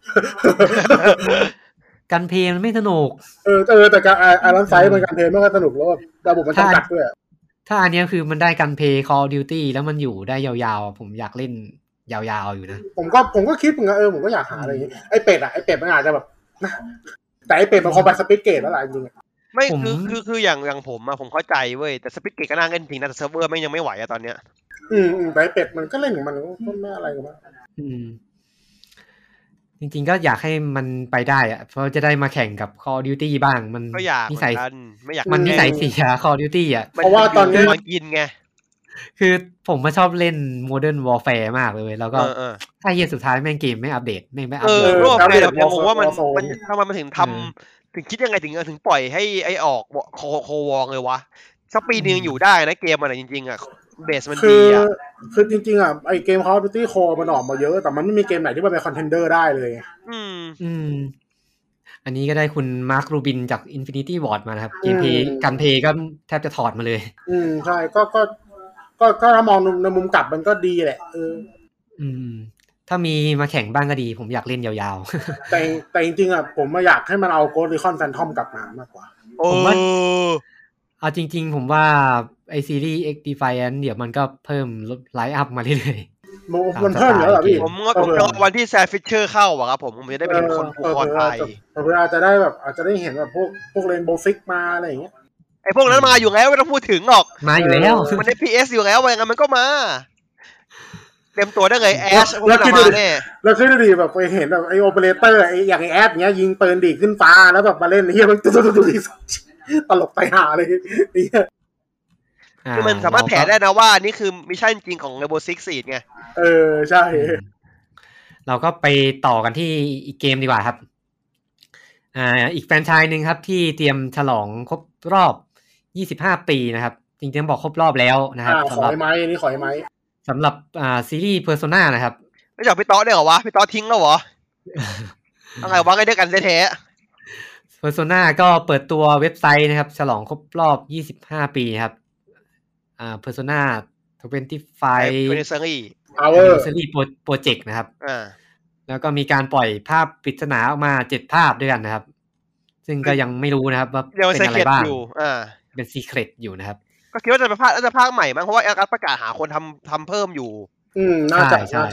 การเพลย์มันไม่สนุกเออเออแต่การอารันไซมันการเพลย์ไม่ค่อยสนุกแล้วระบบมันจำกัดด้วยถ้าอันนี้คือมันได้การเพลย์ Call of Duty แล้วมันอยู่ได้ยาวๆผมอยากเล่นยาวๆอยู่นะผมก็ผมก็คิดเหมือนกันเออผมก็อยากหาอะไรอย่างงี้ไอเป็ดอะไอเป็ดมันอาจจะแบบแต่ไอเป็ดมันคอมแบทสปิริตเกตแล้วล่ะจริงๆไม่คือคือคืออย่างอย่างผมอะผมเข้าใจเว้ยแต่สปิริตเกตก็น่าเล่นจริงนะแต่เซิร์ฟเวอร์ไม่ยังไม่ไหวอะตอนเนี้ยอืมแต่ไอเป็ดมันก็เล่นของมันก็ไม่อะไรกันมากอืมจริงๆก็อยากให้มันไปได้อะเพราะจะได้มาแข่งกับ Call of Duty บ้างมันนิสัยไม่อยากมันนิสัยเสีย Call of Duty อ่ะเพราะว่าตอนนี้มันกินไงคือผมมาชอบเล่น Modern Warfare มากเลยแล้วก็ถ้าเหี้ยสุดท้ายแม่งเกมไม่อัปเดตแม่งไม่อัปเดตเออ Warfare แบบยังงงว่ามันมันทำไมมันถึงทำถึงคิดยังไงถึงถึงปล่อยให้ไอ้ออกโคโควองเลยวะสักปีนึงอยู่ได้นะเกมมันจริงๆอ่ะเบสมันดีอ่ะคือจริงๆอ่ะไอเกม Call of Duty Core มันออกมาเยอะแต่มันไม่มีเกมไหนที่มันเป็นคอนเทนเดอร์ได้เลยอืมอืมอันนี้ก็ได้คุณมาร์ครูบินจาก Infinity Ward มานะครับเกมเพลย์การเพลย์ก็แทบจะถอดมาเลยอืมใช่ก็ก็ก็ก็ถ้ามองในมุมกลับมันก็ดีแหละเอออืมถ้ามีมาแข่งบ้างก็ดีผมอยากเล่นยาวๆแต่แต่จริงๆอ่ะผมมาอยากให้มันเอา Ghost Recon Phantom กลับมามากกว่าผมว่าเอาจริงๆผมว่าไอซีรีส์ X Defiant เดี๋ยวมันก็เพิ่มไลน์อัพมาเรื่อยๆมันเพิ่มแล้วเหรอพี่ผมก็ผมรอวันที่แซฟฟิชเชอร์เข้าอ่ะครับผมผมจะได้เป็นคนผูกคอตายเวลาจะได้แบบอาจจะได้เห็นแบบพวกพวกเรนโบว์ซิกมาอะไรอย่างเงี้ยไอพวกนั้นมาอยู่แล้วไม่ต้องพูดถึงหรอกมาอยู่แล้วมันได้ พี เอส อยู่แล้วว่าอย่างนั้นมันก็มาเต็มตัวได้เลยแอชพวกนั้นมาแน่แล้วคือดีแบบไปเห็นแบบไอโอเปอเรเตอร์ไออย่างไอแอดเงี้ยยิงปืนดีขึ้นฟ้าแล้วแบบมาเล่นเฮียมันตุ๊ดๆตลกไปหาเลยนี่คือมันสามารถแผ่ได้นะว่านี่คือมิชชั่นจริงของ Rainbow Six Siege ไงเออใช่เราก็ไปต่อกันที่อีกเกมดีกว่าครับอ่าอีกแฟรนไชส์นึงครับที่เตรียมฉลองครบรอบยี่สิบห้าปีนะครับจริงๆบอกครบรอบแล้วนะครับสำหรับไม้นี่ขอไม้สำหรับอ่าซีรีส์ Persona นะครับไม่จับพี่ต๊อดได้เหรอวะพี่ต๊อดทิ้งแล้วเหรออะไรวะไงเดียวกันแท้ๆ Persona ก็เปิดตัวเว็บไซต์นะครับฉลองครบรอบยี่สิบห้าปีครับอ่า Persona ยี่สิบห้า Anniversary Anniversary Project นะครับอ่าแล้วก็มีการปล่อยภาพปริศนาออกมาเจ็ดภาพด้วยกันนะครับซึ่งก็ยังไม่รู้นะครับว่าเป็นอะไรบ้างเป็น secret อยู่นะครับก็คิดว่าจะเป็นภาคจะภาคใหม่มั้งเพราะว่าแอร์กัสประกาศหาคนทำทำเพิ่มอยู่อืมน่าจะน่าจะ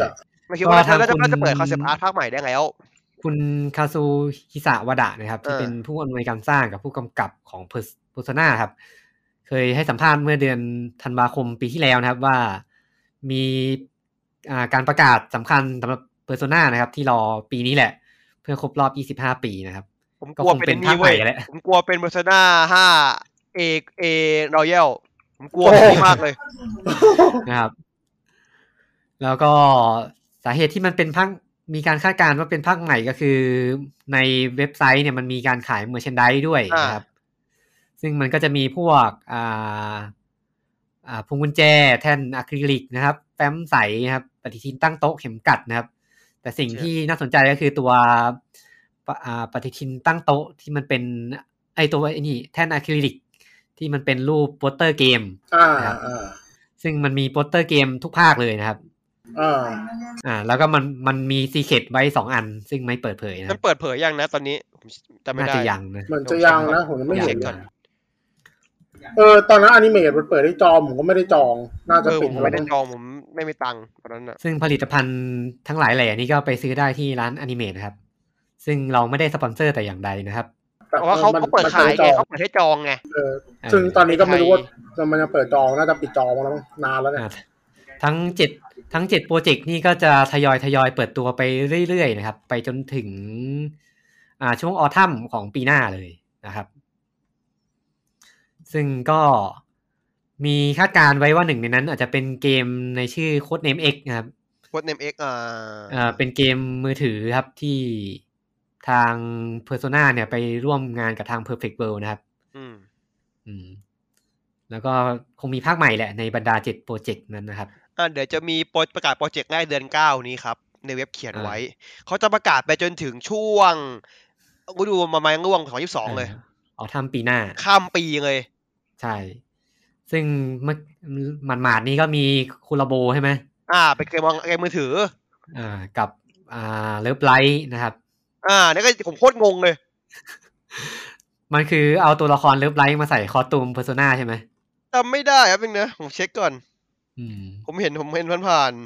ไม่คิดว่าน่าจะน่าจะเปิดคอนเซปต์อาร์ตภาคใหม่ได้แล้วคุณคาซูฮิสะวดะนะครับที่เป็นผู้อำนวยการสร้างกับผู้กำกับของ Persona ครับเคยให้สัมภาษณ์เมื่อเดือนธันวาคมปีที่แล้วนะครับว่ามีการประกาศสำคัญสำหรับ Persona นะครับที่รอปีนี้แหละเพื่อครบรอบยี่สิบห้าปีนะครับผมกลัวเป็นภาคใหม่แหละผมกลัวเป็น Persona ห้า A A Royal ผมกลัวนี่มากเลยนะครับแล้วก็สาเหตุที่มันเป็นภาคมีการคาดการณ์ว่าเป็นภาคใหม่ก็คือในเว็บไซต์เนี่ยมันมีการขายเมอร์แชนไดส์ด้วยนะครับซึ่งมันก็จะมีพวกอ่าอ่าพวงกุญแจแท่นอะคริลิกนะครับแฟ้มใสนะครับปฏิทินตั้งโต๊ะเข็มกัดนะครับแต่สิ่งที่น่าสนใจก็คือตัวอ่าปฏิทินตั้งโต๊ะที่มันเป็นไอตัวไอ้นี่แท่นอะคริลิกที่มันเป็นรูปโปสเตอร์เกมนะครับซึ่งมันมีโปสเตอร์เกมทุกภาคเลยนะครับอ่าอ่าแล้วก็มันมันมีซีเคร็ตไว้สองอันซึ่งไม่เปิดเผยนะมันเปิดเผยยังนะตอนนี้จำไม่ได้น่าจะยังนะมันจะยังนะผมไม่เห็นเออตอนนั้นอนิเมตมันเปิดให้จองผมก็ไม่ได้จองน่าจะปิดผมไม่ได้จองผมไม่มีตังค์ตอนนั้นน่ะซึ่งผลิตภัณฑ์ทั้งหลายแหล่นี้ก็ไปซื้อได้ที่ร้านอนิเมตนะครับซึ่งเราไม่ได้สปอนเซอร์แต่อย่างใดนะครับเพราะว่าเขาเขาเปิดขายไงเขาเปิดให้จองไงเออซึ่งตอนนี้ก็ไม่รู้ว่ามันจะเปิดจองน่าจะปิดจองมาแล้วนานแล้วเนี่ยทั้งเจ็ดทั้งเจ็ดโปรเจกต์นี่ก็จะทยอยทยอยเปิดตัวไปเรื่อยๆนะครับไปจนถึงอ่าช่วงออทัมของปีหน้าเลยนะครับซึ่งก็มีคาดการไว้ว่าหนึ่งในนั้นอาจจะเป็นเกมในชื่อ Codename X นะครับ Codename X อ่าอ่าเป็นเกมมือถือครับที่ทาง Persona เนี่ยไปร่วมงานกับทาง Perfect World นะครับอืมอืมแล้วก็คงมีภาคใหม่แหละในบรรดาเจ็ดโปรเจกต์นั้นนะครับอ่าเดี๋ยวจะมีประกาศโปรเจกต์แรกเดือนเก้านี้ครับในเว็บเขียนไว้เขาจะประกาศไปจนถึงช่วงกูดูมามาง่วงสองพันยี่สิบสองเลยอ๋อทำปีหน้าข้ามปีเลยใช่ซึ่งเมื่อมันหมาดนี้ก็มีคูลาโบใช่ไหมอ่าเป็นเกมเกมมือถืออ่ากับอ่าเลิฟไลท์นะครับอ่านี่ก็ผมโคตรงงเลยมันคือเอาตัวละครเลิฟไลท์มาใส่คอสตูมเพอร์โซนาใช่ไหมจำไม่ได้ครับเองนะผมเช็คก่อนอืมผมเห็นผมเห็นผ่าน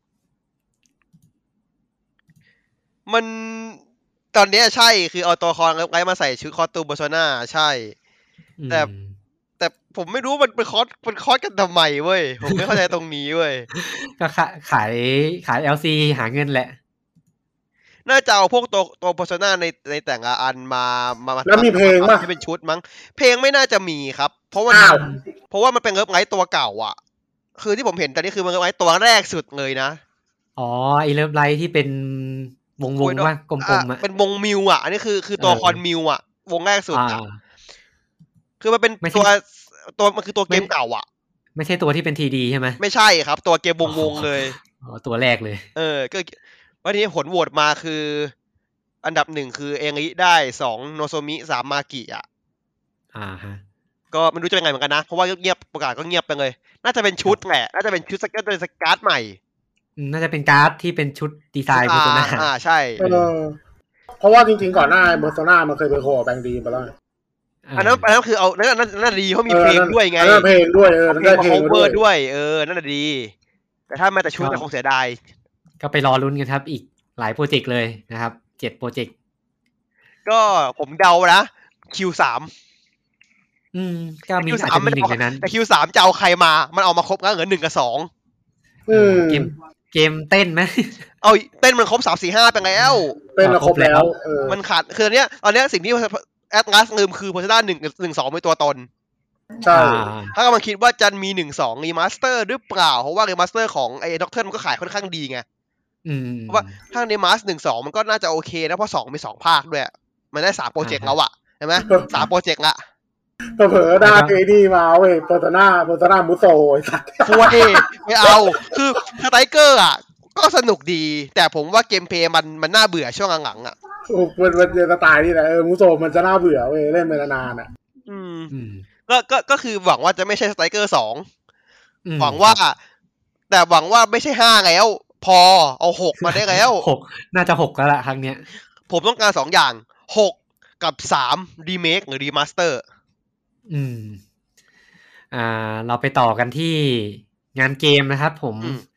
ๆมันตอนนี้ใช่คือเอาตัวละครเลิฟไลท์มาใส่ชุดคอสตูมเพอร์โซนาใช่แต่แต่ผมไม่รู้มันเป็นคอสเป็นคอสกันทำไมเว้ยผมไม่เข้าใจตรงนี้เว้ยก็ขายขาย แอล ซี หาเงินแหละน่าจะเอาพวกตัวตัว Persona ในในแต่ละอันมามาแล้วมีเพลงป่ะที่เป็นชุดมั้งเพลงไม่น่าจะมีครับเพราะว่าเพราะว่ามันเป็นเลิฟไลท์ตัวเก่าอ่ะคือที่ผมเห็นตอนนี้คือมันเลิฟไลท์ตัวแรกสุดเลยนะอ๋อไอเลิฟไลท์ที่เป็นวงวงว่ากลมๆอ่ะเป็นวงมิวอ่ะอันนี้คือคือตัวคอนมิวอ่ะวงแรกสุดคือมันเป็นตัวตัวมันคือตัวเกมเก่าอ่ะไม่ใช่ตัวที่เป็น ที ดี ใช่ไหมไม่ใช่ครับตัวเกมวงวงเลยอ๋อตัวแรกเลยเออก็วันนี้ผลโหวตมาคืออันดับหนึ่งคือเอริได้สองโนโซมิสามมากิอ่ะอ่าฮะก็ไม่รู้จะยังไงเหมือนกันนะเพราะว่าเงียบประกาศก็เงียบไปเลยน่าจะเป็นชุดแหละน่าจะเป็นชุดสเก็ตเป็นสการ์ดใหม่น่าจะเป็นการ์ดที่เป็นชุดดีไซน์ Persona อ่าใช่เออเพราะว่าจริงๆก่อนหน้า Persona มันเคยไปโคกับแบงค์ดีไปแล้วอันนั้นอันนั้นคือเอานั่นนั่นนั่นดีเขามีเพลงด้วยไงเพลงด้วยเออได้เพลงด้วยเออนั่นดีแต่ถ้าแม้แต่ชุดก็คงเสียดายก็ไปรอลุ้นกันครับอีกหลายโปรเจกต์เลยนะครับเจ็ดโปรเจกต์ก็ผมเดานะ คิว สามอืมก็มีอาจจะมีหนึ่งในนั้นแต่ คิว สาม จะเอาใครมามันเอามาครบแล้วเหลือหนึ่งกับสองอืมเกมเกมเต้นไหมเอาเต้นมันครบสาม สี่ ห้าไปแล้วเต้นครบแล้วเออมันขาดคือเนี้ยตอนเนี้ยสิ่งที่แอตลัสลืมคือ Persona หนึ่ง หนึ่ง สองเป็นตัวตนใช่ถ้ากำลังคิดว่าจะมีหนึ่ง สองรีมาสเตอร์หรือเปล่าเพราะว่ารีมาสเตอร์ของไอ้ด็อกเตอร์มันก็ขายค่อนข้างดีไงเพราะว่าถ้ารีมาสหนึ่ง สองมันก็น่าจะโอเคนะเพราะสองมีสองภาคด้วยมันได้สามโปรเจกต์แล้วอ่ะใช่ไหมสามโปรเจกต์ละเผลอได้ไอ้นี่มาเว้ย Persona Persona Muso ไอ้สัตว์ฟัวเอไม่เอาคือสไตรเกอร์อ่ะก็สนุกดีแต่ผมว่าเกมเพลย์มันมันน่าเบื่อช่วงหลังๆอ่ะโอ้มันมันจะสไตล์นี่แหละเออมูโซมันจะน่าเบื่อเว้ยเล่นไปนานๆอ่ะอืมก็ก็ก็คือหวังว่าจะไม่ใช่สไตรเกอร์สองหวังว่าแต่หวังว่าไม่ใช่ห้าแล้วพอเอาหกมาได้แล้วหกน่าจะหกแล้วล่ะครั้งเนี้ยผมต้องการสองอย่างหกกับสามรีเมคหรือรีมาสเตอร์อืมอ่าเราไปต่อกันที่งานเกมนะครับผม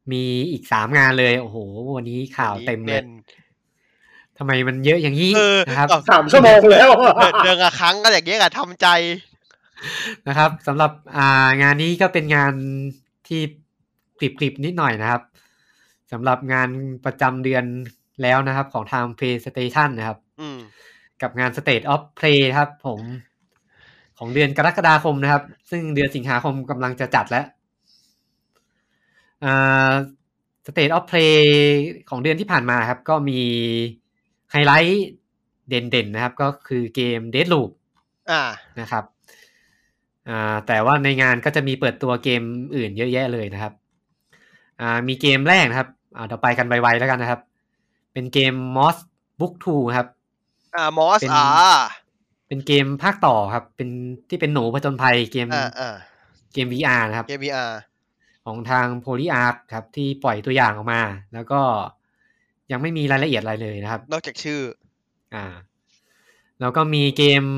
มีอีกสามงานเลยโอ้โหวันนี้ข่าวเต็มเลยทำไมมันเยอะอย่างนี้นะครับสามชั่วโมงแล้วเดินอะครั้งก็อย่างเงี้ยอะทำใจนะครับสำหรับอ่างานนี้ก็เป็นงานที่กริบๆนิดหน่อยนะครับสำหรับงานประจำเดือนแล้วนะครับของทาง PlayStation นะครับกับงาน State of Play ครับผมของเดือนกรกฎาคมนะครับซึ่งเดือนสิงหาคมกำลังจะจัดแล้วอ่า State of Play ของเดือนที่ผ่านมาครับก็มีไฮไลท์เด่นๆนะครับก็คือเกม Deathloop อ่านะครับอ่าแต่ว่าในงานก็จะมีเปิดตัวเกมอื่นเยอะแยะเลยนะครับอ่ามีเกมแรกนะครับอ่าเดี๋ยวไปกันไวๆแล้วกันนะครับเป็นเกม Moss Book ทูครับอ่า Moss อ่าเป็นเกมภาคต่อครับเป็นที่เป็นหนูผจญภัยเกมเกม วี อาร์ นะครับเกม วี อาร์ของทาง Polyarc ครับที่ปล่อยตัวอย่างออกมาแล้วก็ยังไม่มีรายละเอียดอะไรเลยนะครับนอกจากชื่ออ่าแล้วก็มีเกม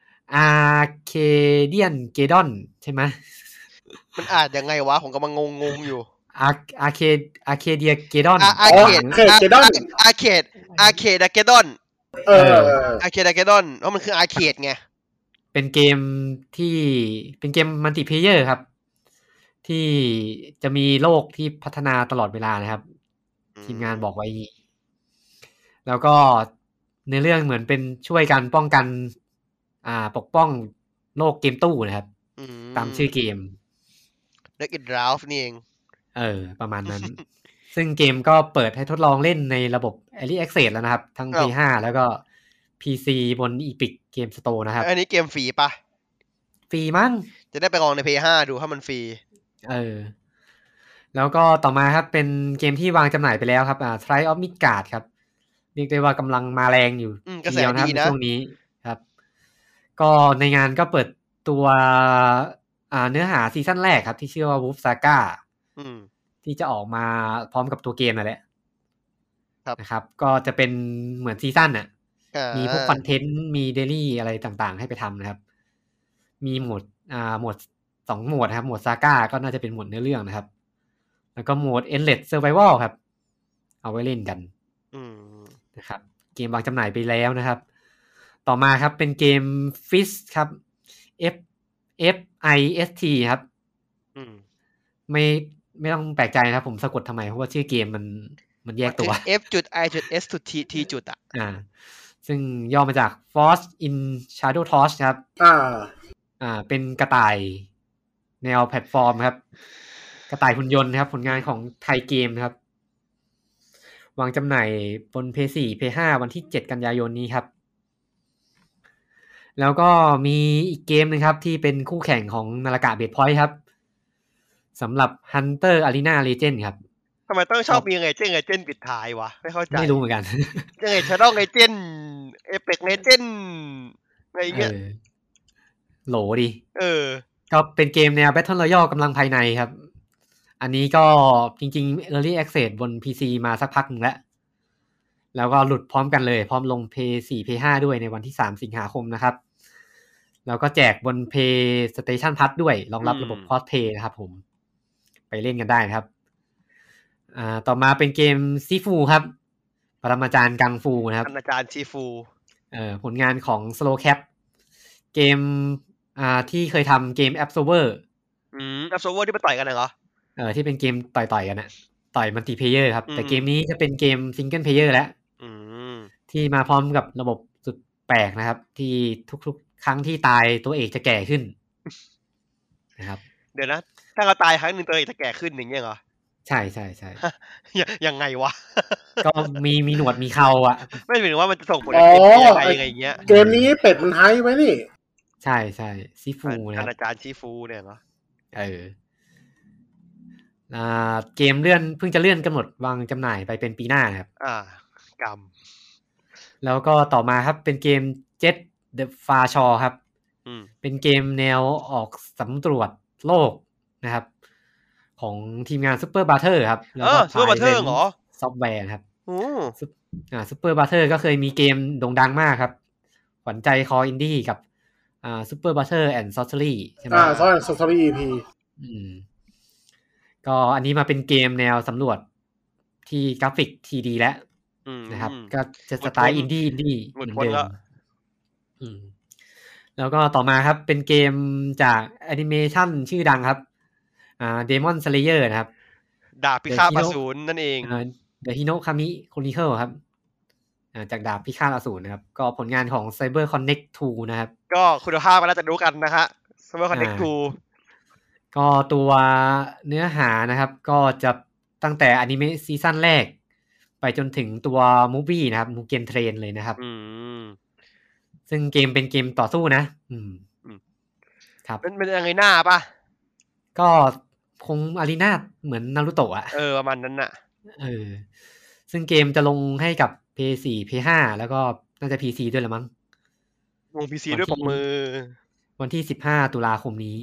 Arcadian Gedon ใช่ไหมมันอ่านยังไงวะผมกำลังงงๆอยู่ Arcade Arcadia Gedon อาร์เคดเกดอนอาร์เคดอาร์เคดเกดอนเอออาร์เคดเกดอนเพราะมันคืออาร์เคดไงเป็นเกมที่เป็นเกมมัลติเพลเยอร์ครับที่จะมีโลกที่พัฒนาตลอดเวลานะครับทีมงานบอกไว้แล้วก็ในเรื่องเหมือนเป็นช่วยกันป้องกันอ่าปกป้องโลกเกมตู้นะครับตามชื่อเกม Wreck-It Ralph นี่เองเออประมาณนั้น ซึ่งเกมก็เปิดให้ทดลองเล่นในระบบ Early Access แล้วนะครับทั้ง พี ห้า แล้วก็ พี ซี บน Epic Game Store นะครับอันนี้เกมฟรีปะฟรีมั้งจะได้ไปลองใน พี ห้า ดูถ้ามันฟรีเออแล้วก็ต่อมาครับเป็นเกมที่วางจำหน่ายไปแล้วครับอ่า Trial of Midgard ครับเรียกได้ว่ากำลังมาแรงอยู่ทีเดียวนะครับในช่วงนี้ครับก็ในงานก็เปิดตัวอ่าเนื้อหาซีซั่นแรกครับที่ชื่อว่า Wolf Saga อืมที่จะออกมาพร้อมกับตัวเกมนั่นแหละนะครับก็จะเป็นเหมือนซีซั่นน่ะมีพวกคอนเทนต์มีเดลี่อะไรต่างๆให้ไปทำนะครับมีโหมดอ่าโหมดสองโหมดครับโหมดซาก้าก็น่าจะเป็นโหมดเนื้อเรื่องนะครับแล้วก็โหมด Endless Survival ครับเอาไว้เล่นกันนะครับเกมวางจำหน่ายไปแล้วนะครับต่อมาครับเป็นเกม Fist ครับ F F I S T ครับไม่ไม่ต้องแปลกใจนะครับผมสะกดทำไมเพราะว่าชื่อเกมมันมันแยกตัว F I S T T จุดอ่ะอ่าซึ่งย่อมาจาก Force in Shadow Torch ครับอ่าอ่าเป็นกระต่ายแนวแพลตฟอร์มครับกระต่ายหุ่นยนต์ครับผลงานของไทยเกมครับวางจำหน่ายบน พี โฟร์ พี ไฟว์ วันที่เจ็ดกันยายนนี้ครับแล้วก็มีอีกเกมนึงครับที่เป็นคู่แข่งของนาฬิกาเบดพอยต์ครับสำหรับ Hunter Arena Legend ครับทำไมต้องชอบมีไงเจ้งไงเจนปิดท้ายวะไม่เข้าใจไม่รู้เหมือนกันยังไงชาดองไงเจนเอเปกไงเจนไงเงี้ยโหลดิเออก็เป็นเกมแนว Battle Royale กำลังภายในครับอันนี้ก็จริงๆ Early Access บน พี ซี มาสักพักนึงแล้วแล้วก็หลุดพร้อมกันเลยพร้อมลง พี โฟร์ พี ไฟว์ ด้วยในวันที่สามสิงหาคมนะครับแล้วก็แจกบน PlayStation Plus ด้วยรองรับระบบ Cross-Play นะครับผมไปเล่นกันได้นะครับอ่าต่อมาเป็นเกมซีฟูครับปรมาจารย์กังฟูนะครับปรมาจารย์ซีฟูเอ่อผลงานของ Slow Cap เกมอ่าที่เคยทำเกม Absolver อืม Absolver ที่ไปต่อยกันเหรอเออที่เป็นเกมต่อยๆกันน่ะต่อยมัลติเพลเยอร์ครับแต่เกมนี้จะเป็นเกมซิงเกิลเพลเยอร์แล้วที่มาพร้อมกับระบบสุดแปลกนะครับที่ทุกๆครั้งที่ตายตัวเอกจะแก่ขึ้นนะครับเดี๋ยวนะถ้าเขาตายครั้งนึงตัวเอกจะแก่ขึ้นอย่างเงี้ยเหรอใช่ๆๆยังไงวะก็มีมีหนวดมีเคราอ่ะไม่หมายถึงว่ามันจะส่งผลกับเกมยังไงยังไงเงี้ยเกมนี้เป็ดมันไฮไว้นี่ใช่ๆซีฟูนะครับอาจารย์ซีฟูเนี่ยเหรอเอออ่าเกมเลื่อนเพิ่งจะเลื่อนกำหนดวางจำหน่ายไปเป็นปีหน้านะครับอ่ากรรมแล้วก็ต่อมาครับเป็นเกม Jet the Far Shore ครับเป็นเกมแนวออกสำรวจโลกนะครับของทีมงาน Super Butter ครับแล้วก็ Super Butter เหรอซอฟต์แวร์ครับโอ้อ่า Super Butter ก็เคยมีเกมโด่งดังมากครับขวัญใจคออินดี้กับอ่า Super Butter and Sorcery ใช่ไหมอ่า Sorcery อี พีอืมก็อันนี้มาเป็นเกมแนวสำรวจที่กราฟิก ที ดี แล้วอืมนะครับ ก็จะสไตล์อินดี้อินดี้เหมือนเดิมอืมแล้วก็ต่อมาครับเป็นเกมจากแอนิเมชันชื่อดังครับอ่า Demon Slayer นะครับดาบพิฆาตอสูรนั่นเองเอ่อ The Hinokami Chronicle ครับอ่าจากดาบพิฆาตอสูรนะครับก็ผลงานของ Cyber Connect ทู นะครับก็คุณภาพมันน่าจะรู้กันนะฮะ Cyber Connect ทูก็ตัวเนื้อหานะครับก็จะตั้งแต่อนิเมะซีซั่นแรกไปจนถึงตัวมูฟวี่นะครับมูเกนเทรนเลยนะครับอืมซึ่งเกมเป็นเกมต่อสู้นะ อืมอืมครับมันเป็นยังไงหน้าป่ะก็คงอารีนาเหมือนนารูโตะอ่ะเออประมาณนั้นน่ะเออซึ่งเกมจะลงให้กับ พี โฟร์ พี ไฟว์ แล้วก็น่าจะ พี ซี ด้วยละมั้งวง พี ซี ด้วยปรบมือวันที่สิบห้าตุลาคมนี้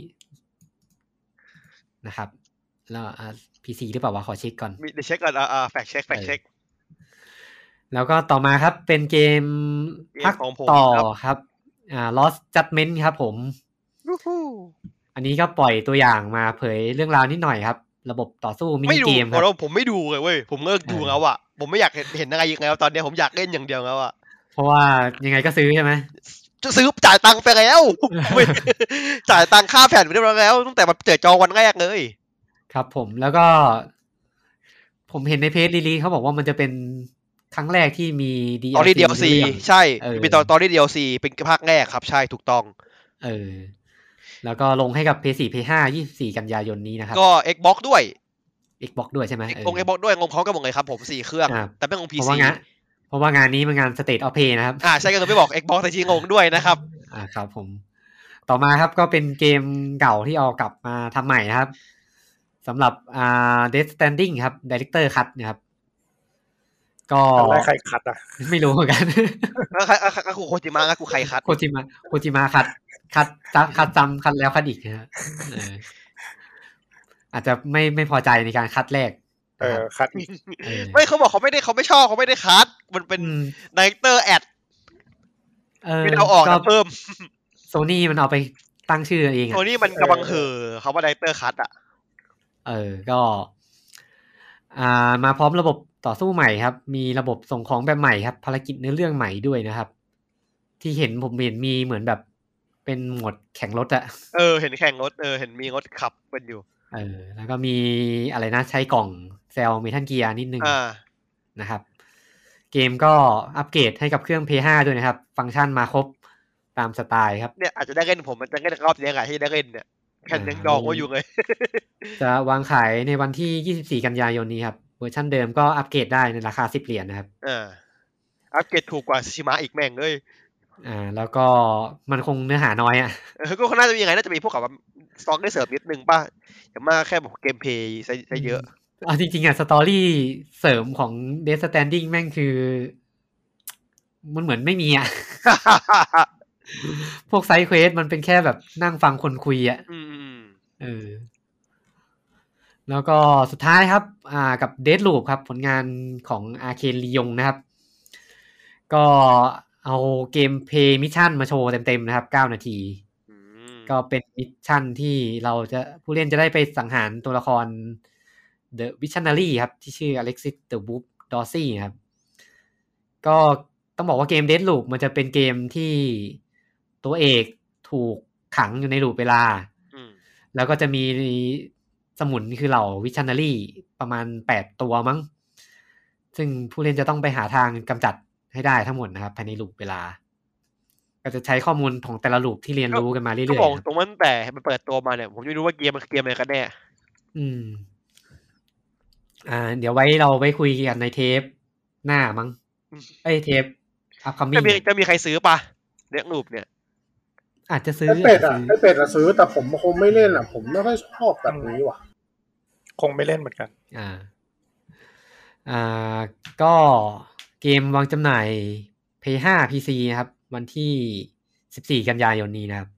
นะครับแล้วอ่า พี ซี หรือเปล่าวะขอเช็คก่อนมีเดี๋ยวเช็คก่อนอ่าๆแฟกเช็คแฟกเช็คแล้วก็ต่อมาครับเป็นเกมภาคเกมของผมต่อครับครับอ่า Lost Judgment ครับผมวู้ฮู้อันนี้ก็ปล่อยตัวอย่างมาเผยเรื่องราวนิดหน่อยครับ ระบบต่อสู้มิไม่นิดูเกมคผมรับผมไม่ดูเลยเว้ยผมเลิกดูเออแล้วอ่ะผมไม่อยากเห็นเห็นอะไรอีกแล้วตอนเนี้ยผมอยากเล่นอย่างเดียวแล้วอ่ะเพราะว่ายังไงก็ซื้อใช่ไหมจะซื้อจ่ายตังค์ไปแล้ว ไม่ จ่ายตังค่าแผ่นไปเรียบร้อยแล้วตั้งแต่มันเปิดจองวันแรกเลยครับผมแล้วก็ ผมเห็นในเพจลีลีเขาบอกว่ามันจะเป็นครั้งแรกที่มี ดีตอนนี้ ดี แอล ซีเรื่องใช่เออมีตอนตอนนี้ ดี แอล ซี เป็นภาคแรกครับใช่ถูกต้องเออแล้วก็ลงให้กับ พี โฟร์ พี ไฟว์ ยี่สิบสี่ กันยายนนี้นะครับก็ Xbox ด้วย Xbox ด้วยใช่ไหมเออองค์ Xbox ด้วยงงพร้อมกันหมดเลยครับผมสี่เครื่องอ่าแต่เป็นของเพพีราะซีว่างานเพราะว่างานนี้มันงาน State of Play นะครับอ่าใช่ก็คือไม่บอก Xbox แต่จริงงงด้วยนะครับอ่าครับผมต่อมาครับก็เป็นเกมเก่าที่เอากลับมาทำใหม่นะครับสำหรับอ่า Death Stranding ครับ Director Cut นะครับก็อันแรกใครคัดอ่ะไม่รู้เหมือนกันก็ใครก็กูโคจิมะก็กูใครคัดโคจิมะโคจิมะคัดคัดจำคัดจำคัดแล้วคัดอีกนะฮะเอออาจจะไม่ไม่พอใจในการคัดแรกเออคัดเออไม่เขาบอกเขาไม่ได้เขาไม่ชอบเขาไม่ได้คัดมันเป็นอืมดีเรคเตอร์แอดเออไม่ได้เอาออกนะเพิ่มโซนี่มันเอาไปตั้งชื่อเองโทอะนี่มันกำลังเห่อเขาว่าดีเรคเตอร์คัดอ่ะเออก็อ่ามาพร้อมระบบต่อสู้ใหม่ครับ มีระบบส่งของแบบใหม่ครับภารกิจเนื้อเรื่องใหม่ด้วยนะครับ ที่เห็นผมเห็นมีเหมือนแบบเป็นโหมดแข่งรถอะเออเห็นแข่งรถเออเห็นมีรถขับกันอยู่เออแล้วก็มีอะไรนะใช้กล่องเซลเมทัลเกียร์นิดนึงอ่านะครับ เกมก็อัปเกรดให้กับเครื่อง พี ไฟว์ ด้วยนะครับ ฟังก์ชันมาครบตามสไตล์ครับเนี่ยอาจจะได้เล่นผมมันจะเล่นรอบนี้ไงที่ได้เล่นเนี่ยแค่ยังดองไว้อยู่เลยจะวางขายในวันที่ยี่สิบสี่กันยายนนี้ครับเวอร์ชันเดิมก็อัปเกรดได้ในราคาสิบเหรียญนะครับอ่าอัปเกรดถูกกว่าชิมะอีกแม่งเลยอ่าแล้วก็มันคงเนื้อหาน้อยอ่ะเออก็น่าจะมียังไงน่าจะมีพวกกับสต็อกได้เสริมนิดนึงป่ะอย่ามากแค่บอกเกมเพย์ซะซะเยอะเอาจริงๆอ่ะสตอรี่เสริมของ Death Stranding แม่งคือ มันเหมือนไม่มีอ่ะ พวกไซด์เควสมันเป็นแค่แบบนั่งฟังคนคุยอ่ะอืมเออแล้วก็สุดท้ายครับอ่ากับ Deathloop ครับผลงานของ Arcane Lyong นะครับ ก็เอาเกมเพย์มิชชั่นมาโชว์เต็มๆนะครับเก้านาทีอืมก็เป็นมิชชั่นที่เราจะผู้เล่นจะได้ไปสังหารตัวละคร The Visionary ครับที่ชื่อ Alexis the Wolf Dorsey ครับก็ต้องบอกว่าเกม Deathloop มันจะเป็นเกมที่ตัวเอกถูกขังอยู่ในลูปเวลาอืมแล้วก็จะมีสมุนคือเหล่า Visionary ประมาณแปดตัวมั้งซึ่งผู้เล่นจะต้องไปหาทางกำจัดให้ได้ทั้งหมดนะครับภายในลูปเวลาก็จะใช้ข้อมูลของแต่ละลูปที่เรียนรู้กันมาเรื่อยๆก็บอกครับตรงนั้นแต่มันเปิดตัวมาเนี่ยผมไม่รู้ว่าเกมมันคือเกมอะไรกันแน่อืม อ่า เดี๋ยวไว้เราไปคุยกันในเทปหน้ามั้งเอ้ยเทปอัพคัมมิ่จะงมีจะมีใครซื้อปะเลี้ยงรูปเนี่ยอาจจะซื้อไอเป็ดอาจอ่ะจะซื้อไอเป็ดอะซื้อแต่ผมคงไม่เล่นอ่ะ ผมไม่ค่อยชอบแบบนี้ว่ะคงไม่เล่นเหมือนกันอ่า อ่า ก็เกมวางจำหน่าย พี ไฟว์ พี ซี นะครับ วันที่สิบสี่กันยายนนี้นะครับ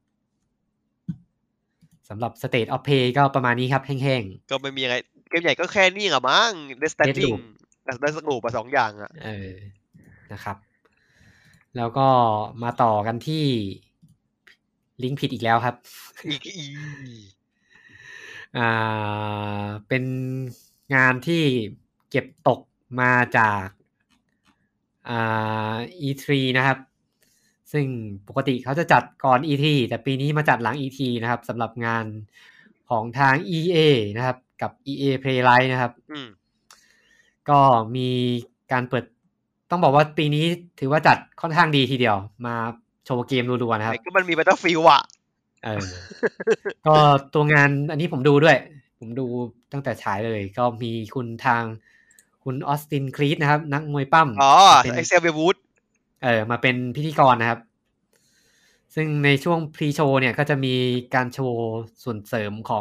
สำหรับ State of Play ก็ประมาณนี้ครับแห้งก็ไม่มีอะไรเกมใหญ่ก็แค่นี้อะมั้ง Death Stranding Deathloop แต่ได้สนุกมาสองอย่างอะๆเออนะครับ แล้วก็มาต่อกันที่ลิงก์ผิดอีกแล้วครับอีกอีอ่าเป็นงานที่เก็บตกมาจากอ่า อี ทรี นะครับซึ่งปกติเขาจะจัดก่อน อี ทรี แต่ปีนี้มาจัดหลัง อี ทรี นะครับสำหรับงานของทาง อี เอ นะครับกับ อี เอ Playlist นะครับอืมก็มีการเปิดต้องบอกว่าปีนี้ถือว่าจัดค่อนข้างดีทีเดียวมาโชว์เกมรัวๆนะครับไอ้ก็มันมี Battlefield อ่ะเออ ก็ตัวงานอันนี้ผมดูด้วย ผมดูตั้งแต่ฉายเลย ก็มีคุณทางคุณออสตินครีดนะครับ นักมวยปั้มอ๋อเป็นไอเซลเววูดเออมาเป็นพิธีกรนะครับ ซึ่งในช่วงพรีโชว์เนี่ยก็จะมีการโชว์ส่วนเสริมของ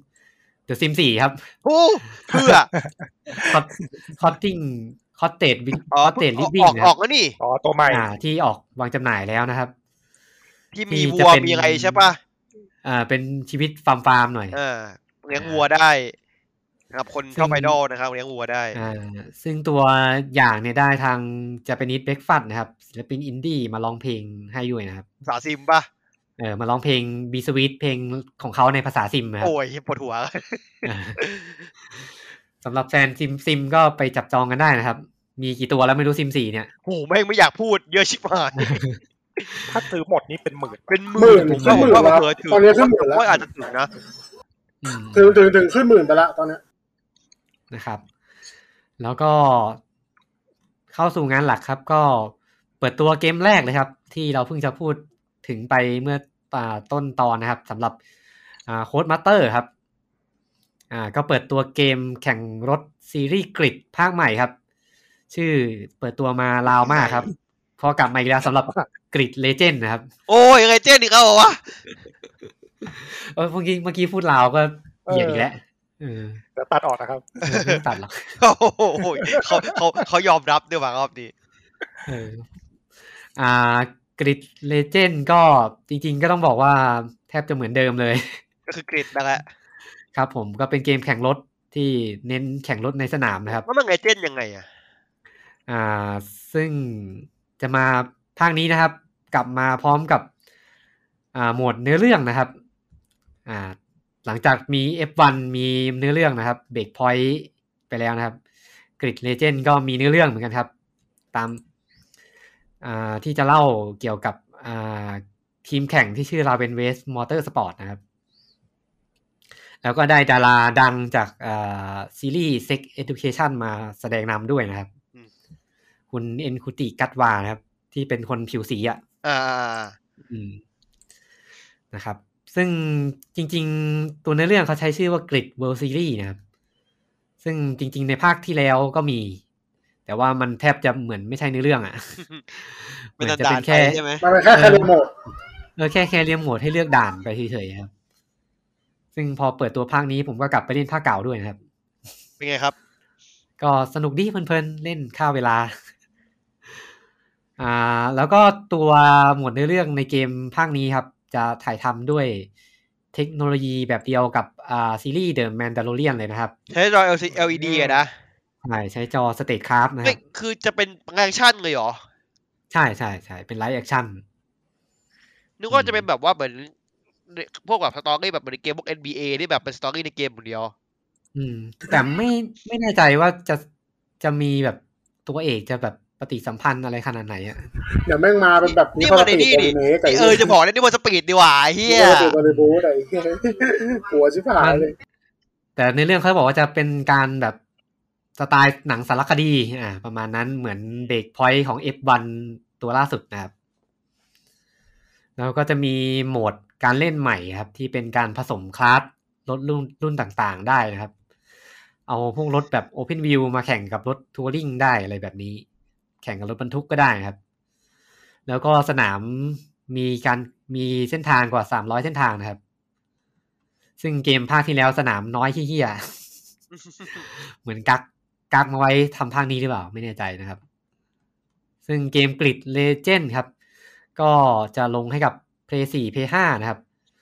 The Sims สี่ ครับโอ้เพื่อคอตติ้งคอตเตดวิอ๋อคอตเตดลิฟอวิ่อง กนะอคอรักบแล้วนี่อ๋อตัวใหม่อ่าที่ออกวางจำหน่ายแล้วนะครับที่มีที่จะวัวเป็นมีอะไรใช่ปะอ่าเป็นชีวิตฟาร์มฟาร์มๆหน่อยเออเลี้ยงวัวได้นะครับคนชอบไอดอลนะครับเลี้ยงวัวได้อ่าซึ่งตัวอย่างเนี่ยได้ทาง Japanese Breakfast นะครับศิลปินอินดี้มาร้องเพลงให้ด้วยนะครับภาษาซิมปะเออมาร้องเพลง Be Sweet เพลงของเขาในภาษาซิมนะครับโอ้ยปวดหัวอ่าสำหรับแฟนซิมซิมก็ไปจับจองกันได้นะครับ มีกี่ตัวแล้วไม่รู้ซิมสี่เนี่ยโอ้แม่งไม่อยากพูดเยอะชิบหายถ้าซื้อหมดนี่เป็นหมื่นเป็นหหมื่มื่นนผมขึ้นหมื่นว่าแล้วเผื่อถึงตอนนี้ขึ้นหมื่นแล้วว่าอาจจะถึงนะอืมถึงถึงถึงขึ้นหมื่นไปละตอนเนี้ยนะครับ แล้วก็เข้าสู่งานหลักครับ ก็เปิดตัวเกมแรกเลยครับ ที่เราเพิ่งจะพูดถึงไปเมื่ออ่าต้นตอนนะครับสำหรับอ่าโค้ดมาสเตอร์ครับอ่าก็เปิดตัวเกมแข่งรถซีรีส์กริดภาคใหม่ครับ ชื่อเปิดตัวมาลาวมากครับ พอกลับมาอีกแล้วสำหรับกริดเลเจนด์นะครับโอ้ยยังไงเจ๊นอีกแล้วเหรอวะเออเมื่อกี้เมื่อกี้พูดลาวก็เหยียดอีกแล้วเออเดี๋ยวตัดออกนะครับไม่ต้องตัดหรอกโอ้โหเขาเขาเขายอมรับด้วยว่ารอบนี้เอออ่ากริดเลเจนด์ก็จริงๆก็ต้องบอกว่าแทบจะเหมือนเดิมเลยก็คือกริดนั่นแหละครับผมก็เป็นเกมแข่งรถที่เน้นแข่งรถในสนามนะครับแล้วมันไงเจ๊นยังไงอ่ะอ่าซึ่งจะมาภาคนี้นะครับ กลับมาพร้อมกับอ่าโหมดเนื้อเรื่องนะครับอ่าหลังจากมี เอฟ วัน มีเนื้อเรื่องนะครับเบรกพอยต์ไปแล้วนะครับกริดเลเจนด์ก็มีเนื้อเรื่องเหมือนกันครับ ตามอ่าที่จะเล่าเกี่ยวกับอ่าทีมแข่งที่ชื่อ Raven West Motorsport นะครับ แล้วก็ได้ดาราดังจากอ่าซีรีส์ Sex Education มาแสดงนำด้วยนะครับอืมคุณเอ็นคุติกัตวานะครับ ที่เป็นคนผิวสีอ่ะอ่าอืมนะครับ ซึ่งจริงๆ ตัวเนื้อเรื่องเขาใช้ชื่อว่า Grid World Series นะครับ ซึ่งจริงๆ ในภาคที่แล้วก็มี แต่ว่ามันแทบจะเหมือนไม่ใช่เนื้อเรื่องอ่ะ เหเป็นมือนจะด่าเป็น นๆไปแค่ใช่ไหมมันเป็นแค่แคลิโมดเออแค่แค่เรียมโหมดให้เลือกด่านไปเฉยๆครับ ซึ่งพอเปิดตัวภาคนี้ผมก็กลับไปเล่นภาคเก่าด้วยนะครับเป็นไงครับก็สนุกดีเพลินๆเล่นข้าวเวลา อ่า แล้วก็ตัวหมวดเนื้อเรื่องในเกมภาคนี้ครับ จะถ่ายทำด้วยเทคโนโลยีแบบเดียวกับอ่าซีรีส์ The Mandalorian เลยนะครับใช้จอ แอล อี ดี อะนะใช่ใช้จอ Statecraft นะคไม่รับคือจะเป็นแอคชั่นเลยเหรอใช่ใช่ใช่เป็นไลฟ์แอคชั่นนึกว่าจะเป็นแบบว่าเหมือนพวกแบบสตอรี่แบบเหมือนเกมพวก เอ็น บี เอ ที่แบบเป็นสตอรี่ในเกมอย่างเดียวอืม แต่ไม่ไม่แน่ใจว่าจะจะมีแบบตัวเอกจะแบบปฏิสัมพันธ์อะไรขนาดไหนอ่ะเดี๋ยวแม่งมาเป็นแบบนี่พอมันติไอ้นี่ตัวดิเมกไอ้นี่เออจะบอกนะนี่มันสปีดดีกว่าไอ้เฮียตัวบริบูทไอ้เหี้ยกลัวชิบหายเลยแต่ในเรื่องเขาบอกว่าจะเป็นการแบบสไตล์หนังสารคดีอ่าประมาณนั้นเหมือนเบรกพอยต์ของ เอฟ วัน ตัวล่าสุดนะครับ แล้วก็จะมีโหมดการเล่นใหม่ครับ ที่เป็นการผสมคลาสรถรุ่นรุ่นต่างๆได้นะครับ เอาพวกรถแบบ Open View มาแข่งกับรถทัวริงได้อะไรแบบนี้ แข่งกับรถบรรทุกก็ได้ครับ แล้วก็สนามมีการมีเส้นทางกว่าสามร้อยเส้นทางนะครับ ซึ่งเกมภาคที่แล้วสนามน้อยขี้เหี้ย เหมือนกักกักมาไว้ทำภาคนี้หรือเปล่าไม่แน่ใจนะครับ ซึ่งเกม Grid Legend ครับ ก็จะลงให้กับ พี เอส โฟร์ พี เอส ไฟว์ นะครับ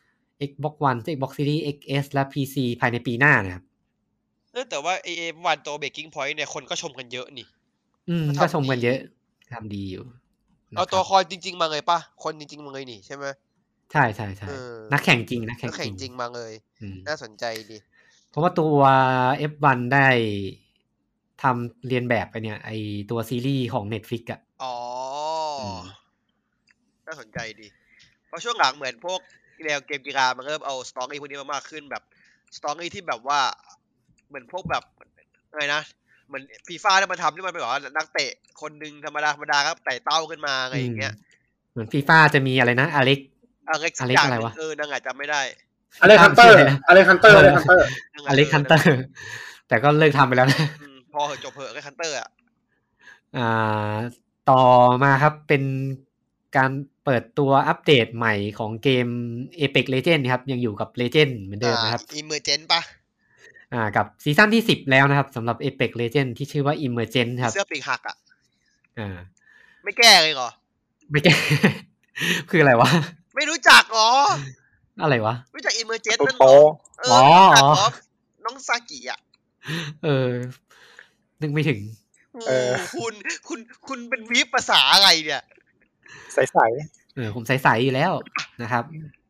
Xbox One Xbox Series เอ็กซ์ เอส และ พี ซี ภายในปีหน้านะครับเออแต่ว่าไอเอฟวันตัวเบรกกิ้งพอยต์เนี่ยคนก็ชมกันเยอะนี่อืมก็ทำก็ชมกันดีเยอะทำดีอยู่เอาตัวนะครับคอยจริง ๆ มาเลยป่ะ คนจริง ๆ มาเลยนี่ใช่ไหมใช่ใช่ใช่เออนักแข่งจริงนักแข่นังกแข่งจจริริงงมาเลยอืมน่าสนใจดีเพราะว่าตัว เอฟ วัน ได้ทำเรียนแบบไปเนี่ยไอตัวซีรีส์ของ Netflix อ่ะอ๋ออมน่าสนใจดี เพราะช่วงหลังเหมือนพวกแนวเกมกีฬามันเริ่มเอาสตอรี่พวกนี้มามากขึ้นแบบสตอรี่ที่แบบว่าเหมือนพวกแบบอะไรนะเหมือนฟีฟ่าได้มาทำที่มันเป็นแบบว่านักเตะคนหนึ่งธรรมดาธรรมดาครับไต่เต้าขึ้นมาอะไรอย่างเงี้ยเหมือนฟีฟ่าจะมีอะไรนะอเล็กอเล็กสัอก เล็อก ย่างอะไรหนึงวะเออนางอาจจำไม่ได้อเล็กฮันเตอร์อเล็กฮันเตอร์อเล็กฮันเตอร์อเล็กฮันเตอร์แต่ก็เลิกทำไปแล้วนะอืมพอเหอะจบเหอะอเล็กฮันเตอร์อ่ะอ่าต่อมาครับเป็นการเปิดตัวอัปเดตใหม่ของเกม Apex Legends ครับยังอยู่กับ Legend เหมือนเดิมนะครับอิมเมอร์เจนต์ปะอ่ากับซีซั่นที่สิบแล้วนะครับสำหรับ Apex Legends ที่ชื่อว่า Emergent ครับเสื้อปีกหักอ่ะอ่าไม่แก้เลยเหรอไม่แก้ คืออะไรวะไม่รู้จักเหรออะไรวะรู้จักอิมเมอร์เจนต์ตัวนั่นเหรโตอเอออ๋อรู้จักเหรอน้องซากิอ่ะเออ นึกไม่ถึงเออคุณคุณคุณเป็นวีฟภาษาอะไรเนี่ยใสเออผมใสๆอยู่แล้วนะครับ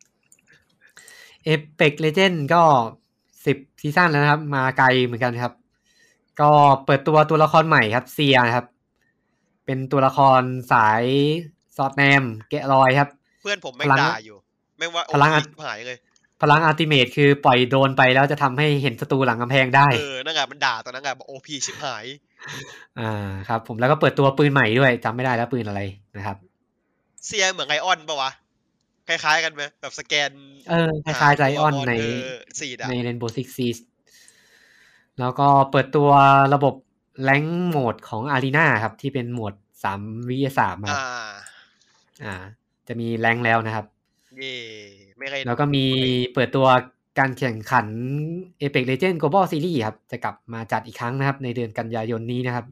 Apex Legends ก็สิบซีซั่นแล้วนะครับ มาไกลเหมือนกันครับ ก็เปิดตัวตัวละครใหม่ครับเซียนะครับ เป็นตัวละครสายซอดแนมแกะรอยครับเพื่อนผมไม่พลังด่าอยู่ ไม่ว่าโอ้พลังยหายเลยพลังอัลติเมทคือปล่อยโดรนไปแล้วจะทำให้เห็นศัตรูหลังกำแพงได้เออนั่นไงมันด่าตอนนั้นไงบอกโอพีชิบหายอ่าครับผมแล้วก็เปิดตัวปืนใหม่ด้วยจำไม่ได้แล้วปืนอะไรนะครับเซียเหมือนไอออนปะวะ คล้ายๆกันไหมแบบสแกนเออคล้ายๆไซออนในเออสีดอะใน Rainbow Six Siege แล้วก็เปิดตัวระบบแรงค์โหมดของ Arena ครับ ที่เป็นโหมดสามวิสามครับอ่าอ่า จะมีแรงค์แล้วนะครับเย่ไม่เคยแล้วก็มีเปิดตัวการแข่งขัน Apex Legends Global Series ครับ จะกลับมาจัดอีกครั้งนะครับ ในเดือนกันยายนนี้นะครับ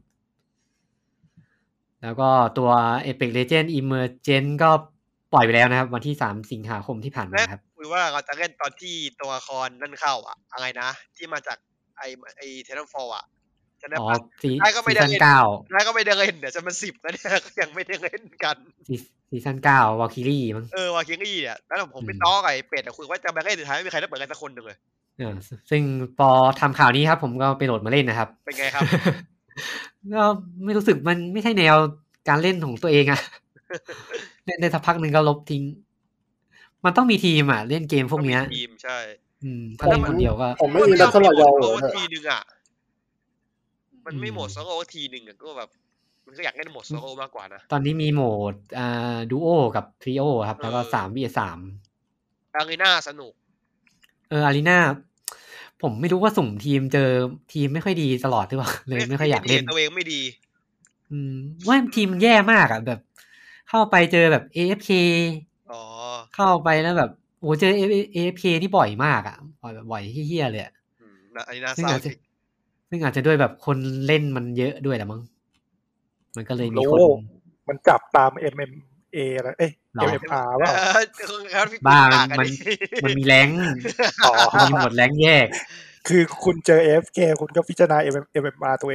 แล้วก็ตัว Apex Legends Emergent ก็ปล่อยไปแล้วนะครับ วันที่สามสิงหาคมที่ผ่านมาและครับคุยว่าเราจะเล่นตอนที่ตัวละครนั่นเข้าอะอะไรนะ ที่มาจากไอไอเทนฟอร์อะจะได้อ๋อปะซีท้ายก็ไม่ซีได้ซั่นเล่นเก้าท้ายก็ไม่ได้เล่นเดี๋ยวจะมันสิบแล้วเนี่ยก็ยังไม่ได้เล่นกันซีซีซั่นเก้าวาคิรี่มั้งเออวาคิรี่เนี่ยแล้วผมไปอืมต้อไอ้เป็ดอะคุยว่าจะมาเล่นสุดท้ายไม่มีใครได้เปิดกันสักคนหนึ่งเลยอ่าซึ่งพอทำข่าวนี้ครับ ผมก็ไปโหลดมาเล่นนะครับเป็นไงครับก็ไม่รู้สึกมันไม่ใช่แนวการเล่นของตัวเองอะ เล่นได้สักพักหนึ่งก็ลบทิ้ง มันต้องมีทีมอะเล่นเกมพวกเนี้ยต้องมีทีมใช่อืมถ้าเล่นคนเดียวก็ผมไม่อินดัตเตอร์รอยอลโอเลยทีหนึ่งอะมันไม่โหมดโซโล่ทีหนึ่งอะก็แบบมันก็อยากเล่นโหมดโซโล่มากกว่านะตอนนี้มีโหมดอ่าดูโอกับทริโอครับ แล้วก็เออสามวีสามอารีนาสนุกเอออารีนาผมไม่รู้ว่าสุ่มทีมเจอทีมไม่ค่อยดีตลอดหรือเปล่าเลยไม่ค่อยอยากเล่นตัวเองไม่ดีอืมว่าทีมมันแย่มากอ่ะแบบ เข้าไปเจอแบบ เอ เอฟ เคอ๋อเข้าไปแล้วแบบโอ้เจอ เอ เอฟ เค นี่บ่อยมากอ่ะบ่อยแบบบ่อยเฮี้ยๆเลยอะอืมอารีนาซึ่งเศร้าอาจจจะริงซึ่งอาจจะด้วยแบบคนเล่นมันเยอะด้วยแหละมั้งมันก็เลยมีรู้คนๆมันจับตาม เอ็ม เอ็ม เอ แล้วเอ้ยหรอเอ็ม เอ็ม อาร์ ว่าเออแล้วพี่บ้าปมันกอัมันนี้มันมีแรงค์อ๋อมันมีหมดแรงค์แยกคือคุณเจอ เอ เอฟ เค คุณก็พิจารณา เอ็ม เอ็ม อาร์ ตัวเอง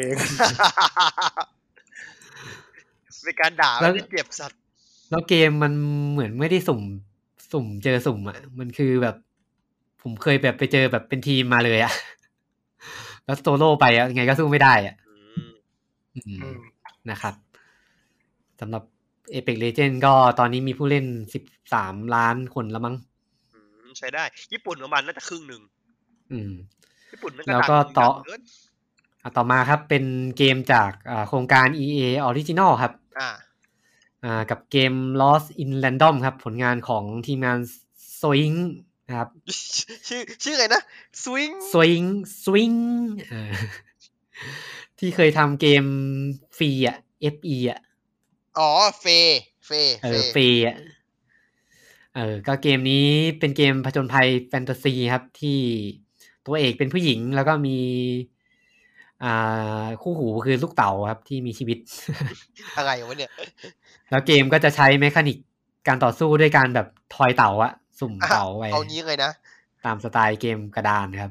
เป็นการด่าแล้วไม่ได้เจ็บสัตว์แล้วเกมมันเหมือนไม่ได้สุ่ม สุ่มเจอสุ่มอ่ะ มันคือแบบ ผมเคยแบบไปเจอแบบเป็นทีมมาเลยอ่ะ แล้วโซโล่ไปอ่ะยังไงก็สู้ไม่ได้อ่ะอืมอืมอืมนะครับสำหรับ Apex Legends ก็ตอนนี้มีผู้เล่นสิบสามล้านคนแล้วมั้งอืมใช้ได้ ญี่ปุ่นประมาณน่าจะครึ่งหนึ่งอืมญี่ปุ่นมันแล้วก็ดังต่อดังเกินอ่ะต่อมาครับเป็นเกมจากอ่าโครงการ อี เอ Original ครับอ่าอ่ากับเกม Lost in Random ครับ ผลงานของทีมงาน Swing นะครับชื่อชื่ออะไรนะ สวิง Swing Swing เออ ที่เคยทำเกมฟรีอ่ะ เอฟ อี อ่ะอ๋อเฟเฟเอเฟอฟรีอ่ะ เออ ก็เกมนี้เป็นเกมผจญภัยแฟนตาซีครับ ที่ตัวเอกเป็นผู้หญิงแล้วก็มีอ่าคู่หูคือลูกเต๋าครับที่มีชีวิตอะไรวะเนี่ยแล้วเกมก็จะใช้เมคานิกการต่อสู้ด้วยการแบบทอยเต๋าอะสุ่มเต๋าไปเอานี้เลยนะตามสไตล์เกมกระดานครับ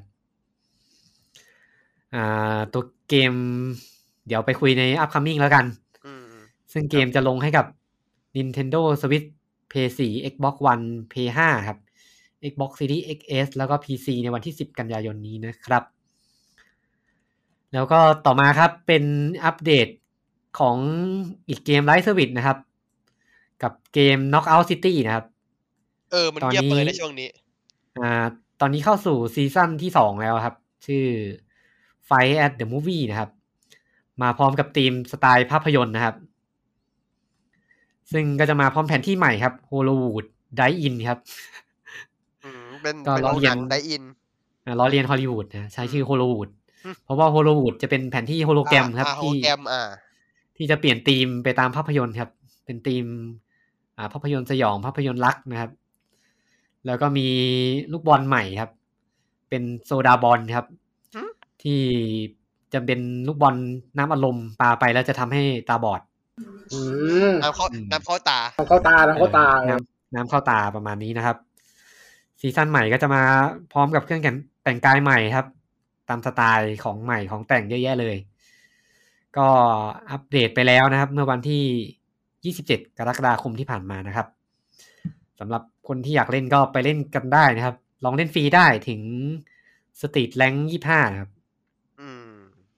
อ่าตัวเกม เดี๋ยวไปคุยใน upcoming แล้วกันอืมซึ่งเกมจะลงให้กับ Nintendo Switch พี เอส โฟร์ Xbox One พี เอส ไฟว์ ครับ Xbox Series เอ็กซ์ เอส แล้วก็ พี ซี ในวันที่สิบกันยายนนี้นะครับแล้วก็ต่อมาครับเป็นอัปเดตของอีกเกมไลฟ์เซอร์วิสนะครับกับเกม Knockout City นะครับเออมันเงียบไปในช่วงนี้อ่าตอนนี้เข้าสู่ซีซั่นที่สองแล้วครับชื่อ Fight at the Movie นะครับมาพร้อมกับธีมสไตล์ภาพยนตร์นะครับซึ่งก็จะมาพร้อมแผนที่ใหม่ครับ Hollywood Drive-In ครับอืมเป็นเป็นโรงหนัง Drive-In อ่าล้อเลียนฮอลลีวูดนะใช้ชื่อ Hollywood เพราะว่า Hollywood จะเป็นแผนที่โฮโลแกรมครับที่ที่จะเปลี่ยนธีมไปตามภาพยนตร์ครับเป็นธีมอ่าภาพยนตร์สยองภาพยนตร์รักนะครับแล้วก็มีลูกบอลใหม่ครับเป็นโซดาบอลครับที่จะเป็นลูกบอลน้ำอัดลมปาไปแล้วจะทำให้ตาบอดน้ำเข้าน้ำเข้าตาน้ำเข้าตาน้ำเข้าตาน้ำน้ำเข้าตาประมาณนี้นะครับซีซั่นใหม่ก็จะมาพร้อมกับเครื่องแต่งกายใหม่ครับตามสไตล์ของใหม่ของแต่งเยอะแยะเลยก็อัปเดตไปแล้วนะครับเมื่อวันที่ยี่สิบเจ็ดกรกฎาคมที่ผ่านมานะครับสำหรับคนที่อยากเล่นก็ไปเล่นกันได้นะครับลองเล่นฟรีได้ถึงสตรีทแรงค์ยี่สิบห้าครับอืม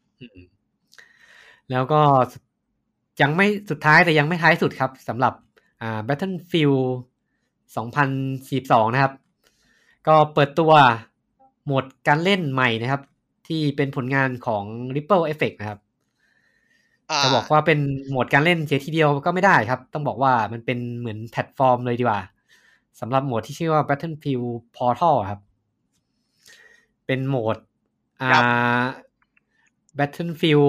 แล้วก็ยังไม่สุดท้ายแต่ยังไม่ท้ายสุดครับสำหรับอ่า Battlefield สองพันสี่สิบสองนะครับก็เปิดตัวโหมดการเล่นใหม่นะครับที่เป็นผลงานของ Ripple Effect นะครับจะบอกว่าเป็นโหมดการเล่นเสียทีเดียวก็ไม่ได้ครับต้องบอกว่ามันเป็นเหมือนแพลตฟอร์มเลยดีกว่าสำหรับโหมดที่ชื่อว่า Battlefield Portal ครับเป็นโหมดอ่า Battlefield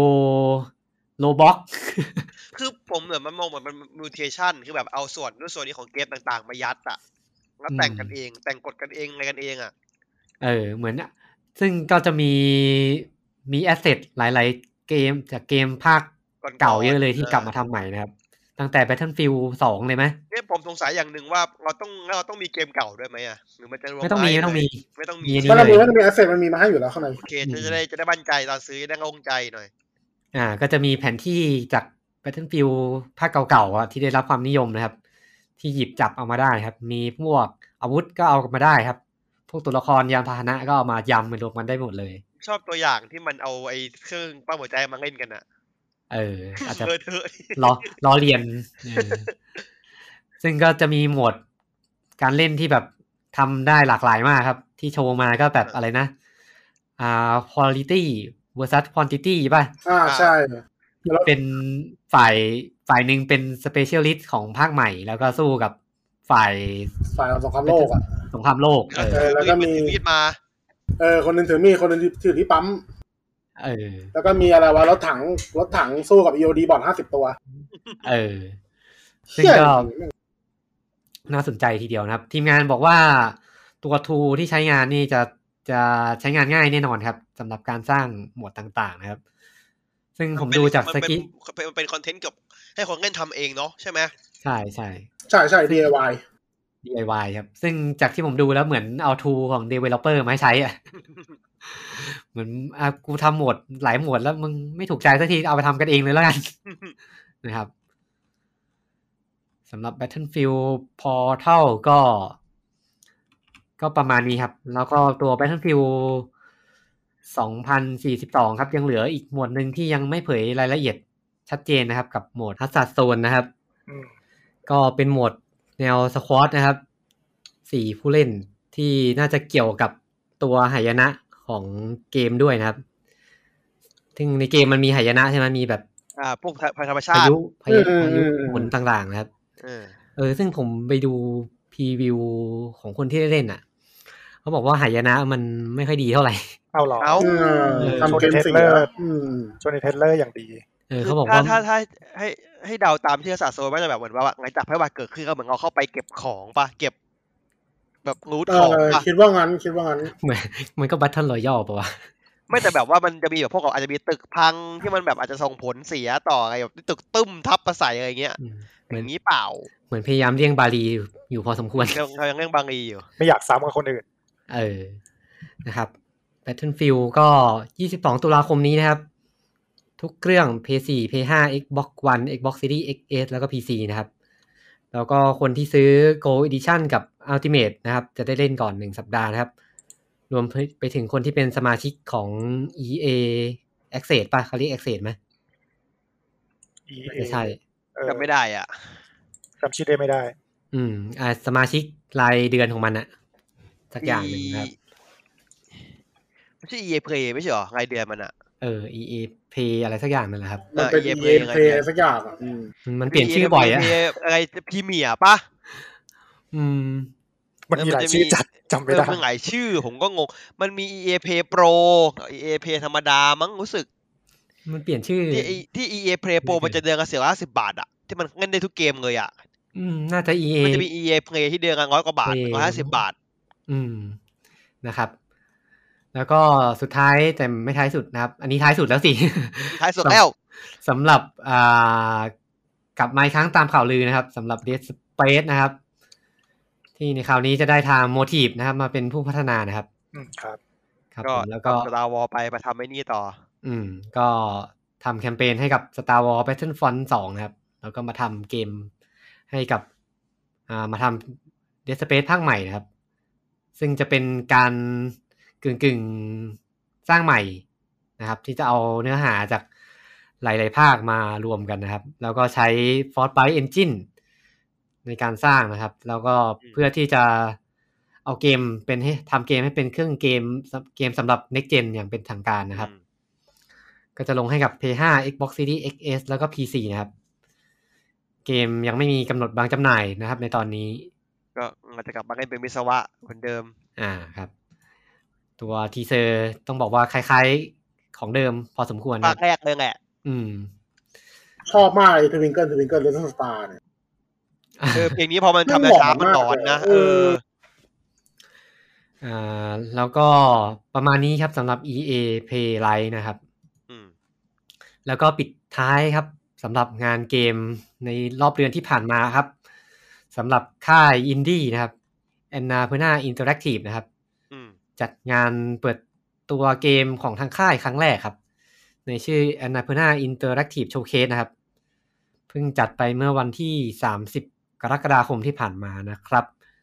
Roblox คือผมเหมือนมันมองเหมือนมันมิวเทชันคือแบบเอาส่วนด้วยส่วนนี้ของเกมต่างๆมายัดอ่ะแล้วแต่งกันเองแต่งกฎกันเองอะไรกันเองอ่ะเออเหมือนซึ่งก็จะมีมีแอสเซทหลายๆเกมจากเกมภาคเก่าเยอะเลยที่กลับมาทำใหม่นะครับตั้งแต่ Battlefield สองเลยไหมเนี่ยผมสงสัยอย่างหนึ่งว่าเราต้องเราต้องมีเกมเก่าด้วยไหมอ่ะหรือมันจะรวมไม่ต้องมีไม่ต้องมีไม่ต้องมีมันมีมันมีแอสเซทมันมีมาให้อยู่แล้วข้างในโอเคจะได้จะได้มั่นใจตอนซื้อได้โล่งใจหน่อยอ่าก็จะมีแผนที่จาก Battlefield ภาคเก่าๆอ่ะที่ได้รับความนิยมนะครับที่หยิบจับเอามาได้ครับมีพวกอาวุธก็เอามาได้ครับพวกตัวละครยานพาหนะก็เอามายำมารวมกันได้หมดเลยชอบตัวอย่างที่มันเอาไอ้เครื่องปั้มหัวใจมาเล่นกันอ่ะเอออาจจะล้อล้อเลียนซึ่งก็จะมีโหมดการเล่นที่แบบทำได้หลากหลายมากครับที่โชว์มาก็แบบอะไรนะอ่า quality versus quantity ป่ะอ่าใช่เป็นฝ่ายฝ่ายหนึ่งเป็น specialist ของภาคใหม่แล้วก็สู้กับฝ่ายฝ่ายสงครามโลกอ่ะสงครามโลกเออแล้วก็มีมีดมาเออคนนึงถือมีดคนนึงถือที่ปั๊มเออแล้วก็มีอะไรวะรถถังรถถังสู้กับ อี โอ ดี บอทห้าสิบตัวเออซึ่งก็น่าสนใจทีเดียวนะครับทีมงานบอกว่าตัวทูที่ใช้งานนี่จะจะใช้งานง่ายแน่นอนครับสำหรับการสร้างโหมดต่างๆนะครับซึ่งผมดูจากสกิปมันเป็นคอนเทนต์กับให้คนเล่นทำเองเนาะใช่ไหมใช่ใช่ใช่ใช่ ดี ไอ วายดี ไอ วาย ครับซึ่งจากที่ผมดูแล้วเหมือนเอาทูของ developer มาให้ใช้อ่ะเหมือนอ่ะกูทำโหมดหลายโหมดแล้วมึงไม่ถูกใจสักทีเอาไปทำกันเองเลยแล้วกันนะครับสำหรับ Battlefield Portal ก็ก็ประมาณนี้ครับแล้วก็ตัว Battlefield สองพันสี่สิบสองครับยังเหลืออีกโหมดหนึ่งที่ยังไม่เผยรายละเอียดชัดเจนนะครับกับโหมด Hazard Zone นะครับก็เป็นโหมดแนวสควอตนะครับสี่ผู้เล่นที่น่าจะเกี่ยวกับตัวหายนะของเกมด้วยนะครับซึ่งในเกมมันมีหายนะใช่ไหมมีแบบอ่าพวกภัยธรรมชาติพายุพายุพายุหมุนต่างๆนะครับเออเออซึ่งผมไปดูพรีวิวของคนที่ได้เล่นอ่ะเขาบอกว่าหายนะมันไม่ค่อยดีเท่าไหร่เอาหรอเอาทำเกมเสียโชว์ในเทรลเลอร์อย่างดีเออเขาบอกว่าถ้าถ้าให้ให้เดาตามที่ศาสตร์โซนมันจะแบบเหมือนว่าหลังจากภัยพิบัติเกิดขึ้นก็เหมือนเอาเข้าไปเก็บของป่ะเก็บแบบรูทของป่ะคิดว่างั้นคิดว่างั้นเหมือนมันก็บัตเทิลรอยัลป่ะวะไม่แต่แบบว่ามันจะมีแบบพวกอาจจะมีตึกพังที่มันแบบอาจจะส่งผลเสียต่ออะไรแบบตึกตึ้มทับประสายอะไรเงี้ยอย่างนี้เปล่าเหมือนพยายามเลี่ยงบาลีอยู่พอสมควรเขายังเลี่ยงบาลีอยู่ไม่อยากซ้ำกับคนอื่นเออนะครับ Battlefield ก็ยี่สิบสองตุลาคมนี้นะครับทุกเครื่อง พี ซี พี ห้า Xbox One Xbox Series เอ็กซ์ เอส แล้วก็ พี ซี นะครับแล้วก็คนที่ซื้อ Gold Edition กับ Ultimate นะครับจะได้เล่นก่อนหนึ่งสัปดาห์นะครับรวมไปถึงคนที่เป็นสมาชิกของ อี เอ Access ป่ะเขาเรียก Access ไหมอี เอไม่ใช่จำไม่ได้อ่ะจำชื่อได้ไม่ได้อืมอ่าสมาชิกรายเดือนของมันอะสักอย่างหนึ่งนะครับไม่ใช่ อี เอ Play ไม่ใช่หรอรายเดือนมันอ่ะเออ อี เอ Pay อะไรสักอย่างนั่นแหละครับมันเป็นเอออี EA เอ Play สักอย่างอ่ะอืมมันเปลี่ยนชื่อบ่อยอะอะไรพรีเมียร์ป่ะอืมมันมีหลายชื่อจัดจำไม่ได้มันหลายชื่อผมก็งงมันมี อี เอ Play Pro กับ อี เอ Play ธรรมดามั้งรู้สึกมันเปลี่ยนชื่อที่ที่ อี เอ Play Pro มันจะเดือนละเสียละสิบบาทอะที่มันเล่นได้ทุกเกมเลยอะอืมน่าจะ อี เอมันจะมี อี เอ Play ที่เดือนละร้อยกว่าบาทร้อยห้าสิบบาทอืมนะครับแล้วก็สุดท้ายแต่ไม่ท้ายสุดนะครับอันนี้ท้ายสุดแล้วสิท้ายสุดแล้วสำหรับอ่ากลับมาอีกครั้งตามข่าวลือนะครับสำหรับ Dead Space นะครับที่ในคราวนี้จะได้ทาง Motive นะครับมาเป็นผู้พัฒนานะครับอืมครับครับก็ผมแล้วก็ Star Wars ไปมาทำไอ้นี่ต่ออืมก็ทำแคมเปญให้กับ Star Wars Battlefront สองนะครับแล้วก็มาทำเกมให้กับอ่ามาทำ Dead Space ภาคใหม่นะครับซึ่งจะเป็นการกึ่งกึ่งสร้างใหม่นะครับที่จะเอาเนื้อหาจากหลายๆภาคมารวมกันนะครับแล้วก็ใช้ Frostbite Engine ในการสร้างนะครับแล้วก็เพื่อที่จะเอาเกมเป็นให้ทำเกมให้เป็นเครื่องเกมเกมสำหรับ Next Gen อย่างเป็นทางการนะครับก็จะลงให้กับ พี เอส ไฟว์ Xbox Series เอ็กซ์ เอส แล้วก็ พี ซี นะครับเกมยังไม่มีกำหนดวางจำหน่ายนะครับในตอนนี้ก็อาจจะกลับมาเล่นเป็นวิศวะเหมือนเดิมอ่าครับตัวทีเซอร์ต้องบอกว่าคล้ายๆของเดิมพอสมควรภาคแรกเลยแหละอืมชอบมากไอ้ทวิงเกิลทวิงเกิลเลสสตาร์เนี่ยเออเพลงนี้พอมันทำช้ามันหลอนนะเอออ่าแล้วก็ประมาณนี้ครับสำหรับ อี เอ Play Lite นะครับแล้วก็ปิดท้ายครับสำหรับงานเกมในรอบเดือนที่ผ่านมาครับสำหรับค่ายอินดี้นะครับ Annapurna Interactive นะครับจัดงานเปิดตัวเกมของทางค่ายครั้งแรกครับในชื่อ Annapurna Interactive Showcase นะครับเพิ่งจัดไปเมื่อวันที่สามสิบกรกฎาคมที่ผ่านมานะครับ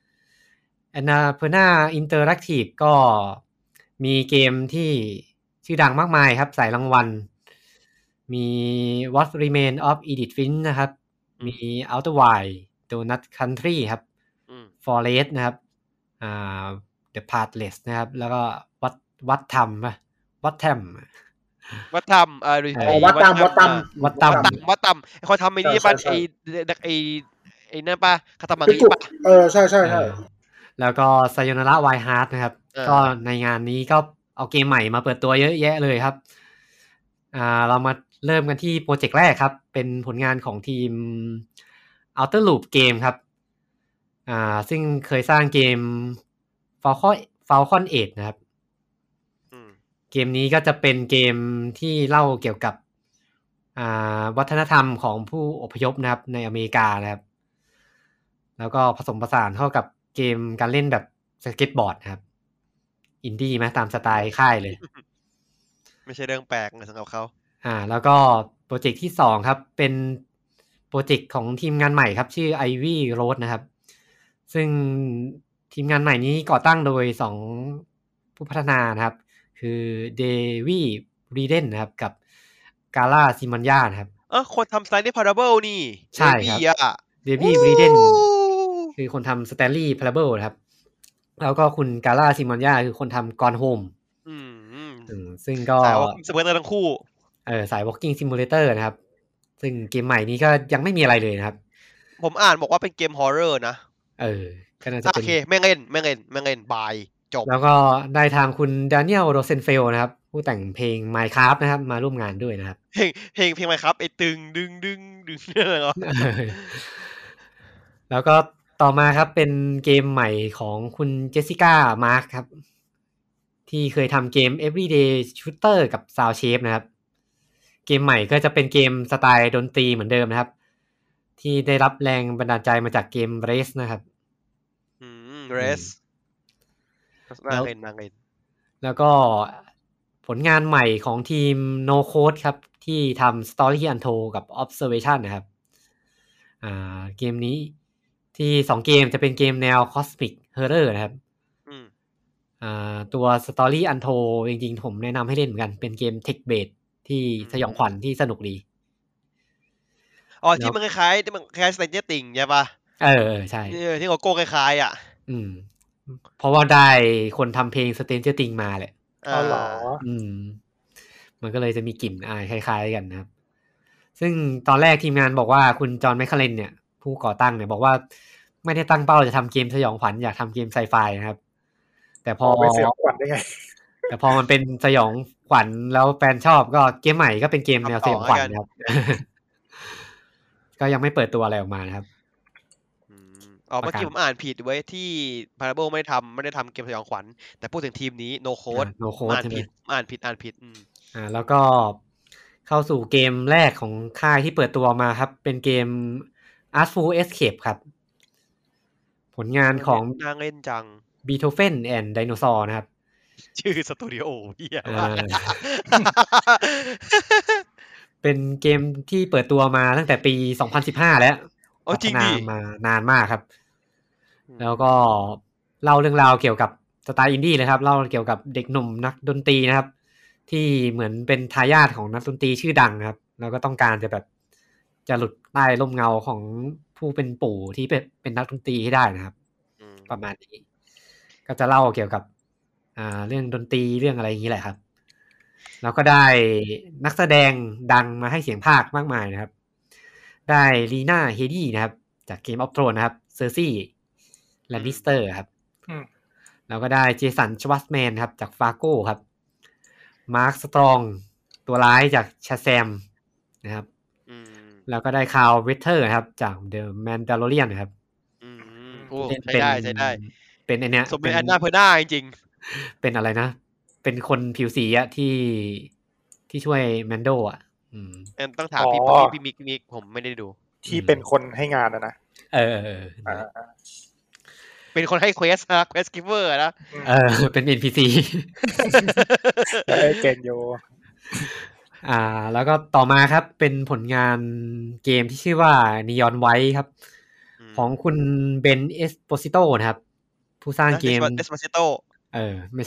Annapurna Interactive ก็มีเกมที่ชื่อดังมากมายครับใส่รางวัลมี What Remains of Edith Finch นะครับมี Outer Wilds Donut Country ครับ Forest นะครับอ่า The Pathless นะครับแล้วก็วัดวัดธรรมป่ะวัดธรรมวัดธรรมเออวัดธรรมวัดธรรมวัดธรรมวัดธรรมเขาทำไอ้นี่ป่ะไอ้ไอ้ไอ้นั่นป่ะเขาทำมางี้ป่ะเออใช่ใช่ใช่แล้วก็ Sayonara Wild Hearts นะครับก็ในงานนี้ก็เอาเกมใหม่มาเปิดตัวเยอะแยะเลยครับอ่าเรามาเริ่มกันที่โปรเจกต์แรกครับเป็นผลงานของทีม Outer Loop Game ครับอ่าซึ่งเคยสร้างเกม Falcon Falcon เอทนะครับเกมนี้ก็จะเป็นเกมที่เล่าเกี่ยวกับอ่าวัฒนธรรมของผู้อพยพนะครับในอเมริกานะครับแล้วก็ผสมผสานเข้ากับเกมการเล่นแบบสเก็ตบอร์ดนะครับอินดี้ไหมตามสไตล์ค่ายเลยไม่ใช่เรื่องแปลกนะสำหรับเขาอ่าแล้วก็โปรเจกต์ที่สองครับเป็นโปรเจกต์ของทีมงานใหม่ครับชื่อ Ivy Road นะครับซึ่งทีมงานใหม่นี้ก่อตั้งโดยสองผู้พัฒนานะครับคือเดวี่รีเดนนะครับกับกาล่าซิมอนยานะครับเออคนทำ Stanley Parable นี่ใช่ครับเดวี่รีเดนคือคนทำ Stanley Parable นะครับแล้วก็คุณกาล่าซิมอนยาคือคนทำ Gone Home อืมซึ่งก็สาย Walking Simulator ทั้งคู่เออสาย Walking Simulator นะครับซึ่งเกมใหม่นี้ก็ยังไม่มีอะไรเลยนะครับผมอ่านบอกว่าเป็นเกม Horror นะเออก็น่าจะเป็นโอเคไม่เล่นไม่เล่นไม่เล่นบายจบแล้วก็ได้ทางคุณดานิเอลโรเซนเฟลนะครับผู้แต่งเพลง Minecraft นะครับมาร่วมงานด้วยนะครับเพลงเพลงเพลง Minecraft ไอ้ตึงดึงดึงดึงอะไรเหรอแล้วก็ต่อมาครับเป็นเกมใหม่ของคุณเจสสิก้ามาร์คครับที่เคยทำเกม Everyday Shooter กับ Sound Shape นะครับเกมใหม่ก็จะเป็นเกมสไตล์ดนตรีเหมือนเดิมนะครับที่ได้รับแรงบันดาลใจมาจากเกม Race นะครับอืม Race น่าเล่นน่าเล่นแล้วก็ผลงานใหม่ของทีม No Code ครับที่ทำ Story Untold กับ Observation นะครับอ่าเกมนี้ที่สองเกมจะเป็นเกมแนว Cosmic Horror นะครับอืมอ่าตัว Story Untold จริงๆผมแนะนำให้เล่นเหมือนกันเป็นเกม Tech Based ที่สยองขวัญที่สนุกดีอ๋อที่มันคล้ายๆที่มันคล้ายๆ Stranger Things ใช่ป่ะเออๆใช่เออที่โกโก้คล้ายๆอ่ะอืมเพราะว่าได้คนทำเพลง Stranger Things มาแหละอ๋อเหรออืมมันก็เลยจะมีกลิ่นอายคล้ายๆกันนะครับซึ่งตอนแรกทีมงานบอกว่าคุณจอห์นแมคคาเรนเนี่ยผู้ก่อตั้งเนี่ยบอกว่าไม่ได้ตั้งเป้าจะทำเกมสยองขวัญอยากทำเกมไซไฟนะครับแต่พอไม่สยองขวัญได้ไงแต่พอมันเป็นสยองขวัญแล้วแฟนชอบก็เกมใหม่ก็เป็นเกมแนวสยองขวัญนะครับ ก็ยังไม่เปิดตัวอะไรออกมานะครับอ๋อเมื่อกี้ผมอ่านผิดไว้ที่ Parable ไม่ได้ทำไม่ได้ทำเกมสยองขวัญแต่พูดถึงทีมนี้ No Code โนโคดอ่านใช่ไหมผิดอ่านผิดอ่านผิดอืมอ่าแล้วก็เข้าสู่เกมแรกของค่ายที่เปิดตัวมาครับเป็นเกม Artful Escape ครับผลงานของน่าเล่นจัง Beethoven and Dinosaur นะครับชื่อสตูดิโอเหี้ยเออ เป็นเกมที่เปิดตัวมาตั้งแต่ปีสองพันสิบห้าแล้วพัฒนามานานมากครับแล้วก็เล่าเรื่องราวเกี่ยวกับสไตล์อินดี้เลยครับเล่าเกี่ยวกับเด็กหนุ่มนักดนตรีนะครับที่เหมือนเป็นทายาทของนักดนตรีชื่อดังครับแล้วก็ต้องการจะแบบจะหลุดใต้ร่มเงาของผู้เป็นปู่ที่เป็นเป็นนักดนตรีให้ได้นะครับประมาณนี้ก็จะเล่าเกี่ยวกับอ่าเรื่องดนตรีเรื่องอะไรอย่างนี้แหละครับแล้วก็ได้นักแสดงดังมาให้เสียงพากย์มากมายนะครับได้ลีน่าเฮดี้นะครับจาก Game of Thrones นะครับเซอร์ซี่แลนนิสเตอร์ครับแล้วก็ได้เจสันชวัตแมนครับจากฟาโก้ครับมาร์คสตรองตัวร้ายจากชาแซมนะครับแล้วก็ได้คาร์ลเวเทอร์ครับจากเดอะแมนดาโลเรียนครับโอ้ใช้ได้ใช้ได้เป็นไอเนี้ยสมเป็นแอนนาเพอร์นาจริงๆเป็นอะไรนะเป็นคนผิวสีอะที่ที่ช่วยแมนโดอ่ะอืมต้องถามพี่พี่มิกมิกผมไม่ได้ดูที่เป็นคนให้งานนะนะเออเออเป็นคนให้เควสนะเควสกิฟเวอร์นะเออเป็น เอ็น พี ซีเอ้เก่งอยู่อ่าแล้วก็ต่อมาครับเป็นผลงานเกมที่ชื่อว่า Neon White ครับของคุณเบนเอสโปซิโตนะครับผู้สร้างเกมเอสโปซิโตเออไม่ใช่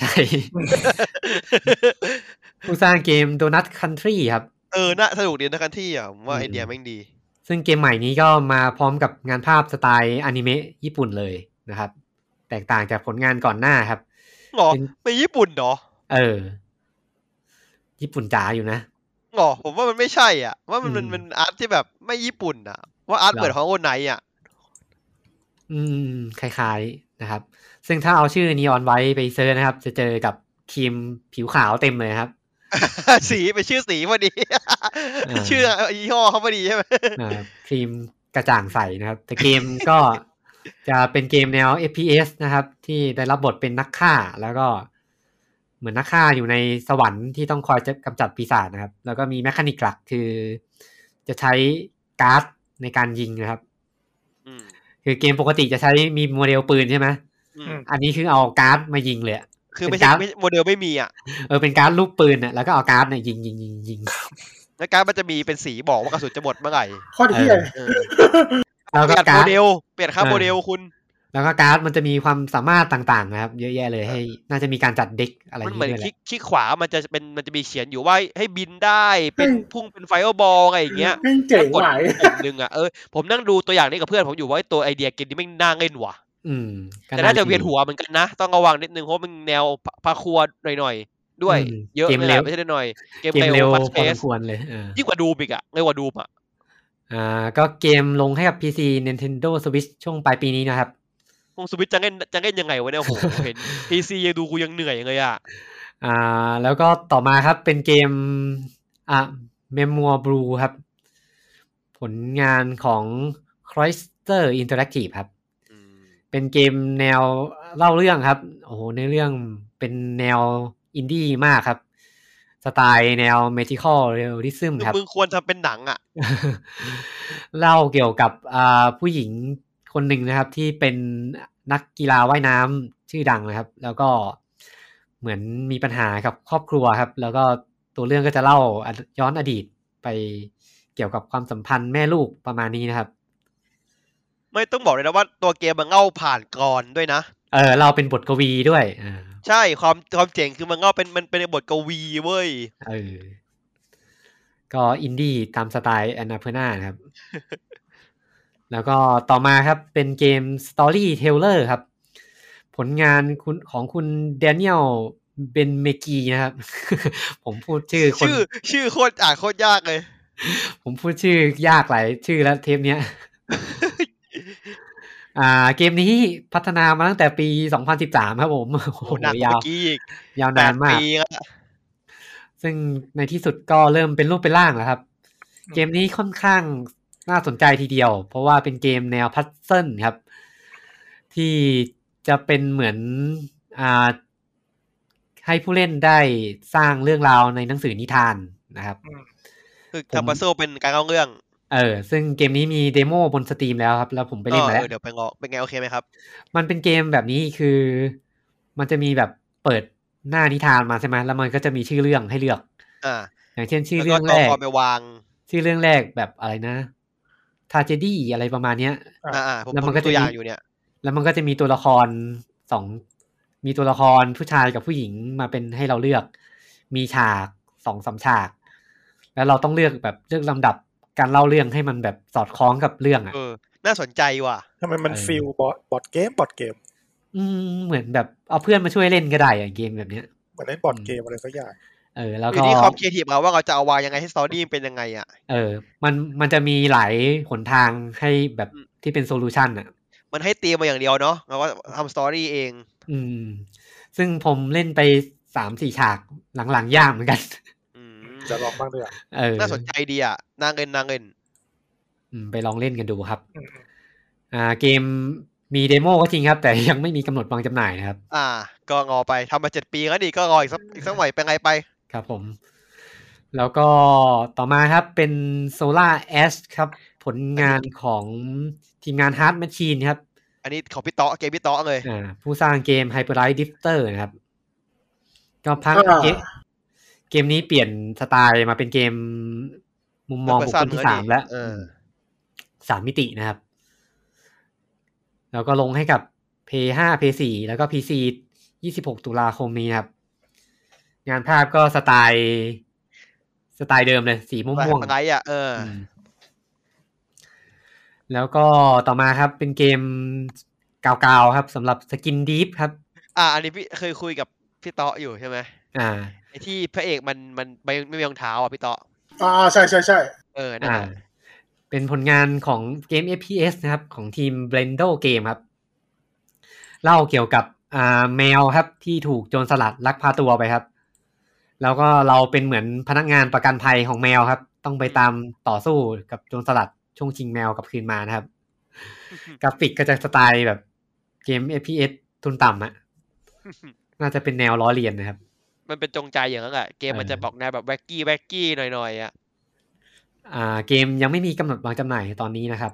ผู้สร้างเกม Donut Country ครับเออน่าสนุกดีนะคันที่อ่ะผมว่าไอเดียแม่งดีซึ่งเกมใหม่นี้ก็มาพร้อมกับงานภาพสไตล์อนิเมะญี่ปุ่นเลยนะครับแตกต่างจากผลงานก่อนหน้าครับหรอเป็นญี่ปุ่นเหรอเออญี่ปุ่นจ๋าอยู่นะหรอผมว่ามันไม่ใช่อ่ะว่ามันมันอาร์ตที่แบบไม่ญี่ปุ่นอ่ะว่าอาร์ตเหมือนของโอไนอ่ะอืมคล้ายๆนะครับซึ่งถ้าเอาชื่อนีออนไว้ไปเซิร์ชนะครับจะเจอกับทีมผิวขาวเต็มเลยครับสีเป็นชื่อสีพอดีชื่อยี่ห้อเขาพอดีใช่ไหมครีมกระจ่างใสนะครับแต่เกมก็จะเป็นเกมแนว เอฟ พี เอส นะครับที่ได้รับบทเป็นนักฆ่าแล้วก็เหมือนนักฆ่าอยู่ในสวรรค์ที่ต้องคอยจะกำจัดปีศาจนะครับแล้วก็มีแมคานิกหลักคือจะใช้การ์ดในการยิงนะครับคือเกมปกติจะใช้มีโมเดลปืนใช่ไหมอันนี้คือเอาการ์ดมายิงเลยคือไม่ใช่โมเดลไม่มีอ่ะเออเป็นการ์ดลูกปืนอ่ะแล้วก็เอาการ์ดเนี่ยยิงยิงยิงยิงแล้วการ์ดมันจะมีเป็นสีบอกว่ากระสุนจะหมดเมื่อไหร่ข้อเที่ยแล้วก็การ์ดโมเดลเปลี่ยนค่าโมเดลคุณแล้วก็การ์ดมันจะมีความสามารถต่างๆนะครับเยอะแยะเลยให้น่าจะมีการจัดเด็กอะไรมันเหมือนคลิกคลิกขวามันจะเป็นมันจะมีเขียนอยู่ว่าให้บินได้เป็นพุ่งเป็นไฟบอลอะไรอย่างเงี้ยเจ๋งไหวปุ่มนึงอ่ะเออผมนั่งดูตัวอย่างนี้กับเพื่อนผมอยู่ว่าตัวไอเดียเกมนี้ไม่น่าเล่นว่ะแต่น่าจะเวียนหัวเหมือนกันนะต้องระวังนิดนึงเพราะมันแนวพาคัวหน่อยๆด้วยเยอะเลยไม่ใช่หน่อยเกมเร็วพอสมควรเลยยิ่งกว่าดูมอีกอ่ะเร็วกว่าดูมอ่ะอ่าก็เกมลงให้กับ พี ซี Nintendo Switch ช่วงปลายปีนี้นะครับคงสวิตจะเล่นจะเล่นยังไงวะเนี่ยโหเห็น พี ซี ยังดูกูยังเหนื่อยเลยอ่ะอ่าแล้วก็ต่อมาครับเป็นเกมอ่ะ Memoir Blue ครับผลงานของ Cloister Interactive ครับเป็นเกมแนวเล่าเรื่องครับโอ้โหในเรื่องเป็นแนวอินดี้มากครับสไตล์แนว Magical Realism ครับมึงควรทำเป็นหนังอ่ะเล่าเกี่ยวกับอ่าผู้หญิงคนหนึ่งนะครับที่เป็นนักกีฬาว่ายน้ำชื่อดังนะครับแล้วก็เหมือนมีปัญหากับครอบครัวครับแล้วก็ตัวเรื่องก็จะเล่าย้อนอดีตไปเกี่ยวกับความสัมพันธ์แม่ลูกประมาณนี้นะครับไม่ต้องบอกเลยนะว่าตัวเกมมันเง่าผ่านกรด้วยนะเออเราเป็นบทกวีด้วยอ่าใช่ความความเจ๋งคือมันเง่าเป็นมันเป็นบทกวีเว้ยเออก็อินดี้ตามสไตล์แอนนาเพอร์นานะครับ แล้วก็ต่อมาครับเป็นเกม Storyteller ครับผลงานคุณของคุณแดเนียลเบนเมกีนะครับ ผมพูดชื่อคนชื่อชื่อโคตรอ่านโคตรยากเลยผมพูดชื่อยากหลายชื่อแล้วเทปเนี้ย อ่าเกมนี้พัฒนามาตั้งแต่ปีสองพันสิบสามครับผมโอ้โหหนักกว่ายาวเมื่อกี้อีกยาวนานมากแปดปีแล้วซึ่งในที่สุดก็เริ่มเป็นรูปเป็นร่างแล้วครับ เกมนี้ค่อนข้างน่าสนใจทีเดียว เพราะว่าเป็นเกมแนวพัซเซิลครับ ที่จะเป็นเหมือนอ่าให้ผู้เล่นได้สร้างเรื่องราวในหนังสือนิทานนะครับคือทำพัซเซิลเป็นการเล่าเรื่องเออซึ่งเกมนี้มีเดโมบนสตรีมแล้วครับแล้วผมไปเล่นมาแล้วเดี๋ยวไปงอเป็นไงโอเคไหมครับมันเป็นเกมแบบนี้คือมันจะมีแบบเปิดหน้านิทานมาใช่ไหมแล้วมันก็จะมีชื่อเรื่องให้เลือกอ่าอย่างเช่นชื่อเรื่องแรกไปวางชื่อเรื่องแรกแบบอะไรนะทาเจดี้อะไรประมาณเนี้ยอ่าๆผมแล้วมันก็ตัวอย่างอยู่เนี่ยแล้วมันก็จะมีตัวละครสองมีตัวละครผู้ชายกับผู้หญิงมาเป็นให้เราเลือกมีฉากสองสามฉากแล้วเราต้องเลือกแบบเลือกลำดับการเล่าเรื่องให้มันแบบสอดคล้องกับเรื่องอ่ะเออน่าสนใจว่ะทำไมมันฟีลบอทบอทเกมบอทเกมอืมเหมือนแบบเอาเพื่อนมาช่วยเล่นก็ได้อะเกมแบบเนี้ยเหมือนเล่นบอทเกมอะไรสักอย่างเออแล้วก็อยู่ที่ความครีเอทีฟเราว่าเราจะเอาวางยังไงให้สตอรี่เป็นยังไงอ่ะเออมันมันจะมีหลายหนทางให้แบบที่เป็นโซลูชันอ่ะมันให้ตีมาอย่างเดียวเนาะเราว่าทำสตอรี่เองอืมซึ่งผมเล่นไปสามสี่ฉากหลังๆยากเหมือนกันจะลองบ้างด้วยเออน่าสนใจดีอ่ะนางเงินนางเงินอืมไปลองเล่นกันดูครับอ่าเกมมีเดโมก็จริงครับแต่ยังไม่มีกำหนดวางจำหน่ายนะครับอ่าก็งอไปทำมาเจ็ดปีแล้วดิก็รออีกสักอีกสักหน่อยเป็นไงไปครับผมแล้วก็ต่อมาครับเป็น Solar Ash ครับผลงานของทีมงาน Hard Machine ครับอันนี้ของพี่ต๊อเกมพี่ต๊อเลยอ่าผู้สร้างเกม Hyperlight Drifter นะครับก็พักเกมเกมนี้เปลี่ยนสไตล์มาเป็นเกมมุมมองบุคคลที่สามแล้วสามมิตินะครับแล้วก็ลงให้กับ พี เอส ห้า พี เอส สี่ แล้วก็ พี ซี ยี่สิบหกตุลาคมนี้ครับงานภาพก็สไตล์สไตล์เดิมเลยสีม่วงๆอะไรอ่ะเออแล้วก็ต่อมาครับเป็นเกมกาวๆครับสำหรับสกินดีฟครับอ่าอันนี้พี่เคยคุยกับพี่ต๊ออยู่ใช่ไหมอ่าไอที่พระเอกมันมันไม่ไม่มีรองเท้าอ่ะพี่ต๊ออ่าใช่ใช่ใช่เออนั่นแหละเป็นผลงานของเกม เอฟ พี เอส นะครับของทีม Blendo Game ครับเล่าเกี่ยวกับอ่าแมวครับที่ถูกโจรสลัดลักพาตัวไปครับแล้วก็เราเป็นเหมือนพนักงานประกันภัยของแมวครับต้องไปตามต่อสู้กับโจรสลัดช่วงชิงแมวกับคืนมานะครับกราฟิกก็จะสไตล์แบบเกม เอฟ พี เอส ทุนต่ำอะน่าจะเป็นแนวล้อเลียนนะครับมันเป็นจงใจอย่างนั้นแหละเกมมันจะบอกแนวแบบแว็กกี้แว็กกี้หน่อยๆอ่ะอ่าเกมยังไม่มีกำหนดวางจำหน่ายตอนนี้นะครับ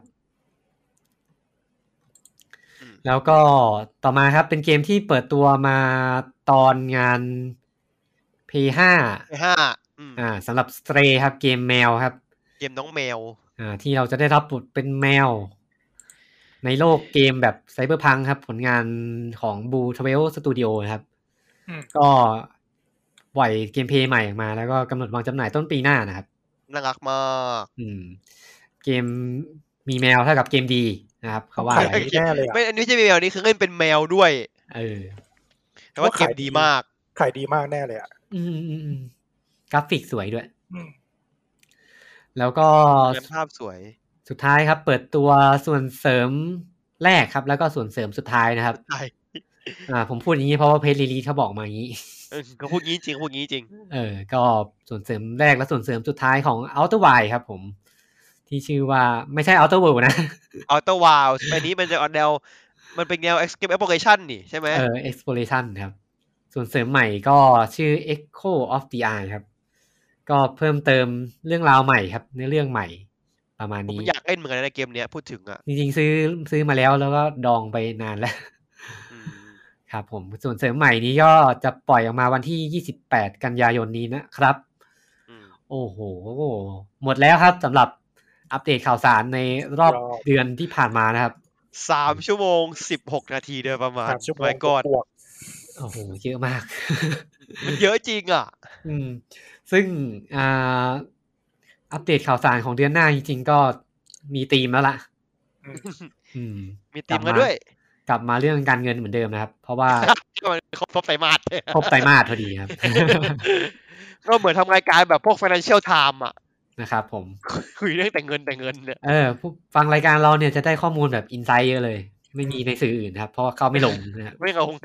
แล้วก็ต่อมาครับเป็นเกมที่เปิดตัวมาตอนงาน พี เอส ห้าพี เอส ห้าอ่าสำหรับ Stray ครับเกมแมวครับเกมน้องแมวอ่าที่เราจะได้รับบทเป็นแมวในโลกเกมแบบไซเบอร์พังครับผลงานของ Blue Twelve Studio นะครับก็ปล่อยเกมเพลย์ใหม่ออกมาแล้วก็กำหนดวางจำหน่ายต้นปีหน้านะครับน่ารักมากอืมเกมมีแมวเท่ากับเกมดีนะครับเขาว่าอะไรแน่เลยไม่อันนี้ไม่ใช่แมวนี่คือเล่นเป็นแมวด้วยเออแต่ว่าเกมดีมากขายดีมากแน่เลยอ่ะอืมกราฟิกสวยด้วยแล้วก็ภาพสวยสุดท้ายครับเปิดตัวส่วนเสริมแรกครับแล้วก็ส่วนเสริมสุดท้ายนะครับใช่อ่าผมพูดอย่างนี้เพราะว่าเพจรีลีสเขาบอกมาอย่างนี้เออเขาพูดงี้จริงพูดงี้จริงเออก็ส่วนเสริมแรกและส่วนเสริมสุดท้ายของ Outer Wilds ครับผมที่ชื่อว่าไม่ใช่ Outer World นะ Outer Wilds อันนี้มันจะออกแนวมันเป็นแนว exploration นี่ใช่ไหมเออ exploration ครับส่วนเสริมใหม่ก็ชื่อ Echo of the Eye ครับก็เพิ่มเติมเรื่องราวใหม่ครับในเรื่องใหม่ประมาณนี้ผมอยากเล่นเหมือนกันในเกมเนี้ยพูดถึงอ่ะจริงๆซื้อซื้อมาแล้วแล้วก็ดองไปนานแล้วครับผมส่วนเสริมใหม่นี้ก็จะปล่อยออกมาวันที่ยี่สิบแปดกันยายนนี้นะครับโอ้โหหมดแล้วครับสำหรับอัปเดตข่าวสารในรอบเดือนที่ผ่านมานะครับสามชั่วโมงสิบหกนาทีโดยประมาณสามชั่วโมงไว้ก่อนบวกโอ้โหเยอะมากมันเยอะจริงอ่ะอืมซึ่งอ่าอัปเดตข่าวสารของเดือนหน้าจริงๆก็มีธีมแล้วล่ะอืมอืมมีธีมกันด้วยกลับมาเรื่องการเงินเหมือนเดิมนะครับ เพราะว่ามันครบครบไตรมาสครบไตรมาสพอดีครับก็เหมือนทำรายการแบบพวก Financial Time อ่ะนะครับผมคุยเรื่องแต่เงินแต่เงินเนี่ยเออผู้ฟังรายการเราเนี่ยจะได้ข้อมูลแบบอินไซต์เยอะเลย ไม่มีในสื่ออื่นนะครับ เพราะว่าเขาไม่ลงนะครับไม่งง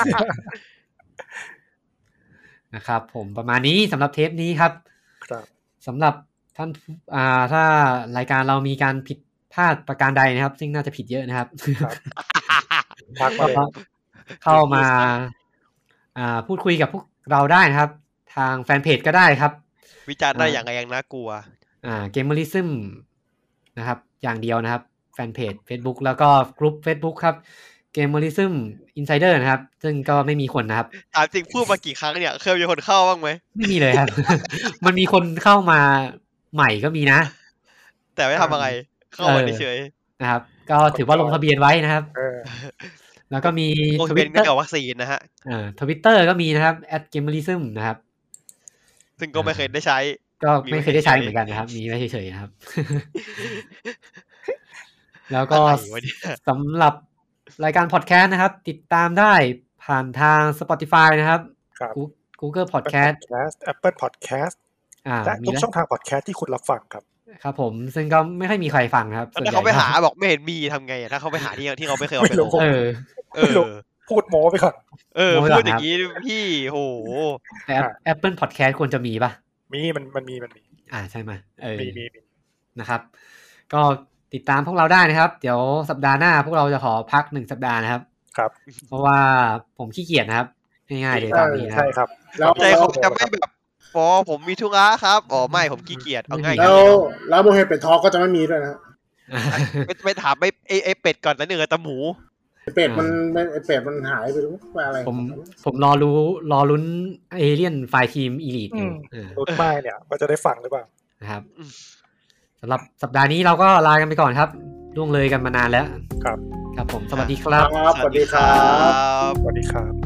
นะครับ ผมประมาณนี้สำหรับเทปนี้ครับครับสำหรับท่านอ่าถ้ารายการเรามีการผิดพลาดประการใดนะครับ ซึ่งน่าจะผิดเยอะนะครับครับ ทักมาเลยเข้ามาอ่าพูดคุยกับพวกเราได้นะครับ ทางแฟนเพจก็ได้ครับวิจารณ์ได้อย่างไรอย่างน่ากลัวอ่า Gamerism นะครับอย่างเดียวนะครับแฟนเพจ Facebook แล้วก็กลุ่ม Facebook ครับ Gamerism Insider นะครับ ซึ่งก็ไม่มีคนนะครับถามจริงพูดมากี่ครั้งเนี่ยเคยมีคนเข้าบ้างไหมไม่มีเลยครับ มันมีคนเข้ามาใหม่ก็มีนะแต่ไม่ทำอะไร เข้ามาเฉยนะครับ ก็ถือว่าลงทะเบียนไว้นะครับเออแล้วก็มีๆลงทะเบียน Twitter เกี่ยวกับวัคซีนนะฮะอ่า Twitter ก็มีนะครับ แอท Gamerism นะครับซึ่งก็ไม่เคยได้ใช้ก็ไม่เคยได้ใช้เหมือนกันนะครับ มีไว้เฉยๆนะครับ แล้วก็อะไรวะเนี่ยสำหรับรายการพอดแคสต์นะครับ ติดตามได้ผ่านทาง Spotify นะครับครับ Google Podcast Podcast Apple Podcast อ่าและมีทุกแล้วช่องทาง podcast ที่คุณรับฟังครับครับผม ซึ่งก็ไม่ค่อยมีใครฟังนะครับแล้วถ้าเขาไปหาบอกไม่เห็นมีทำไงอะถ้าเขาไปหาที่ที่เขาไม่เคยเอาไปลงเออเอไม่รู้อพูดโม้ไปก่อนเออโม้ไปก่พูอดนอครับย่างนี้พี่โหแต่ Apple Podcast ควรจะมีป่ะมีมันมันมีมันมีอ่าใช่ไหมเออมีมีมีนะครับ ก็ติดตามพวกเราได้นะครับ เดี๋ยวสัปดาห์หน้าพวกเราจะขอพักหนึ่งสัปดาห์นะครับครับเพราะว่าผมขี้เกียจนะครับง่ายๆเลยตอนนี้นะคใช่รับครับแล้วใจเขาจะไม่แบบอ๋อผมมีธุระครับอ๋อไม่ผมขี้เกียจเอาง่ายๆแล้วแล้วโมเฮเป็ดทอก็จะไม่มีด้วยนะไปไปถามไอ้ไอ้ไอ้เป็ดก่อนแล้วหนึ่งไอ้ตะหมูเป็ดมันไอเป็ดมันหายไปรู้ว่าอะไรผมผมรอรู้รอลุ้นเอเลียนไฟทีมอีลีทอยู่อืมเออรุดไม่เนี่ยว่าจะได้ฟังหรือเปล่านะครับสำหรับสัปดาห์นี้เราก็ลากันไปก่อนครับล่วงเลยกันมานานแล้วครับครับผมสวัสดีครับครับสวัสดีครับสวัสดีครับ